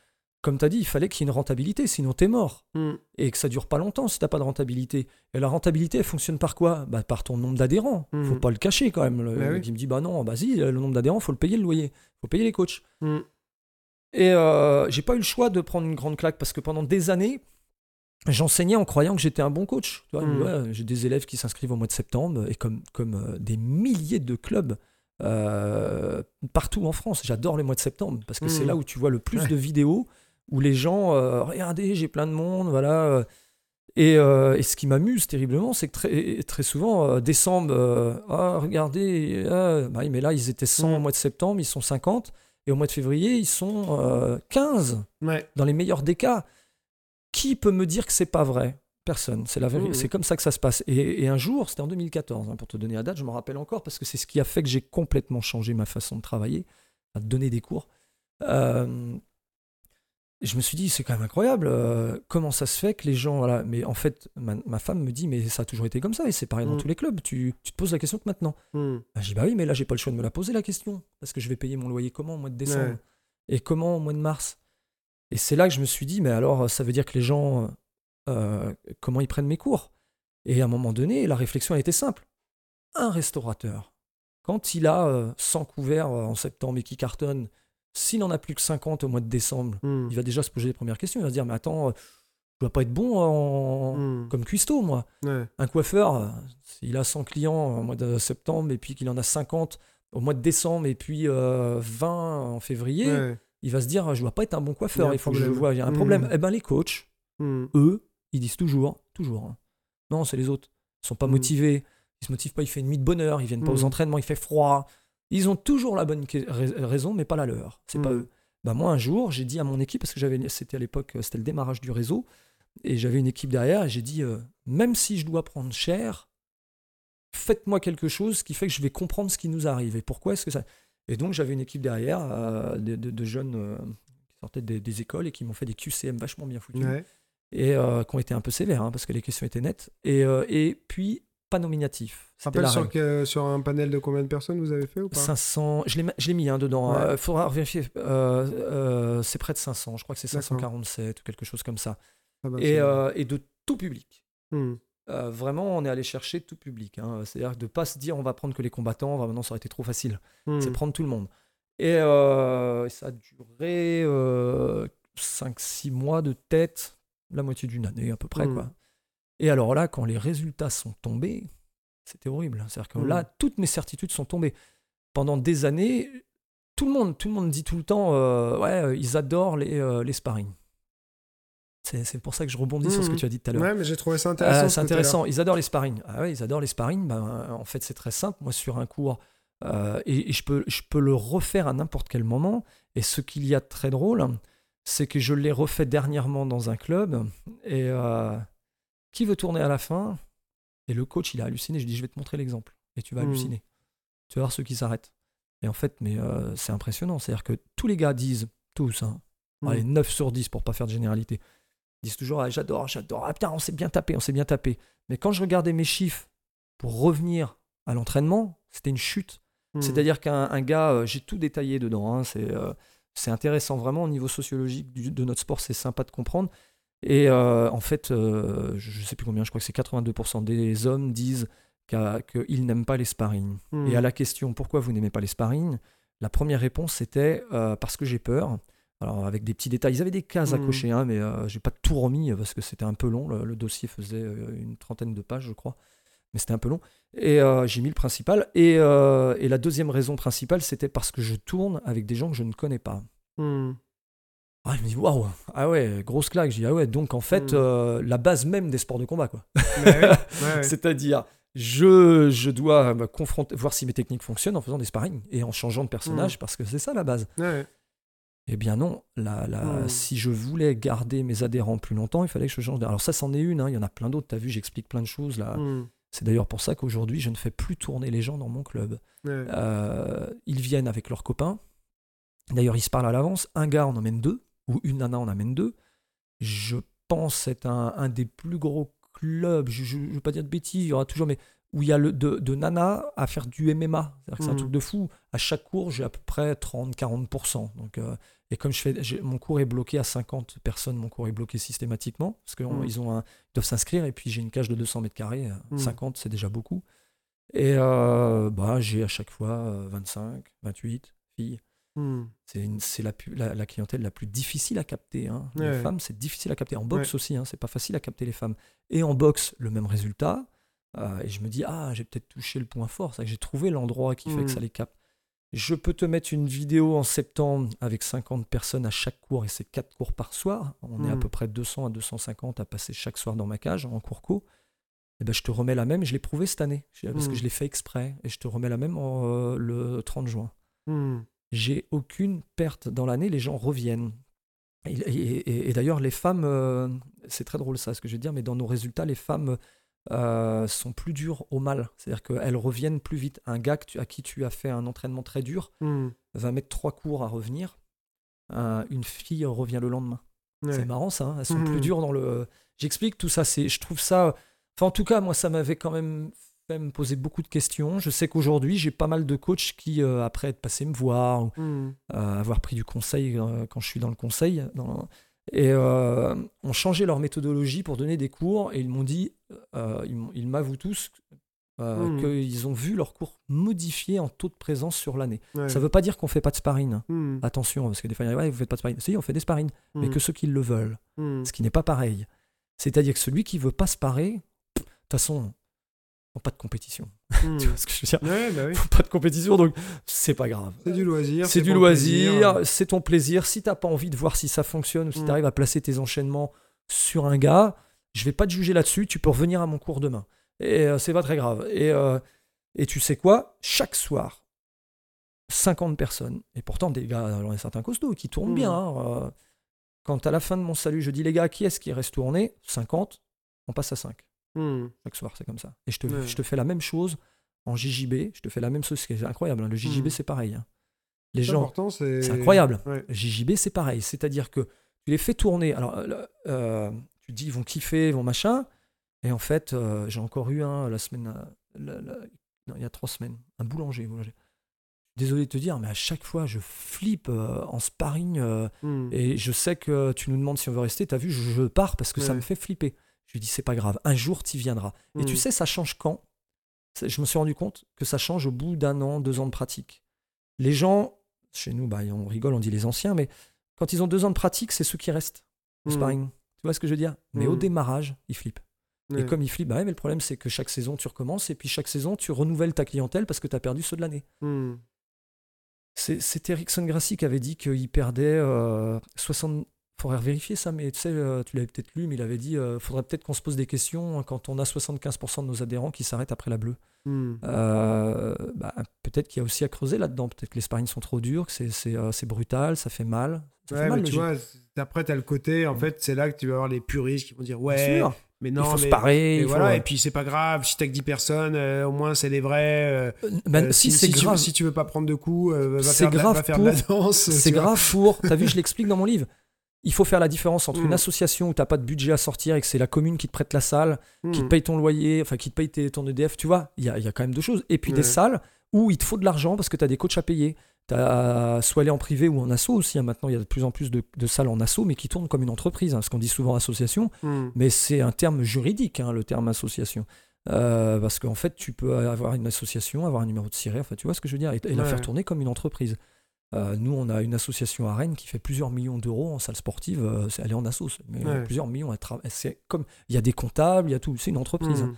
comme tu as dit, il fallait qu'il y ait une rentabilité, sinon t'es mort. Mm. Et que ça dure pas longtemps si t'as pas de rentabilité. Et la rentabilité, elle fonctionne par quoi? Bah, par ton nombre d'adhérents. Mm. Faut pas le cacher quand même. Le Bah oui. mec, il me dit, bah non, vas-y, le nombre d'adhérents, faut le payer le loyer. Faut payer les coachs. Mm. Et euh, j'ai pas eu le choix de prendre une grande claque parce que pendant des années, j'enseignais en croyant que j'étais un bon coach. Tu vois, Mm. ouais, j'ai des élèves qui s'inscrivent au mois de septembre et comme, comme euh, des milliers de clubs euh, partout en France. J'adore le mois de septembre parce que Mm. c'est là où tu vois le plus Ouais. de vidéos où les gens, euh, regardez, j'ai plein de monde, voilà. euh, Et, euh, et ce qui m'amuse terriblement, c'est que très, très souvent, euh, décembre, euh, ah, regardez, ah, bah oui, mais là, ils étaient cent Mm. au mois de septembre, ils sont cinquante, et au mois de février, ils sont euh, quinze, Ouais. dans les meilleurs des cas. Qui peut me dire que c'est pas vrai? Personne. C'est la vérité. Mm. C'est comme ça que ça se passe. Et, et un jour, c'était en deux mille quatorze, hein, pour te donner la date, je m'en rappelle encore, parce que c'est ce qui a fait que j'ai complètement changé ma façon de travailler, à donner des cours. Euh, je me suis dit, c'est quand même incroyable, euh, comment ça se fait que les gens... Voilà. Mais en fait, ma, ma femme me dit, mais ça a toujours été comme ça, et c'est pareil dans Mm. tous les clubs, tu, tu te poses la question que maintenant. Mm. Bah, je dis, bah oui, mais là, j'ai pas le choix de me la poser, la question, parce que je vais payer mon loyer comment au mois de décembre? Ouais. Et comment au mois de mars? Et c'est là que je me suis dit, mais alors, ça veut dire que les gens, euh, comment ils prennent mes cours? Et à un moment donné, la réflexion a été simple. Un restaurateur, quand il a euh, cent couverts euh, en septembre et qui cartonne, s'il n'en a plus que cinquante au mois de décembre, Mm. il va déjà se poser les premières questions. Il va se dire, mais attends, euh, je dois pas être bon en... Mm. comme cuistot, moi. Ouais. Un coiffeur, euh, s'il a cent clients au mois de septembre et puis qu'il en a cinquante au mois de décembre et puis euh, vingt en février, Ouais. il va se dire, je dois pas être un bon Il y coiffeur, a un il faut que je le problème. voie, il y a un Mm. problème. Eh ben les coachs, Mm. eux, ils disent toujours, toujours, hein, non, c'est les autres. Ils sont pas Mm. motivés, ils se motivent pas, il fait une nuit de bonheur, ils viennent pas aux Mm. entraînements, il fait froid. Ils ont toujours la bonne que- rais- raison, mais pas la leur. C'est pas Mm. eux. Bah moi, un jour, j'ai dit à mon équipe, parce que j'avais, c'était à l'époque, c'était le démarrage du réseau, et j'avais une équipe derrière, et j'ai dit, euh, même si je dois prendre cher, faites-moi quelque chose qui fait que je vais comprendre ce qui nous arrive et pourquoi est-ce que ça. Et donc j'avais une équipe derrière euh, de, de- de jeunes euh, qui sortaient des, des écoles et qui m'ont fait des Q C M vachement bien foutus Ouais. et euh, qui ont été un peu sévères hein, parce que les questions étaient nettes. Et, euh, et puis pas nominatif. C'était Rappelle la sur, règle. que- sur un panel de combien de personnes vous avez fait ou pas? cinq cents, je l'ai, je l'ai mis hein, dedans. Ouais. Il faudra vérifier. Euh, euh, c'est près de cinq cents. Je crois que c'est D'accord. cinq cent quarante-sept ou quelque chose comme ça. Ah bah, Et, c'est- euh, et de tout public. Mm. Euh, vraiment, on est allé chercher tout public. Hein. C'est-à-dire de ne pas se dire on va prendre que les combattants, on va- maintenant ça aurait été trop facile. Mm. C'est prendre tout le monde. Et euh, ça a duré euh, cinq six mois de tête, la moitié d'une année à peu près. Mm. Quoi. Et alors là, quand les résultats sont tombés, c'était horrible. C'est-à-dire que Mm. là, toutes mes certitudes sont tombées. Pendant des années, tout le monde, tout le monde dit tout le temps euh, ouais, euh, ils adorent les, euh, les sparring. C'est, c'est pour ça que je rebondis sur ce que Mm. tu as dit tout à l'heure. Ouais, mais j'ai trouvé ça intéressant. Euh, ce c'est que t'as intéressant. Ils adorent les sparring. Ah ouais, ils adorent les sparring. Ben, en fait, c'est très simple. Moi, sur un cours, euh, et, et je, peux, je peux le refaire à n'importe quel moment. Et ce qu'il y a de très drôle, c'est que je l'ai refait dernièrement dans un club. Et euh, qui veut tourner à la fin? Et le coach, il a halluciné. Je dis, je vais te montrer l'exemple. Et tu vas Mm. halluciner. Tu vas voir ceux qui s'arrêtent. Et en fait, mais euh, c'est impressionnant. C'est-à-dire que tous les gars disent, tous, hein, Mm. allez, neuf sur dix pour pas faire de généralité, disent toujours ah, j'adore, j'adore, ah putain, on s'est bien tapé, on s'est bien tapé. Mais quand je regardais mes chiffres pour revenir à l'entraînement, c'était une chute. Mm. C'est-à-dire qu'un un gars, euh, j'ai tout détaillé dedans, hein, c'est, euh, c'est intéressant vraiment au niveau sociologique du- de notre sport, c'est sympa de comprendre. Et euh, en fait, euh, je ne sais plus combien, je crois que c'est quatre-vingt-deux pour cent des hommes disent qu'à- qu'ils n'aiment pas les sparring. Mm. Et à la question pourquoi vous n'aimez pas les sparring, la première réponse c'était euh, parce que j'ai peur. Alors avec des petits détails, ils avaient des cases à Mhm. cocher, hein, mais euh, j'ai pas tout remis parce que c'était un peu long. Le, le dossier faisait euh, une trentaine de pages, je crois, mais c'était un peu long. Et euh, j'ai mis le principal. Et, euh, et la deuxième raison principale, c'était parce que je tourne avec des gens que je ne connais pas. Mm. Ah, je me dis waouh, ah ouais, grosse claque. Je dis ah ouais, donc en fait Mhm. euh, la base même des sports de combat, quoi. Bah ouais, ouais, ouais. C'est-à-dire je, je dois me confronter, voir si mes techniques fonctionnent en faisant des sparring et en changeant de personnage Mhm. parce que c'est ça la base. Ouais. Eh bien non, la, la, Hmm. si je voulais garder mes adhérents plus longtemps, il fallait que je change. de- Alors ça, c'en est une, hein, il y en a plein d'autres, tu as vu, j'explique plein de choses là. Mm. C'est d'ailleurs pour ça qu'aujourd'hui, je ne fais plus tourner les gens dans mon club. Ouais. Euh, ils viennent avec leurs copains. D'ailleurs, ils se parlent à l'avance. Un gars en emmène deux, ou une nana en amène deux. Je pense être un, un des plus gros clubs, je ne veux pas dire de bêtises, il y aura toujours, mais où il y a le, de, de nana à faire du M M A. C'est-à-dire que c'est un Mhm. truc de fou. À chaque cours, j'ai à peu près trente à quarante pour cent. Donc, euh, et comme je fais, j'ai- mon cours est bloqué à cinquante personnes, mon cours est bloqué systématiquement, parce qu'ils Mhm. ils ont un- ils doivent s'inscrire, et puis j'ai une cage de deux cents mètres carrés, euh, Mhm. cinquante, c'est déjà beaucoup. Et euh, bah, j'ai à chaque fois euh, vingt-cinq, vingt-huit filles. Hmm. C'est, une- c'est la, pu- la, la clientèle la plus difficile à capter. Hein. Ouais, Les ouais. femmes, c'est difficile à capter. En boxe Ouais. aussi, hein, c'est pas facile à capter les femmes. Et en boxe, le même résultat. Euh, et je me dis, ah, j'ai peut-être touché le point fort. C'est que j'ai trouvé l'endroit qui fait Mhm. que ça les capte. Je peux te mettre une vidéo en septembre avec cinquante personnes à chaque cours, et c'est quatre cours par soir. On est à Mhm. peu près deux cents à deux cent cinquante à passer chaque soir dans ma cage en cours co. Et ben, je te remets la même, et je l'ai prouvé cette année, je- parce que Mhm. je l'ai fait exprès, et je te remets la même en, euh, le trente juin. Hmm. J'ai aucune perte dans l'année, les gens reviennent. Et, et- et- et d'ailleurs, les femmes, euh, c'est très drôle ça, ce que je vais dire, mais dans nos résultats, les femmes euh, sont plus dures au mal. C'est-à-dire qu'elles reviennent plus vite. Un gars que tu- à qui tu as fait un entraînement très dur Hmm. va mettre trois cours à revenir. Euh, une fille revient le lendemain. Ouais. C'est marrant ça, hein, elles sont Mhm. plus dures dans le... J'explique tout ça, c'est, je trouve ça... Enfin, en tout cas, moi, ça m'avait quand même fait me poser beaucoup de questions. Je sais qu'aujourd'hui, j'ai pas mal de coachs qui, euh, après être passés me voir, ou Hmm. euh, avoir pris du conseil euh, quand je suis dans le conseil, dans- et euh, ont changé leur méthodologie pour donner des cours, et ils m'ont dit, euh, ils, m'ont- ils m'avouent tous euh, Mhm. qu'ils ont vu leur cours modifié en taux de présence sur l'année. Ouais. Ça veut pas dire qu'on fait pas de sparring. Hmm. Attention, parce que des fois, ils disent, ouais, vous faites pas de sparring. Si, on fait des sparring, mais Hmm. que ceux qui le veulent, Hmm. ce qui n'est pas pareil. C'est-à-dire que celui qui veut pas sparer, de toute façon, pas de compétition. Hmm. Tu vois ce que je veux dire? Ouais, bah oui. Pas de compétition, donc c'est pas grave. C'est du loisir. C'est du pour le loisir, plaisir. c'est ton plaisir. Si t'as pas envie de voir si ça fonctionne, ou si Mm. tu arrives à placer tes enchaînements sur un gars, je vais pas te juger là-dessus. Tu peux revenir à mon cours demain. Et euh, c'est pas très grave. Et, euh, et tu sais quoi? Chaque soir, cinquante personnes, et pourtant des gars, alors il y a certains costauds qui tournent Mm. bien. hein, euh, quand à la fin de mon salut, je dis les gars, qui est-ce qui reste tourné? cinquante, on passe à cinq. Hmm. Chaque soir, c'est comme ça. Et je te, Ouais. je te fais la même chose en J J B. Je te fais la même chose. C'est incroyable. hein. Le J J B, Mm. c'est pareil. hein. Les C'est gens, important, c'est... c'est incroyable. Ouais. J J B, c'est pareil. C'est-à-dire que tu les fais tourner. Alors, euh, euh, tu te dis, ils vont kiffer, ils vont machin. Et en fait, euh, j'ai encore eu un la semaine. euh, la- la- non, il y a trois semaines. Un boulanger. boulanger. Désolé de te dire, mais à chaque fois, je flippe euh, en sparring. euh, Hmm. et je sais que tu nous demandes si on veut rester. Tu as vu, je, je pars parce que ça Ouais. me fait flipper. Je lui dis, c'est pas grave. Un jour, tu y viendras. Et Hmm. tu sais, ça change quand? C'est- Je me suis rendu compte que ça change au bout d'un an, deux ans de pratique. Les gens, chez nous, bah, on rigole, on dit les anciens, mais quand ils ont deux ans de pratique, c'est ceux qui restent au Hmm. sparring. Tu vois ce que je veux dire? Mais au Hmm. démarrage, ils flippent. Et Ouais. comme ils flippent, bah ouais, mais le problème, c'est que chaque saison, tu recommences, et puis chaque saison, tu renouvelles ta clientèle parce que tu as perdu ceux de l'année. Hmm. C'est- C'était Erickson Gracie qui avait dit qu'il perdait euh, soixante... Faudrait vérifier ça, mais tu sais, euh, tu l'avais peut-être lu, mais il avait dit euh, faudrait peut-être qu'on se pose des questions hein, quand on a soixante-quinze pour cent de nos adhérents qui s'arrêtent après la bleue. Hmm. Euh, bah, peut-être qu'il y a aussi à creuser là-dedans. Peut-être que les sparring sont trop durs, que c'est, c'est, euh, c'est brutal, ça fait mal. Ça fait Ouais, mal, mais le tu gym. vois, c'est- après, t'as le côté, en fait, c'est là que tu vas avoir les puristes qui vont dire, Bien ouais, sûr. mais Il non, faut se mais... parer. Et il faut- voilà, et puis c'est pas grave, si t'as que dix personnes, euh, au moins c'est les vrais. euh, Euh, ben, euh, si, c'est tu, grave. si tu veux pas prendre de coups, euh, va, C'est faire de, la- grave va faire de la pour- danse. C'est tu vois. grave pour. T'as vu, je l'explique dans mon livre. Il faut faire la différence entre Mm. une association où t'as pas de budget à sortir et que c'est la commune qui te prête la salle, qui te Hmm. paye ton loyer, enfin qui te paye tes- ton E D F, tu vois. Il y a, il y a quand même deux choses. Et puis Ouais. des salles où il te faut de l'argent parce que tu as des coachs à payer. Tu as soit aller en privé ou en asso aussi. hein. Maintenant, il y a de plus en plus de, de salles en asso, mais qui tournent comme une entreprise. hein, ce qu'on dit souvent association, Hmm. mais c'est un terme juridique, hein, le terme association. Euh, parce qu'en fait, tu peux avoir une association, avoir un numéro de siret, enfin, tu vois ce que je veux dire, et, et la Ouais. faire tourner comme une entreprise. Euh, nous, on a une association à Rennes qui fait plusieurs millions d'euros en salle sportive. euh, c'est- elle est en asso, mais Ouais. plusieurs millions. Elle tra- c'est comme il y a des comptables, il y a tout. C'est une entreprise. Hmm.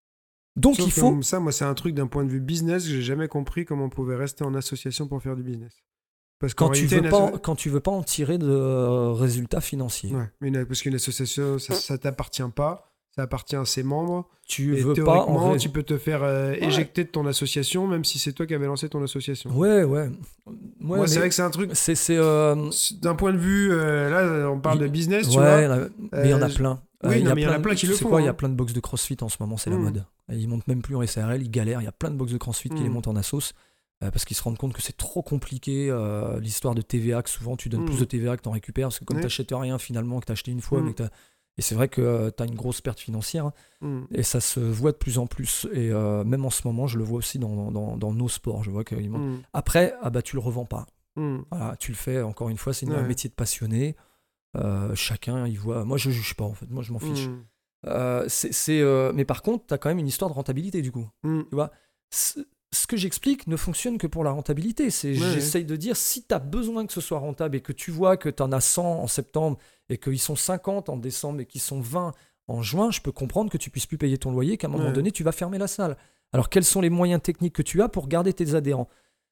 Donc Sauf il que faut. Ça, moi, c'est un truc d'un point de vue business que j'ai jamais compris comment on pouvait rester en association pour faire du business. Parce qu'en Quand tu, réalité, veux une pas, asso- quand tu veux pas en tirer de euh, résultats financiers, Ouais, mais une- parce qu'une association, ça, ça t'appartient pas, ça appartient à ses membres. tu Et veux pas en théoriquement, ré- tu peux te faire euh, éjecter de ton association, même si c'est toi qui avais lancé ton association. Ouais, ouais. Ouais, Moi, c'est mais vrai que c'est un truc. c'est. c'est, euh, D'un point de vue, euh, là, on parle Il- de business, tu ouais, vois. il y en a- mais il y en a Euh, plein. oui, Euh, non, mais il y en a plein qui tu le sais font, quoi, il y hein. a plein de box de CrossFit en ce moment, c'est la Mm. mode. Et ils montent même plus en S A R L, ils galèrent. Il y a plein de box de CrossFit qui Mm. les montent en assos euh, parce qu'ils se rendent compte que c'est trop compliqué. euh, L'histoire de T V A, que souvent tu donnes Mm. plus de T V A que t'en récupères parce que comme Ouais. t'achètes rien finalement, que t'as acheté une fois, Mm. mais que t'as- Et c'est vrai que euh, tu as une grosse perte financière hein, Mm. et ça se voit de plus en plus. Et euh, même en ce moment, je le vois aussi dans, dans, dans nos sports. Je vois que Mm. après, ah bah, tu le revends pas. Mm. Voilà, tu le fais, encore une fois, c'est une- Ouais. un métier de passionné. Euh, chacun, il voit. Moi, je juge pas, en fait. Moi, je m'en fiche. Mm. Euh, c'est, c'est, euh, Mais par contre, tu as quand même une histoire de rentabilité, du coup. Mm. Tu vois, ce ce que j'explique ne fonctionne que pour la rentabilité. C'est, Ouais, j'essaye de dire, si tu as besoin que ce soit rentable et que tu vois que tu en as cent en septembre et qu'ils sont cinquante en décembre et qu'ils sont vingt en juin, je peux comprendre que tu puisses plus payer ton loyer, qu'à un moment Ouais. donné, tu vas fermer la salle. Alors, quels sont les moyens techniques que tu as pour garder tes adhérents?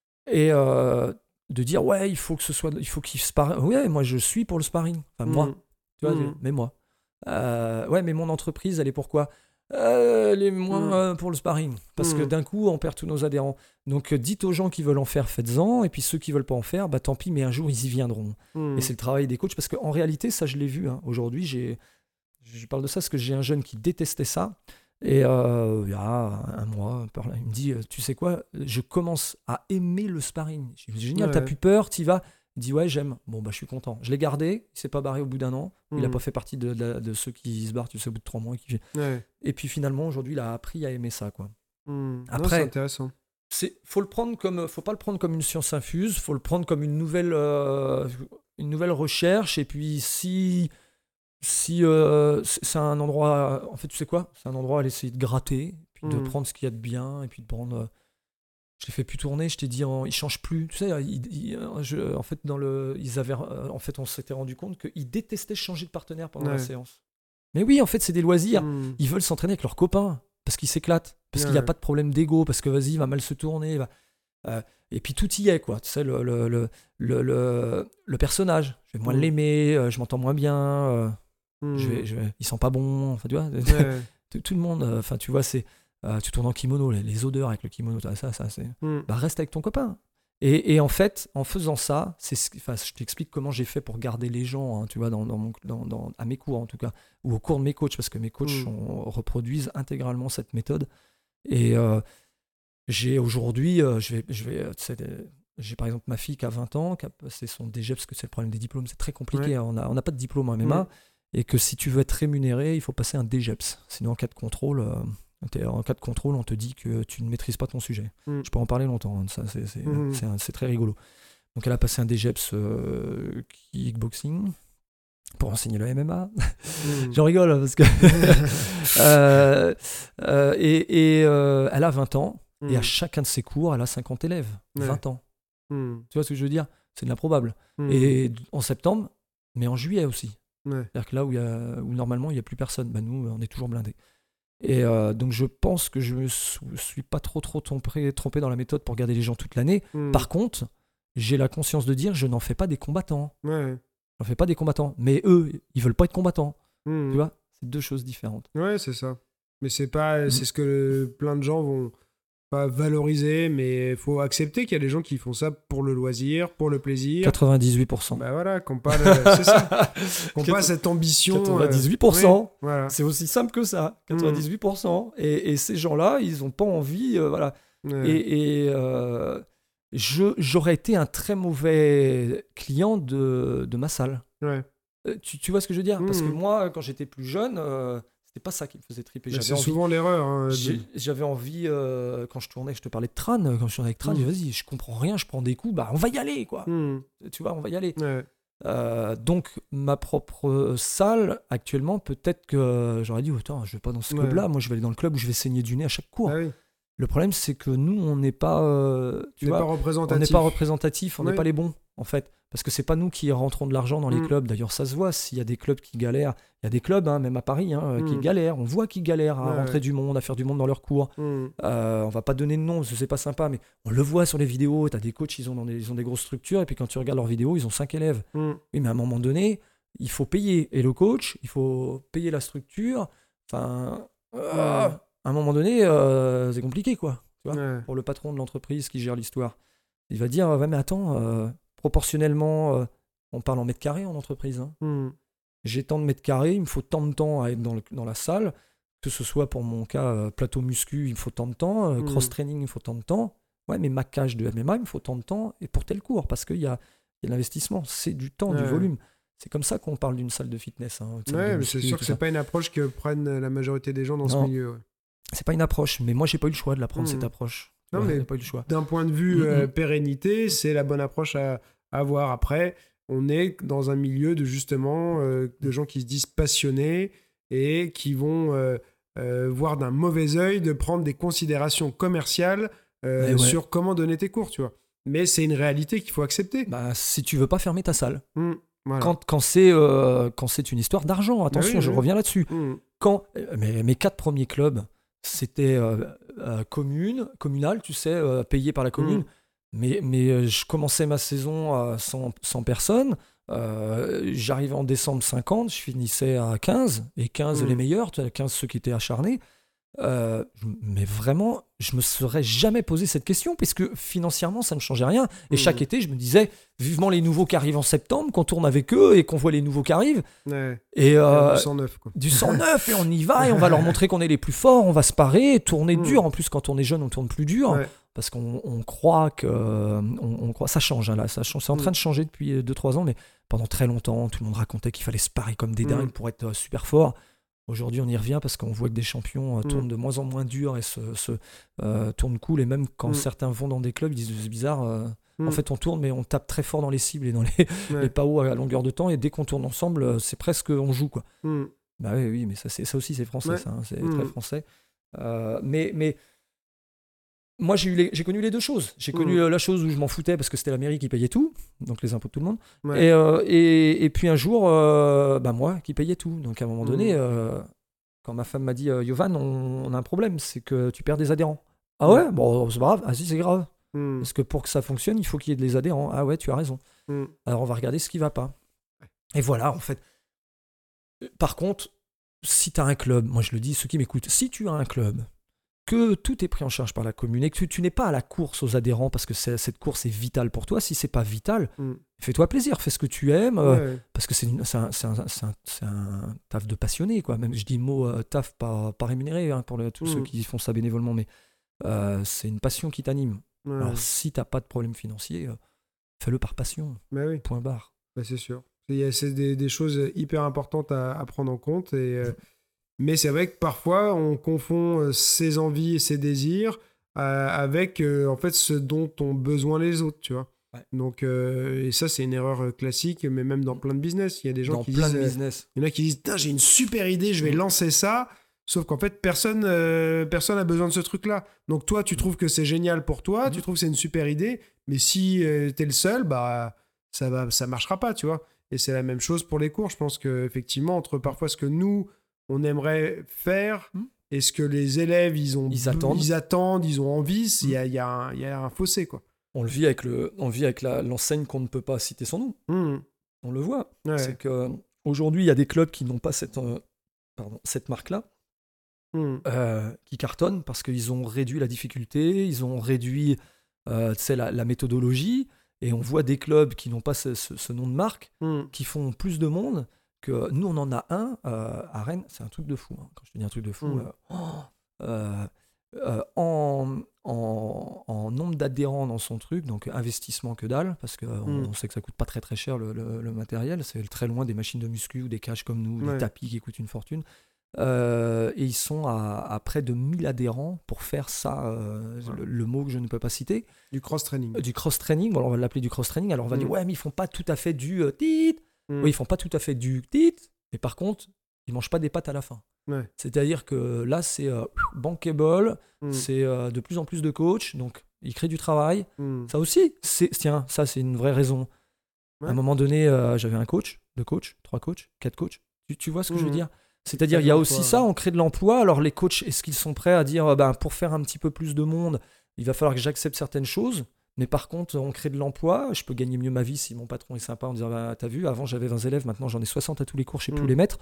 Et euh, de dire, ouais, il faut que ce soit, il faut qu'ils sparring. Ouais, moi, je suis pour le sparring. Enfin, moi, Mm. tu vois, Mm. mais moi. Euh, ouais, mais mon entreprise, elle est pourquoi euh, Elle est moins Mm. euh, pour le sparring. Parce que Mm. d'un coup, on perd tous nos adhérents. Donc, euh, dites aux gens qui veulent en faire, faites-en. Et puis, ceux qui veulent pas en faire, bah tant pis, mais un jour, ils y viendront. Mm. Et c'est le travail des coachs. Parce qu'en réalité, ça, je l'ai vu. hein. Aujourd'hui, j'ai, je parle de ça parce que j'ai un jeune qui détestait ça. Et euh, il y a un mois, par là, il me dit, euh, tu sais quoi, je commence à aimer le sparring. J'ai dit, génial, Ouais. t'as plus peur, t'y vas. Il dit, ouais, j'aime. Bon, bah, je suis content. Je l'ai gardé, il s'est pas barré au bout d'un an. Il a Mm. pas fait partie de, de- de ceux qui se barrent, tu sais, au bout de trois mois. Et, qui... Ouais. et puis finalement, aujourd'hui, il a appris à aimer ça, quoi. Mm. Non, Après- c'est intéressant. C'est, faut le prendre comme, faut pas le prendre comme une science infuse, faut le prendre comme une nouvelle, euh, une nouvelle recherche. Et puis si, si euh, c'est c'est un endroit, en fait, tu sais quoi, c'est un endroit à essayer de gratter, puis de Mm. prendre ce qu'il y a de bien, et puis de prendre. euh, je l'ai fait plus tourner, je t'ai dit, en, il change plus. Tu sais, il- il- je- en fait, dans le, ils avaient, euh, en fait, on s'était rendu compte qu'ils détestaient changer de partenaire pendant la Ouais. séance. Mais oui, en fait, c'est des loisirs. Mm. Ils veulent s'entraîner avec leurs copains parce qu'ils s'éclatent, parce qu'il n'y a Ouais. pas de problème d'ego, parce que vas-y, il va mal se tourner. il va- euh, et puis tout y est, quoi. Tu sais, le, le, le, le, le- le personnage. Je vais moins Mm. l'aimer, euh, je m'entends moins bien, euh, Mm. je vais, je vais- il sent pas bon. Enfin, tu vois, Ouais. tout, tout le monde, euh, enfin, tu vois, c'est. euh, tu tournes en kimono, les, les odeurs avec le kimono, ça, ça, ça, c'est. Mm. Bah, reste avec ton copain. Et, et en fait, en faisant ça, c'est ce qui- enfin, je t'explique comment j'ai fait pour garder les gens, hein, tu vois, dans, dans mon, dans, dans- à mes cours en tout cas, ou au cours de mes coachs, parce que mes coachs Mm. sont- reproduisent intégralement cette méthode. Et euh, j'ai aujourd'hui, euh, je vais, je vais, euh, tu sais, des- j'ai par exemple ma fille qui a vingt ans, qui a passé son D G E P, parce que c'est le problème des diplômes, c'est très compliqué, Ouais. hein, on n'a on n'a pas de diplôme en M M A, Mm. et que si tu veux être rémunéré, il faut passer un D G E P S. Sinon, en cas de contrôle, euh, t'es- en cas de contrôle, on te dit que tu ne maîtrises pas ton sujet. Mm. Je peux en parler longtemps, hein, ça, c'est, c'est, Mhm. c'est un- c'est très rigolo. Donc elle a passé un D G E P S euh, kickboxing pour enseigner le M M A. Mm. J'en rigole hein, parce que... Euh, euh, et et, euh, elle a vingt ans, et à Mm. chacun de ses cours, elle a cinquante élèves. Ouais. vingt ans. Mm. Tu vois ce que je veux dire? C'est de l'improbable. Mm. Et en septembre, mais en juillet aussi. Ouais. C'est-à-dire que là où, il y a, où normalement il n'y a plus personne, bah nous on est toujours blindés. Et euh, donc je pense que je ne me sou- suis pas trop trop trompé, trompé dans la méthode pour garder les gens toute l'année. Mm. Par contre, j'ai la conscience de dire je n'en fais pas des combattants. Ouais. Je n'en fais pas des combattants. Mais eux, ils veulent pas être combattants. Mm. Tu vois? C'est deux choses différentes. Ouais, c'est ça. Mais c'est pas, Mm. c'est ce que plein de gens vont pas valoriser, mais il faut accepter qu'il y a des gens qui font ça pour le loisir, pour le plaisir. quatre-vingt-dix-huit pour cent. Bah voilà, qu'on pas, le- c'est ça, qu'on pas cette ambition. euh, quatre-vingt-dix-huit pour cent. oui, voilà. C'est aussi simple que ça. quatre-vingt-dix-huit pour cent. Et, et ces gens-là, ils n'ont pas envie. euh, voilà. Ouais. Et, et, euh, je, j'aurais été un très mauvais client de, de ma salle. Ouais. Euh, Tu, tu vois ce que je veux dire? Parce que Mhm. moi, quand j'étais plus jeune, euh, c'était pas ça qui me faisait triper. Mais J'avais c'est envie, souvent l'erreur. hein, de- j'ai- j'avais envie euh, quand je tournais, je te parlais de Tran, quand je tournais avec Tran, Mhm. je dis, vas-y, je comprends rien, je prends des coups, bah on va y aller, quoi. Mm. Tu vois, on va y aller. Ouais. Euh, donc, ma propre salle, actuellement, peut-être que j'aurais dit, attends, je vais pas dans ce Ouais. club-là, moi je vais aller dans le club où je vais saigner du nez à chaque cours. Ah oui. Le problème, c'est que nous, on n'est pas, euh, tu Tu n'es vois, pas on représentatif. n'est pas représentatif, on n'est Oui. pas les bons, en fait. Parce que c'est pas nous qui rentrons de l'argent dans les Mm. clubs. D'ailleurs, ça se voit. S'il y a des clubs qui galèrent, il y a des clubs, hein, même à Paris, hein, qui Mm. galèrent. On voit qu'ils galèrent à Ouais, rentrer ouais. du monde, à faire du monde dans leurs cours. Mm. Euh, on va pas donner de nom parce que c'est pas sympa, mais on le voit sur les vidéos. Tu as des coachs, ils ont, dans des, ils ont des grosses structures, et puis quand tu regardes leurs vidéos, ils ont cinq élèves. Mm. Oui, mais à un moment donné, il faut payer. Et le coach, il faut payer la structure. Enfin, euh, Ouais. à un moment donné, euh, c'est compliqué, quoi. Tu vois, Ouais. pour le patron de l'entreprise qui gère l'histoire. Il va dire, ouais, mais attends, euh, proportionnellement, euh, on parle en mètres carrés en entreprise. hein. Mm. J'ai tant de mètres carrés, il me faut tant de temps à être dans, le- dans la salle, que ce soit pour mon cas euh, plateau muscu, il me faut tant de temps, euh, Mm. cross-training, il me faut tant de temps. Ouais, mais ma cage de M M A, il me faut tant de temps, et pour tel cours, parce qu'il y a, il y a de l'investissement, c'est du temps, du Ouais. volume. C'est comme ça qu'on parle d'une salle de fitness. Hein, de salle Ouais, de mais c'est muscu et sûr tout que c'est ça. pas une approche que prennent la majorité des gens dans Non. ce milieu. Ouais. C'est pas une approche, mais moi, j'ai pas eu le choix de la prendre, Mmh. cette approche. Tu Non, vois, mais j'ai pas eu le choix. D'un point de vue Mhm. euh, pérennité, c'est la bonne approche à, à avoir. Après, on est dans un milieu de justement euh, de gens qui se disent passionnés et qui vont euh, euh, voir d'un mauvais œil de prendre des considérations commerciales euh, Eh ouais. sur comment donner tes cours, tu vois. Mais c'est une réalité qu'il faut accepter. Bah, si tu veux pas fermer ta salle, Mmh, voilà. quand, quand, c'est, euh, quand c'est une histoire d'argent, attention, oui, je oui. reviens là-dessus. Mmh, Quand euh, mes, mes quatre premiers clubs, c'était euh, euh, commune, communal, tu sais, euh, payé par la commune. Mm. Mais, mais euh, je commençais ma saison à cent, cent personnes. Euh, j'arrivais en décembre cinquante, je finissais à quinze. Et quinze Mm. les meilleurs, tu vois, quinze ceux qui étaient acharnés. Euh, mais vraiment, je me serais jamais posé cette question, puisque financièrement, ça ne changeait rien. Et Mm. chaque été, je me disais, vivement les nouveaux qui arrivent en septembre, qu'on tourne avec eux et qu'on voit les nouveaux qui arrivent. Ouais. Et euh, Du cent neuf, quoi. du cent neuf, et on y va, et on va leur montrer qu'on est les plus forts, on va se parer, tourner Mm. dur. En plus, quand on est jeune, on tourne plus dur, Ouais. parce qu'on on croit que... On, on croit, ça change, hein, là, ça change. C'est en Mm. train de changer depuis deux trois ans, mais pendant très longtemps, tout le monde racontait qu'il fallait se parer comme des Mm. dingues pour être euh, super fort. Aujourd'hui, on y revient parce qu'on voit que des champions euh, Mm. tournent de moins en moins dur et se, se euh, tournent cool. Et même quand Mm. certains vont dans des clubs, ils disent c'est bizarre. euh, Mm. En fait, on tourne, mais on tape très fort dans les cibles et dans les, Ouais. les P A O à longueur de temps. Et dès qu'on tourne ensemble, euh, c'est presque on joue, quoi. Mm. Bah oui, oui, mais ça, c'est, ça aussi, c'est français, Ouais. ça. hein, c'est Mm. très français. Euh, mais, mais moi, j'ai, eu les- j'ai connu les deux choses. J'ai connu Mm. euh, la chose où je m'en foutais parce que c'était la mairie qui payait tout, donc les impôts de tout le monde. Ouais. Et, euh, et, et puis un jour, euh, bah moi qui payais tout. Donc à un moment Mm. donné, euh, quand ma femme m'a dit euh, Yovan, on, on a un problème, c'est que tu perds des adhérents. Ah ouais, bon, c'est pas grave. Ah si, c'est grave. Mm. Parce que pour que ça fonctionne, il faut qu'il y ait des adhérents. Ah ouais, tu as raison. Mm. Alors on va regarder ce qui va pas. Et voilà, en fait. Par contre, si tu as un club, moi je le dis, ceux qui m'écoutent, si tu as un club, que tout est pris en charge par la commune et que tu, tu n'es pas à la course aux adhérents parce que c'est- cette course est vitale pour toi, si c'est pas vital, Mm. fais-toi plaisir, fais ce que tu aimes, euh, Ouais. parce que c'est, une- c'est, un, c'est, un, c'est, un, c'est un taf de passionné, quoi. Même je dis le mot euh, taf pas, pas rémunéré hein, pour le- tous Mm. ceux qui font ça bénévolement, mais euh, c'est une passion qui t'anime. Ouais. Alors si t'as pas de problème financier, euh, fais-le par passion, Bah oui. point barre. Bah, c'est sûr. Il y a- C'est des, des choses hyper importantes à, à prendre en compte. Et, euh, mais c'est vrai que parfois, on confond euh, ses envies et ses désirs euh, avec euh, en fait, ce dont ont besoin les autres, tu vois. Ouais. Donc, euh, et ça, c'est une erreur euh, classique, mais même dans plein de business. Il y a des gens Dans qui plein disent... de euh, business. il y en a qui disent, putain, j'ai une super idée, je vais lancer ça. Sauf qu'en fait, personne euh, personne a besoin de ce truc-là. Donc toi, tu trouves que c'est génial pour toi, Mhm. tu trouves que c'est une super idée, mais si euh, t'es le seul, bah ça va, ça marchera pas, tu vois. Et c'est la même chose pour les cours. Je pense que effectivement, entre parfois ce que nous on aimerait faire Mhm. et ce que les élèves ils ont, Ils attendent. ils attendent, ils ont envie, il y a, il y, a un- il y a un fossé, quoi. On le vit avec, le, on le vit avec la, l'enseigne qu'on ne peut pas citer son nom. Mhm. On le voit. Ouais. C'est qu'aujourd'hui, il y a des clubs qui n'ont pas cette, euh, pardon, cette marque-là, Mhm. euh, qui cartonnent parce qu'ils ont réduit la difficulté, ils ont réduit euh, tu sais, la, la méthodologie, et on voit des clubs qui n'ont pas ce, ce- ce nom de marque, Mhm. qui font plus de monde que nous, on en a un euh, à Rennes, c'est un truc de fou. hein. Quand je te dis un truc de fou, Mm. euh, oh, euh, euh, en, en, en nombre d'adhérents dans son truc, donc investissement que dalle, parce qu'on Mm. on sait que ça coûte pas très très cher le, le- le matériel, c'est très loin des machines de muscu ou des cages comme nous, Ouais. des tapis qui coûtent une fortune. Euh, et ils sont à, à près de mille adhérents pour faire ça, euh, Voilà. le, le mot que je ne peux pas citer. Du cross-training. Euh, Du cross-training, bon, alors on va l'appeler du cross-training, alors on va Mm. dire ouais mais ils font pas tout à fait du euh, tit. Mm. Oui, ils font pas tout à fait du tit, mais par contre, ils mangent pas des pâtes à la fin. Ouais. C'est-à-dire que là, c'est euh, bankable, Mm. c'est euh, de plus en plus de coachs, donc ils créent du travail. Mm. Ça aussi, c'est, tiens, ça c'est une vraie raison. À Ouais. un moment donné, euh, j'avais un coach, deux coachs, trois coachs, quatre coachs. Tu, tu vois ce que je veux Mhm. dire? C'est-à-dire, Crée il y a de aussi l'emploi, ça, ouais. on crée de l'emploi. Alors les coachs, est-ce qu'ils sont prêts à dire, euh, ben, pour faire un petit peu plus de monde, il va falloir que j'accepte certaines choses, mais par contre, on crée de l'emploi, je peux gagner mieux ma vie si mon patron est sympa en disant, bah, t'as vu, avant j'avais vingt élèves, maintenant j'en ai soixante à tous les cours, je sais plus Mhm. où les mettre.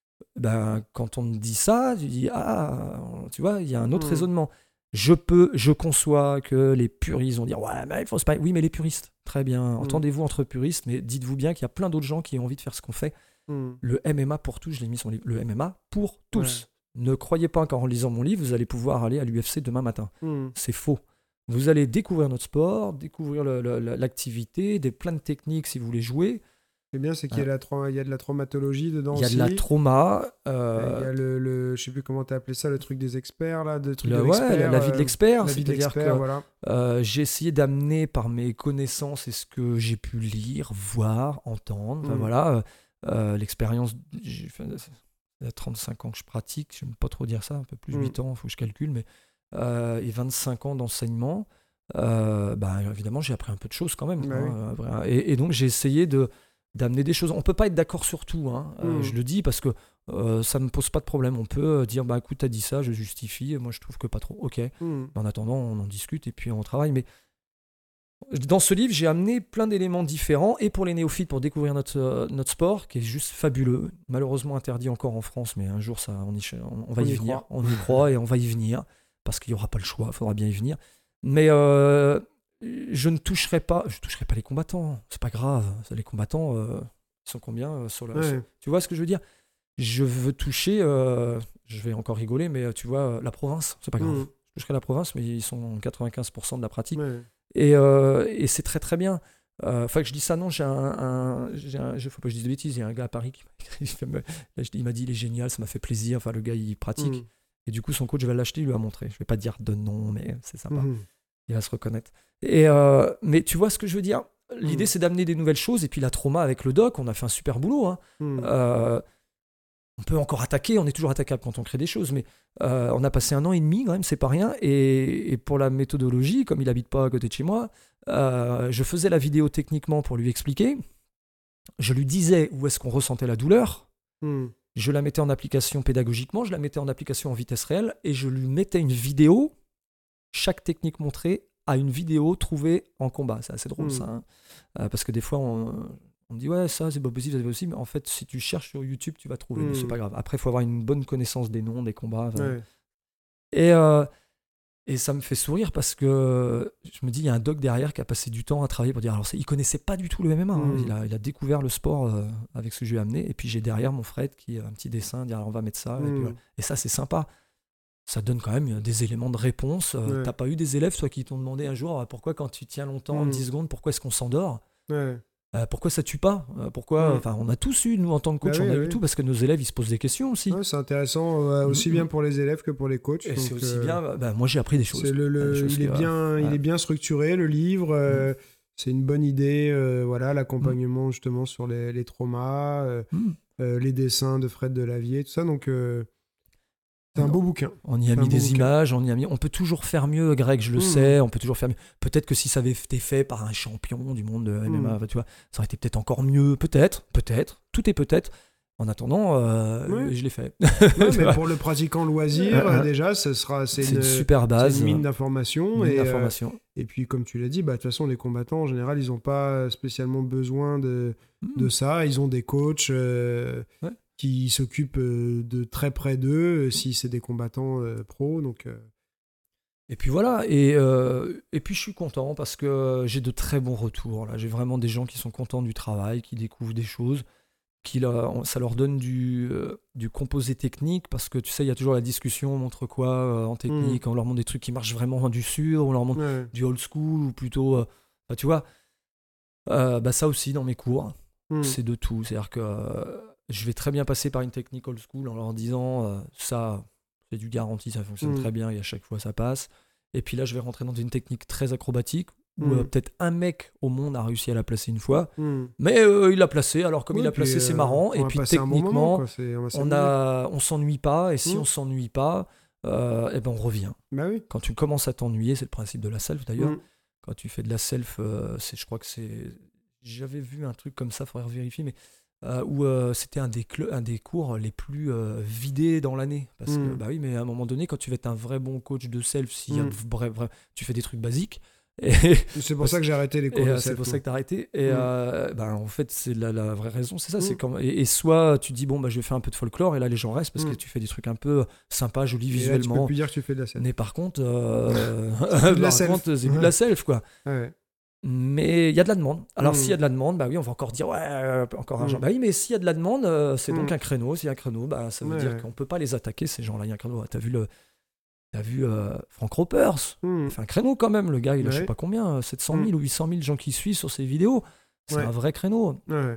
Ben, quand on me dit ça, tu dis, ah, tu vois, il y a un autre Mhm. raisonnement. Je peux, je conçois que les puristes vont dire, ouais, mais il faut se pas. Oui, mais les puristes, très bien, entendez-vous entre puristes, mais dites-vous bien qu'il y a plein d'autres gens qui ont envie de faire ce qu'on fait. Mm. Le M M A pour tous, je l'ai mis sur mon livre, le M M A pour tous. Ne croyez pas qu'en lisant mon livre, vous allez pouvoir aller à l'U F C demain matin. Mm. C'est faux. Vous allez découvrir notre sport, découvrir le- le- le- l'activité, des plein de techniques si vous voulez jouer. C'est bien, c'est qu'il y a, Ouais. la tra- il y a de la traumatologie dedans Il y a aussi. de la trauma. Il euh, y a le, le- je sais plus comment t'as appelé ça, le truc des experts, là, le truc le- de ouais, l'expert. la, la vie de euh, l'expert. La vie de C'est-à-dire l'expert, que voilà. euh, j'ai essayé d'amener par mes connaissances et ce que j'ai pu lire, voir, entendre. Enfin Mm. voilà, euh, euh, l'expérience. J'ai fait, il y a trente-cinq ans que je pratique, je n'aime pas trop dire ça, un peu plus, Mm. huit ans, il faut que je calcule, mais euh, et vingt-cinq ans d'enseignement. Euh, bah, évidemment, j'ai appris un peu de choses quand même. Bah hein, euh, et, et donc, j'ai essayé de, d'amener des choses. On peut pas être d'accord sur tout, hein, euh, Mm. je le dis parce que euh, ça me pose pas de problème. On peut euh, dire, bah écoute, t'as dit ça, je justifie, moi je trouve que pas trop. Ok. Mm. En attendant, on en discute et puis on travaille. Mais dans ce livre, j'ai amené plein d'éléments différents et pour les néophytes, pour découvrir notre, euh, notre sport, qui est juste fabuleux. Malheureusement interdit encore en France, mais un jour, ça, on, y, on, on va On y, y venir. croit. On y croit et on va y venir parce qu'il n'y aura pas le choix, il faudra bien y venir. Mais euh, je ne toucherai pas, je toucherai pas les combattants. C'est pas grave. Les combattants, euh, ils sont combien euh, sur la. Ouais. sur- Tu vois ce que je veux dire? Je veux toucher, euh, je vais encore rigoler, mais tu vois, euh, la province, c'est pas grave. Mm. Je toucherai la province, mais ils sont quatre-vingt-quinze pour cent de la pratique. Ouais. Et, euh, et c'est très très bien. Euh, Enfin, que je dis ça, non, j'ai un. un, j'ai un je, faut pas que je dise de bêtises, il y a un gars à Paris qui m'a écrit, il fait me- là, je dis- il m'a dit il est génial, ça m'a fait plaisir. Enfin, le gars il pratique. Mm. Et du coup, son coach va l'acheter, il lui a montré. Je vais pas dire de nom, mais c'est sympa. Mhm. Il va se reconnaître. Et euh, mais tu vois ce que je veux dire? L'idée, Mm. c'est d'amener des nouvelles choses. Et puis la trauma avec le doc, on a fait un super boulot. Hein. Mm. Euh, on peut encore attaquer, on est toujours attaquable quand on crée des choses, mais euh, on a passé un an et demi quand même, c'est pas rien. Et, et pour la méthodologie, comme il habite pas à côté de chez moi, euh, je faisais la vidéo techniquement pour lui expliquer. Je lui disais où est-ce qu'on ressentait la douleur. Mm. Je la mettais en application pédagogiquement, je la mettais en application en vitesse réelle et je lui mettais une vidéo, chaque technique montrée, à une vidéo trouvée en combat. C'est assez drôle Mm. ça, hein. Euh, parce que des fois on, on me dit ouais ça c'est pas possible, c'est pas possible. En fait si tu cherches sur YouTube tu vas trouver, mais Mm. c'est pas grave. Après il faut avoir une bonne connaissance des noms, des combats. enfin. Ouais. Et, euh, et ça me fait sourire parce que je me dis il y a un doc derrière qui a passé du temps à travailler pour dire alors c'est- il connaissait pas du tout le M M A, hein. Mm. il, a, il a découvert le sport euh, avec ce que je lui ai amené et puis j'ai derrière mon Fred qui a un petit dessin, dire alors on va mettre ça et, puis Mm. voilà. Et ça c'est sympa, ça donne quand même des éléments de réponse. Euh, Ouais. t'as pas eu des élèves toi qui t'ont demandé un jour euh, pourquoi quand tu tiens longtemps Mm. dix secondes pourquoi est-ce qu'on s'endort? Ouais. Euh, pourquoi ça tue pas? Euh, pourquoi Mm. enfin on a tous eu, nous en tant que coach Bah oui, on a eu oui. tout parce que nos élèves ils se posent des questions aussi. Ouais, c'est intéressant, euh, aussi Mm. bien pour les élèves que pour les coachs. Et donc, c'est aussi euh, bien, bah, bah, moi j'ai appris des choses. C'est le, le- Des choses il, est que, bien, il ouais. est bien structuré, le livre. euh, C'est une bonne idée. euh, voilà, l'accompagnement justement sur les, les traumas, euh, Mm. euh, les dessins de Fred Delavier, tout ça. Donc, euh, c'est un beau bouquin. On y a C'est mis un bon des bouquin. images, on y a mis. On peut toujours faire mieux, Greg, je le Mm. sais. On peut toujours faire mieux. Peut-être que si ça avait été fait par un champion du monde de M M A, Mm. tu vois, ça aurait été peut-être encore mieux. Peut-être, peut-être. Tout est peut-être. En attendant, euh, Ouais. je l'ai fait. Ouais, Tu mais vois. pour le pratiquant loisir, Euh, euh, déjà, ce sera, c'est C'est une, une super c'est base. une mine d'informations. Mine Et, euh, d'information. et puis, comme tu l'as dit, bah, de toute façon, les combattants, en général, ils n'ont pas spécialement besoin de, Mm. de ça. Ils ont des coachs euh, Ouais. qui s'occupent euh, de très près d'eux, euh, si c'est des combattants euh, pros. Donc, euh, Et puis voilà, et, euh, et puis je suis content parce que j'ai de très bons retours. Là. J'ai vraiment des gens qui sont contents du travail, qui découvrent des choses, qui leur- ça leur donne du, euh, du composé technique parce que tu sais, il y a toujours la discussion, on montre quoi euh, en technique, on leur montre des trucs qui marchent vraiment du sûr, on leur montre ouais. du old school ou plutôt, euh, bah, tu vois, euh, bah, ça aussi dans mes cours, Mm. c'est de tout. C'est-à-dire que euh, je vais très bien passer par une technique old school en leur disant euh, ça, c'est du garanti, ça fonctionne Mm. très bien et à chaque fois ça passe. Et puis là, je vais rentrer dans une technique très acrobatique où Mm. euh, peut-être un mec au monde a réussi à la placer une fois, Mm. mais euh, il l'a placé. Alors comme Oui, il l'a puis, placé, c'est euh, marrant. on Et va puis passer un bon moment, techniquement, quoi. C'est- on va on s'amuser. a, on s'ennuie pas. Et si Mm. on s'ennuie pas, euh, eh ben on revient. Bah oui. Quand tu commences à t'ennuyer, c'est le principe de la self d'ailleurs. Mm. Quand tu fais de la self, euh, c'est, je crois que c'est. J'avais vu un truc comme ça, faudrait vérifier, mais euh, où euh, c'était un des, cl- un des cours les plus euh, vidés dans l'année. Parce que, Mm. bah oui, mais à un moment donné, quand tu veux être un vrai bon coach de self, si Mm. bref, bref, tu fais des trucs basiques. Et, C'est pour ça que j'ai arrêté les cours et, de euh, c'est self, pour moi. ça que t'as arrêté. Et Mm. euh, ben, en fait, c'est la, la vraie raison, c'est ça. Mm. C'est quand, et, et soit tu dis, bon, bah, je vais faire un peu de folklore, et là, les gens restent parce Mm. que tu fais des trucs un peu sympas, jolis Et là, tu peux visuellement. plus dire que tu fais de la self. Mais par contre, euh, plus de la par self. contre, c'est plus de Ouais. la self, quoi. Ouais. Mais il y a de la demande. Alors, Mm. s'il y a de la demande, bah oui, on va encore dire, ouais, euh, encore argent. Mm. Bah oui, mais s'il y a de la demande, euh, c'est donc Mm. un créneau. S'il y a un créneau, bah, ça veut Ouais. dire qu'on peut pas les attaquer, ces gens-là. Il y a un créneau. T'as vu, le... T'as vu euh, Frank Ropers? Mm. Il fait un créneau quand même, le gars. Il a je sais Ouais. pas combien, sept cent mille Mm. ou huit cent mille gens qui suivent sur ses vidéos. C'est Ouais. un vrai créneau. Ouais.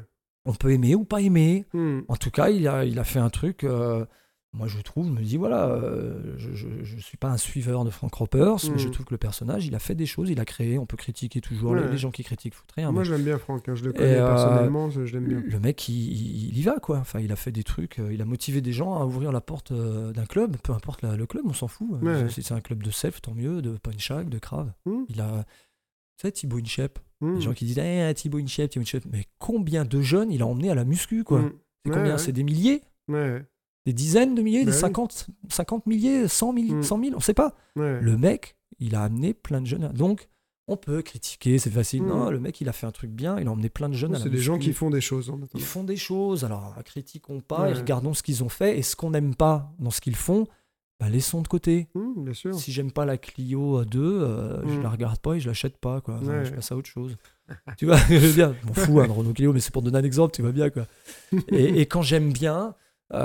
On peut aimer ou pas aimer. Hmm. En tout cas, il a, il a fait un truc. euh, moi, je trouve, je me dis, voilà, euh, je ne suis pas un suiveur de Frank Ropers, Mm. mais je trouve que le personnage, il a fait des choses, il a créé. On peut critiquer toujours. Ouais. Les, les gens qui critiquent foutent rien. Moi, mais je l'aime bien, Franck. hein, Je le connais Et, euh, personnellement, je, je l'aime bien. le mec, il, il- il y va, quoi. Enfin, il a fait des trucs. euh, Il a motivé des gens à ouvrir la porte euh, d'un club. Peu importe la- le club, on s'en fout. Ouais. Si c'est un club de self, tant mieux. De punchag, de crave. Hmm. Il a. Tu sais, Thibaut Inchep. Hmm. Les gens qui disent, eh, Thibaut Inchep, Thibaut Inchep. Mais combien de jeunes il a emmené à la muscu, quoi. Hmm. C'est Ouais, combien ouais. C'est des milliers, Ouais, des dizaines de milliers, Bah des oui. cinquante, cinquante milliers, cent mille, Mm. cent mille, on sait pas. ouais. Le mec, il a amené plein de jeunes. Donc, on peut critiquer, c'est facile. Mm. Non, le mec, il a fait un truc bien, il a emmené plein de jeunes à la C'est des gens muscu. qui font des choses. En Ils attendant. font des choses, alors critiquons pas Ouais. et regardons ce qu'ils ont fait. Et ce qu'on n'aime pas dans ce qu'ils font, bah, laissons de côté. Hmm, bien sûr. Si j'aime pas la Clio deux, euh, je Mm. la regarde pas et je l'achète pas. Quoi. Enfin, Ouais. Je passe à autre chose. Tu vois, je veux dire, je m'en fous hein, de Renault Clio, mais c'est pour donner un exemple, tu vois bien. Quoi. Et, et quand j'aime bien,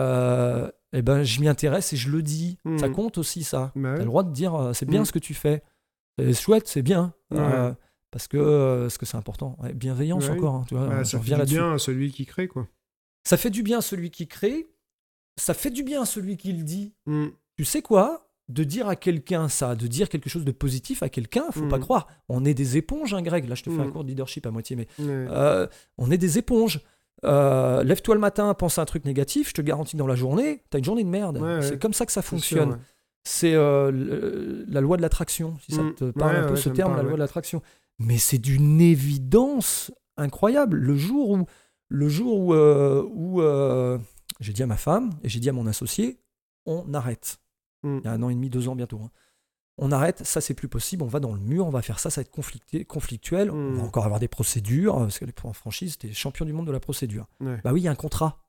euh, eh ben, je m'y intéresse et je le dis. Mm. Ça compte aussi, ça. Bah Tu as ouais. le droit de dire, euh, c'est bien Mm. ce que tu fais. C'est chouette, c'est bien. Euh, Ouais. parce que euh, parce que c'est important. Ouais, bienveillance Ouais, oui. encore. hein, tu vois, Bah, je ça reviens fait du là-dessus. bien à celui qui crée, quoi. Ça fait du bien à celui qui crée. Ça fait du bien à celui qui le dit. Hmm. Tu sais quoi? De dire à quelqu'un ça, de dire quelque chose de positif à quelqu'un, faut Mm. pas croire. On est des éponges, hein, Greg. Là, je te fais Mm. un cours de leadership à moitié, mais Ouais. euh, on est des éponges. Euh, lève-toi le matin, pense à un truc négatif, je te garantis que dans la journée, t'as une journée de merde. Ouais, c'est ouais. comme ça que ça C'est fonctionne. sûr, ouais. C'est euh, le- la loi de l'attraction, si ça Mm. te parle Ouais, un peu ouais, ce ça me terme, parle, la loi ouais. de l'attraction. Mais c'est d'une évidence incroyable. Le jour où, le jour où, euh, où euh, j'ai dit à ma femme et j'ai dit à mon associé, on arrête. Mm. Il y a un an et demi, deux ans bientôt. hein. On arrête, ça c'est plus possible, on va dans le mur, on va faire ça, ça va être conflicté- conflictuel, on Mm. va encore avoir des procédures, parce que les en franchise, t'es champion du monde de la procédure. Ouais. Bah oui, il y a un contrat.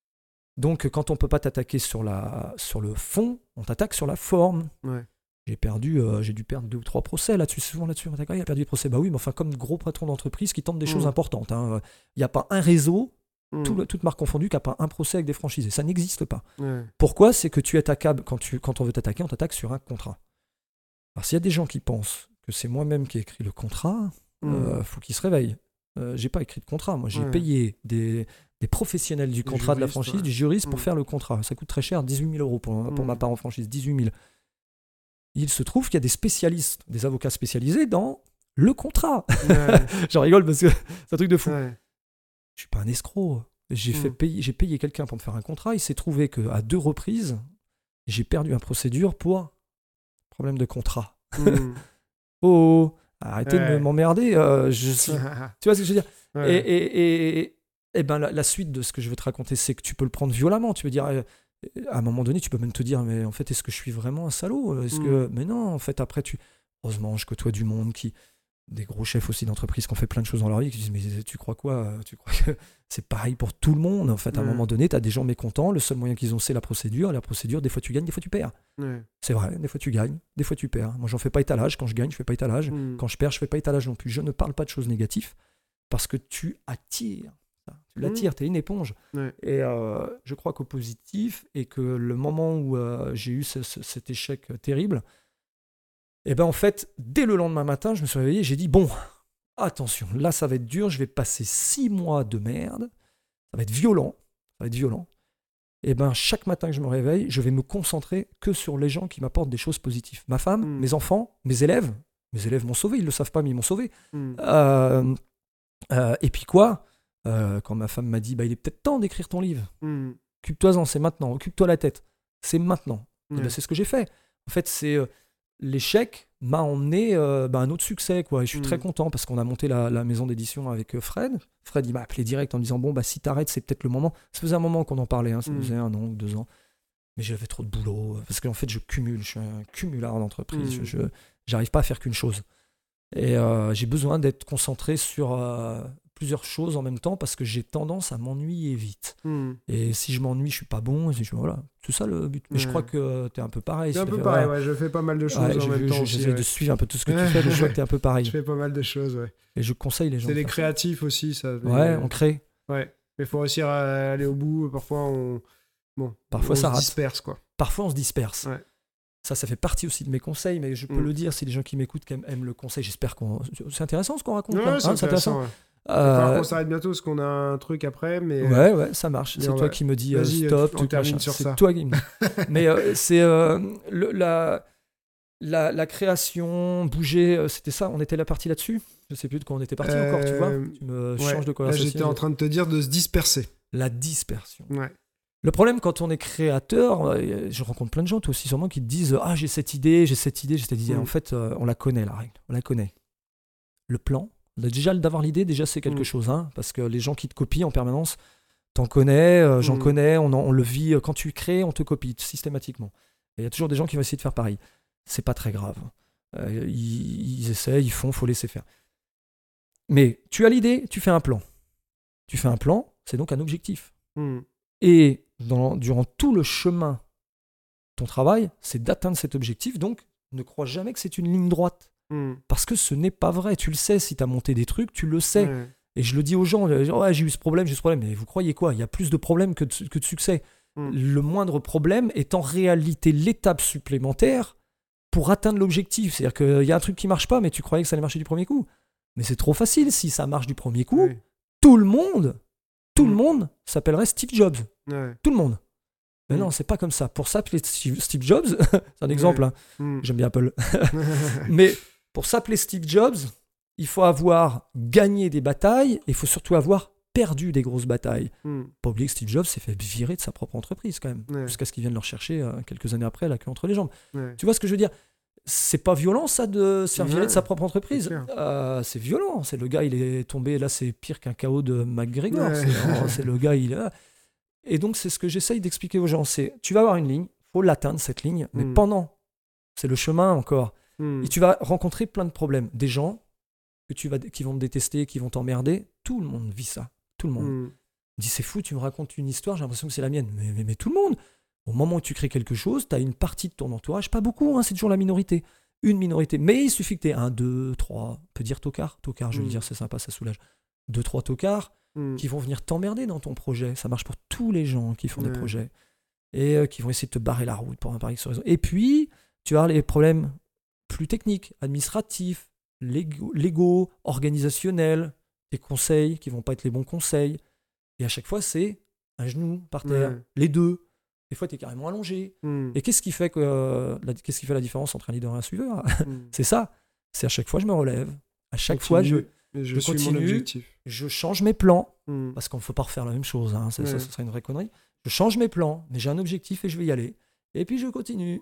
Donc quand on peut pas t'attaquer sur, la, sur le fond, on t'attaque sur la forme. Ouais. J'ai perdu, euh, j'ai dû perdre deux ou trois procès là-dessus, souvent là-dessus. On m'attaque, Ah, il a perdu des procès. Bah oui, mais enfin, comme gros patron d'entreprise qui tente des Mm. choses importantes. hein. Il n'y a pas un réseau, Hmm. tout le- toute marque confondue, qui n'a pas un procès avec des franchisés. Ça n'existe pas. Ouais. Pourquoi? C'est que tu es attaquable. Quand, tu, quand on veut t'attaquer, on t'attaque sur un contrat. Alors s'il y a des gens qui pensent que c'est moi-même qui ai écrit le contrat, il Hmm. faut qu'ils se réveillent. Euh, j'ai pas écrit de contrat. Moi, j'ai Ouais. payé des, des professionnels du Des contrat de la juristes, franchise, ouais. du juriste pour Mm. faire le contrat. Ça coûte très cher, dix-huit mille euros pour, pour Mm. ma part en franchise, dix-huit mille. Il se trouve qu'il y a des spécialistes, des avocats spécialisés dans le contrat. Ouais. J'en rigole parce que c'est un truc de fou. Ouais. Je suis pas un escroc. J'ai Mm. fait payer, j'ai payé quelqu'un pour me faire un contrat. Il s'est trouvé qu'à deux reprises, j'ai perdu une procédure pour problème de contrat. Hmm. Oh, arrêtez Ouais. de m'emmerder. euh, je suis- Tu vois ce que je veux dire? Ouais. Et, et, et, et ben la, la suite de ce que je veux te raconter, c'est que tu peux le prendre violemment. Tu veux dire, euh, à un moment donné, tu peux même te dire, mais en fait, est-ce que je suis vraiment un salaud? Est-ce que... Mais non, en fait, après, tu. Heureusement, je côtoie du monde qui. Des gros chefs aussi d'entreprise qui ont fait plein de choses dans leur vie, qui disent, mais tu crois quoi? Tu crois que c'est pareil pour tout le monde? En fait, à un Ouais. moment donné, tu as des gens mécontents. Le seul moyen qu'ils ont, c'est la procédure. Et la procédure, des fois, tu gagnes, des fois, tu perds. Ouais. C'est vrai, des fois, tu gagnes, des fois, tu perds. Moi, j'en fais pas étalage. Quand je gagne, je fais pas étalage. Hmm. Quand je perds, je fais pas étalage non plus. Je ne parle pas de choses négatives parce que tu attires. ça. Tu l'attires, tu es une éponge. Ouais. Et euh, je crois qu'au positif, et que le moment où euh, j'ai eu ce- ce- cet échec terrible, et ben en fait, dès le lendemain matin, je me suis réveillé, j'ai dit, bon, attention, là, ça va être dur, je vais passer six mois de merde, ça va être violent, ça va être violent. Et ben chaque matin que je me réveille, je vais me concentrer que sur les gens qui m'apportent des choses positives. Ma femme, Mm. mes enfants, mes élèves, mes élèves m'ont sauvé, ils le savent pas, mais ils m'ont sauvé. Hmm. Euh, euh, et puis quoi Euh, Quand ma femme m'a dit, bah, il est peut-être temps d'écrire ton livre. Hmm. Occupe-toi-en, c'est maintenant. Occupe-toi la tête. C'est maintenant. Et ben, Ouais. c'est ce que j'ai fait. En fait, c'est euh, l'échec m'a emmené euh, bah, un autre succès, quoi. Et je suis Mm. très content parce qu'on a monté la, la maison d'édition avec euh, Fred. Fred, il m'a appelé direct en me disant, bon, bah, si t'arrêtes, c'est peut-être le moment. Ça faisait un moment qu'on en parlait, hein. Ça Mm. faisait un an ou deux ans. Mais j'avais trop de boulot. Parce qu'en fait, je cumule. Je suis un cumulard d'entreprise. Mm. Je, je- j'arrive pas à faire qu'une chose. Et euh, j'ai besoin d'être concentré sur euh, plusieurs choses en même temps parce que j'ai tendance à m'ennuyer vite. Hmm. Et si je m'ennuie, je suis pas bon. Et si je, voilà, c'est ça le but. Mais je Ouais. crois que tu es un peu pareil. C'est un si peu t'as- pareil, voilà. ouais, je fais pas mal de choses Ouais, en j'ai même vu, temps je- aussi. j'essaie ouais. de suivre un peu tout ce que tu fais, mais je vois que tu es un peu pareil. Je fais pas mal de choses, ouais. Et je conseille les gens. C'est de des faire ça. créatifs aussi, ça. mais- Ouais, on crée. Ouais. Mais il faut réussir à aller au bout. Parfois, on. Bon, Parfois, on ça se rate. disperse, quoi. Parfois, on se disperse. Ouais. Ça, ça fait partie aussi de mes conseils, mais je peux Mm. le dire si les gens qui m'écoutent aiment, aiment le conseil. J'espère qu'on. C'est intéressant ce qu'on raconte Ouais, là. c'est hein, c'est intéressant. intéressant. ouais. Il va falloir Euh, qu'on s'arrête bientôt parce qu'on a un truc après. Mais, euh, Ouais, ouais, ça marche. mais C'est on toi va- qui me dis euh, Vas-y, stop, on tout termine machin. sur C'est ça. toi qui me Mais euh, c'est euh, le- la, la, la création, bouger, euh, c'était ça. On était la partie là-dessus. Je sais plus de quoi on était parti Euh, encore, tu vois. Tu me ouais, changes de là, conversation. j'étais en train de te dire de se disperser. La dispersion. Ouais. Le problème quand on est créateur, euh, je rencontre plein de gens, toi aussi sûrement, qui te disent ah j'ai cette idée, j'ai cette idée, j'ai cette idée. Mm. En fait, euh, on la connaît la règle, on la connaît. Le plan, déjà d'avoir l'idée, déjà c'est quelque Mm. chose, hein, parce que les gens qui te copient en permanence, t'en connais, euh, j'en Mm. connais, on, en- on le vit. euh, Quand tu crées, on te copie systématiquement. Et il y a toujours des gens qui vont essayer de faire pareil. C'est pas très grave. Euh, ils, ils essaient, ils font, faut laisser faire. Mais tu as l'idée, tu fais un plan. Tu fais un plan, c'est donc un objectif. Mm. Et dans- durant tout le chemin, ton travail, c'est d'atteindre cet objectif. Donc, ne crois jamais que c'est une ligne droite. Mm. Parce que ce n'est pas vrai. Tu le sais, si tu as monté des trucs, tu le sais. Ouais. Et je le dis aux gens, euh, ouais, j'ai eu ce problème, j'ai eu ce problème. Mais vous croyez quoi? Il y a plus de problèmes que de, que de succès. Mm. Le moindre problème est en réalité l'étape supplémentaire pour atteindre l'objectif. C'est-à-dire qu'il y a un truc qui marche pas, mais tu croyais que ça allait marcher du premier coup. Mais c'est trop facile. Si ça marche du premier coup, Ouais. tout le monde, tout le Mm. monde s'appellerait Steve Jobs. Ouais. Tout le monde. Mais Mm. non, c'est pas comme ça. Pour s'appeler Steve, Steve Jobs, c'est un exemple, hein. Mm. J'aime bien Apple. Mais pour s'appeler Steve Jobs, il faut avoir gagné des batailles et il faut surtout avoir perdu des grosses batailles. Mm. Pas oublier que Steve Jobs s'est fait virer de sa propre entreprise quand même, Ouais. jusqu'à ce qu'ils viennent le rechercher euh, quelques années après, la queue entre les jambes. Ouais. Tu vois ce que je veux dire? C'est pas violent ça de se faire virer Ouais, de sa propre entreprise. c'est clair. Euh, c'est violent. C'est le gars, il est tombé. Là, c'est pire qu'un K O de McGregor. Ouais. C'est, oh, c'est le gars, il est là. Et donc, c'est ce que j'essaye d'expliquer aux gens. C'est, tu vas avoir une ligne, faut l'atteindre cette ligne, mais Mm. pendant, c'est le chemin encore. Mm. Et tu vas rencontrer plein de problèmes. Des gens que tu vas, qui vont te détester, qui vont t'emmerder. Tout le monde vit ça. Tout le monde. Mm. On dit c'est fou, tu me racontes une histoire, j'ai l'impression que c'est la mienne. Mais, mais, mais tout le monde. Au moment où tu crées quelque chose, tu as une partie de ton entourage, pas beaucoup, hein, c'est toujours la minorité. Une minorité. Mais il suffit que tu aies un, deux, trois, on peut dire tocard. Tocard, je veux Mm. dire, c'est sympa, ça soulage. Deux, trois tocards Mm. qui vont venir t'emmerder dans ton projet. Ça marche pour tous les gens qui font Ouais. des projets. Et euh, qui vont essayer de te barrer la route pour un pari sur raison. Et puis, tu vas avoir les problèmes plus techniques, administratifs, légaux, légaux, organisationnels, des conseils qui vont pas être les bons conseils. Et à chaque fois, c'est un genou par terre, Ouais. les deux. Des fois, tu es carrément allongé. Mm. Et qu'est-ce qui fait que euh, la, qu'est-ce qui fait la différence entre un leader et un suiveur? Mm. C'est ça. C'est à chaque fois, je me relève. À chaque fois, je, Continue. Et je, je suis mon continue. objectif. je change mes plans. Mm. Parce qu'on ne faut pas refaire la même chose. Hein. C'est- Ça, Ouais. ce serait une vraie connerie. Je change mes plans, mais j'ai un objectif et je vais y aller. Et puis, je continue.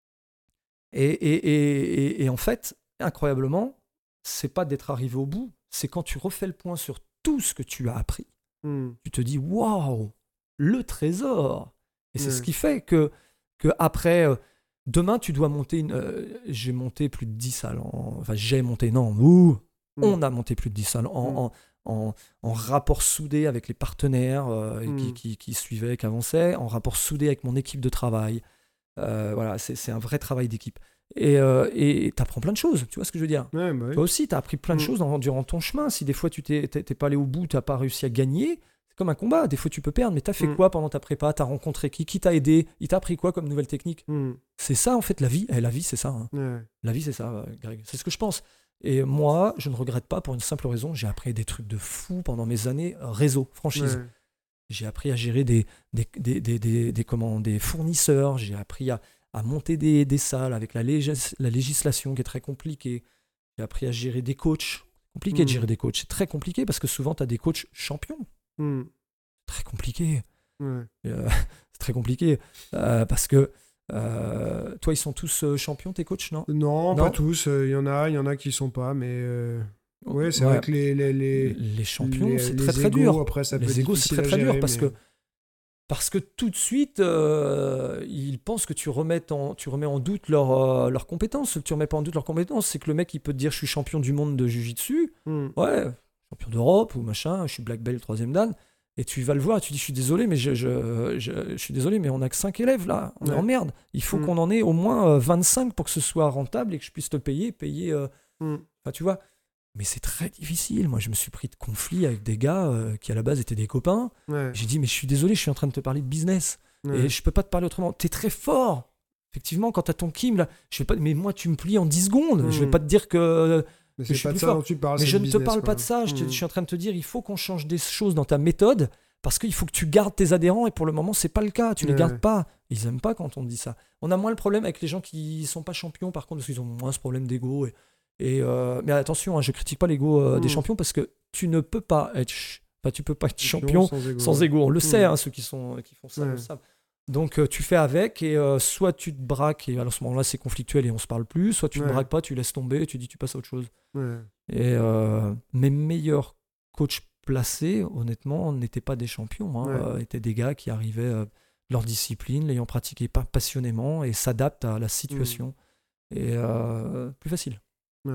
Et, et, et, et, et en fait, incroyablement, c'est pas d'être arrivé au bout. C'est quand tu refais le point sur tout ce que tu as appris. Mm. Tu te dis waouh, le trésor. Et c'est Ouais. ce qui fait que, que après, euh, demain, tu dois monter une. euh, j'ai monté plus de dix salles. En, enfin, j'ai monté, non, ouh, Mm. on a monté plus de dix salles en, Mm. en, en, en rapport soudé avec les partenaires euh, Mm. qui, qui, qui suivaient, qui avançaient, en rapport soudé avec mon équipe de travail. Euh, voilà, c'est, c'est un vrai travail d'équipe. Et euh, et tu apprends plein de choses, tu vois ce que je veux dire? Ouais, bah oui. Toi aussi, tu as appris plein de Mm. choses dans- durant ton chemin. Si des fois, tu t'es, t'es, t'es pas allé au bout, tu n'as pas réussi à gagner, c'est comme un combat. Des fois, tu peux perdre, mais tu as fait Mm. quoi pendant ta prépa? Tu as rencontré qui? Qui t'a aidé? Il t'a appris quoi comme nouvelle technique? Mm. C'est ça, en fait, la vie. Eh, la vie, c'est ça. Hein. Ouais. La vie, c'est ça, euh, Greg. C'est ce que je pense. Et moi, je ne regrette pas pour une simple raison. J'ai appris des trucs de fou pendant mes années euh, réseau, franchise. Ouais. J'ai appris à gérer des, des, des, des, des, des, comment, des fournisseurs. J'ai appris à, à monter des, des salles avec la, légis- la législation qui est très compliquée. J'ai appris à gérer des coachs. Compliqué de Mm. gérer des coachs. C'est très compliqué parce que souvent, tu as des coachs champions. Mm. Très compliqué. Ouais. Euh, c'est très compliqué. Euh, parce que euh, toi, ils sont tous euh, champions, tes coachs, non? Non, Non. pas tous. Il y en a, il y en a qui sont pas, mais euh, ouais, c'est Ouais. vrai que les les les, Les champions, les- c'est les très très égos, dur. Après, ça peut Les être égos, c'est difficile très à très dur gérer, parce mais- que parce que tout de suite, euh, ils pensent que tu remets en, tu remets en doute leur, euh, leurs compétences. Ce que tu remets pas en doute leurs compétences, c'est que le mec, il peut te dire je suis champion du monde de Jiu-Jitsu, Mm. ouais, champion d'Europe ou machin, je suis black belt troisième dan, et tu vas le voir, et tu dis je suis désolé, mais je, je, je, je suis désolé, mais on a que cinq élèves là, on Ouais. est en merde. Il faut Mm. qu'on en ait au moins euh, vingt-cinq pour que ce soit rentable et que je puisse te payer, payer. euh, Mm. Enfin, tu vois. Mais c'est très difficile. Moi, je me suis pris de conflits avec des gars euh, qui à la base étaient des copains. Ouais. J'ai dit, mais je suis désolé, je suis en train de te parler de business. Ouais. Et je peux pas te parler autrement. T'es très fort. Effectivement, quand t'as ton Kim, là, je vais pas, mais moi, tu me plies en dix secondes. Mm. Je vais pas te dire que Mais que c'est je suis pas de plus ça fort. dont tu parles. Mais c'est je le ne te business, parle quoi. pas de ça. Je, te- Mm. je suis en train de te dire, il faut qu'on change des choses dans ta méthode parce qu'il faut que tu gardes tes adhérents et pour le moment, c'est pas le cas. Tu les Ouais. gardes pas. Ils aiment pas quand on te dit ça. On a moins le problème avec les gens qui sont pas champions, par contre, parce qu'ils ont moins ce problème d'ego. Et, et, euh, mais attention, hein, je critique pas l'ego euh, des Mm. champions parce que tu ne peux pas être, ch- enfin, tu peux pas être champion sans ego. sans ego. On le Mm. sait, hein, ceux qui sont qui font ça Ouais. le savent. Donc euh, tu fais avec et euh, soit tu te braques et alors à ce moment-là c'est conflictuel et on se parle plus, soit tu te Ouais. braques pas, tu laisses tomber et tu dis tu passes à autre chose. Ouais. Et euh, mes meilleurs coachs placés, honnêtement, n'étaient pas des champions, hein, Ouais. euh, étaient des gars qui arrivaient euh, de leur discipline, l'ayant pratiqué pas passionnément et s'adaptent à la situation. Et euh, plus facile. Ouais.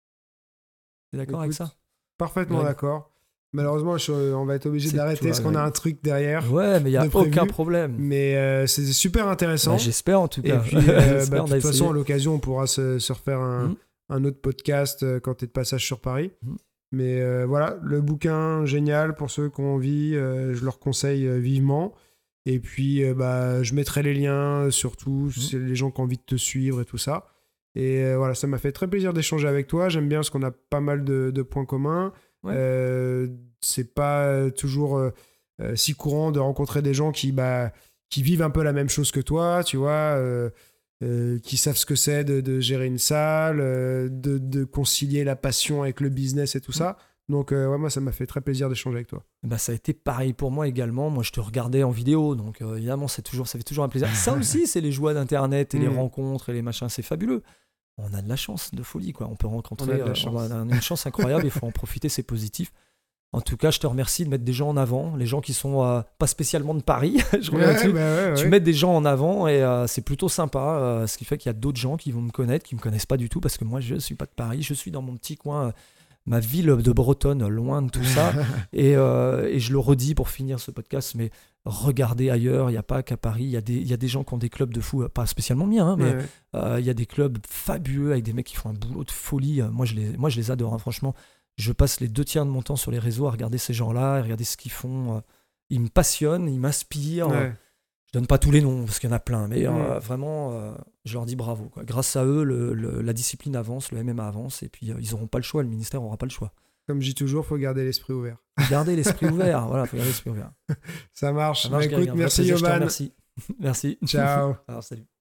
T'es d'accord avec Écoute, ça? Parfaitement Ouais. d'accord. Malheureusement, je- on va être obligé C'est d'arrêter toi, parce qu'on ouais. a un truc derrière. Ouais, mais il n'y a de prévu. aucun problème. Mais euh, c'est super intéressant. Bah, j'espère en tout Et cas. puis, euh, J'espère, bah, on de a toute façon, essayé. à l'occasion, on pourra se, se refaire un, Mhm. un autre podcast euh, quand tu es de passage sur Paris. Mhm. Mais euh, voilà, le bouquin, génial pour ceux qui ont envie. euh, je leur conseille euh, vivement. Et puis, euh, bah, je mettrai les liens, surtout, Mhm. c'est les gens qui ont envie de te suivre et tout ça. Et euh, voilà, ça m'a fait très plaisir d'échanger avec toi. J'aime bien parce qu'on a pas mal de, de points communs. Ouais. Euh, c'est pas toujours euh, euh, si courant de rencontrer des gens qui, bah, qui vivent un peu la même chose que toi, tu vois, euh, euh, qui savent ce que c'est de, de gérer une salle, euh, de, de concilier la passion avec le business et tout ça. Donc, euh, ouais, moi, ça m'a fait très plaisir d'échanger avec toi. Bah, ça a été pareil pour moi également. Moi, je te regardais en vidéo, donc euh, évidemment, c'est toujours, ça fait toujours un plaisir. Ça aussi, c'est les joies d'Internet et les Mm. rencontres et les machins, c'est fabuleux. On a de la chance de folie, quoi. On peut rencontrer, On a de la euh, chance. on a une chance incroyable, il faut en profiter, c'est positif. En tout cas, je te remercie de mettre des gens en avant, les gens qui sont euh, pas spécialement de Paris. Je reviens Ouais, là-dessus. bah ouais, Tu ouais. mets des gens en avant et euh, c'est plutôt sympa, euh, ce qui fait qu'il y a d'autres gens qui vont me connaître, qui me connaissent pas du tout, parce que moi, je suis pas de Paris, je suis dans mon petit coin. euh, ma ville de Bretonne, loin de tout ça. et, euh, et je le redis pour finir ce podcast, mais regardez ailleurs, il n'y a pas qu'à Paris, il y, a des- il y a des gens qui ont des clubs de fou, pas spécialement miens, hein, mais Ouais. euh, il y a des clubs fabuleux avec des mecs qui font un boulot de folie. Euh, Moi, je les, moi, je les adore, hein, franchement. Je passe les deux tiers de mon temps sur les réseaux à regarder ces gens-là, à regarder ce qu'ils font. euh, Ils me passionnent, ils m'inspirent. Ouais. Je donne pas tous les noms parce qu'il y en a plein, mais euh, Mm. vraiment, euh, je leur dis bravo, quoi. Grâce à eux, le- le- la discipline avance, le M M A avance, et puis euh, ils n'auront pas le choix, le ministère n'aura pas le choix. Comme je dis toujours, faut garder l'esprit ouvert. Gardez l'esprit ouvert, voilà, faut garder l'esprit ouvert. Ça marche. Ça marche, Bah, Greg, écoute, un vrai merci plaisir, je te Yovan. remercie. Merci. Ciao. Alors, salut.